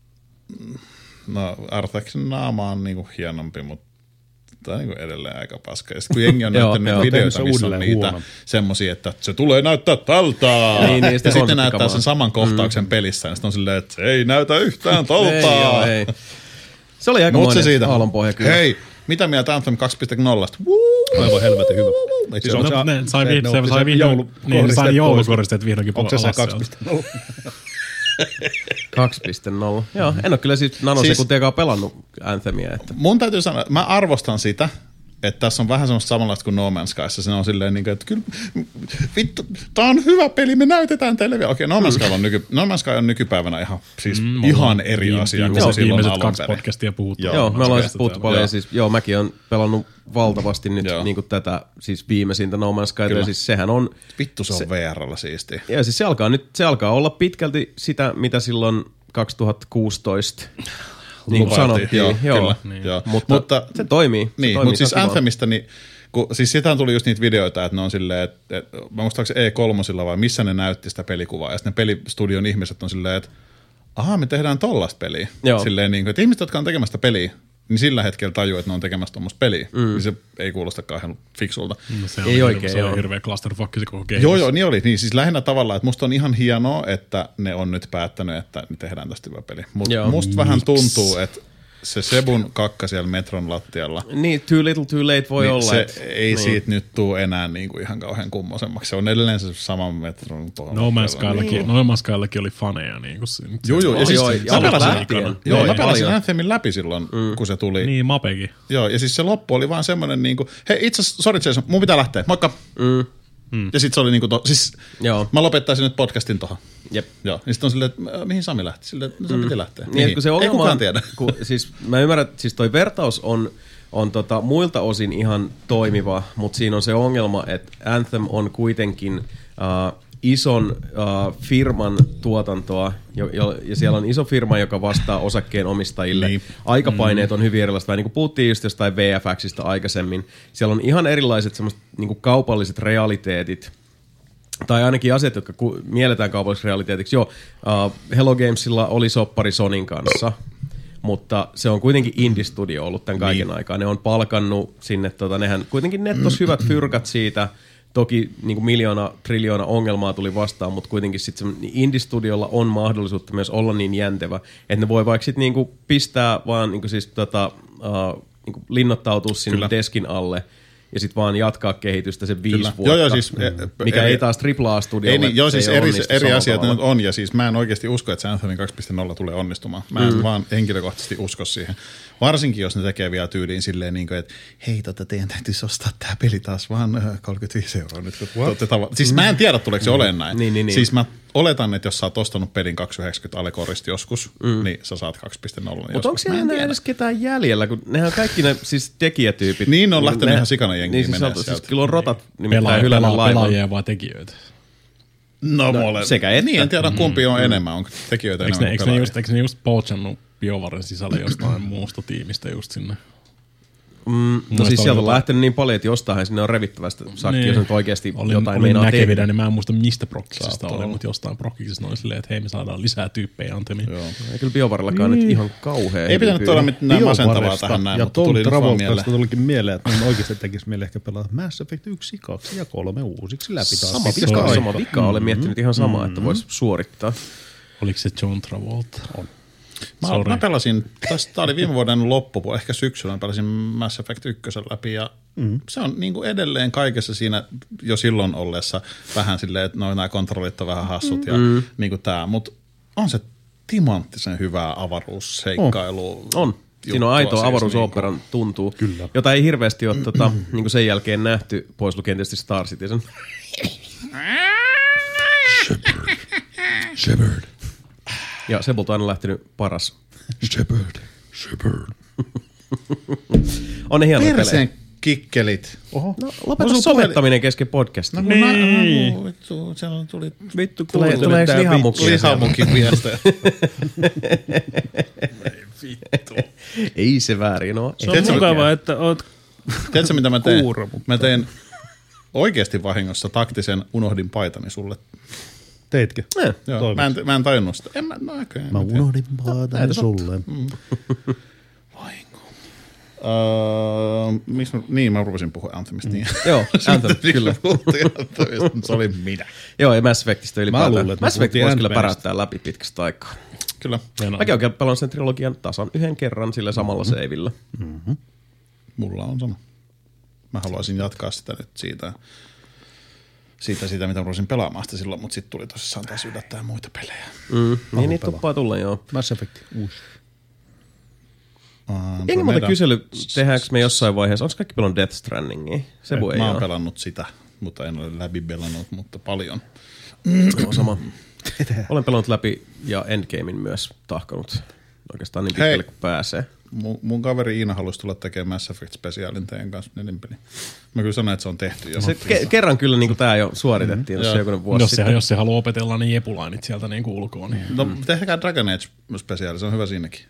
no Arthaksen naama on niinku hienompi, mutta tämä on niin edelleen aika paska. Ja sitten kun jengi on näyttänyt videoita, missä on niitä semmosia, että se tulee näyttää tältä. Niin, niin, ja sitten ne näyttää sen saman kohtauksen mm. pelissä. Ja sitten on silleen, että se ei näytä yhtään tolta. ei, joo, ei. Se oli aika moinen aallonpohja kyllä. Hei, mitä mieltä Anthem kaksi piste nolla? Aivan helvetin hyvä. Siis on, no, ne sai, vi, ne, sai vihdoin, niin, sai joulukoristeet vihdoinkin. Onko se se kaksi piste nolla? kaksi piste nolla. Joo, en ole kyllä siis nanosekuntiakaan pelannut Anthemia. Että. Mun täytyy sanoa, mä arvostan sitä, että tässä on vähän semmoista samanlaista kuin No Man's Skyssa. Se on silleen, että kyllä, vittu, tää on hyvä peli, me näytetään teille vielä. Okei, No Man's Sky on, nyky, no Man's Sky on nykypäivänä ihan, siis mm, ihan eri viime, asia kuin se silloin alun kaksi podcastia puhuttu. Joo, joo me ollaan siis puhuttu paljon. Siis, joo, mäkin olen pelannut valtavasti nyt niin kuin tätä siis viimeisintä No Man's Skyta. Siis sehän on... Vittu, se on se, V R:llä siistiä. Joo, siis se alkaa nyt, se alkaa olla pitkälti sitä, mitä silloin kaksituhattakuusitoista... Niin kuin sanottiin, joo, joo. Kyllä, niin. joo. Mutta, mutta se toimii. Se niin, toimii mutta siis Anthemista, niin, kun, siis sitähän tuli just niitä videoita, että ne on silleen, että, että mä muistaakseni E kolme vai missä ne näytti sitä pelikuvaa, ja sitten ne pelistudion ihmiset on silleen, että ahaa, me tehdään tollaista peliä. Joo. Silleen niin kuin, että ihmiset, jotka on tekemästä peliä, niin sillä hetkellä tajuu, että ne on tekemästä tuommoista peliä. Mm. Niin se ei kuulostakaan ihan fiksulta. No, se ei on, oikein, se joo. on hirveä clusterfuck se koko kehitys. Joo, joo, niin oli. Niin, siis lähinnä tavallaan, että musta on ihan hienoa, että ne on nyt päättänyt, että ne tehdään tästä hyvä peli. Mutta musta vähän tuntuu, että se Sebun kakka siellä metron lattialla. Niin, too little too late voi niin olla. Se et, ei niin. siitä nyt tule enää niinku ihan kauhean kummosemmaksi. Se on edelleen se sama metron pohjalla. No Man's Skyllakin no Man's Skyllakin oli faneja. Niin joo, joo. Ja siis joo, mä pelasin, joo, mä pelasin Anthemin läpi silloin, mm. kun se tuli. Niin, Mapekin. Joo, ja siis se loppu oli vaan semmoinen niinku, hei itse asiassa, sorry Jason, mun pitää lähteä, moikka. Mm. Hmm. Ja sit se oli niinku, to, siis joo. Mä lopettaisin nyt podcastin tohon. Jep. Joo. Ja sit on silleen, että mihin Sami lähti? Silleen, että no, se mm. piti lähteä. Niin, kun se ei kukaan tiedä. Kun, siis mä ymmärrän, että siis toi vertaus on, on tota, muilta osin ihan toimiva, mutta siinä on se ongelma, että Anthem on kuitenkin uh, ison uh, firman tuotantoa, jo, jo, ja siellä on iso firma, joka vastaa osakkeen omistajille. Niin. Aikapaineet mm. on hyvin erilaiset. Niin kuin puhuttiin just jostain V F X:istä aikaisemmin. Siellä on ihan erilaiset semmoiset niin kuin kaupalliset realiteetit, tai ainakin asiat, jotka ku- mielletään kaupallisiksi realiteetiksi. Joo, uh, Hello Gamesilla oli soppari Sonin kanssa, mutta se on kuitenkin indie-studio ollut tämän kaiken niin. aikaa. Ne on palkannut sinne, tota, nehän kuitenkin nettos hyvät fyrkat siitä. Toki niin kuin miljoona, triljoona ongelmaa tuli vastaan, mutta kuitenkin sitten indie-studiolla on mahdollisuutta myös olla niin jäntevä, että ne voi vaikka sitten niin kuin pistää vaan niin kuin siis tota, uh, niin kuin linnoittautua sinne Kyllä. deskin alle ja sitten vaan jatkaa kehitystä sen viisi Kyllä. vuotta, joo, joo, siis, mikä eri, ei taas triple A-studiolle. Niin, joo, siis eri, eri asiat nyt on, ja siis mä en oikeasti usko, että se Anthem kaksi piste nolla tulee onnistumaan. Mä en mm. vaan henkilökohtaisesti usko siihen. Varsinkin, jos ne tekee vielä tyyliin silleen, niin kuin, että hei, tota, teidän täytyisi ostaa tämä peli taas vaan kolmekymmentäviisi euroa nyt. Kun tava- siis mä en tiedä, tuleeko se olemaan näin. Niin, niin, niin. Siis mä oletan, että jos sä oot ostanut pelin kaksi yhdeksänkymmentä Alekorista joskus, mm. niin sä saat kaksi piste nolla. Mutta onko siellä enää edes ketään jäljellä, kun nehän kaikki ne siis tekijätyypit. Niin, ne on lähtenyt ne, ihan sikana jengiin niin, menee siis, sieltä. Siis kyllä on rotat nimittäin hylännyt laivan. Pelaajia vai tekijöitä? No, no mole. sekä että. Niin, en tiedä kumpi on mm. enemmän, onko tekijöitä eikö enemmän ne, kuin pelaajia. Eikö ne just poachannut BioVaren sisälle jostain muusta tiimistä just sinne? Mm, no siis sieltä on lähtenyt niin paljon, että jostain sinne on revittävästä sakki, niin. Jos nyt oikeasti olin, jotain olin meinaa tehdä. näkevinä, niin mä en muista mistä prokkiksesta oli, mutta jostain prokkiksesta oli silleen, että hei me saadaan lisää tyyppejä Antemiin. Joo. Ei kyllä BioVarellakaan nyt ihan kauhean. Ei pitänyt tuoda mitään masentavaa tähän näin, ja mutta tuli nyt vaan mieleen. tulikin mieleen, että mun oikeasti tekisi mieleen ehkä pelata Mass Effect yksi, kaksi ja kolme uusiksi läpi taas. Sama vika, sama vika. Olen miettinyt ihan samaa, että voisi suorittaa. Oliko se John Travolta? On. Mä, mä pelasin, tämä oli viime vuoden loppu, ehkä syksyllä mä pelasin Mass Effect yksi läpi ja mm. se on niin kuin edelleen kaikessa siinä jo silloin ollessa vähän silleen, että no, nämä kontrollit on vähän hassut ja mm. niin kuin tämä, mutta on se timanttisen hyvää avaruusseikkailua. On. on. Siinä on aitoa siis avaruusoperan niin tuntuu, kyllä. Jota ei hirveästi ole tota, niin kuin sen jälkeen nähty, pois lukien tietysti Star Citizen. Shepard. Shepard. Ja Sebulta on aina lähtenyt paras. Shepard. Shepard. On ne hienoja pelejä. Perseen kikkelit. Oho. No, lopeta somettaminen kesken podcastia. No, niin. No, vittu, siellä tuli vittu Tulee, tuleeko lihamukin? Lihamukin viestä. Vittu. Ei se väärin ole. Se on Tiedätkö, mukavaa, että oot Tiedätkö, mitä mä tein? Mä tein oikeasti vahingossa taktisen unohdin paitani sulle. Teitkö? Ne, joo, mä, en, mä en tajunnut sitä. En mä, no, okay, mä unohdin paitani sulle. Mm. Vahinko. Uh, miksi mä, niin, mä rupesin puhua Anthemista. Niin. Joo, Anthem, kyllä. Se oli minä. Joo, ja Mass Effectista ylipäätään. Luulen, Mass Effect voisi kyllä päräyttää läpi pitkästä aikaa. Kyllä. Mäkin oikein pelannut sen trilogian tasan yhden kerran sillä samalla mm-hmm. seivillä. Mm-hmm. Mulla on sama. Mä haluaisin jatkaa sitä nyt siitä, siitä, siitä mitä mä ruosin pelaamaan sitä silloin, mutta sitten tuli tosissaan taas yllättää muita pelejä. Mm, niin niitä tuppaa tulla, joo. Mass Effect, uusi. Jengi muuta kysely, tehdäänkö me jossain vaiheessa, onko kaikki pelannut Death Strandingia? Se ei, voi mä oon ole. pelannut sitä, mutta en ole läpi pelannut, mutta paljon. No, sama. Olen pelannut läpi ja Endgamein myös tahkonut oikeastaan niin pitkälle kuin pääsee. Mun, mun kaveri Iina halusi tulla tekemään Mass Effect-spesiaalin teidän kanssa nelinpeli. Mä kyllä sanoin, että se on tehty jo. Se ke- kerran kyllä niin kuin tää jo suoritettiin, mm-hmm. jos jokunen vuosi jos sitten. Se, jos se haluaa opetella niin Epulainit sieltä niin kuin ulkoon. Niin. No tehkää Dragon Age-spesiaali, se on hyvä siinäkin.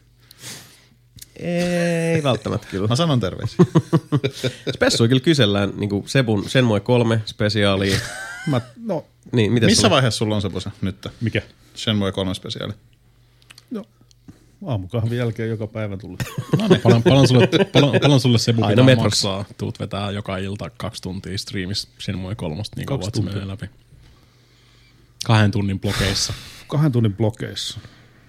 Ei välttämättä kyllä. Mä sanon terveisiä. Spessui kyllä kysellään niin kuin Sebun Shenmue kolme spesiaalia. Mä, no, niin, missä sulla? vaiheessa sulla on se pose nyt? Mikä? Shenmue kolme spesiaali. No, aamukahvin jälkeen joka päivä tuli. No niin, paljon, paljon sulle, paljon, paljon sulle Sebu pitää metrossa maksaa. Tuut vetää joka ilta kaksi tuntia striimissä Shenmue kolmosta, niin kauan se menee läpi. Kahden tunnin blokeissa. Kahden tunnin blokeissa.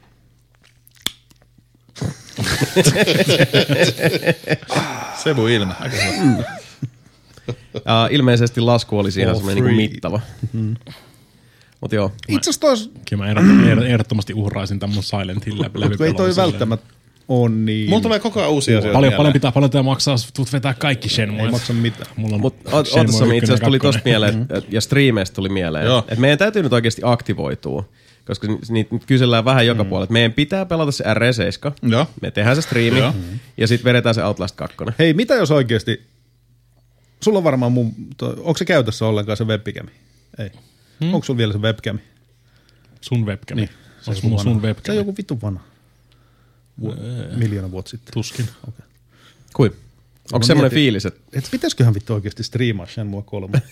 Sebu ilme. Aika mm. uh, ilmeisesti lasku oli siinä semmoinen niin mittava. Mm. Mut joo. Itse asiassa tois... Kyllä mä ehdottomasti, ehdottomasti uhraisin tämän mun Silent Hill läpi. Mutta ei toi välttämättä on niin... Mulla tulee koko ajan uusia asioita. Paljon, paljon pitää, paljon pitää maksaa, tuut vetää kaikki Shenmue. Ei maksa mitään. Mutta ootassamme itse asiassa tuli tosta mieleen, ja striimeistä tuli mieleen, että meidän täytyy nyt oikeasti aktivoitua. Koska niitä nyt kysellään vähän joka mm. puolella. Meidän pitää pelata se R E seitsemän. Joo. Me tehdään se striimi. Joo. Ja sitten vedetään se Outlast kaksi. Hei, mitä jos oikeasti... Sulla on varmaan mun... Onko se käytössä ollenkaan se webcami? Ei. Hmm? Onko sulla vielä se webcami? Sun webcami? Niin. Se, se, on sun webcami. Se on joku vittu vanha. Vu- miljoona vuotta sitten. Tuskin. Okay. Kui? Onko semmoinen fiilis, että... Et pitäisiköhän vittu oikeasti striimaa Shenmue kolme?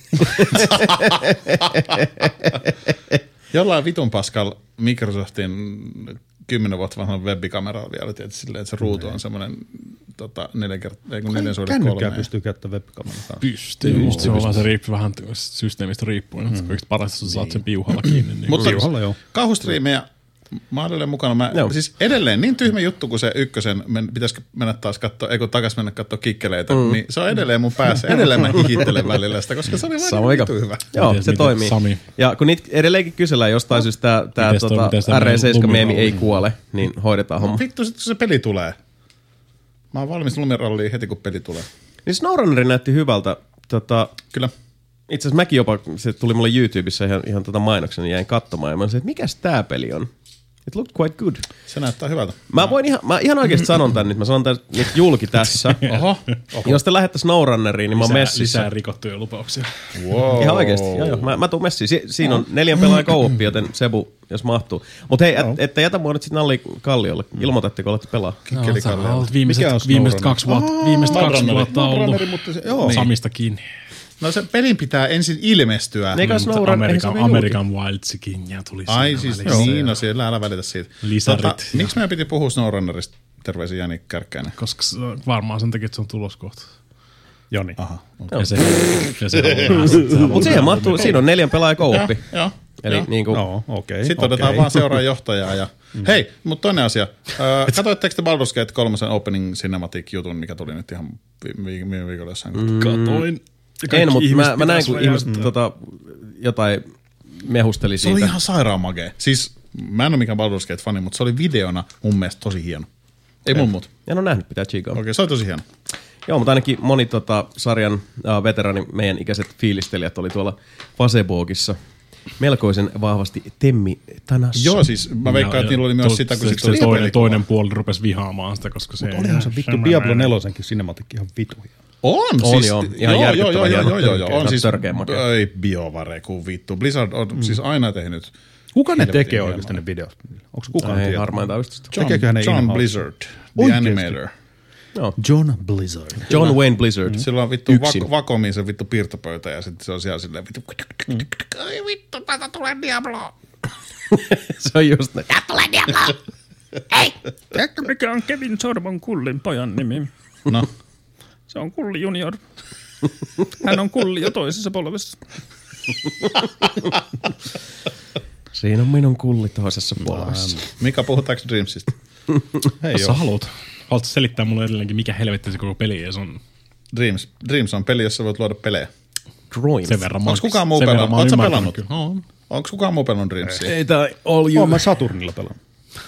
Jollain vitun paskalla Microsoftin kymmenen vuotta vanhan webikameraa vielä tietysti silleen, että se ruutu on semmoinen tota, neljä kertaa, ei kun neljän suhde kolme. Kännykkää pystyy käyttämään webikameraa. Pystyy. Just se on vaan se riippuu vähän systeemistä riippuen. Mm. Kun parasta sä saat sen piuhalla kiinni. Niin mutta piuhalla, joo. Kauhustriimejä, mä olen edelleen mukana. Mä, siis edelleen niin tyhmä juttu kuin se ykkösen, men, pitäisikö mennä taas katsoa, ei kun takas mennä katsoa kikkeleitä, mm. niin se on edelleen mun päässä. Edelleen mä hihittelen välillä sitä, koska se oli vain vittu hyvä. Joo, miten, se miten, toimii. Sami. Ja kun niitä edelleenkin kysellään jostain syystä tää, tää tota, R E seitsemän-meemi ei kuole, niin hoidetaan homma. Vittu sit kun se peli tulee. Mä oon valmis lumiralliin heti kun peli tulee. Niin SnowRunneri näytti hyvältä. Tota, Kyllä. Itse asiassa mäkin jopa, se tuli mulle YouTubessa ihan, ihan tota mainoksen, niin jäin katsomaan. Ja mä sanoin, että mikäs tää peli on? It looked quite good. Se näyttää hyvältä. Mä voin ihan, mä ihan oikeesti sanon tän nyt. Mä sanon tän nyt julki tässä. Oho. Jos te lähettäis SnowRunneriin, niin mä oon Lisää, messissä. lisää rikottuja lupauksia. Wow. Ihan oikeesti. Joo, joo. Mä, mä tuun messiin. Si- siinä on neljän pelaajan co-op, joten Sebu, jos mahtuu. Mut hei, et, ette jätä mua nyt sit Nalli Kalliolle. Ilmoitatteko, olette pelaa? Kikkeli Kalliolla. Olet viimeiset, Mikä on viimeiset SnowRunner? kaksi vuotta, viimeiset kaksi Runner. vuotta ollut Runner, mutta se, joo. Samista kiinni. No se pelin pitää ensin ilmestyä. Ne kai SnowRunner, eihän se American, ole julki. American Wildsikin ja tuli Ai siinä siis, välissä. niin, no siellä älä välitä siitä. Lisarit. Tota, miksi meidän piti puhua SnowRunnerista? Terveisiä Jani Kärkkäinen. Koska se on varmaan sen takia, että se on tulos kohta. Joni. Aha. Ja se, ja se on Mut siihen mahtuu, siinä on neljän pelaajan co-op. Joo. Eli joo. niinku, No, okei. Sitten okei. otetaan vaan seuraajan johtajaa. Ja... Hei, mutta toinen asia. Öö, katoitteko te Baldur's Gate kolmosen opening cinematic jutun, mikä tuli nyt ihan vi- vi- viime viikolla jossain mm. Katoin. en, mutta mä, mä näin, kun ihmiset tota, jotain mehusteli Se oli siitä. ihan sairaan magee. Siis mä en ole mikään Baldur's Gate-fani, mutta se oli videona mun mielestä tosi hieno. Ei mun muut. En ole nähnyt, pitää chiikaa. Okei, okay, se oli tosi hieno. Joo, mutta ainakin moni tota, sarjan äh, veteraani, meidän ikäiset fiilistelijät oli tuolla Facebookissa melkoisen vahvasti Temmi Tanas. Joo, siis mä veikkaan, että niillä oli myös sitä, kun se, sit se oli toinen, pelikuva. toinen puoli rupesi vihaamaan sitä, koska se... Olihan se vittu Diablo nelosenkin cinematic ihan vitu. On, On siis, joo, ihan joo, joo, järkyttävän joo, hieno, joo, joo, joo, törkeä, on siis, törkeä makea. ei BioVare kuin vittu. Blizzard on mm. siis aina tehnyt. Kuka ne helvetin tekee hienoa. oikeasti ne videot? Onko kukaan Ei tiedä? harmainta avistusta. John, Tekeeköhän ne John in-house? Blizzard, the Oikeesti? animator. Joo. John Blizzard. John Wayne Blizzard. Sillä on vittu Yksin. vak- vakomiin se vittu piirtopöytä ja sitten se on siellä silleen vittu. Ai vittu, täältä tulee Diablo. Se on just näin. Tiedätkö mikä on Kevin Sormon Kullin pojan nimi? No, Se on Kulli junior. Hän on Kulli jo toisessa polvessa. Siinä on minun kulli toisessa polvessa. Mika, puhutaanko Dreamsista? Hei Jos sä joo. haluat. Haluatko selittää mulle edelleenkin, mikä helvetti se koko peli edes on? Dreams. Dreams on peli, jossa voit luoda pelejä. Dreams. Sen verran mä Onks kukaan muu sen verran pelannut? mä oon Oot sä ymmärtänyt pelannut? kyllä. On. Onko kukaan muu pelannut Dreamsia? Ei tää all you. Oon mä Saturnilla pelannut.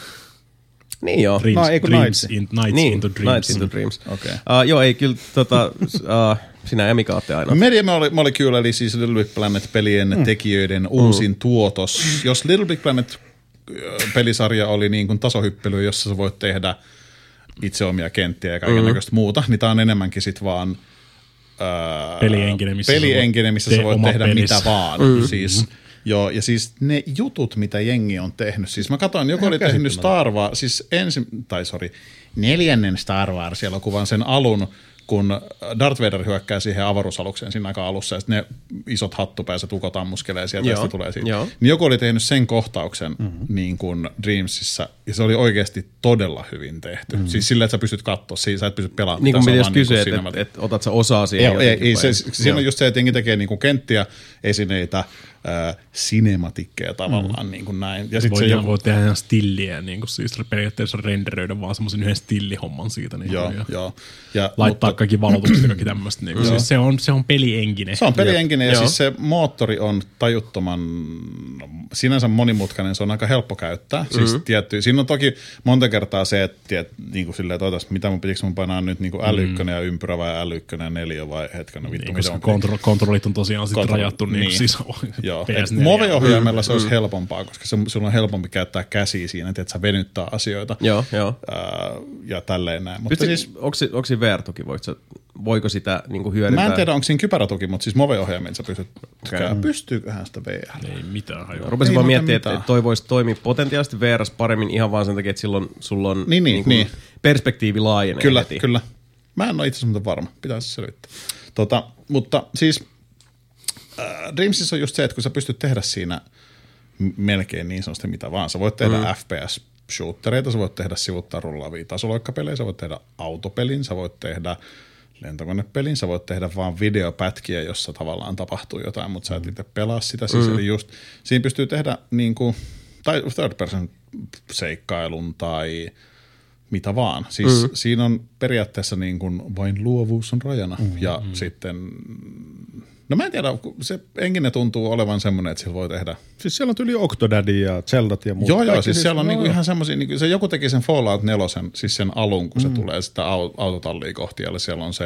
Niin joo. Dreams, No, ei kun Dreams, Nights. in, Nights Niin, into Dreams. Nights into Dreams. Okei. Uh, joo, ei kyllä tota, uh, sinä ja Mika ootte aina. Media Molecule, eli siis Little Big Planet-pelien mm. tekijöiden uusin mm. tuotos. Jos Little Big Planet-pelisarja oli niin kuin tasohyppely, jossa sä voit tehdä itse omia kenttiä ja kaiken näköistä mm. muuta, niin tää on enemmänkin sit vaan ää, Pelienkinen, missä pelienkinen, sä voit missä sä tee voit oma tehdä pelissä. mitä vaan. Mm. Siis, joo, ja siis ne jutut, mitä jengi on tehnyt. Siis mä katsoin, joku oli tehnyt Star Wars, siis ensin, tai sori, neljännen Star Wars-elokuvan sen alun, kun Darth Vader hyökkää siihen avaruusalukseen siinä aika alussa, ja sitten ne isot hattupäiset ukot ammuskelee sieltä, ja Joo, sitten tulee siitä. joo. Niin joku oli tehnyt sen kohtauksen mm-hmm. niin kuin Dreamsissa, ja se oli oikeasti todella hyvin tehty. Mm-hmm. Siis sillä, että sä pystyt katsoa, siis sä et pysty pelaamaan. Niin kuin Se on pitäisi vaan niin kysyä, kuin että cinematic. et, et, otat sä osaa siihen Joo, ei, jotenkin ei, vai- se, siinä on just se, että jengi tekee niinku kenttiä, esineitä, äh, sinematikkeja tavallaan mm. niin kuin näin. Ja sit Voi, se ihan, joku, voi tehdä ihan stilliä, niin kuin siis periaatteessa renderöidä vaan semmoisen yhden stillihomman siitä. Niin joo, ja joo. Ja, laittaa mutta, kaikki valotukset ja kaikki tämmöistä. Niin siis se on, se on pelienkinen. se on pelienkinen ja Joo. siis se moottori on tajuttoman, sinänsä monimutkainen, se on aika helppo käyttää. Mm-hmm. Siis tietty, siinä on toki monta kertaa se, että tiet, niin kuin silleen, että otas, mitä mun pitikö mun painaa nyt niin kuin äly yksi ja ympyrä vai äly yksi ja neliö vai hetken, vittu Niin, mitä koska on. kontro- kontrollit on tosiaan sitten Kontro- rajattu niin, niin. siis Joo, P et S neljä. Move-ohjaimella se olisi helpompaa, koska se, sulla on helpompi käyttää käsiä siinä, että sä venyttää asioita. Joo, joo. Ää, ja tälleen näin. Mutta Pystyy, siis, siis, onko, onko siinä V R-tuki? Voiko, sä, voiko sitä niin hyödyntää? mä en tiedä, onko siinä kypärätuki, mutta siis Move-ohjaimen sä pystyt, Okei. pystyyköhän sitä V R? Ei mitään hajua. Rupesin Ei vaan muuta miettiä, että mitään. että toi voisi toimia potentiaalisesti V R:ssä paremmin ihan vaan sen takia, että silloin sulla on Niin, niin, niin kuin niin. perspektiivi laajenee Kyllä, heti. kyllä. Mä en ole itse asiassa muuten varma, pitäisi selvittää. Tota, mutta siis äh, Dreamsissa on just se, että kun sä pystyt tehdä siinä m- melkein niin sanotusti mitä vaan. Sä voit tehdä mm. F P S-shootereita, sä voit tehdä sivuttaa rullaavia tasoloikkapelejä, sä voit tehdä autopelin, sä voit tehdä lentokonepelin, sä voit tehdä vaan videopätkiä, jossa tavallaan tapahtuu jotain, mutta sä et itse pelaa sitä. Siis mm. eli just, siinä pystyy tehdä niin kuin, tai third person seikkailun tai mitä vaan. Siis mm. siinä on periaatteessa niin kuin vain luovuus on rajana. Mm. Ja mm. sitten, no mä en tiedä, se enkinen tuntuu olevan semmoinen, että sillä voi tehdä. Siis siellä on tyyli Octodad ja Zeldat ja muuta. Joo, joo, Kaikki siis siellä on joo, niinku joo. ihan semmoisia, niinku, se joku teki sen Fallout nelosen, siis sen alun, kun mm. se tulee sitä au- autotallia kohti, ja siellä on se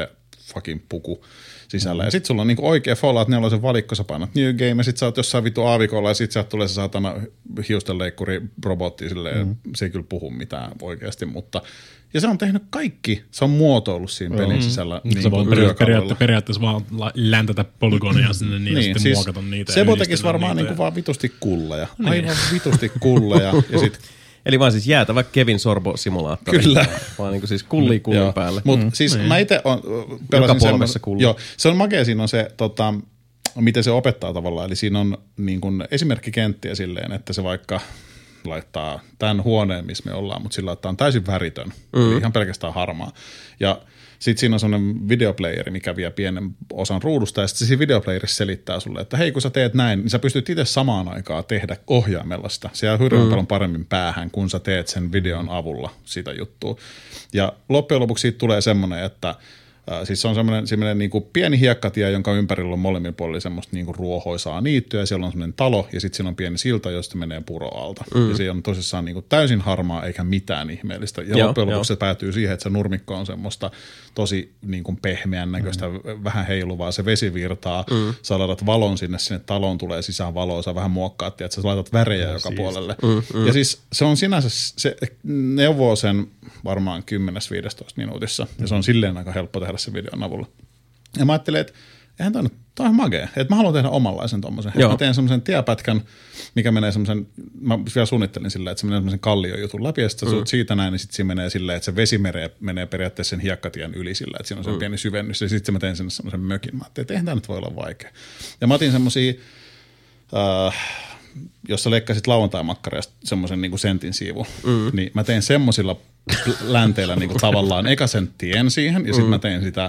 fucking puku sisällä. Mm. Ja sit sulla on niinku oikea Fallout nelosen valikko, sä painat New Game, ja sit sä oot jossain vittu aavikolla, ja sit sieltä tulee se saatana hiustenleikkuri robotti, silleen, mm. se ei kyllä puhu mitään oikeasti, mutta ja se on tehnyt kaikki, se on muotoillut siinä pelin sisällä. Mm. Niin se voi periaatteessa, periaatteessa vaan läntätä polygonia sinne niin, niin ja sitten siis muokata niitä. Se voi tekisi varmaan niinku vaan vitusti kulleja, niin. Aivan vitusti kulleja. Ja sit eli vaan siis jäätävä Kevin Sorbo-simulaattori. Kyllä. Vaan niinku siis kullii kullin päälle. Mutta mm. siis niin. Mä itse pelasin semmoista. Joo, se on makea, siinä on se, tota, miten se opettaa tavallaan. Eli siinä on niin kuin esimerkkikenttiä silleen, että se vaikka laittaa tämän huoneen, missä me ollaan, mutta sillä laittaa on täysin väritön. Mm. Eli ihan pelkästään harmaa. Ja sitten siinä on semmoinen videoplayeri, mikä vie pienen osan ruudusta, ja sitten siinä videoplayerissa selittää sulle, että hei, kun sä teet näin, niin sä pystyt itse samaan aikaan tehdä ohjaimella sitä. Se jää hirveän mm. paljon paremmin päähän, kun sä teet sen videon avulla sitä juttua. Ja loppujen lopuksi siitä tulee semmoinen, että äh, siis se on semmoinen, semmoinen niin kuin pieni hiekkatie, jonka ympärillä on molemmin puolilla semmoista niin kuin ruohoisaa niittyä, ja siellä on semmoinen talo, ja sitten siinä on pieni silta, josta menee puroalta. Mm. Ja se on tosissaan niin kuin täysin harmaa, eikä mitään ihmeellistä. Ja joo, loppujen lopuksi jo. Se päätyy siihen, että se nurmikko on semmoista tosi niin kuin pehmeän näköistä, mm. vähän heiluvaa, se vesi virtaa, mm. sä laitat valon sinne, sinne taloon tulee sisään valoa, sä vähän muokkaat, että sä laitat värejä no, joka siis. puolelle. Mm, mm. Ja siis se on sinänsä, se neuvoo sen varmaan kymmenen viisitoista minuutissa, ja se on silleen aika helppo tehdä se videon avulla. Ja mä ajattelin, että eihän toi nyt, toi on magea, että mä haluan tehdä omanlaisen tommosen. Mä teen semmoisen tiepätkän, mikä menee semmoisen, mä vielä suunnittelin silleen, että se menee semmoisen kalliojutun läpi, ja sitten mm. siitä näin, niin sitten siinä menee silleen, että se vesi menee, menee periaatteessa sen hiekkatien yli sillä, että siinä on se mm. pieni syvennys, ja sitten mä tein sinne semmoisen mökin. Mä ajattelin, että eihän tämä nyt voi olla vaikea. Ja mä otin semmosia, äh, jos sä leikkasit lauantai-makkareista semmoisen niinku sentin siivun, mm. niin mä tein semmosilla länteillä niinku tavallaan eka sen tien siihen, ja sitten mm. mä tein sitä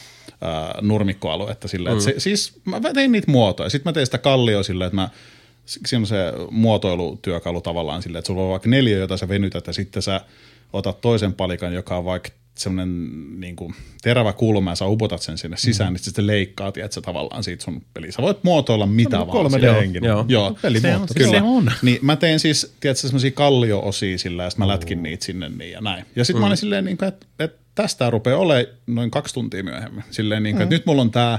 Uh, nurmikkoaluetta silleen, mm. että se, siis mä tein niitä muotoja. Sitten mä tein sitä kallioa silleen, että mä, siinä on se muotoilutyökalu tavallaan silleen, että sulla on vaikka neljä, jota sä venytät, ja sitten sä otat toisen palikan, joka on vaikka semmoinen niin kuin terävä kulma, ja sä upotat sen sinne sisään, mm. niin sitten leikkaat, ja että sä tavallaan siitä sun peliä. Sä voit muotoilla mitä vaan. kolme D-henkinen. Joo, joo. Pelimuoto. Kyllä. Se on. Niin mä tein siis, tiedätkö, semmoisia kallio-osia sillä, ja sitten mä lätkin niitä sinne niin ja näin. Ja sitten mm. mä olin silleen, niin kuin, että, että tästä rupeaa olemaan noin kaksi tuntia myöhemmin. Silleen niin kuin, mm. että nyt mulla on tää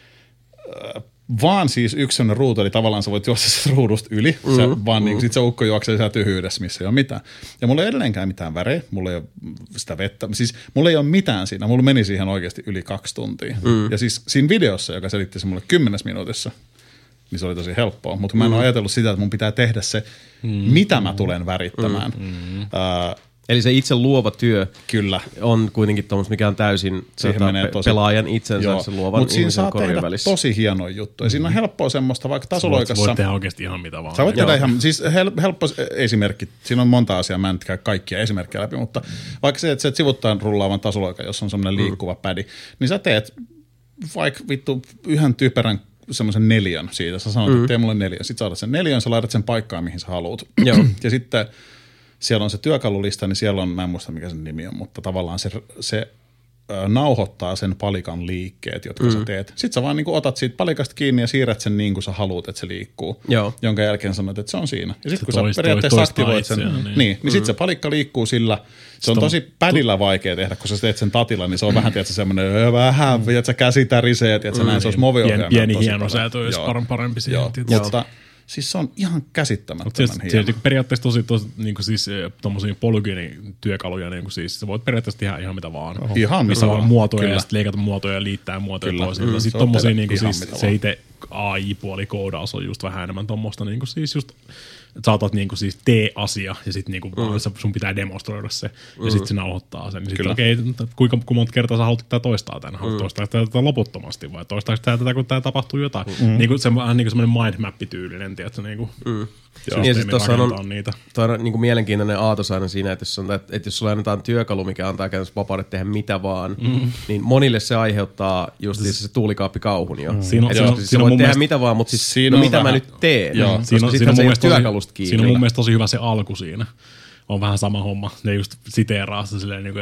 äh, vaan siis yksi sellainen ruutu, eli tavallaan sä voit juosta sitä ruudusta yli, mm. sä vaan mm. niin, sit se ukko juoksee siellä tyhjyydessä, missä ei ole mitään. Ja mulla ei edelleenkään mitään värejä, mulla ei ole sitä vettä, siis mulla ei ole mitään siinä, mulla meni siihen oikeasti yli kaksi tuntia. Mm. Ja siis siinä videossa, joka selitti se mulle kymmenes minuutissa, niin se oli tosi helppoa, mutta mä en mm. ole ajatellut sitä, että mun pitää tehdä se, mm. mitä mä tulen värittämään. Mm. Mm. Uh, Eli se itse luova työ kyllä. on kuitenkin tuommoista, mikä on täysin tota, pe- tosi, pelaajan itsensä, joo. se luovan Mut ihmisen korvien välissä. Mutta siinä saa tehdä tosi hienoja juttuja. Mm-hmm. Siinä on helppoa semmoista, vaikka tasoloikassa. Sä voit tehdä oikeasti ihan mitä vaan. Sä voit tehdä ihan, siis hel- helppo esimerkki. Siinä on monta asiaa, mä en käy kaikkia esimerkkejä läpi, mutta mm. vaikka se, että sä et sivuttaan rullaavan tasoloika, jossa on semmoinen liikkuva mm. pädi, niin sä teet vaikka vittu yhden typerän semmoisen neljön siitä. Sä sanot, mm. että tee mulle neljön. Sitten saatat sen neljön, sä laitat sen paikkaan, mihin sä haluut. Ja sitten siellä on se työkalulista, niin siellä on, mä en muista mikä sen nimi on, mutta tavallaan se, se ö, nauhoittaa sen palikan liikkeet, jotka mm. sä teet. Sitten sä vaan niin kuin otat siitä palikasta kiinni ja siirrät sen niin kuin sä haluut, että se liikkuu. Joo. Jonka jälkeen sanot, että se on siinä. Ja sitten kun toist, sä periaatteessa aktivoit sen, niin, niin, niin mm. sitten se palikka liikkuu sillä. Se on tosi pädillä vaikea tehdä, kun sä teet sen tatilla, niin se on vähän, tiedätkö, semmoinen vähän, että sä käsi tärisee, että sä näin, se olisi moviohjelma. Pieni, pieni hieno säätö olisi parempi siihen. Mutta siis se on ihan käsittämättömän hieno. Se on periaatteessa tosi, tosi niin kuin siis tommosia polygoonityökaluja, niin kuin siis sä voit periaatteessa tehdä ihan mitä vaan. Oho. Ihan missä mitä vaan. Muotoja ja sitten leikata muotoja ja liittää muotoja toisilta. Sitten tommosia niin kuin siis se itse A I-puoli koodaus on just vähän enemmän tommoista niin kuin siis just että sä otat niinku siis tee asia ja sit niinku mm. sun pitää demonstroida se ja mm. sit se nauhoittaa sen. Sitten okei, okay, kuinka monta kertaa sä haluat tätä toistaa tämän? Haluat mm. toistaa tätä loputtomasti vai toistaa tätä, tätä kun tää tapahtuu jotain? Mm. Niinku se on vähän niinku semmoinen mindmap-tyylinen, tiedätkö niinku. Mm. Joo, ja sitten tuossa on, niitä. on niinku mielenkiintoinen aatos aina siinä, että jos, on, että, että jos sulla annetaan työkalu, mikä antaa käytännössä vapaudet tehdä mitä vaan, mm. niin monille se aiheuttaa just se, se tuulikaappikauhun jo. Mm. Siinä on, siinä on, siinä voit tehdä mielestä, mitä vaan, mutta siis no, mitä vähän, mä nyt teen? Joo, siinä on, siinä on, se työkalusta kiinni. Siinä on mun mielestä tosi hyvä se alku siinä. On vähän sama homma. Ne just siteeraa sitä silleen, että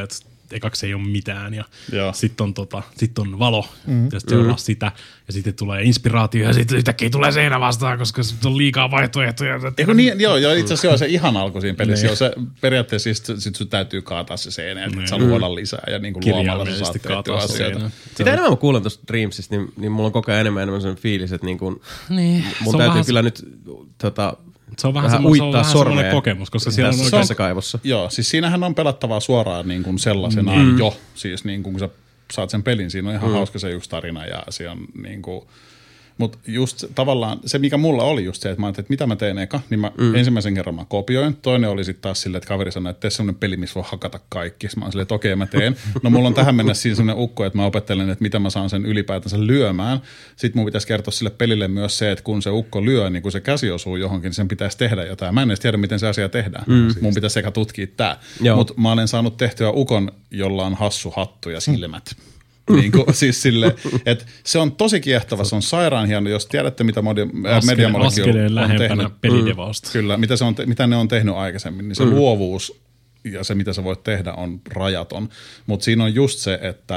ekaksi ei ole mitään ja Joo. sitten on, tota, sit on valo mm. ja sitten seuraa mm. sitä ja sitten tulee inspiraatio ja sitten yhtäkkiä tulee seinä vastaan, koska sit on liikaa vaihtoehtoja. Eiku niin, joo, joo, itse asiassa joo, se ihan alku siinä pelissä. Joo, se periaatteessa sit, sit sun täytyy kaataa se seinä ja sit saa luoda lisää ja niin kuin luomalla sä saat tehtyä asioita. Sitä enemmän mä kuulen tuosta Dreamsista, niin, niin mulla on koko ajan enemmän enemmän sellainen fiilis, että niin kuin, niin, mun täytyy kyllä se... nyt tota, se on vähän, vähän uittaa uittaa sormea kokemus, koska siellä tässä, on oikein... tässä kaivossa. Joo, siis siinähän on pelattavaa suoraan niin kuin sellaisenaan mm. jo. Siis niin kuin kun sä saat sen pelin, siinä on ihan mm. hauska se yksi tarina ja se on niin kuin... Mutta just tavallaan se, mikä mulla oli just se, että mä ajattelin, että mitä mä teen eka, niin mä mm. ensimmäisen kerran mä kopioin. Toinen oli sitten taas silleen, että kaveri sanoi, että tee semmoinen peli, missä voi hakata kaikki. Mä oon silleen, että okei, mä teen. No mulla on tähän mennessä siinä semmoinen ukko, että mä opettelen, että mitä mä saan sen ylipäätänsä lyömään. Sitten mun pitäisi kertoa sille pelille myös se, että kun se ukko lyö, niin kun se käsi osuu johonkin, niin sen pitäisi tehdä jotain. Mä en edes tiedä, miten se asia tehdään. Mm. Mun pitäisi sekä tutkia tää. Mutta mä olen saanut tehtyä ukon, jolla on hassu hattu ja silmät. Niin kuin, siis sille, että se on tosi kiehtova, se on sairaan hieno, jos tiedätte, mitä Media Molecule on tehnyt. Pelidevausta. Mm, kyllä, mitä, se on, mitä ne on tehnyt aikaisemmin, niin se mm. luovuus ja se, mitä sä voit tehdä, on rajaton. Mutta siinä on just se, että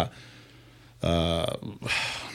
äh,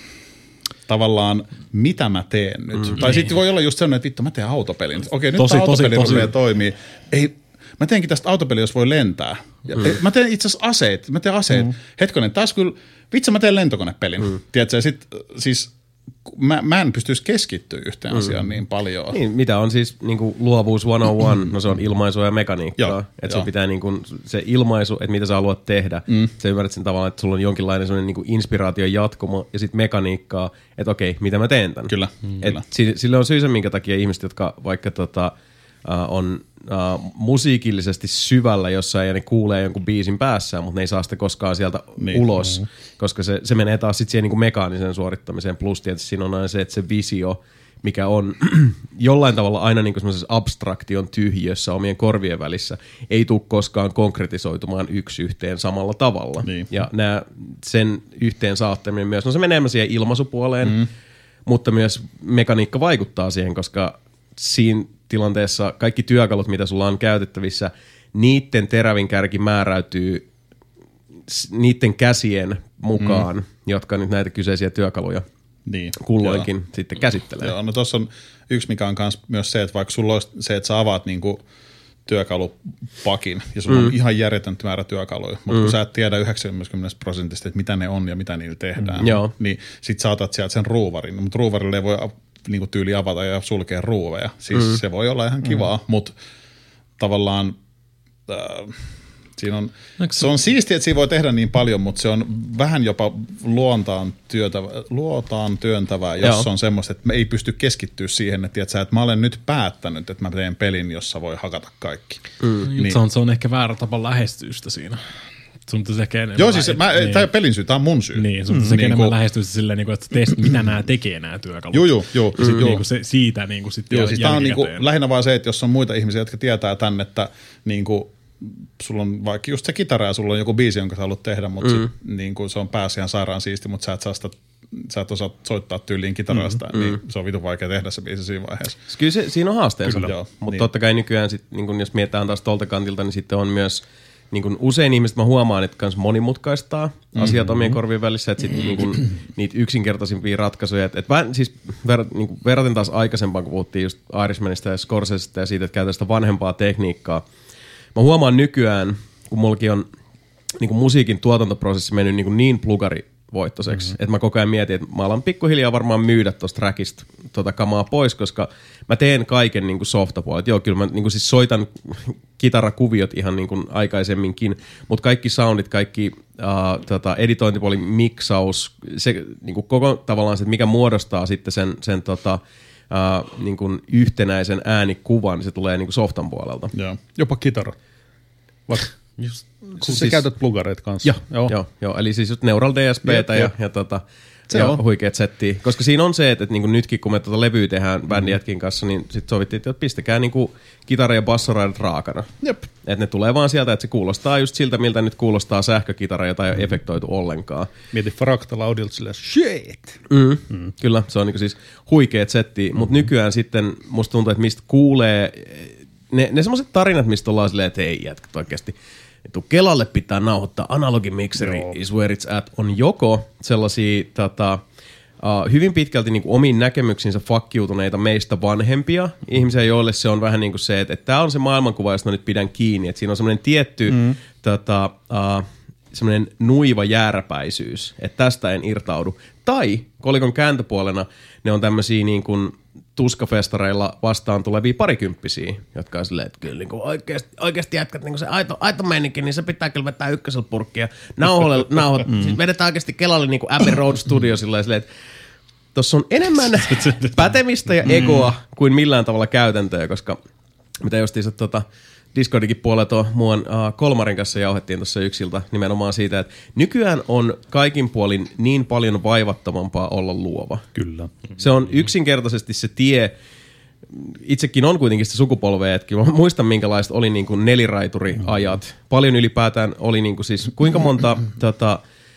tavallaan mitä mä teen nyt. Mm. Tai sitten voi olla just sellainen, että vittu, mä teen autopelin. Okei, nyt tosi, tämä autopeli tosi, rupeaa toimii. Ei, mä teenkin tästä autopeliä, jos voi lentää. Ja, mm. Mä teen itse asiassa aseet. Mä teen aseet. Mm. Hetkonen, taas kyllä, vitsi mä teen lentokonepelin. Mm. Tiedätkö, ja sit siis mä, mä en pystyisi keskittyä yhteen mm. asiaan niin paljon. Niin, mitä on siis niin kuin luovuus sata yksi, no se on ilmaisua ja mekaniikkaa. Että se pitää niin kuin, se ilmaisu, että mitä sä haluat tehdä, mm. sä ymmärrät sen tavallaan, että sulla on jonkinlainen sellainen niin kuin inspiraation jatkuma ja sitten mekaniikkaa, että okei, mitä mä teen tän. Kyllä. Mm. Et sille on syy se, minkä takia ihmiset, jotka vaikka tota, uh, on uh, musiikillisesti syvällä jossain ja ne kuulee jonkun biisin päässään, mutta ne ei saa sitä koskaan sieltä niin. ulos, mm. koska se, se menee taas sitten siihen niin kuin mekaaniseen suorittamiseen. Plus tietysti siinä on aina se, että se visio, mikä on jollain tavalla aina niin kuin semmoisessa abstraktion tyhjössä omien korvien välissä, ei tule koskaan konkretisoitumaan yksi yhteen samalla tavalla. Niin. Ja nämä, sen yhteen saattaminen myös, no se menee siihen ilmaisupuoleen, mm. mutta myös mekaniikka vaikuttaa siihen, koska siinä tilanteessa kaikki työkalut, mitä sulla on käytettävissä, niiden terävin kärki määräytyy niiden käsien mukaan, mm. jotka nyt näitä kyseisiä työkaluja niin, kulloinkin joo. sitten käsittelee. Joo, no tossa on yksi, mikä on kans myös se, että vaikka sulla olisi se, että sä avaat niinku työkalupakin ja sulla mm. on ihan järjetön määrä työkaluja, mutta mm. kun sä et tiedä yhdeksänkymmentä prosentista, että mitä ne on ja mitä niillä tehdään, mm. niin sit sä otat sieltä sen ruuvarin, mutta ruuvarille ei voi niinku tyyli avata ja sulkea ruuveja. Siis mm. se voi olla ihan kivaa, mm. mutta tavallaan äh, siinä on, se on siistiä, että siinä voi tehdä niin paljon, mutta se on vähän jopa luontaan, työtävä, luotaan työntävää, jos Joo. on semmoista, että me ei pysty keskittyä siihen, että, tiiätkö, että mä olen nyt päättänyt, että mä teen pelin, jossa voi hakata kaikki. Mm. Niin. Se, on, se on ehkä väärä tapa lähestyä sitä siinä. Sun ehkä enemmän Joo, siis lähe- mä, niin. Tämä pelin syy, tämä on mun syy. Niin, sun pitäisi mm. enemmän niin lähestyä silleen, niin kuin, että teest, mitä nämä tekee nämä työkalut. Joo, joo, joo. Ja sitten niin se, siitä niin kuin sitten joo, siis tämä on niin kuin, lähinnä vaan se, että jos on muita ihmisiä, jotka tietää tän, että niin kuin, sulla on vaikka just se kitara ja sulla on joku biisi, jonka sä haluat tehdä, mutta mm. sit, niin kuin, se on päässä ihan sairaan siisti, mutta sä et saa sitä, sä et osaa soittaa tyyliin kitarasta, mm. niin se on vitun vaikea tehdä se biisi siinä vaiheessa. Kyllä se, siinä on haasteensa, Kyllä, mutta niin. totta kai nykyään, sit, niin kun jos mietitään taas tolta kantilta, niin sitten on myös niin kun usein ihmiset mä huomaan, että kans monimutkaistaa mm-hmm. asiat omien korvien välissä, että sitten niin kun niitä yksinkertaisimpia ratkaisuja, että et vähän siis ver, niin verraten taas aikaisempaan, kun puhuttiin just Irishmanista ja Scorsesesta ja siitä, että käytetään sitä vanhempaa tekniikkaa. Mä huomaan nykyään, kun mullakin on niin kun musiikin tuotantoprosessi mennyt niin, niin plugarivoittoiseksi, mm-hmm. että mä koko ajan mietin, että mä alan pikkuhiljaa varmaan myydä tosta trackista tota kamaa pois, koska mä teen kaiken niin kuin softapuolet. Joo, kyllä mä niin kuin siis soitan kitarakuviot ihan niin kuin aikaisemminkin, mutta kaikki soundit, kaikki uh, tota, editointipuoli, miksaus, se niin kuin koko tavallaan se, että mikä muodostaa sitten sen, sen tota, uh, niin kuin yhtenäisen äänikuvan, niin se tulee niin kuin softan puolelta. Joo. Jopa kitara. Vaikka just, siis sä käytät plugareita kanssa. Joo, joo. joo, joo. Eli siis just Neural D S P:tä ja, ja tota, se on huikeat settiä. Koska siinä on se, että, että niin nytkin kun me tuota levyä tehdään bändijätkin kanssa, niin sitten sovittiin, että pistäkää niin kuin kitara- ja bassoraidat raakana. Jep. Että ne tulee vaan sieltä, että se kuulostaa just siltä, miltä nyt kuulostaa sähkökitara, jota ei ole efektoitu ollenkaan. Mieti Fractal Audiolta silleen, shit! Mm. Mm. Kyllä, se on niin siis huikeat settiä, mutta nykyään sitten musta tuntuu, että mistä kuulee, ne, ne semmoiset tarinat, mistä ollaan silleen, että ei jätkät oikeasti. Tuu Kelalle pitää nauhoittaa analogimikseri is where it's at, on joko sellaisia tota, uh, hyvin pitkälti niin kuin omiin näkemyksiinsä fakkiutuneita meistä vanhempia ihmisiä, joille se on vähän niin kuin se, että, että tämä on se maailmankuva, josta mä nyt pidän kiinni, että siinä on semmoinen tietty mm. tota, uh, semmoinen nuiva jääräpäisyys, että tästä en irtaudu. Tai kolikon kääntöpuolena ne on tämmöisiä niin kuin tuskafestareilla vastaan tulevia parikymppisiä, jotka on silleen, että kyllä niin kuin oikeasti, oikeasti jätkät niin kuin se aito, aito meininki, niin se pitää kyllä vetää ykkösellä purkkia. Nauhoille, nauhoille, mm. siis vedetään oikeasti Kelalle niin kuin Abbey Road Studio silleen, silleen että tossa on enemmän pätemistä ja egoa kuin millään tavalla käytäntöä, koska mitä justiinsa tota Discordikin puolella tuon muun uh, Kolmarin kanssa jauhettiin tuossa yksiltä nimenomaan siitä, että nykyään on kaikin puolin niin paljon vaivattomampaa olla luova. Kyllä. Se on yksinkertaisesti se tie, itsekin on kuitenkin sitä sukupolvea, että mä muistan minkälaista oli niin kuin neliraituriajat. Paljon ylipäätään oli niin kuin siis kuinka monta tota,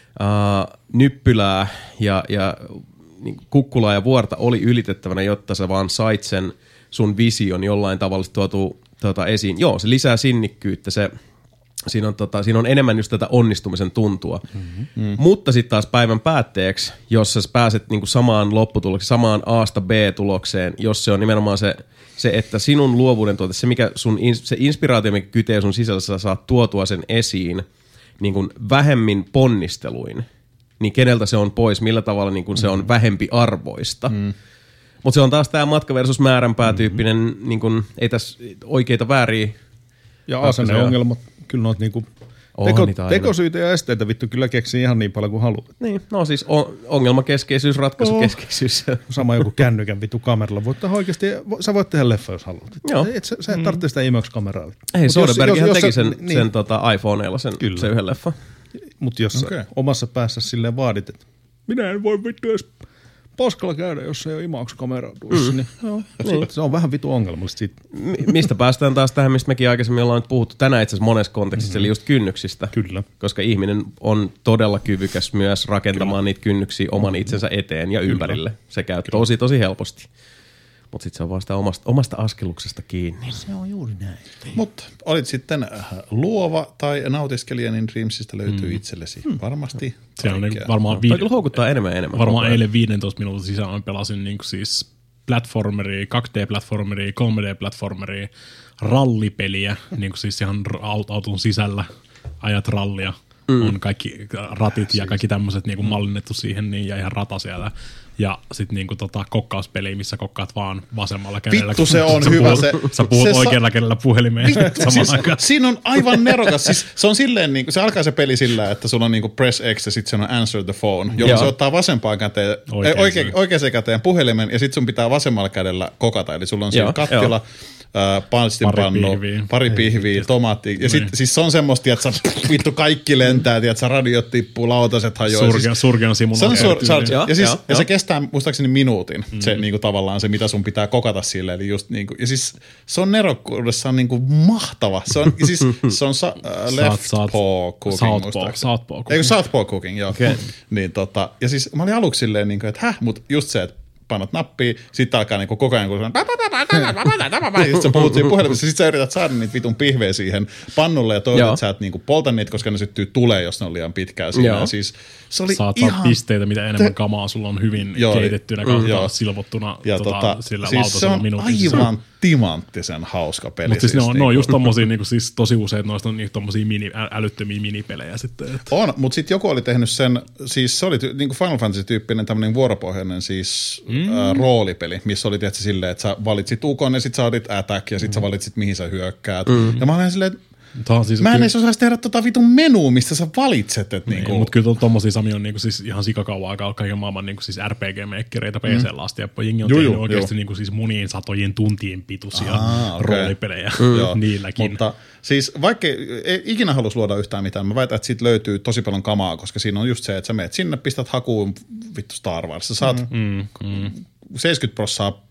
uh, nyppylää ja, ja niin kuin kukkulaa ja vuorta oli ylitettävänä, jotta sä vaan sait sen sun vision jollain tavalla tuotu Tota, esiin. Joo, se lisää sinnikkyyttä, se, siinä, on, tota, siinä on enemmän just tätä onnistumisen tuntua. Mm-hmm. Mm. Mutta sitten taas päivän päätteeksi, jos sä pääset niinku samaan lopputulokseen, samaan A:sta B-tulokseen, jos se on nimenomaan se, se että sinun luovuuden tuote, se, mikä sun, se inspiraatio, mikä kytee sun sisällä, sä saat tuotua sen esiin niin kuin vähemmin ponnisteluin, niin keneltä se on pois, millä tavalla niin kuin se on vähempi arvoista. Mm. Mutta se on taas tämä matka versus määränpää tyyppinen, mm-hmm. niin kun, ei tässä oikeita vääriä. Ja asenneongelmat, kyllä noita niinku teko, tekosyitä ja esteitä vittu kyllä keksii ihan niin paljon kuin haluat. Niin, no siis on, ongelmakeskeisyys, ratkaisukeskeisyys. Oh. Sama joku kännykän vittu kameralla. Voit oikeasti, sä voit tehdä leffa, jos haluat. Joo. Et sä, sä et tarvitse sitä IMAX-kameraa. Ei, Soderberghän teki sen, niin. sen tota, iPhoneilla sen, sen yhden leffan. Mutta jos okay. sä omassa päässä silleen vaadit, että minä en voi vittu edes paskalla käydä, jos ei ole IMAX-kameraa tuossa, mm. niin, joo, niin. Se on vähän vitu ongelmallista siitä. Mi- mistä päästään taas tähän, mistä mekin aikaisemmin ollaan nyt puhuttu tänään itse asiassa monessa kontekstissa, mm-hmm. eli just kynnyksistä. Kyllä. Koska ihminen on todella kyvykäs myös rakentamaan Kyllä. niitä kynnyksiä oman itsensä eteen ja Kyllä. ympärille. Se käy Kyllä. tosi, tosi helposti. Mutta sitten se on vaan sitä omasta, omasta askeluksesta kiinni. Se on juuri näin. Mutta olit sitten luova tai nautiskelija, niin Dreamsista löytyy mm. itsellesi mm. varmasti. Se on niin varmaan viiden, kyllä houkuttaa enemmän ja enemmän. Varmaan eilen viidentoista minuutin sisään pelasin niin siis platformeria, kaksi D-platformeria, kolme D-platformeria, rallipeliä, niin siis ihan auton sisällä ajat rallia. Mm. On kaikki ratit ja kaikki tämmöiset niinku mallinnettu siihen niin, ja ihan rata siellä. Ja sitten niinku tota kokkauspeli, missä kokkaat vaan vasemmalla kädellä. Vittu se on hyvä puhut, se. Sä puhut se oikealla sa- kädellä puhelimeen samaan siis, aikaan. Siinä on aivan nerokas. Siis se on silleen, niinku, se alkaa se peli sillä, että sulla on niinku press X ja sitten se on answer the phone, jolloin se ottaa vasempaan käteen, Oikein oikein, oikeaan käteen puhelimen ja sitten sun pitää vasemmalla kädellä kokata. Eli sulla on siinä kattila, Äh, panstinpannu, pari pihviä, pari pihviä tomaattia. Ja sitten siis se on semmoista, että vittu kaikki lentää, että radiot tippuu, lautaset hajoaa. Surkean, siis, surkean simulaatio. Se on sur, sur, ja, siis, ja, ja se kestää muistaakseni minuutin, mm. se niinku, tavallaan se, mitä sun pitää kokata sille. Eli just, niinku, ja siis se on nerokkuudessaan niinku, mahtava. Se on, siis, se on sa, uh, left saat, paw cooking. Southpaw, southpaw cooking. Eikö southpaw cooking, joo. Okay. Niin, tota, ja siis mä olin aluksi silleen, niinku, että häh, mutta just se, että painat nappia, sitten alkaa niinku koko ajan, kun sitten sä puhut siinä puhelimessa, sitten sä yrität saada niitä vitun pihveä siihen pannulle ja toivot, että sä et niinku polta niitä, koska ne syttyy tulee, jos ne on liian pitkään siinä. Siis, se oli saat ihan pisteitä, mitä enemmän kamaa sulla on hyvin joo, keitettynä kautta silvottuna ja tota, tota, sillä siis lautasella minuutissa. Se on aivan timanttisen hauska peli. Mutta siis, siis ne on, niinku. ne on just tommosia, niinku, siis tosi usein noista on tommosia mini, älyttömiä minipelejä sitten. Et. On, mutta sitten joku oli tehnyt sen, siis se oli ty, niinku Final Fantasy-tyyppinen tämmöinen vuoropohjainen siis mm. ä, roolipeli, missä oli tietysti silleen, että sä valitsit ukon ja sit sä otit attack ja sit mm. sä valitsit mihin sä hyökkäät. Mm. Ja mä olen silleen, Siis mä en edes osaisi tehdä tota vitun menua, mistä sä valitset. Et niin, niinku. Mutta kyllä tommosia Sami on niinku siis ihan sikakauan aikaa kaiken maailman niinku siis R P G-meikkereitä P C-llä asti. Ja jengi on tehnyt oikeasti niinku siis monien satojen tuntien pituisia Aa, okay. roolipelejä mm. niilläkin. Mutta siis vaikka ei ikinä halus luoda yhtään mitään, mä väitän, että siitä löytyy tosi paljon kamaa, koska siinä on just se, että sä meet sinne, pistät hakuun vittu Star Wars. Sä saat mm. Mm. seitsemänkymmentä prosenttia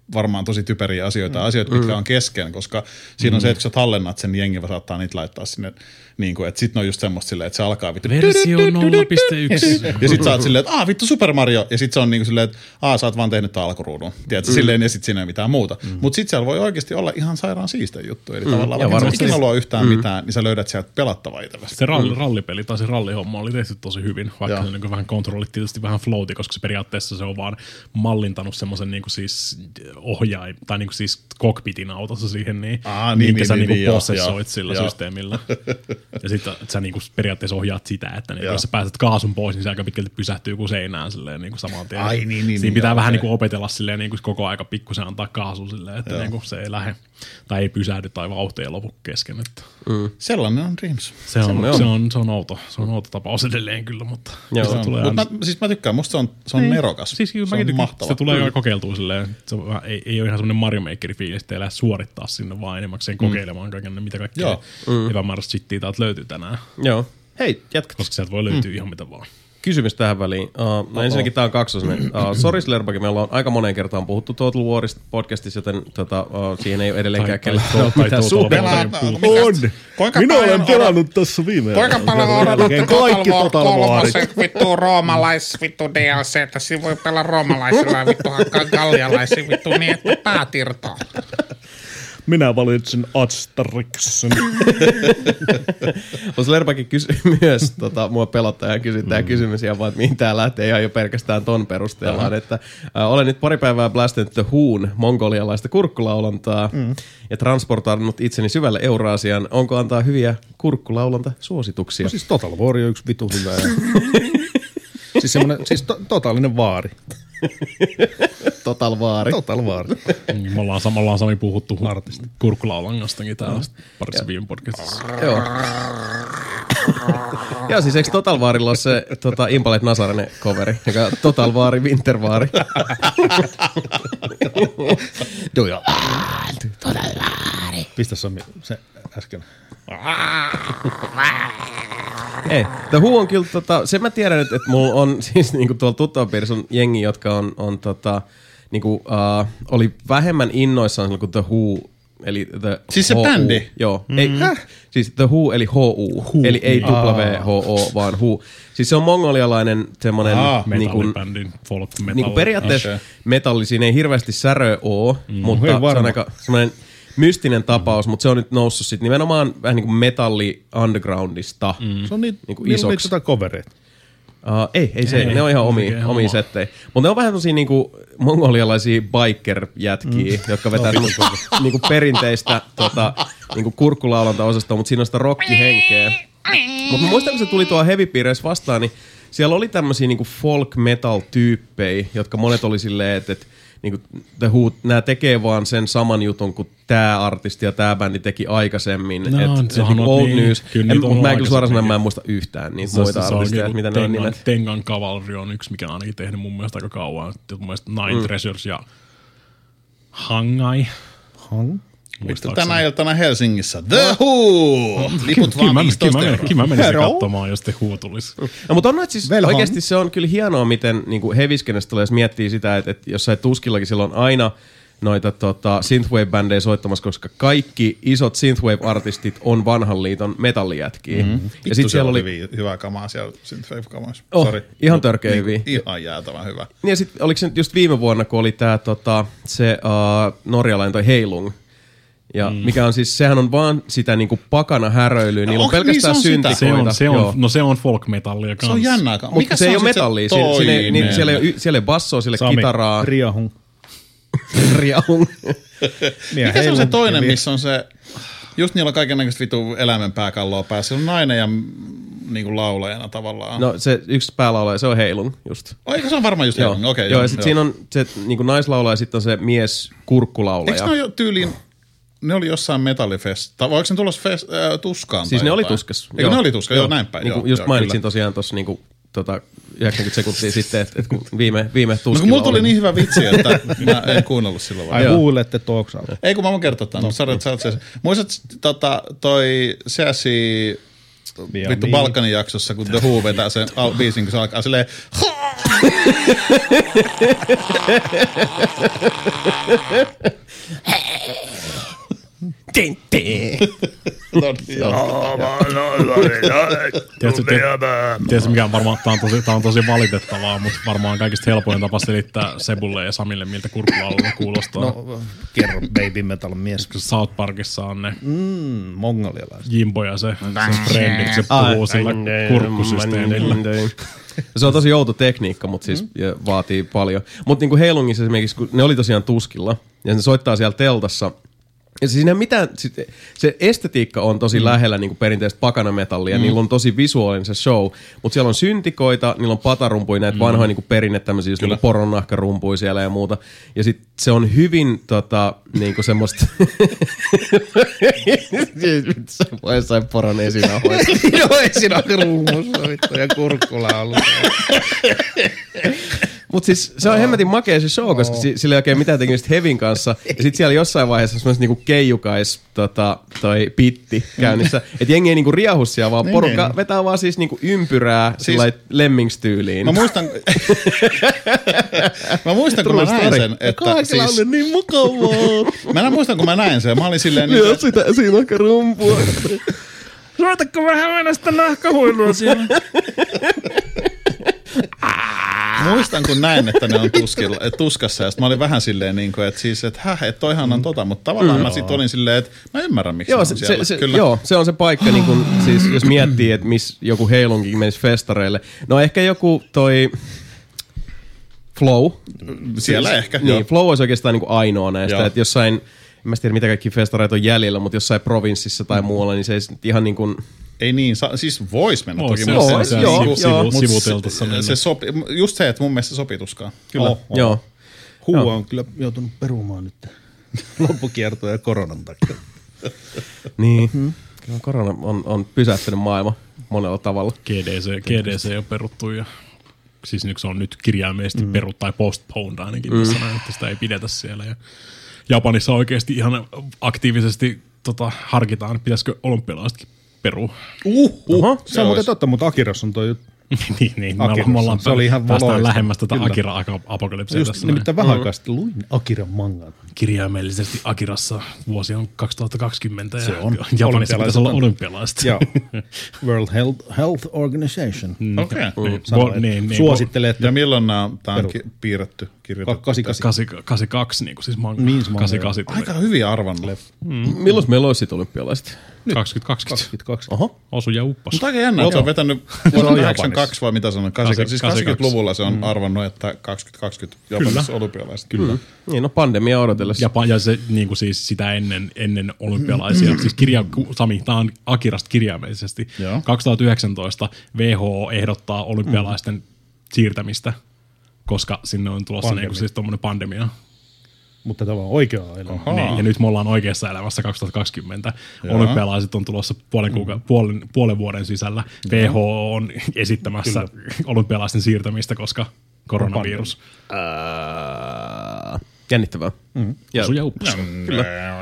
varmaan tosi typeriä asioita, mm. asioita, mitkä mm. on kesken, koska siinä on mm. se, että kun sä tallennat sen, niin jengi saattaa niitä laittaa sinne, niin kuin, että sit ne on just semmoista silleen, että se alkaa vittu versio nolla piste yksi. Ja sit sä oot silleen, että aah vittu Super Mario, ja sit se on niin kuin silleen, että aah sä oot vaan tehnyt tämän alkuruudun, tiedätkö, mm. silleen, ja sit siinä ei mitään muuta. Mm. Mut sit siellä voi oikeasti olla ihan sairaan siistä juttu, eli mm. tavallaan vaikka varmasti ikinä luo yhtään mm. mitään, niin sä löydät sieltä pelattavaa itsellesi. Se ralli, mm. rallipeli tai se rallihomma oli tehty tosi hyvin, vaikka se niin vähän kontrollit tietysti vähän floati, koska se periaatteessa se on vaan mallintanut semmoisen niin siis ohjain, tai niin siis cockpitin autossa siihen, niin, Aa, niin, minkä niin, sä niin, niin, niin, possessoit joo, sillä joo. systeemillä. Ja sitten sä niin periaatteessa ohjaat sitä, että niin, jos sä pääset kaasun pois, niin se aika pitkälti pysähtyy kuin seinään silleen, niin saman tien. Ai, niin, niin, Siinä niin, pitää joo, vähän okay. niin opetella silleen, niin koko aika pikkusen antaa kaasun silleen, että niin se ei lähde tai ei pysähdy tai vauhti ei lopu kesken. Että. Mm. Sellainen on Dreams. Se on, se, on. Se, on, se, on outo. Se on outo tapaus edelleen kyllä, mutta joo, se, se tulee mutta mä, siis mä tykkään, musta se on, se on ei, nerokas. Siis se on mahtava. Se tulee mm. kokeiltua silleen, se on, ei, ei ole ihan semmoinen Mario Maker fiilis, että ei lähde suorittaa sinne vaan enimmäkseen mm. kokeilemaan kaiken, mitä kaikkea mm. epämääräistä shittiä täältä löytyy tänään. Joo. Hei, jatkat. Koska sieltä voi löytyä mm. ihan mitä vaan. Kysymys tähän väliin. Uh, no ensinnäkin tää on kaksosainen. Uh, Sori Slerbakin, meillä on aika moneen kertaan puhuttu Total Warista podcastissa, joten tota, uh, siihen ei ole edelleenkään kellään mitään suunnitelmaa. On! Minä olen pelannut tässä viime Kuinka paljon odotatte Total War kolmoset vittu roomalais vittu D L C, että siinä voi pelaa roomalaisilla ja vittu hakkaa gallialaisia vittu niin, että päät irtoaa. Minä valitsin Asterixin. Slerbakin kysyi myös tota, mua pelottaa ja kysyy tää kysymys ihan vaan, että mihin tää lähtee ihan jo pelkästään ton perusteellaan. Että, äh, olen nyt pari päivää blästänyt The Whon mongolialaista kurkkulaulontaa mm. ja transportoinut itseni syvälle Euraasiaan. Onko antaa hyviä kurkkulaulonta suosituksia? No siis Total War on yksi vitu hyvä. siis semmoinen, siis to, totaalinen vaari. Total Vaari. Total Vaari. Me ollaan, me ollaan Sami puhuttu kurkkulaulangastakin täällä parissa viime podcastissa. Joo. Joo, siis eikö Total Vaarilla ole se tota, Impalet Nazarene coveri, joka Total Vaari Wintervaari. Total Vaari. Pistä Sami se äsken. Ei, The Who on kyllä, tota, se mä tiedän, että, että mulla on siis niinku tuolla tuttavapiirissä on jengi, jotka on, on tota, niinku, uh, oli vähemmän innoissaan silloin kuin The Who, eli The Siis se H U. bändi? Joo, mm-hmm. ei, siis The Who eli H U, Who. Eli ei W H O, vaan Who. Siis se on mongolialainen semmonen niinku, folk metal. Niinku periaatteessa okay. metalli, siinä ei hirveästi säröä oo, mm, mutta se on aika semmoinen mystinen tapaus, mm. mutta se on nyt noussut sit nimenomaan vähän niin kuin metalli undergroundista. Mm. Se on niitä, niin niillä on niitä jotain covereita. Uh, ei, ei se, ei, ne on ihan omia, omia settejä. Mutta ne on vähän tosia niinku mongolialaisia biker-jätkiä, mm. jotka vetää niinku, niinku perinteistä tota, niinku kurkkulaulanta-osastoa, mutta siinä on sitä rockihenkeä. Mutta mä muistan, kun se tuli tuolla heavy-piireissä vastaan, niin siellä oli tämmöisiä niinku folk-metal-tyyppejä, jotka monet oli silleen, että et, niinku The Who, nää tekee vaan sen saman jutun kuin tää artisti ja tää bändi teki aikaisemmin. No, et, et niinku old niin, news. En, mä en kyllä suoraan sanoa, mä en muista yhtään niitä se, muita se, artisteja, se mitä ne on nimet. Tengan Cavalry on yksi, mikä on ainakin tehnyt mun mielestä aika kauan. Mun mielestä Nine mm. Treasures ja Hangai. Hang? Muista tänä iltana Helsingissä The Who! Liput vaan viisitoista euroa. Kyllä mä menisin katsomaan, jos The Who tulisi. No, mutta on nyt siis Velhon. Oikeasti se on kyllä hienoa, miten niin heviskenestä tulee, jos miettii sitä, että, että jossain Tuskillakin silloin aina noita tota, synthwave-bändejä soittamassa, koska kaikki isot synthwave-artistit on vanhan liiton metallijätkiä. Mm-hmm. Ja sit siellä oli vi- hyvää kamaa siellä synthwave-kamoissa. Oh, Sorry. ihan törkeä hyvin. Ihan jäätävän hyvä. Ja sit oliko se nyt just viime vuonna, kun oli tää tota, se uh, norjalainen toi Heilung. Ja mm. mikä on siis, sehän on vaan sitä niinku pakana häröilyä, niillä on pelkästään niin syntikoita. Se on, se on, no se on folk-metallia kanssa. Se on jännää. Mutta se, se ei ole metallia, siellä, siellä, ei, niin, siellä, ei, siellä ei bassoa, siellä ei kitaraa. Riahung. Riahung. Mikä se on se toinen, missä on se, just niillä on kaikennäköistä vitu eläimen pääkalloa päässä. Se on nainen ja niinku laulajana tavallaan. No se yksi päälaulaja, se on Heilung just. Eikö se on varmaan just Heilung? Okei. Okay, joo, ja sitten siinä on se niinku naislaulaja ja sitten on se mies kurkkulaulaja. Eikö ne ole jo tyyliin... Ne oli jossain metallifesta. Voiko ne tulla fest, äh, tuskaan? Siis ne oli tuskas. Eikö ne oli tuskas? Joo, joo näin päin. Niin joo, just joo, mainitsin kyllä. Tosiaan tuossa niinku, tota, yhdeksänkymmentä sekuntia sitten, että et kun viime, viime tuskilla no, kun mulla tuli oli. Niin hyvä vitsi, että mä en kuunnellut silloin. Ai kuulette tuoksalta. Ei kun mä voin kertoa tämän. No, Sori, että sä oot se. Muistat tota, toi Seasi vittu Balkanin jaksossa, kun The Who vetää sen al- biisin, kun se alkaa silleen Tiedätkö, mikä on varmaan, tää on, tosi, tää on tosi valitettavaa, mutta varmaan kaikista helpoin tapa selittää Sebulle ja Samille, miltä kurkkulaululla kuulostaa. No, kerro Baby Metal mies. South Parkissa on ne mm, mongolialaiset. Jimbo ja se, se frendit, se puhuu sillä kurkkusysteemillä. Se on tosi outo tekniikka, mutta siis mm. vaatii paljon. Mutta niinku Heilungissa esimerkiksi, kun ne oli tosiaan tuskilla, ja ne soittaa siellä teltassa, ja siinä mitään, se estetiikka on tosi mm. lähellä niin kuin perinteistä pakanametallia, mm. niillä on tosi visuaalinen se show, mutta siellä on syntikoita, niillä on patarumpuja, näitä mm. vanhoja niin kuin perinne tämmöisiä, just niin poronnahkarumpuja siellä ja muuta. Ja sit se on hyvin tota, niin kuin semmoista... Se voi jossain poron esinahoista. Joo, esinahoista ja kurkkulaulu. Mutta siis se on hemmetin makea se show, koska sillä ei oikein mitään tekemistä Hevin kanssa. Ja sit siellä jossain vaiheessa semmoista niinku keijukais tota, toi pitti käynnissä. Että jengi ei niinku riahu siellä, vaan porukka vetää vaan siis niinku ympyrää siis, Lemmings-tyyliin. Mä muistan, mä muistan kun mä näin sen, että kaikilla siis... on niin mukavaa. Mä muistan kun mä näin sen, mä olin silleen... Joo, niin, sitä esinahorumpua. Soitatko vähän mennä sitä nahkahuilua siinä? Muistan, kun näin, että ne on tuskilla, et tuskassa, ja sit mä olin vähän silleen, niin kuin, että siis, että häh, että toihan on tota, mutta tavallaan mm. mä sit olin silleen, että mä ymmärrän, miksi joo, on se, siellä. Se, se, joo, se on se paikka, niin kun, siis, jos miettii, että missä joku Heilunkin menisi festareille. No ehkä joku toi Flow. Siellä siis, ehkä, niin, joo. Flow olisi oikeastaan niin kuin ainoa näistä, että jossain, en mä tiedä mitä kaikki festareita on jäljellä, mutta jossain provinssissa tai muualla, niin se ei ihan niin kuin... Ei niin, sa- siis vois mennä oh, toki. Se, mutta se, se, joo, sivu, joo. sivu, sivuteltassa. Se, se sopi, just se, että mun mielestä se sopii tuskaan. Kyllä, oh, oh. Joo. Huua on kyllä joutunut perumaan nyt loppukiertoja koronan takia. Niin, mm. kyllä korona on, on pysäyttänyt maailma monella tavalla. G D C, G D C on peruttu ja siis nyt se on nyt kirjaimellisesti mm. peruttu tai postponed ainakin mm. tässä näin, että sitä ei pidetä siellä. Ja Japanissa oikeasti ihan aktiivisesti tota, harkitaan, pitäisikö olympialaisetkin perua. Uh, uh. Oho, se, se on muuten totta, mutta Akiras on toi niin, niin. Me ollaan, me ollaan se oli ihan päästään lähemmäs tätä Akira-apokalypsia just tässä. Nimittäin vähän aikaa sitten luin Akiran mangan. Kirjaimellisesti Akirassa vuosi on kaksituhattakaksikymmentä se ja on. Japanissa pitäisi olla olympialaiset. Joo. World Health, Health Organization. Mm. Okei. Okay. Mm. Sano, niin, niin, suosittelee, että... Ja milloin nämä on ki- piirretty? kahdeksankymmentäkahdeksan, niin kuin siis manga. kahdeksankymmentäkahdeksan. Aika hyvin arvannut. Mm. Milloin meillä olisi olympialaiset? kaksituhattakaksikymmentä. Oho. Osu ja uppas. Mutta aika jännä, että se on vetänyt vuonna kahdeksankymmentäkaksi vai mitä sanon, siis kahdeksankymmentäluvulla se on mm. arvannut, että kaksituhattakaksikymmentä Japanissa olympialaiset. Kyllä. Mm. Niin, no pandemia odotellessa. Ja, ja se niin kuin siis sitä ennen, ennen olympialaisia. Mm. Siis kirja, Sami, tämä on Akirasta kirjaimellisesti. Joo. kaksituhattayhdeksäntoista W H O ehdottaa olympialaisten mm. siirtämistä, koska sinne on tulossa niin kuin siis tuommoinen pandemia. Mutta tämä on oikea elämä. Niin, ja nyt me ollaan oikeassa elämässä kaksituhattakaksikymmentä. Olympialaiset on tulossa puolen, kuuka- puolen, puolen vuoden sisällä. W H O on esittämässä kyllä. olympialaisten siirtämistä, koska koronavirus. Äh, jännittävää. Mm. Ja, Osu ja uppas. Kyllä.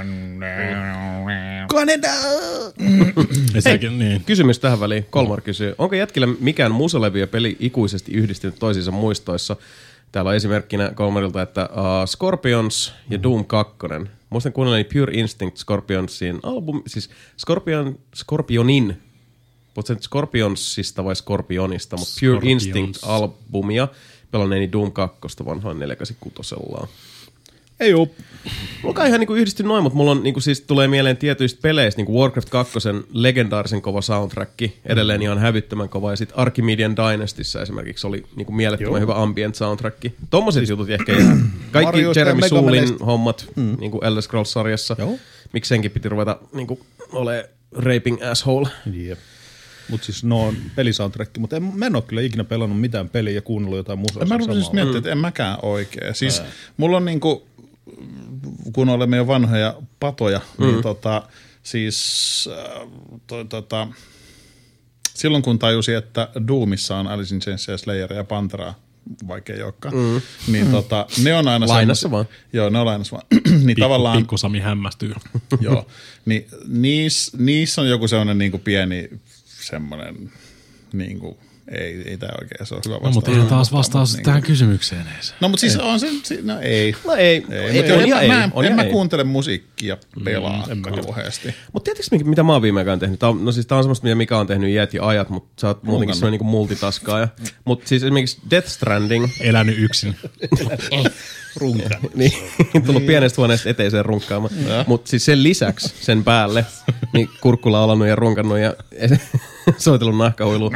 Kanada! Hei, niin. Kysymys tähän väliin. Kolmar kysyy. Onko jätkillä mikään musalevy ja peli ikuisesti yhdistynyt toisiinsa muistoissa? Täällä on esimerkkinä Kolmarilta, että uh, Scorpions ja Doom kaksi. Muistan kuunnellani Pure Instinct Scorpionsin album, siis Scorpion, Scorpionin, puhutko sen Scorpionsista vai Scorpionista, mutta Pure Scorpions. Instinct-albumia pelanneeni Doom kaksi vanhoin neljäsataakahdeksankymmentäkuusi. Ei oo. Mulla on ihan niinku yhdistynyt noin, mutta mulla on niinku siis tulee mieleen tietyistä peleistä, niinku Warcraft kaksi legendaarisen kova soundtrack, edelleen ihan hävyttömän kova, ja sitten Archimedean Dynastyssä esimerkiksi oli niinku mielettömän Joo. hyvä ambient soundtrack. Tommoset siis, jutut ehkä jää. Kaikki Jeremy Soulin hommat mm. niinku Elder Scrolls-sarjassa. Joo. Miksi senkin piti ruveta niinku ole raping asshole. Jep. Mutta siis no on pelisoundtrack, mutta en, mä en ole kyllä ikinä pelannut mitään peliä ja kuunnellut jotain musaa. Mä rupesin miettimään, mm. että en mäkään oikein. Siis Ää. mulla on niinku, kun olemme jo vanhoja patoja, mm. niin tota, siis äh, to, tota, silloin kun tajusin, että Doomissa on Alice in Chains ja Slayer ja Panteraa, vaikea olekaan, mm. niin mm. tota, ne on aina lainassa vaan. Joo, ne on lainassa vaan. niin Pikku, tavallaan, pikku Sami hämmästyy. joo, niin niissä niis on joku sellainen niinku pieni semmoinen, niin kuin, ei, ei tämä oikein, se on hyvä No, vastaus. mutta ei taas vastaus Mutta tähän niin kysymykseen edes. No mutta siis on se, no ei. No ei, Ei, ei, mutta on en, ja mä, ei, mä, on en ja mä ei. kuuntele musiikkia pelaa en mä kyllä. kauheasti. Mutta tiedätkö, mitä mä oon viime aikoina tehnyt? Tää on, no siis tää on semmoista, mitä Mika on tehnyt iät ja ajat, mutta sä oot muutenkin semmoinen niinku multitaskaaja. Mutta siis esimerkiksi Death Stranding, Elänyt yksin. Runkan. niin tullut pienestä huoneesta eteiseen runkkaamaan. Mutta siis sen lisäksi, sen päälle, niin kurkku laulannut ja runkannut ja soitellut nahkahuilua.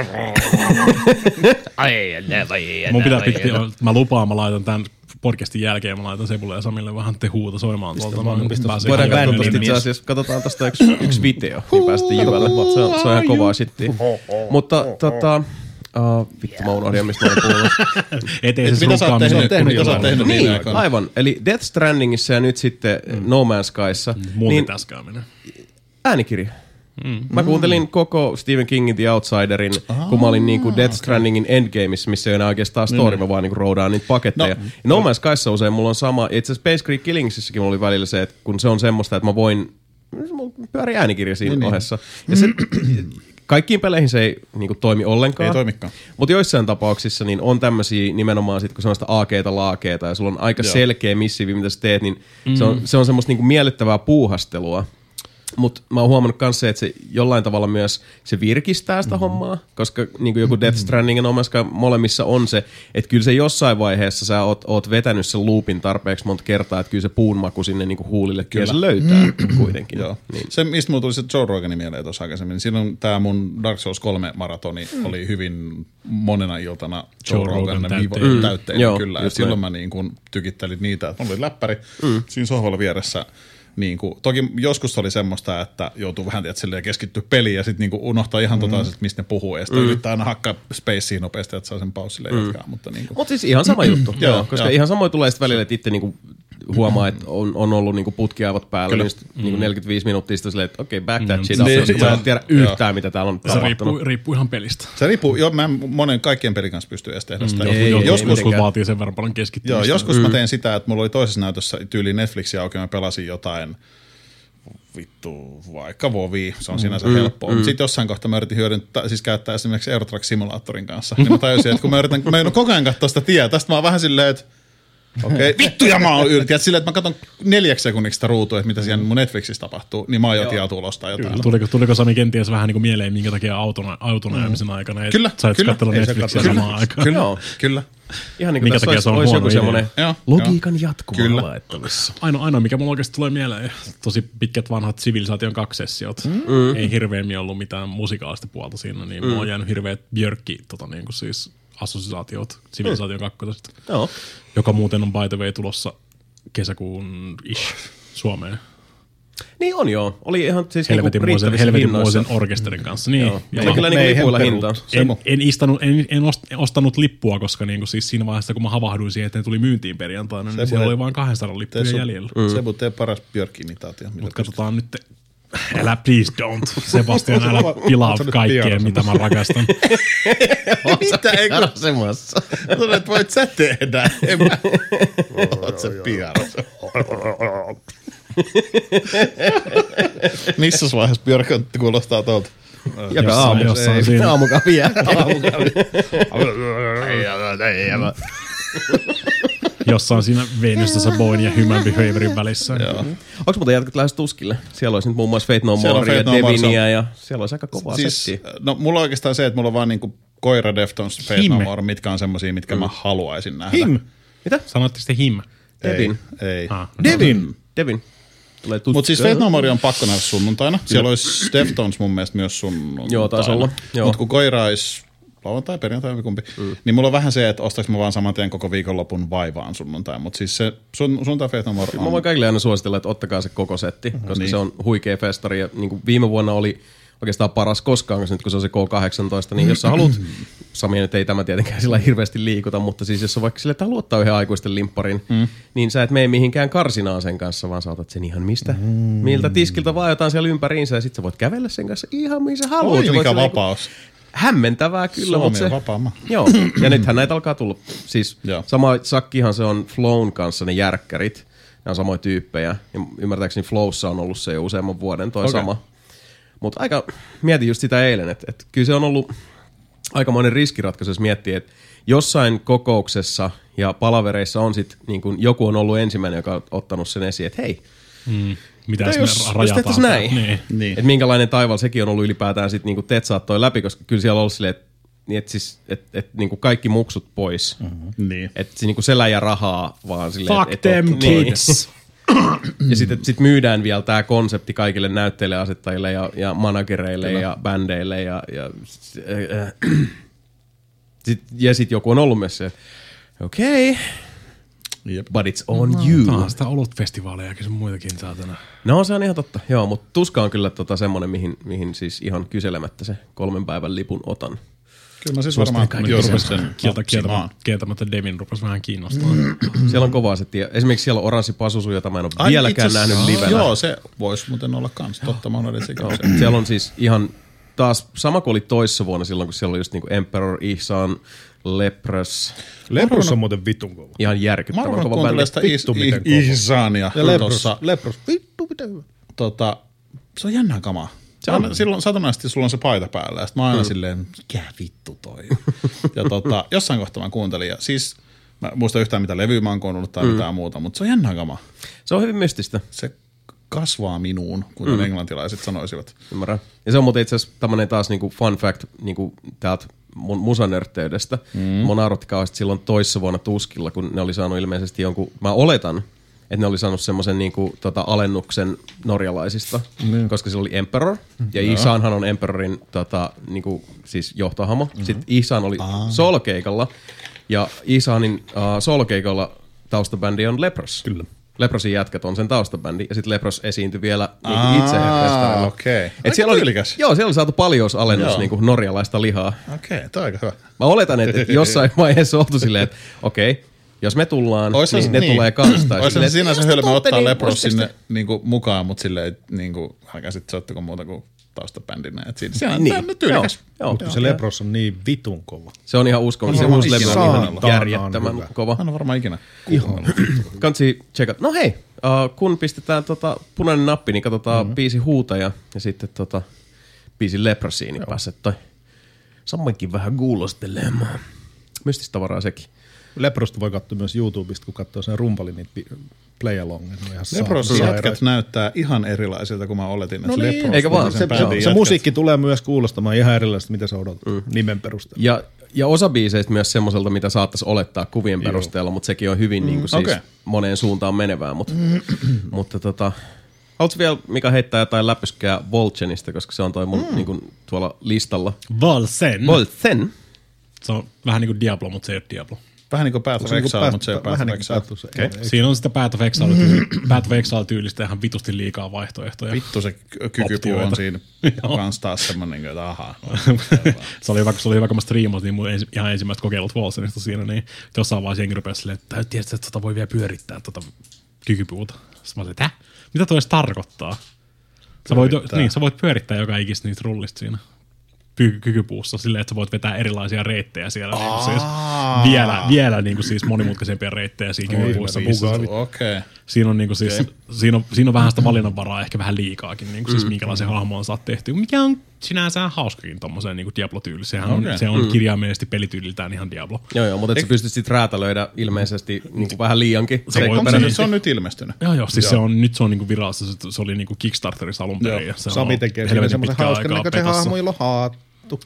Mun pitää pitää, mä lupaan, mä laitan tämän podcastin jälkeen, mä laitan Sebulle ja Samille vähän tehuuta soimaan tuolta. Voidaan katsoa tosta itse asiassa, katsotaan tosta yksi, yksi video, niin pääsette jyvälle. Se on, se on ihan kovaa shittiä. Mutta tota... Uh, vittu, mä unohdin, mistä mä olin puhunut. Eteisessä Mitä sä oot tehnyt, rukkaaminen. mitä sä oot tehnyt viime Niin, aikoina? aivan. Eli Death Strandingissa ja nyt sitten mm. No Man's Skyssa. Niin Multitaskaaminen. äänikirja. Mm. Mä kuuntelin koko Stephen Kingin The Outsiderin, ah, kun mä olin niinku Death okay. Strandingin Endgameissa, missä ei ole enää oikeastaan story, mm. mä vaan niinku roudaan niitä paketteja. No, no Man's Skyssa usein mulla on sama, itse asiassa Space Creek Killingsissäkin mulla oli välillä se, että kun se on semmoista, että mä voin, pyöri äänikirja siinä niin, ohessa. Ja se, kaikkiin peleihin se ei niinku toimi ollenkaan. Ei toimikaan. Mutta joissain tapauksissa niin on tämmöisiä nimenomaan sit, kun sellaista aakeita laakeita ja sulla on aika Joo. selkeä missiivi, mitä sä teet, niin mm. se, on, se on semmoista niinku miellyttävää puuhastelua. Mutta mä oon huomannut myös se, että se jollain tavalla myös se virkistää sitä mm. hommaa, koska niin joku Death Stranding ja No Man's Sky molemmissa on se, että kyllä se jossain vaiheessa sä oot, oot vetänyt sen loopin tarpeeksi monta kertaa, että kyllä se puun maku sinne niin huulille kyllä se löytää kuitenkin. Joo. Niin. Se, mistä mulla tuli se Joe Roganin mieleen tuossa aikaisemmin, silloin tämä mun Dark Souls kolme maratoni mm. oli hyvin monena iltana Joe, Joe Roganin täytteinen, mm. täytteinen Joo, kyllä. Ja silloin näin. Mä niin kun tykittelin niitä, että mulla oli läppäri mm. siinä sohvalla vieressä. Niin kuin, toki joskus oli semmoista, että joutuu vähän tietysti keskittyä peliin ja sitten niin unohtaa ihan mm. totaalisesti, mistä ne puhuu. Ja sitten mm. yrittää aina hakkaa spacea nopeasti, että saa sen paussille mm. jatkaa. Mutta niin Mut siis ihan sama juttu, joo, koska ihan samoin tulee sitten välillä, että itse niin huomaa, että on, on ollut niin putkiaivot päällä, niin, mm. niin neljäkymmentäviisi minuuttia sitten silleen, että okei, okay, back that shit up, koska mä en tiedä yhtään, mitä täällä on tapahtunut. Se riippuu, riippuu ihan pelistä. Se riippuu, joo, mä en monen kaikkien pelin kanssa pysty edes tehdä sitä. Mm, ei, joskus, ei, joskus ei, vaatii sen verran paljon keskittymistä. Joo, joskus mm. mä tein sitä, että mulla oli toisessa näytössä tyyliin Netflixia auki, mä pelasin jotain vittu, vaikka Vovi, se on sinänsä mm, helppoa. Mm. Sitten jossain kohtaa mä yritin hyödyntää, siis käyttää esimerkiksi Euro Truck Simulaattorin kanssa. Niin mä tajusin, että kun mä yritän, mä en koko ajan katsoa sitä tietä, sitten mä oon vähän silleen, että okei, okay, vittu ja mä oon yritin. Että silleen, että mä katson neljäksi sekunniksi sitä ruutua, että mitä siellä mun Netflixissä tapahtuu, niin mä oon jo tiellä tulostaa jotain. Kyllä. Tuliko, tuliko Sami kenties vähän niin kuin mieleen, minkä takia autona, autona ajamisen aikana, että kyllä, sä et katsella Netflixiä samaan aikaan? Kyllä, kyllä. kyllä. Ihan niin kuin tässä olisi, olisi joku semmoinen logiikan jatkuma laittamissa. Ainoa, ainoa, mikä mulla oikeasti tulee mieleen, tosi pitkät vanhat Civilisaation kaksi sessiot. Mm. Ei hirveämmin ollut mitään musikaalista puolta siinä, niin mm. mulla on jäänyt hirveät Björkki, tota, niin kuin siis assosiaatiot Civilisaation kakkosesta, Joo. joka muuten on by the way tulossa kesäkuun ish Suomeen. Niin on joo. Oli ihan siis helvetinmoisen niinku helvetinmoisen orkesterin kanssa. Niin. Joo. Ja kyllä niinku lipuilla hintaa. En, en, istanut, en, en ostanut lippua, koska niinku siis siinä vaiheessa, kun mä havahduin siihen, että ne tuli myyntiin perjantaina, niin siellä oli vain kaksisataa lippuja jäljellä. Mm. Sebu, tee paras Björk-imitaatio. Mutta katsotaan nyt. Älä please don't. Sebastian, älä pilaa kaikkea, mitä mä rakastan. Mitä ei kun semmoissa? Sanoit, voit sä tehdä. En mä. Oot sä pieras. Missä vaiheessa Björk kuulostaa tuolta? Joka aamu. Jossain siinä. Aamukavia. Aamukavia. Jossain siinä Venustassa Boyn ja Human Behaviorin välissä. Onko muuten jatkat lähes tuskille? Siellä olisi nyt muun muassa Fate No More ja Devinia ja siellä olisi aika kovaa siis, settiä. No mulla on oikeastaan se, että mulla on vaan niinku Koira, Deftones, Fate Him. No More, mitkä on semmosia, mitkä mm. mä haluaisin nähdä. Him. Mitä? Sanoitte sitten Him. Devin. Ei. ei. Ah. Devin. Devin. Mutta siis Fate No More on pakko nähdä sunnuntaina. Siellä olisi Deftones mun mielestä myös sunnuntaina. Joo, taisi olla. Mutta kun Koira olisi lauantai, perjantai, kumpi, mm. niin mulla on vähän se, että ostaks mä vaan saman tien koko viikonlopun vaivaan sunnuntai. Mutta siis se sun, sunnuntai Fate No More on... Mä voin kaikille aina suositella, että ottakaa se koko setti, koska niin. se on huikea festari. Ja niin kuin viime vuonna oli oikeastaan paras koskaan, koska nyt kun se on se K kahdeksantoista, niin jos sä haluat, Sami nyt ei tämä tietenkään sillä hirveästi liikuta, mutta siis jos on vaikka sille, että haluat ottaa yhden aikuisten limpparin, mm. niin sä et mene mihinkään karsinaan sen kanssa, vaan sä otat sen ihan mistä, mm. miltä tiskiltä vaan jotain siellä ympäriinsä ja sit sä voit kävellä sen kanssa ihan missä haluat. Oi, mikä vapaus. Hämmentävää kyllä. Suomi se, on vapaama. Joo, ja nythän näitä alkaa tulla. Siis sama sakkihan se on Flown kanssa ne järkkärit. Ne on samoja tyyppejä. Ja ymmärtääkseni Flowssa on ollut se jo useamman vuoden toi okay. sama. Mutta aika, mietin just sitä eilen, että, että kyllä se on ollut aikamoinen riskiratkaisu, jos miettii, että jossain kokouksessa ja palavereissa on sit, niin kun joku on ollut ensimmäinen, joka on ottanut sen esiin, että hei, mm. mitä jos, jos, jos tehtäisiin näin, niin. Niin. että minkälainen taival sekin on ollut ylipäätään sit, niin Ted saattoi läpi, koska kyllä siellä on ollut silleen, että niin et siis, et, et, niinku kaikki muksut pois. Mm-hmm. Niin. Että niinku se läjä rahaa vaan silleen. Fuck et, et, them et, niin. kids. Ja sitten sit myydään vielä tämä konsepti kaikille näytteille asettajille ja, ja managereille Kyllä. ja bändeille. Ja, ja, äh, sit, ja sitten joku on ollut myös se, okei, okay, yep. but it's on no, you. Taas sitä olutfestivaalejakin sun muitakin saatana. No se on ihan totta, joo, mutta tuska on kyllä tota semmoinen, mihin, mihin siis ihan kyselemättä se kolmen päivän lipun otan. Kyllä mä siis varmaan joudun sen kieltä, kieltä, kieltämättä Devin rupesi vähän kiinnostaa. Mm. Siellä on kovaa settiä. Esimerkiksi siellä on oranssi pasusu, jota mä en ole Ai, vieläkään nähnyt livenä. Joo, se voisi muuten olla kans. Totta, mä unohdin sekin. No, siellä on siis ihan taas sama kuin oli toissa vuonna silloin, kun siellä oli just niinku Emperor, Ihsan, Leprous. Leprous on muuten vitun kova. Ihan järkyttävän kova bändi. Mä arvoin, sitä vittu miten kova. Ihsania. Ja Leprous, Leprous, vittu miten hyvä. Tota, se on jännää kamaa. Se on, silloin satunnaisesti sulla on se paita päällä, ja sit mä oon aina mm. silleen, mikä vittu toi. ja tota, jossain kohtaa mä kuuntelin, ja siis mä muistan yhtään mitä levyä mä oon kuunnellut tai mm. mitään muuta, mutta se on jännää kamaa. Se on hyvin mystistä. Se kasvaa minuun, kuten mm. englantilaiset sanoisivat. Ymmärrän. Ja se on muuten itse asiassa tämmönen taas niinku fun fact niinku täältä mun musanörtteydestä. Mm. Mun nauratti kauheasti silloin toissa vuonna Tuskilla, kun ne oli saanut ilmeisesti jonkun, mä oletan, että ne oli saanut semmoisen niinku, tota, alennuksen norjalaisista, mm. koska se oli Emperor, ja no. Ihsanhan on Emperorin tota, niinku, siis johtohamo. Mm-hmm. Sitten Ihsan oli ah. solokeikalla, ja Ihsanin uh, solokeikalla taustabändi on Leprous. Kyllä. Leprousin jätkät on sen taustabändi, ja sitten Leprous esiintyi vielä niinku, itse festarilla. Okei. Okay. Siellä oli, joo, siellä oli saatu paljousalennus niinku, norjalaista lihaa. Okei, okay, toi on aika hyvä. Mä oletan, että, että jossain vaiheessa oltu silleen, että okei, okay, jos me tullaan, Oisa, niin ne niin. tulee kanssa. Olisi se sinänsä hölmö ottaa Leprous sinne niinku, mukaan, mutta silleen, niinku, älkää sitten soittako muuta kuin taustabändinä. Et siinä, siinä niin. on tyylikäs. Joo, mutta se Leprous on niin vitun kova. Se on ihan uskollinen. Se uusi levy on ihan järjettömän kova. Hän on varmaan ikinä. Kansi tsekat. No hei, uh, kun pistetään tota punainen nappi, niin katsotaan mm-hmm. biisi Huutaja ja sitten tota biisi Leprosiin, niin pääset toi samoinkin vähän kuulostelemaan. Mystistä tavaraa sekin. Leprosta voi katsoa myös YouTubesta, kun katsoo sen rumpalin niitä play-alongin. Leprosin jätkät näyttää ihan erilaisilta, kuin mä oletin, että no niin, Leprous eikä vaan. Se, se, se musiikki tulee myös kuulostamaan ihan erilaista, mitä sä odotat mm. nimen perusteella. Ja, ja osa biiseistä myös semmoiselta, mitä saattaisi olettaa kuvien Joo. perusteella, mutta sekin on hyvin mm. niin kuin siis okay. moneen suuntaan menevää. Mutta, mm. mutta tota, haluatko vielä Mika heittää jotain läpyskää Voltsenista, koska se on toi mun mm. niin kuin, tuolla listalla. Voltsen. Voltsen. Se on vähän niin kuin Diablo, mutta se ei ole Diablo. Vähän niin kuin Path of Exile, mutta se ei ole Path of Exile. Okay. Siinä on sitä Path of Exile-tyylistä, Path of Exile-tyylistä ihan vitusti liikaa vaihtoehtoja. Vittu se kykypuu on siinä kans taas semmoinen, että ahaa. se oli hyvä, kun se oli hyvä, kun mä striimasin niin mun ensi, ihan ensimmäiset kokeilut Volsenista siinä, niin jossain vaiheessa jengi rupesi silleen, että tiedätkö, että tota voi vielä pyörittää tota kykypuuta. Sitten mä olin, että hä? Mitä toi edes tarkoittaa? Sä voit, niin, sä voit pyörittää joka ikistä niitä rullista siinä. Kykypuussa silleen, että sä voit vetää erilaisia reittejä siellä. Niin siis vielä, vielä niin kuin siis monimutkaisempia reittejä siinä kykypuussa. Okay. Siinä on, niin kuin siis, okay. siinä, on, siinä on vähän sitä valinnanvaraa, ehkä vähän liikaakin, niin kuin mm. siis minkälaisen hahmoon saat tehty. Mikä on sinänsä hauskakin tommoseen niin Diablo-tyyli. Sehän okay. on, se on mm. kirjaimellisesti pelityyliltään ihan Diablo. Joo, joo, mutta et sä pystyt sit räätälöidä ilmeisesti niin kuin vähän liiankin. Se, se, se, se on nyt ilmestynyt. Joo, joo, siis joo. Se on, nyt se on niin kuin virallista. Se, se oli niin kuin Kickstarterissa alun perin. Sami tekee siinä semmoisen hauskan näköisen hahmoilla haattu.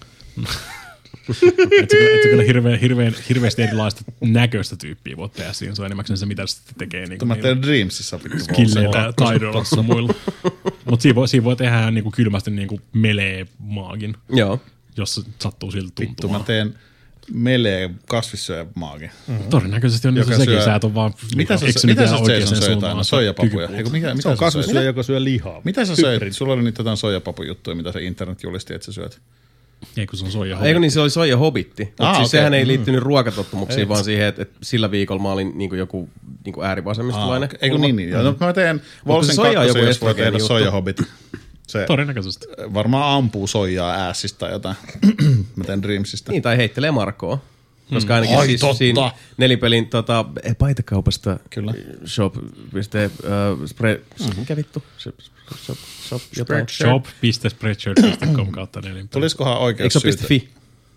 et se, et se kyllä hirveän, hirveän, hirveästi erilaista näköistä tyyppiä voit tehdä siinä. Se on enimmäkseen se, mitä se sitten tekee. Niin mä teen Dreamsissa. Skilleillä taidoilla sun muilla. Mutta siinä, siinä voi tehdä niin kuin kylmästi niin kuin melee maagin. Joo. Jos sattuu siltä tuntumaan. Vittu, mä teen melee kasvissyöjä maagin. Mm-hmm. Todennäköisesti on niitä sekin. Sä et on vaan mitä sä, mitä sä Jason söit aina? Soijapapuja? Mikä, se on kasvissyöjä, joka syö lihaa. Mitä sä söit? Sulla oli nyt jotain soijapapujuttuja, mitä se internet julisti, että sä syöt. Ei kun se on soija hobitti. Eikö niin, se oli soija hobitti. Mutta ah, siis okay. sehän ei liittynyt ruokatottumuksiin, vaan siihen, että, että sillä viikolla mä olin niin joku niin äärivasemmistolainen. Ah, eikö niin, niin. No, mä teen Volsen kakkosen, jos voi tehdä soija hobitti. Se todennäköisesti. Varmaan ampuu soijaa äässistä tai jotain. Mä teen Dreamsista. Niin, tai heittelee Markoa. Koska ainakin Ai, siis totta. siinä nelipelin tota, paitakaupasta Kyllä. shop. Piste, uh, spre, mikä vittu? Shop, shop, shop, jotain. shop piste spreadshirt piste com kautta nelinpeli. Tulisikohan Eikö oikeus se ole syytä? .fi?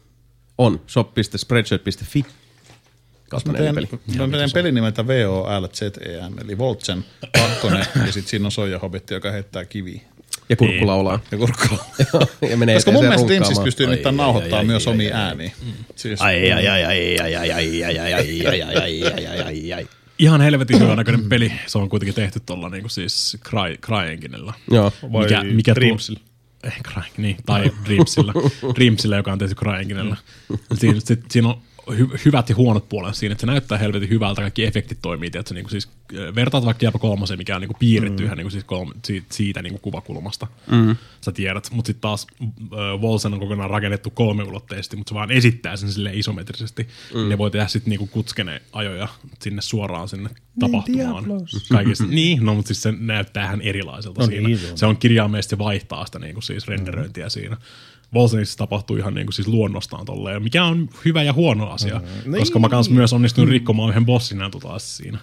On. shop piste spreadshirt piste fi kautta Mä teen, nelipeli. mä teen pelin nimeltä V O L Z E N, eli Voltsen kakkonen, ja sitten siinä on Soija Hobitti, joka heittää kiviä. Ja kurkku laulaa. Ja kurkku. Ja menee Koska mun eteeseen mielestä Dreamsista runkkaamaan. pystyy nimittäin nauhoittamaan myös omia ääniä. Siis, Ai, ai, ai, ai, ai, ai, ai, ai, ai, ai, ai, ai, ai, ai, ai, ai. Ihan helvetin hyvän näköinen peli. Se on kuitenkin tehty tuolla niinku siis Cry, CryEngineillä. Joo. Vai Mikä, mikä Dreamsilla? Eh, Cry, niin, tai Dreamsilla. Dreamsilla, joka on tehty CryEnginellä. Siinä, sit, siinä on hy, hyvät ja huonot puolet siinä, että se näyttää helvetin hyvältä, kaikki efektit toimii. Tiedätkö, niin kuin siis, vertaat vaikka Diablo kolmoseen, mikä on niin kuin piirretty mm. ihan niin kuin siis kolme, siitä, siitä niin kuin kuvakulmasta. Mm. Sä tiedät, mutta sitten taas äh, Volsen on kokonaan rakennettu kolmeulotteisesti, mutta se vaan esittää sen silleen isometrisesti. Mm. Ne voi tehdä sitten niin kuin kutskene ajoja sinne suoraan sinne tapahtumaan. Kaikista. Niin, no mutta siis se näyttää ihan erilaiselta No siinä. niin, se se on, on. se on kirjaimellisesti vaihtaa sitä niin kuin siis renderöintiä mm. siinä. Volsenissa tapahtuu ihan niin kuin siis luonnostaan tolleen, mikä on hyvä ja huono asia, mm. koska mä kans myös onnistuin rikkomaan yhden bossin näytö taas siinä.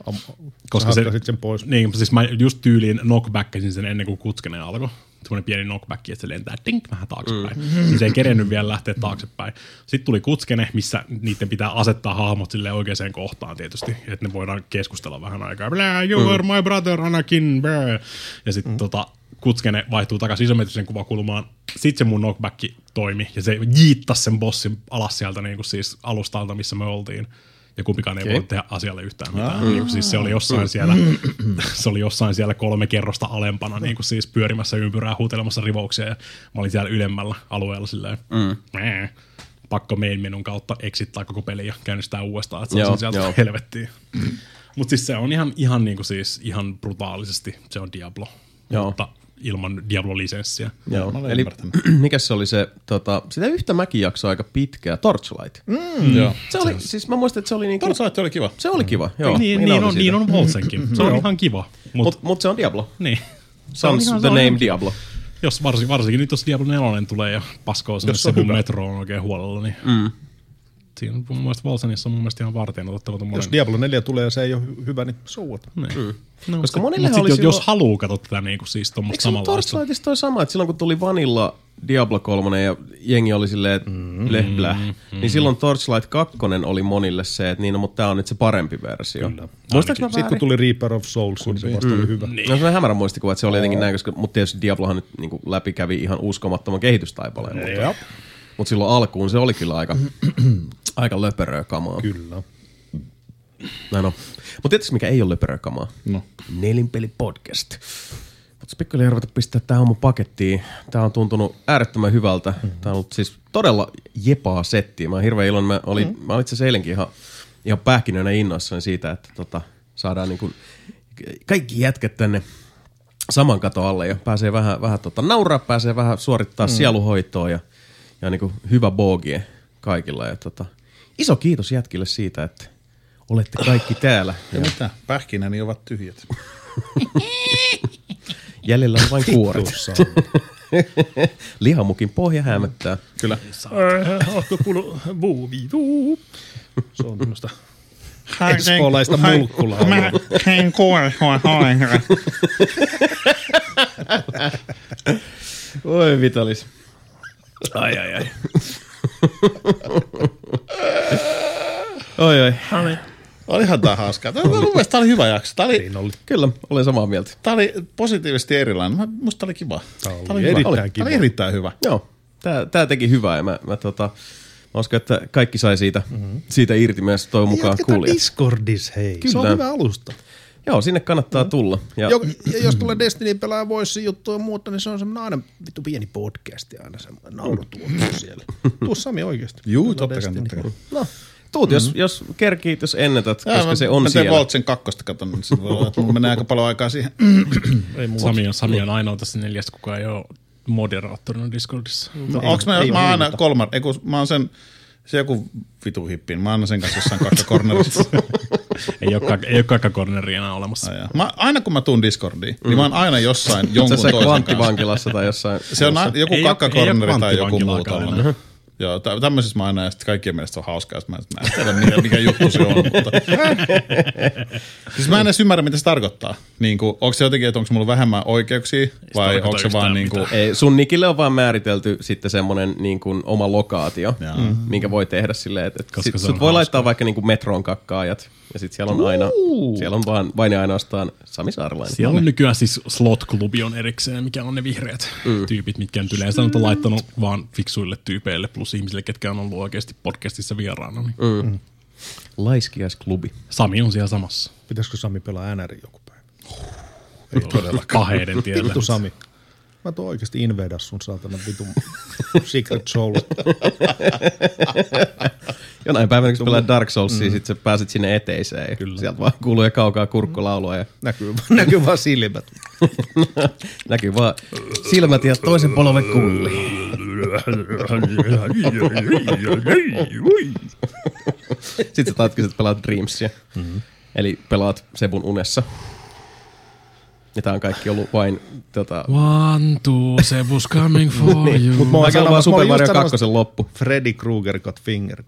Koska Sä se, hakkasit sen pois. niin, siis mä just tyyliin knockbackasin sen ennen kuin kutskene alkoi. Semmoinen pieni knockback, että se lentää tink vähän taaksepäin. Mm. Niin se ei kerennyt vielä lähteä taaksepäin. Sitten tuli kutskene, missä niiden pitää asettaa hahmot silleen oikeaan kohtaan tietysti, että ne voidaan keskustella vähän aikaa. Blah, you are my brother, Anakin, blah. Ja sitten mm. tota, kutskene vaihtuu takaisin isometrisen kuvakulmaan. Sitten se mun knockback toimi ja se jiittasi sen bossin alas sieltä niin kuin siis alustalta, missä me oltiin. Ja kumpikaan ei okay. voi tehdä asialle yhtään mitään. Mm. Niin kuin siis se oli jossain siellä, se oli jossain siellä kolme kerrosta alempana, niin kuin siis pyörimässä ympyrää, huutelemassa rivouksia. Ja mä olin siellä ylemmällä alueella silleen, mm. pakko main menun kautta exittää koko peli ja käynnistää uudestaan, että saisin sieltä joo. helvettiin. Mm. Mutta siis se on ihan, ihan, niin kuin siis, ihan brutaalisesti, se on Diablo, joo. mutta ilman Diablo-lisenssiä. Joo, eli mikäs se oli se, tota, sitä yhtä mäkin jaksoa aika pitkää, Torchlight. Mm. Joo. Se oli, siis mä muistan, että se oli niinku... Torchlight oli kiva. Se oli kiva, joo. Niin, niin, on, niin on Voltsenkin. Se on ihan kiva. Mutta mut, mut se on Diablo. Niin. Sans the name Diablo. Jos varsinkin, varsinkin nyt, jos Diablo neljä tulee ja paskoo sinne Sebun metroon oikein huolella, niin... Mm. Siinä mun mielestä Volsenissa on mun mielestä ihan varten otettava tuommoinen. Jos Diablo neljä tulee ja se ei ole hyvä, niin so what? Niin. Mm. No, koska mutta sit, oli jos, silloin... jos haluaa katsoa tätä niin kuin siis tuommoista samanlaista. Eikö se Torchlightissa toi sama, että silloin kun tuli Vanilla Diablo kolme ja jengi oli silleen, että mm, bleh, bleh, mm, mm. niin silloin Torchlight kaksi oli monille se, että niin, no, mutta tää on nyt se parempi versio. Muistaaks mä sitten kun tuli Reaper of Souls, niin se vasta mm. oli hyvä. Niin. No se on hämärä muistikuva, että se oli jotenkin näin, koska, mutta tietysti Diablohan nyt niin kuin läpikävi ihan uskomattoman kehitystaipaleen. Mutta, mutta silloin alkuun se oli kyllä aika, aika löperöä kamaa. Kyllä. Näin on. Mutta tietysti mikä ei ole löperöä kamaa? No. Nelinpeli podcast. Mutta pikkuhiljaa ruveta pistää tähän homma pakettiin. Tää on tuntunut äärettömän hyvältä. Mm-hmm. Tää on ollut siis todella jepaa settiä. Mä oon hirveän iloinen. Mä olin, mm-hmm. mä olin itse asiassa eilenkin ihan, ihan pähkinöinä innoissani siitä, että tota, saadaan niinku kaikki jätkät tänne saman katon alle ja pääsee vähän, vähän tota, nauraa, pääsee vähän suorittaa mm-hmm. sieluhoitoa ja, ja niinku hyvä boogie kaikilla. Ja tota, iso kiitos jätkille siitä, että olette kaikki täällä. Ja mitä? Pähkinäni ovat tyhjät. Jäljellä on vain kuoret. Lihamukin pohja hämöttää. Kyllä. Ootko kuullut vuuvivuu? Se on tämmöistä espoolaista mulkkulaa. Mä en kuule sua ollenkaan. Oi Vitalis. Ai ai ai. Oi oi. Olihan tää hauskaa. Tää oli, tää oli hyvä jakso. Tää oli, oli. Kyllä, olen samaa mieltä. Tää oli positiivisesti erilainen. Mä, musta tää oli kiva. Tää oli, tää oli erittäin hyvä. kiva. Tää oli erittäin hyvä. Joo, tää, tää teki hyvää ja mä, mä, tota, mä uskon, että kaikki sai siitä, mm-hmm. siitä irti myös toivon mukaan kuulijat. Discordissa, hei. Kyllä. Se on hyvä alusta. Joo, sinne kannattaa mm. tulla. Ja, jo, ja jos tulee Destiny-pelaaja voisi juttua ja muuta, niin se on semmoinen aina vittu pieni podcast ja aina semmoinen naurutuotto siellä. Tuu Sami oikeasti. Juu, totta kai. No. Tuut, jos, mm-hmm. jos kerkiit, jos ennätät, ja koska mä, se on mä siellä. Mä teen Voltsen kakkosta, katon, niin se voi olla, että mun menee aika paljon aikaa siihen. Sami on, Sami on ainoa tässä neljästä, kukaan ei ole moderaattorina Discordissa. No, onks mä, mä aina kolmar, ei kun mä oon sen, se joku vitu hippiin, mä aina sen kanssa jossain kakkakornerissa. ei ole, ei ole kakkakorneria enää olemassa. Ai mä, aina kun mä tuun Discordiin, mm. niin mä oon aina jossain jonkun se toisen kanssa. Kvanttivankilassa tai jossain. Se on joku kakkakorneri tai joku muu tollainen. Joo, tä- tämmöisissä mä aina, ja sitten kaikkien mielestä se on hauskaa, mä en tiedä, mikä, mikä juttu se on, mutta... Siis mä en edes ymmärrä, mitä se tarkoittaa. Niin kuin, onko se jotenkin, että onko mulla vähemmän oikeuksia, vai onko se vaan niin kuin... Ei, sun nikille on vaan määritelty sitten semmoinen niin kuin oma lokaatio, mm. minkä voi tehdä silleen, että et sit, sut voi hauskaa. Laittaa vaikka niin kuin metroon kakkaajat, ja sitten siellä on aina, uh. siellä on vaan, vain ja ainoastaan Sami Saarelainen. Siellä on nykyään siis Slot-klubi on erikseen, mikä on ne vihreät mm. tyypit, mitkä nyt yleensä on laittanut vaan fiksuille tyypeille plus ihmisille, ketkä on ollut oikeasti podcastissa vieraana. Niin. Mm. Laiskiaisklubi. Sami on siellä samassa. Pitäisikö Sami pelaa N R joku päivä? Ei todellakaan. Paheiden tiellä. Vittu Sami. Mä tuon oikeesti invadas sun saatana vitun Secret Soul. Jonain päivänä, kun sä pelaat Dark Soulsia, mm. sit sä pääset sinne eteiseen. Ja kyllä. Sieltä vaan kuuluu ja kaukaa kurkkulaulua. Ja... Näkyy, näkyy vaan silmät. Näkyy vaan silmät ja toisen polven kulli. Sitten sä taatkin, että pelaat Dreamsia. Mm-hmm. Eli pelaat Sebun unessa. Ja tää on kaikki ollut vain tota... One, two, Sebus coming for niin, you. Mut mä oon sanonut vaan Super Mario kakkosen loppu. Freddy Krueger got fingered.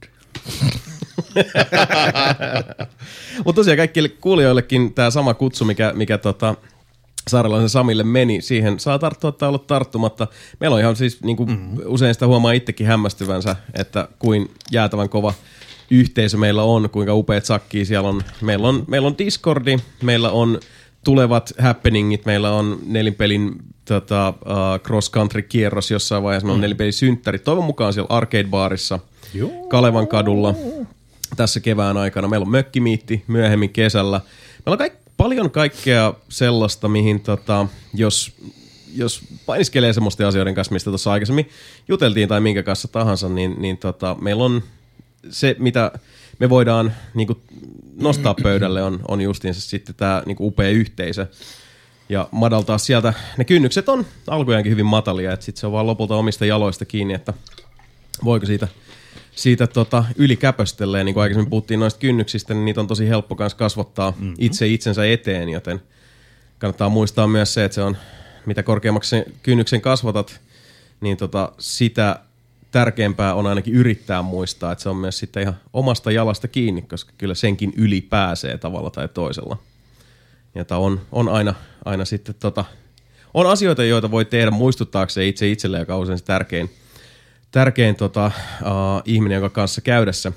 Mutta tosiaan kaikille kuulijoillekin tää sama kutsu, mikä, mikä tota, Saarelaisen Samille meni, siihen saa tarttua tai olla tarttumatta. Meillä on ihan siis, niin kuin mm-hmm. usein sitä huomaa itsekin hämmästyvänsä, että kuin jäätävän kova yhteisö meillä on, kuinka upeat sakkii siellä on. Meillä on, meillä on Discordi, meillä on tulevat happeningit, meillä on nelinpelin tota, uh, cross-country-kierros jossain vaiheessa, meillä on mm. nelinpelin synttärit, toivon mukaan siellä Arcade-baarissa, Joo. Kalevan kadulla tässä kevään aikana. Meillä on mökkimiitti myöhemmin kesällä. Meillä on kaik- paljon kaikkea sellaista, mihin tota, jos, jos painiskelee semmoisten asioiden kanssa, mistä tuossa aikaisemmin juteltiin tai minkä kanssa tahansa, niin, niin tota, meillä on se, mitä me voidaan niin kuin nostaa pöydälle, on, on justiinsa sitten tämä niin kuin upea yhteisö. Ja madaltaa sieltä, ne kynnykset on alkujaankin hyvin matalia, että sitten se on vaan lopulta omista jaloista kiinni, että voiko siitä, siitä tota ylikäpöstellä. Ja niin kuin aikaisemmin puhuttiin noista kynnyksistä, niin niitä on tosi helppo kanssa kasvattaa mm-hmm. itse itsensä eteen, joten kannattaa muistaa myös se, että se on, mitä korkeammaksi sen kynnyksen kasvatat, niin tota, sitä tärkeämpää on ainakin yrittää muistaa, että se on myös sitten ihan omasta jalasta kiinni, koska kyllä senkin yli pääsee tavalla tai toisella. Ja on, on aina, aina sitten tota, on asioita, joita voi tehdä muistuttaakseen itse itselleen, joka on usein se tärkein, tärkein tota, uh, ihminen, jonka kanssa käydessä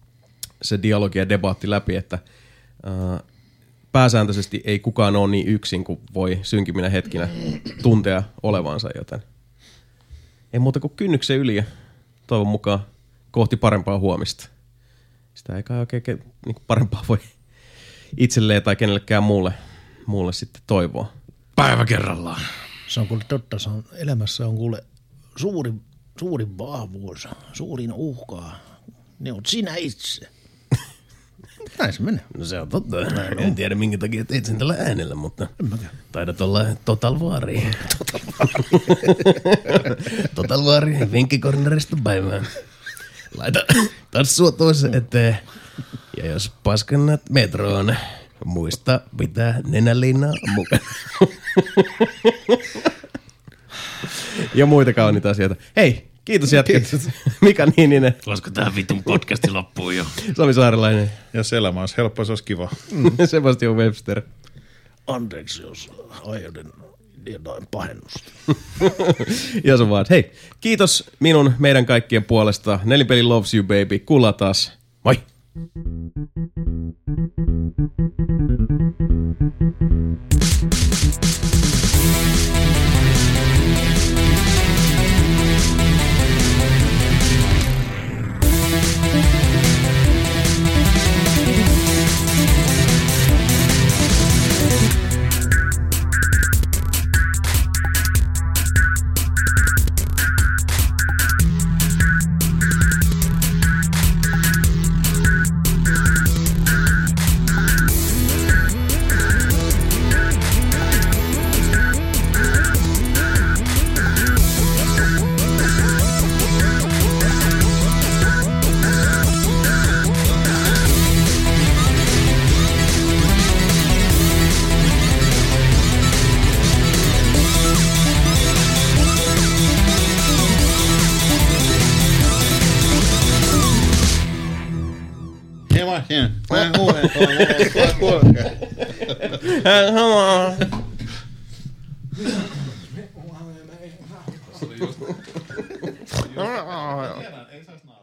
se dialogi ja debatti läpi, että uh, pääsääntöisesti ei kukaan ole niin yksin kuin voi synkiminä hetkinä tuntea olevansa, joten ei muuta kuin kynnyksen yli ja toivon mukaan kohti parempaa huomista. Sitä ei kai oikein niin parempaa voi itselleen tai kenellekään muulle, muulle sitten toivoa. Päivä kerrallaan. Se on kuule totta, se on, elämässä on kuule suurin, suurin vahvuus, suurin uhkaa. Ne on sinä itse. Näin se menee. No se on totta. En on. tiedä minkä takia teit sen tällä äänellä, mutta taidat olla Total War. Total War. Total War, vinkkikornerista päivään. Laita tassua toisen eteen. Ja jos paskannat metroon, muista pitää nenäliinaa mukana. Ja muita kauniita asioita. Hei, kiitos jätket. Mika Niininen. Olisiko tää vitun podcasti loppuun jo? Sami Saarelainen. Jos elämä olisi helppoa, se olisi kiva. Mm. Sebastian Webster. Anteeksi, jos aiheutin jotain pahennusta. Ja se vaan. Hei, kiitos minun meidän kaikkien puolesta. Nelinpeli loves you baby. Kuullaan taas. Moi! Hello.